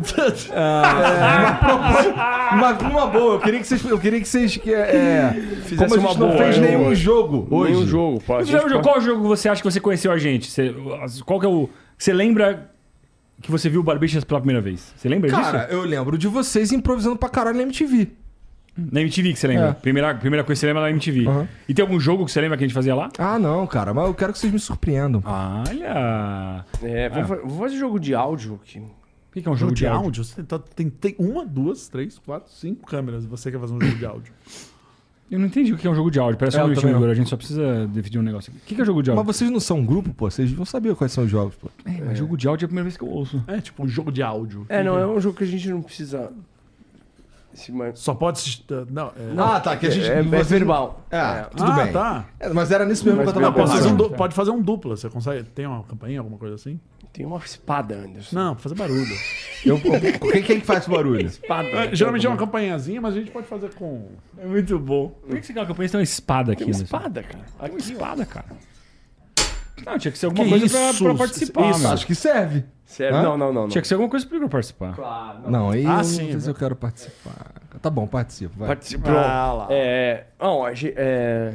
S1: Ah, uma, proposta- uma, uma boa. Eu queria que vocês. Eu queria que vocês. É,
S3: Fizesse
S1: como a gente
S3: uma
S1: não
S3: boa,
S1: fez
S3: eu-
S1: nenhum jogo hoje.
S3: Nenhum jogo. Pô, a
S4: Mas,
S3: gente
S4: jogo-
S3: pode-
S4: Qual jogo você acha que você conheceu a gente? Você- qual que é o... Você lembra que você viu o Barbixas pela primeira vez? Você lembra
S1: Cara,
S4: disso?
S1: eu lembro de vocês improvisando pra caralho na M T V.
S4: Na M T V que você lembra?
S1: É.
S4: Primeira, primeira coisa que você lembra na M T V.
S1: Uhum.
S4: E tem algum jogo que você lembra que a gente fazia lá?
S1: Ah, não, cara, mas eu quero que vocês me surpreendam.
S4: Olha!
S3: É, vamos, fa- vamos fazer jogo de áudio aqui.
S4: O que que é um
S2: Jogo
S4: jogo
S2: de áudio? Você tá- tem, tem uma, duas, três, quatro, cinco câmeras e você quer fazer um jogo de áudio.
S4: Eu não entendi o que é um jogo de áudio. Parece
S1: É,
S4: um
S1: eu
S4: minutinho,
S1: também não.
S4: Igor. A gente só precisa definir um negócio aqui. O que que é jogo de áudio?
S1: Mas vocês não são um grupo, pô? Vocês vão saber quais são os jogos, pô.
S4: É, mas jogo de áudio é a primeira vez que eu ouço.
S2: É tipo um jogo de áudio.
S3: É, não, é um jogo que a gente não precisa. Se man-
S2: Só pode se... Não, é...
S1: Ah, tá, que a gente...
S3: é, é
S1: vocês-
S3: verbal.
S1: É, tudo
S2: ah,
S1: bem.
S2: tá.
S1: É, mas era nisso mesmo
S3: Mas
S1: que eu tava
S3: verbal.
S2: Pode fazer, um
S1: pensando.
S2: du- pode fazer um dupla, você consegue? Tem uma campainha, alguma coisa assim?
S3: Tem uma espada, Anderson.
S2: Não, pra fazer barulho.
S1: Eu, eu, quem, quem que faz barulho?
S3: Espada.
S2: É, geralmente é uma campainhazinha, mas a gente pode fazer com...
S4: É muito bom. Por que você quer uma campanha? Tem uma espada aqui.
S3: Tem uma
S4: Anderson.
S3: espada, cara.
S4: Tem uma espada, cara. Não, tinha que ser alguma
S2: Que
S4: coisa pra,
S2: isso?
S4: pra participar,
S2: Isso,
S4: meu.
S1: Acho que serve.
S3: Sério?
S1: Hã?
S3: Não, não, não. não.
S4: Tinha que ser alguma coisa pra eu participar.
S3: Claro. Não.
S1: Não, aí
S2: Ah,
S1: eu
S2: sim,
S1: não sei se
S2: né?
S1: eu quero participar. Tá bom, participo, vai.
S3: Participou.
S2: Ah, lá.
S3: É. Não, a gente. É...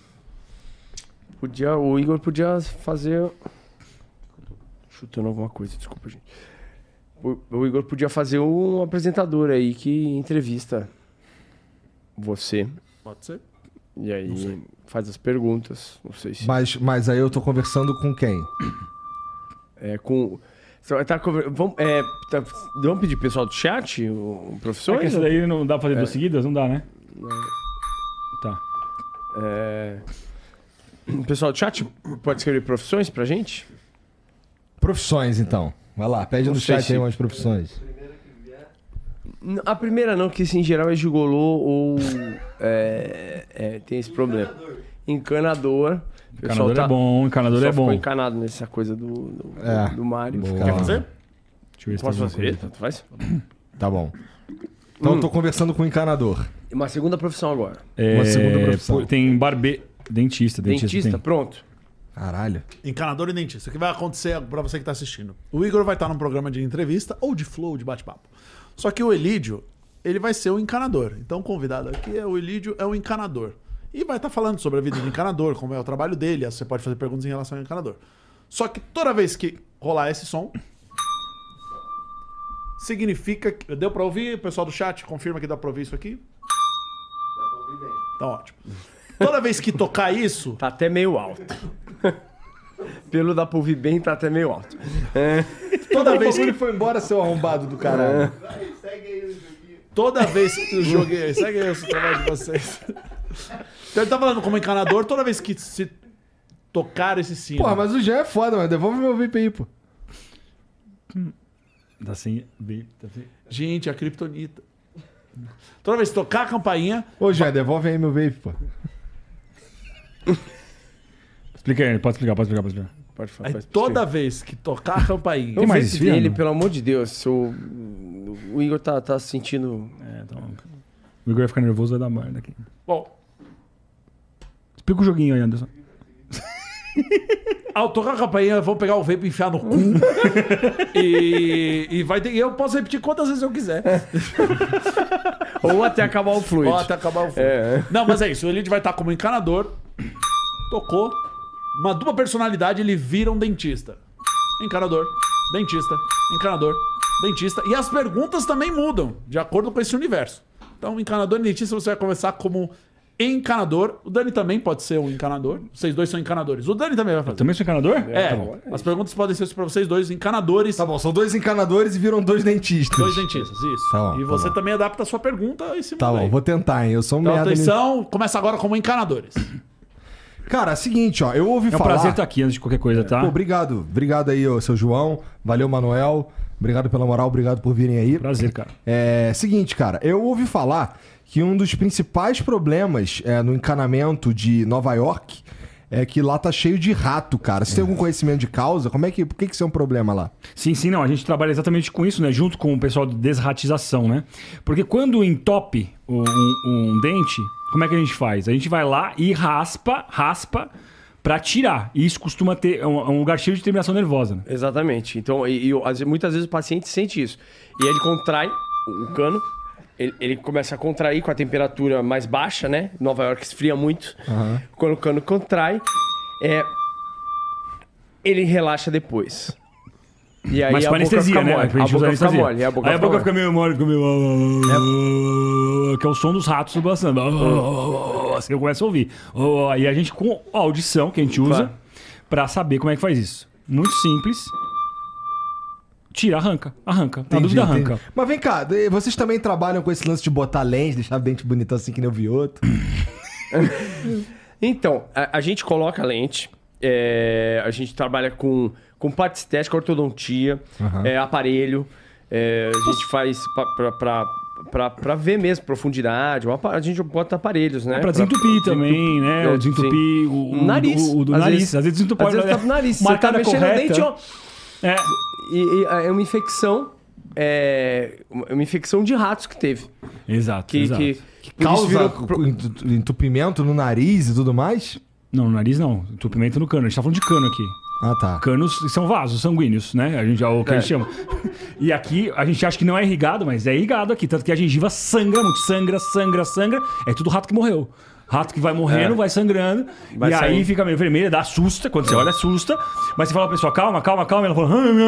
S3: Podia, o Igor podia fazer. Chutando alguma coisa, desculpa, gente. O, o Igor podia fazer um apresentador aí que entrevista você.
S2: Pode ser?
S3: E aí faz as perguntas. Não sei se.
S1: Mas, mas aí eu tô conversando com quem?
S3: É, com. Você vai estar conver- Vamos, é, tá- vamos pedir pro pessoal do chat, o, o professor?
S4: Só que essa daí não dá pra fazer duas seguidas? Não dá, né? Tá.
S3: É... O pessoal do chat pode escrever profissões pra gente?
S1: Profissões, então. Vai lá, pede
S3: Não
S1: no
S3: sei
S1: chat
S3: se-
S1: aí umas profissões.
S3: N- A primeira não, que isso em geral é gigolô ou é, é, tem esse problema. Encanador. O pessoal
S4: Encanador
S3: tá-
S4: é bom, encanador
S3: só
S4: é
S3: ficou
S4: bom.
S3: encanado nessa coisa do, do,
S1: É.
S3: do Mário.
S1: Boa.
S3: Fica-
S2: Quer fazer?
S4: Deixa eu ver se
S3: Posso
S4: tem alguma
S3: fazer?
S4: coisa.
S3: Tanto faz?
S1: Tá bom. Então
S3: Hum.
S1: eu tô conversando com o encanador.
S3: Uma segunda profissão agora.
S4: É,
S1: Uma segunda profissão.
S4: pô, Tem barbe... Dentista, dentista.
S3: Dentista,
S4: tem.
S3: pronto.
S1: Caralho.
S2: Encanador e dentista. O que vai acontecer pra você que tá assistindo? O Igor vai estar num programa de entrevista ou de flow, ou de bate-papo. Só que o Elídio, ele vai ser o encanador. Então o convidado aqui é o Elídio, é o encanador. E vai estar falando sobre a vida do encanador, como é o trabalho dele. Você pode fazer perguntas em relação ao encanador. Só que toda vez que rolar esse som, significa que... Deu pra ouvir? O pessoal do chat confirma que dá pra ouvir isso aqui?
S5: Dá pra ouvir bem.
S2: Tá ótimo. Toda vez que tocar isso,
S3: Tá até meio alto. Pelo da pra ouvir bem, tá até meio alto. É.
S1: Toda vez que ele foi embora, seu arrombado do caralho.
S5: Vai, segue aí o joguinho.
S2: toda vez que eu joguei... Segue aí o trabalho de vocês. Então ele tá falando como encanador, toda vez que se tocar esse sino...
S1: Porra, mas o Jean é foda, mano. Devolve meu V P I, pô.
S4: Tá sem... bem- tá sem-
S2: Gente, a Kryptonita. Toda vez que tocar a campainha,
S1: Ô, Jean, devolve aí meu vape, pô.
S4: Explica aí, pode explicar, pode explicar, pode explicar.
S3: Pode falar.
S2: aí
S3: faz-
S2: toda vez que tocar a campainha...
S4: Tem mais
S3: Vê se
S4: desfile,
S3: dele,
S4: não?
S3: pelo amor de Deus. O, o Igor tá, tá sentindo.
S4: É, então... O Igor vai ficar nervoso, vai dar merda aqui.
S2: Bom,
S4: Explica o joguinho aí, Anderson.
S2: ao tocar a campainha, vou pegar o vape e enfiar no cu. e, e vai ter... e eu posso repetir quantas vezes eu quiser.
S3: Ou até acabar o fluido.
S2: Ó, até acabar o fogo.
S3: É.
S2: Não, mas é isso. O Elite vai estar como encanador. Tocou. Uma dupla personalidade, ele vira um dentista. Encanador, dentista, encanador, dentista. E as perguntas também mudam, de acordo com esse universo. Então, encanador e dentista, você vai conversar como encanador. O Dani também pode ser um encanador. Vocês dois são encanadores. O Dani também vai fazer.
S4: Também sou encanador?
S2: É,
S4: Tá bom.
S2: as perguntas podem ser pra vocês dois, encanadores.
S1: Tá bom, são dois encanadores e viram dois dentistas.
S2: Dois dentistas, isso.
S1: Tá bom,
S2: e
S1: tá
S2: você
S1: bom.
S2: também adapta a sua pergunta a esse
S1: Tá
S2: mundo
S1: bom,
S2: aí.
S1: vou tentar, hein? Eu sou um
S2: Então,
S1: merda. nisso.
S2: atenção, começa agora como encanadores.
S1: Cara, é o seguinte, ó, eu ouvi
S4: É um
S1: falar...
S4: prazer estar aqui antes de qualquer coisa, tá?
S1: Pô, obrigado. Obrigado aí, ô, seu João. Valeu, Manuel. Obrigado pela moral, obrigado por virem aí.
S4: Prazer, cara.
S1: É, seguinte, cara, eu ouvi falar que um dos principais problemas é, no encanamento de Nova York é que lá tá cheio de rato, cara. Você tem algum conhecimento de causa? Como é que, por que, que isso é um problema lá?
S4: Sim, sim, não. A gente trabalha exatamente com isso, né? Junto com o pessoal de desratização, né? Porque quando entope um, um dente, como é que a gente faz? A gente vai lá e raspa, raspa pra tirar. E isso costuma ter é um, é um lugar cheio de terminação nervosa, né?
S3: Exatamente. Então, e, e, às vezes- muitas vezes o paciente sente isso. E ele contrai o o cano, ele, ele começa a contrair com a temperatura mais baixa, né? Nova York esfria muito. Quando o cano contrai, é, ele relaxa depois. E aí
S4: Mas
S3: a
S4: com
S3: boca
S4: anestesia,
S3: fica
S4: né?
S3: mole.
S4: A gente
S3: A
S4: usa
S3: boca fica
S4: anestesia.
S3: mole. e A boca
S4: Aí a
S3: fica
S4: boca
S3: mole.
S4: fica meio mole, fica meio... Que é o som dos ratos passando. Assim eu começo a ouvir. Aí a gente, com a audição que a gente usa,
S3: Claro.
S4: pra saber como é que faz isso. Muito simples. Tira, arranca. Arranca. Na
S1: Entendi,
S4: dúvida, arranca.
S1: entendi. Mas vem cá, de- vocês também trabalham com esse lance de botar lente, deixar o dente bonitão assim que nem eu vi outro?
S3: Então, a, a gente coloca lente, é, a gente trabalha com, com parte estética, ortodontia, é, aparelho, é, a gente faz pra, pra, pra, pra, pra ver mesmo profundidade, uma pa- a gente bota aparelhos, né?
S4: É pra desentupir também, né? O desentupir o, o,
S3: O nariz.
S4: O, o do
S3: Às
S4: nariz.
S3: vezes-
S4: Às vezes desentupir
S3: Às vezes tá pro nariz, você tá
S4: Marcada
S3: mexendo
S4: correta.
S3: no dente, ó.
S4: É.
S3: E, e é uma infecção, é uma infecção de ratos que teve.
S4: Exato,
S3: Que,
S4: exato.
S3: que, por isso
S1: Causa
S3: virou
S1: cu-
S3: pro-
S1: entu- entupimento no nariz e tudo mais?
S4: Não, no nariz não. Entupimento no cano. A gente tá falando de cano aqui.
S1: Ah, tá.
S4: Canos são vasos sanguíneos, né? A gente, é o que a gente chama. E aqui a gente acha que não é irrigado, mas é irrigado aqui. Tanto que a gengiva sangra muito. Sangra, sangra, sangra. É tudo rato que morreu. Rato que vai morrendo,
S3: É.
S4: vai sangrando.
S3: Vai
S4: e aí
S3: saindo.
S4: fica meio vermelho, dá assusta. Quando você olha, assusta. Mas você fala pra pessoa, calma, calma, calma. Ela fala...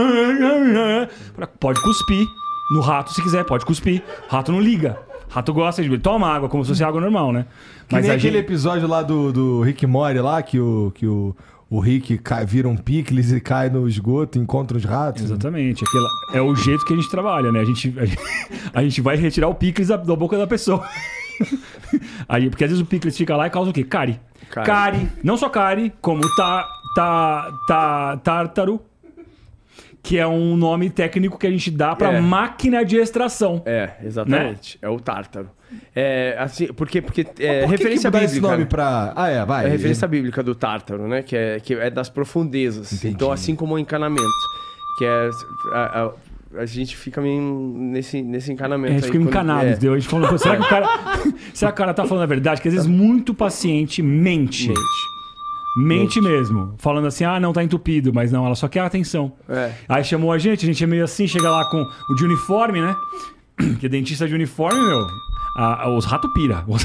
S4: Pode cuspir no rato se quiser, pode cuspir. Rato não liga. Rato gosta de... Toma água, como se fosse água normal, né?
S1: Que nem
S4: a
S1: aquele
S4: gente-
S1: episódio lá do, do Rick Mori lá, que o, que o, o Rick cai, vira um picles e cai no esgoto e encontra os ratos.
S4: Exatamente. Aquela, é o jeito que a gente trabalha, né? A gente, a gente, a gente vai retirar o picles da, da boca da pessoa. Aí, porque às vezes o picles fica lá e causa o quê? Cárie.
S3: Cárie.
S4: Cárie. Não só cárie, como tá, tá, tá, tártaro, que é um nome técnico que a gente dá pra
S3: É.
S4: máquina de extração.
S3: É, exatamente. É o tártaro. É, assim, porque, porque é
S1: Por que
S3: referência
S1: que dá esse
S3: bíblica.
S1: nome
S3: né?
S1: pra... Ah, é, vai.
S3: É a referência bíblica do tártaro, né? Que é, que é das profundezas.
S1: Entendi.
S3: Então, assim como o encanamento. Que é... A, a- a gente fica meio nesse, nesse encanamento.
S4: A gente
S3: aí
S4: fica
S3: quando-
S4: encanado,
S3: é.
S4: entendeu? A gente falou, pô, será que o cara. Será que o cara tá falando a verdade? Que às vezes muito paciente mente.
S3: Mente.
S4: Mente mesmo. Falando assim, ah, não, tá entupido. Mas não, ela só quer atenção.
S3: É.
S4: Aí chamou a gente, a gente é meio assim, chega lá com o de uniforme, né? Que dentista de uniforme, meu. a- a- os ratos pira. Os-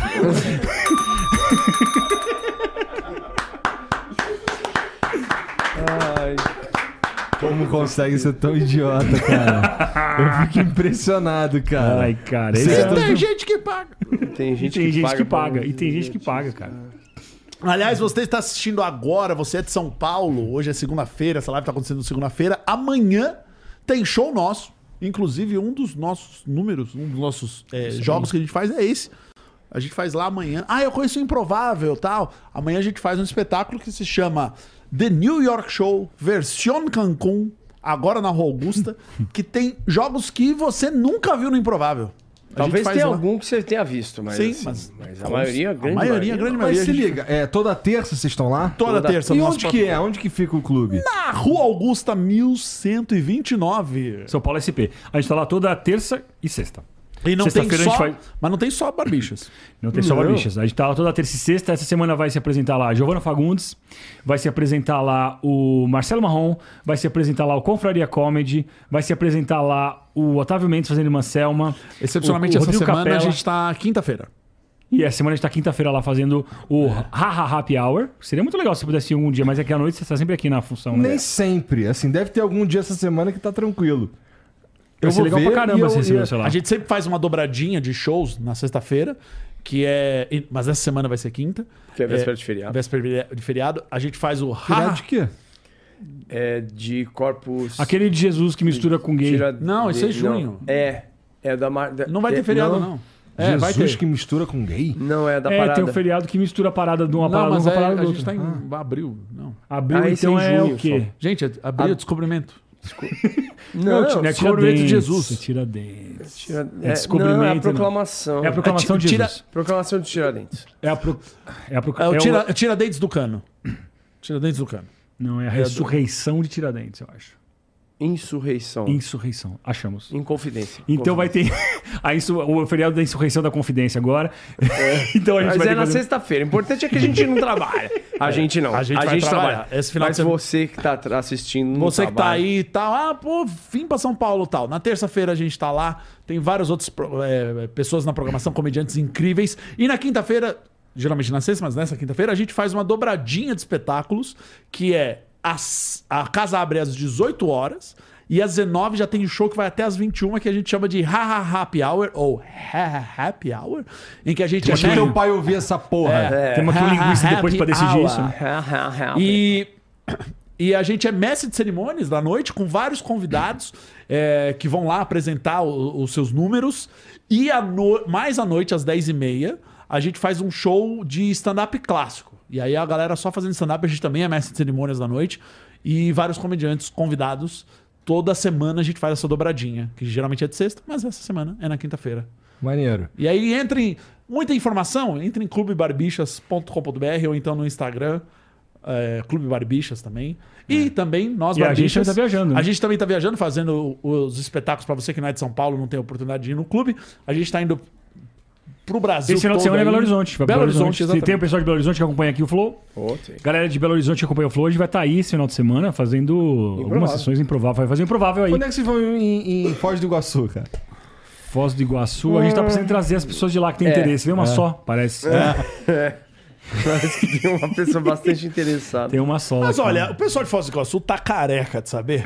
S3: Ai,
S1: Como consegue ser tão idiota, cara? Eu fico impressionado, cara.
S4: Ai, cara.
S1: Vocês
S4: Esse é...
S1: estão-
S2: Tem gente que paga.
S3: tem gente,
S4: Tem
S3: que,
S4: gente
S3: paga
S4: que
S3: pra-
S4: paga. E tem gente que paga, cara.
S2: Aliás, você está assistindo agora, você é de São Paulo, hoje é segunda-feira, essa live está acontecendo segunda-feira. Amanhã tem show nosso. Inclusive, um dos nossos números, um dos nossos é, jogos que a gente faz é esse. A gente faz lá amanhã. Ah, eu conheço o Improvável tal. Amanhã a gente faz um espetáculo que se chama The New York Show, versão Cancún, agora na Rua Augusta, que tem jogos que você nunca viu no Improvável. A
S3: Talvez
S2: gente faz
S3: tenha
S2: lá.
S3: algum que você tenha visto, mas,
S2: Sim,
S3: assim,
S2: mas-
S3: mas a maioria, a grande
S2: A maioria, a grande
S1: Mas
S2: maioria.
S1: se
S2: a gente-
S1: liga, é, toda terça vocês estão lá?
S2: Toda,
S3: Toda-
S2: terça.
S1: E
S2: no nosso
S1: onde que é? Onde que fica o clube?
S2: Na Rua Augusta mil cento e vinte e nove.
S4: São Paulo S P. A gente tá lá toda terça e sexta.
S2: E não tem
S4: Sexta-feira a
S2: só,
S4: gente faz-
S2: mas não tem só barbichas.
S4: Não tem só
S3: Não.
S4: barbichas. A gente tá lá toda terça e sexta. Essa semana vai se apresentar lá a Giovana Fagundes, vai se apresentar lá o Marcelo Marrom, vai se apresentar lá o Confraria Comedy, vai se apresentar lá o Otávio Mendes fazendo uma Selma.
S2: Excepcionalmente
S4: o- o
S2: essa
S4: Rodrigo
S2: semana
S4: Capella.
S2: a gente tá quinta-feira.
S4: E essa semana a gente tá quinta-feira lá fazendo o Haha Happy Hour. Seria muito legal se você pudesse ir algum dia, mas é que à noite você tá sempre aqui na função, né?
S1: Nem sempre. Assim, deve ter algum dia essa semana que tá tranquilo. Eu
S4: Vai ser
S1: vou
S4: legal
S1: ver
S4: pra caramba
S1: e eu-
S4: esse esse
S1: e-
S4: negócio lá.
S2: A gente sempre faz uma dobradinha de shows na sexta-feira, que é. Mas essa semana vai ser quinta.
S3: Que é véspera de feriado.
S2: Véspera de feriado. A gente faz o
S1: Feriado de quê?
S3: É de corpus...
S4: Aquele de Jesus que mistura com gay.
S3: Tira-
S2: Não, isso é
S3: de-
S2: junho.
S3: Não, é. É da... mar- da-
S2: Não vai ter
S3: é-
S2: feriado, não. É, vai
S1: Jesus
S2: ter.
S1: que mistura com gay?
S3: Não, é da
S4: É,
S3: parada.
S4: tem um feriado que mistura a parada de uma
S2: Não,
S4: parada
S2: mas
S4: com a
S2: é,
S4: parada
S2: a
S4: do
S2: gente tá
S4: outro.
S2: em abril. Não.
S4: Abril,
S3: Ah, esse
S4: então
S3: é em
S4: é
S3: junho
S4: o quê?
S2: Gente, é abril é descobrimento.
S3: Não,
S4: é tira- é
S2: descobrimento de
S4: Tiradentes,
S2: Jesus.
S4: é Tiradentes.
S3: Tira-
S4: É
S3: é,
S4: descobrimento,
S3: não, é a
S4: não.
S3: proclamação.
S4: É a proclamação de
S2: tira-
S4: Jesus.
S3: Proclamação de Tiradentes.
S4: É a, pro... é a, pro...
S2: É o
S4: é
S2: tira, é Tiradentes do Cano. Tiradentes do Cano.
S4: Não, é a ressurreição de Tiradentes, eu acho.
S3: Insurreição.
S4: Insurreição, achamos.
S3: Inconfidência.
S4: Então vai ter a insu... o feriado da insurreição da Confidência agora. então a gente
S3: Mas
S4: vai
S3: é
S4: ter
S3: na
S4: que fazer-
S3: sexta-feira. O importante é que a gente não trabalha. A gente não.
S2: A gente vai trabalhar. Esse final
S3: Mas
S2: de semana-
S3: você que tá tra- assistindo não
S2: Você que tá
S3: trabalha.
S2: aí e tal, ah, pô, vim pra São Paulo e tal. Na terça-feira a gente tá lá, tem várias outras pro- é, pessoas na programação, comediantes incríveis. E na quinta-feira, geralmente na sexta, mas nessa quinta-feira, a gente faz uma dobradinha de espetáculos, que é as- a casa abre às dezoito horas. E às dezenove já tem um show que vai até às vinte e uma, que a gente chama de Haha Happy Hour, ou Haha Happy Hour, em que a gente...
S1: Deixa
S2: é-
S1: meu pai ouvir essa porra.
S2: É.
S4: Temos aqui um linguista depois pra
S2: Happy
S4: decidir
S2: hour.
S4: isso. né?
S2: E, e a gente é mestre de cerimônias da noite, com vários convidados é, que vão lá apresentar o- os seus números. E a no- mais à noite, às dez e meia, a gente faz um show de stand-up clássico. E aí a galera só fazendo stand-up, a gente também é mestre de cerimônias da noite. E vários comediantes convidados. Toda semana a gente faz essa dobradinha, que geralmente é de sexta, mas essa semana é na quinta-feira.
S1: Maneiro.
S2: E aí entre muita informação, entre em clube barbixas ponto com ponto b r ou então no Instagram, é, Clube Barbixas também. E também nós
S4: E a
S2: Barbixas.
S4: gente também tá viajando, né?
S2: A gente também tá viajando, fazendo os espetáculos para você que não é de São Paulo, não tem oportunidade de ir no clube. A gente tá indo pro Brasil.
S4: Esse final de
S2: todo
S4: semana é
S2: aí.
S4: Belo Horizonte. Vai pra
S2: Belo Horizonte,
S4: Se tem o
S2: exatamente.
S4: pessoal de Belo Horizonte que acompanha aqui o Flow.
S3: Pô, tem.
S4: Galera de Belo Horizonte que acompanha o Flow hoje vai estar aí esse final de semana fazendo algumas sessões improváveis. Vai fazer improvável aí.
S1: Quando é que vocês vão em, em Foz do Iguaçu, cara?
S4: Foz do Iguaçu. A gente tá precisando trazer as pessoas de lá que tem
S3: É.
S4: interesse. Vê uma só, parece.
S3: Parece que tem uma pessoa bastante interessada.
S4: Tem uma só.
S2: Mas
S4: cara.
S2: olha, o pessoal de Foz do Iguaçu tá careca de saber.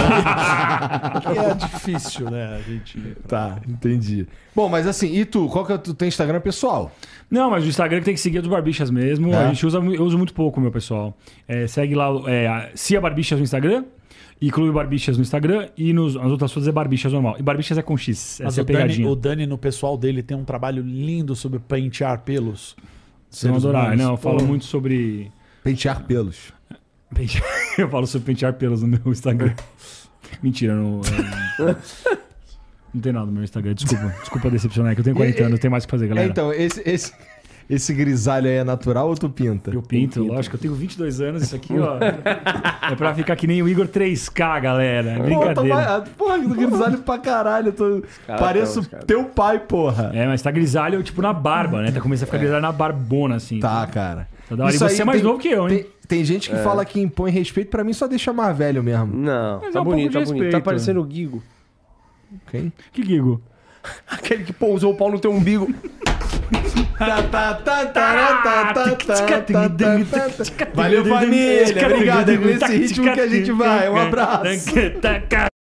S2: que é difícil, né? A gente.
S1: Tá, entendi. Bom, mas assim, e tu? Qual que é o tu tem Instagram pessoal?
S4: Não, mas o Instagram que tem que seguir é dos Barbixas mesmo.
S1: É?
S4: A gente usa, mu- eu uso muito pouco, meu pessoal. É, segue lá, é, Cia Barbixas no Instagram. E Clube Barbixas no Instagram. E nos, as outras coisas é Barbixas normal. E Barbixas é com X.
S2: Mas
S4: Essa é
S2: o
S4: a
S2: Dani,
S4: pegadinha.
S2: o Dani, no pessoal dele, tem um trabalho lindo sobre pentear pelos.
S4: Vocês vão
S2: seres
S4: adorar.
S2: humanos.
S4: Não, eu falo
S2: Pô.
S4: muito sobre...
S1: Pentear pelos.
S4: Pentear- Eu falo sobre pentear pelos no meu Instagram. Mentira, não. é, Não tem nada no meu Instagram. Desculpa, desculpa decepcionar, é que eu tenho quarenta anos, eu tenho mais o que fazer,
S1: É,
S4: galera.
S1: então, esse, esse, esse grisalho aí é natural ou tu pinta?
S4: Eu pinto, lógico, eu tenho vinte e dois anos, isso aqui, ó. É pra ficar que nem o Igor três K, galera. É
S1: Pô,
S4: brincadeira.
S1: tô ma- porra, do grisalho pra caralho. Eu tô...
S3: caras
S1: Pareço
S3: tão, os caras
S1: teu pai, porra.
S4: É, mas tá grisalho, tipo, na barba, né? Tá começando a ficar grisalho na barbona, assim.
S1: Tá, cara.
S4: Tá da hora. E
S1: Isso
S4: você
S1: aí
S4: é mais
S1: tem-
S4: novo que eu, hein?
S1: Tem, tem gente que fala que impõe respeito, pra mim só deixa mais velho mesmo.
S3: Não,
S4: Mas
S3: tá
S4: é um pouco
S3: bonito,
S4: de
S3: tá bonito. Tá
S4: respeito.
S3: parecendo o Guigo.
S1: Quem?
S4: Que Gigo?
S3: Aquele que pousou o pau no teu umbigo.
S1: Tá, tá, tá, tá, tá, tá, tá, tá, tá. Valeu, família. Obrigado. É com esse ritmo que a gente vai. Um abraço.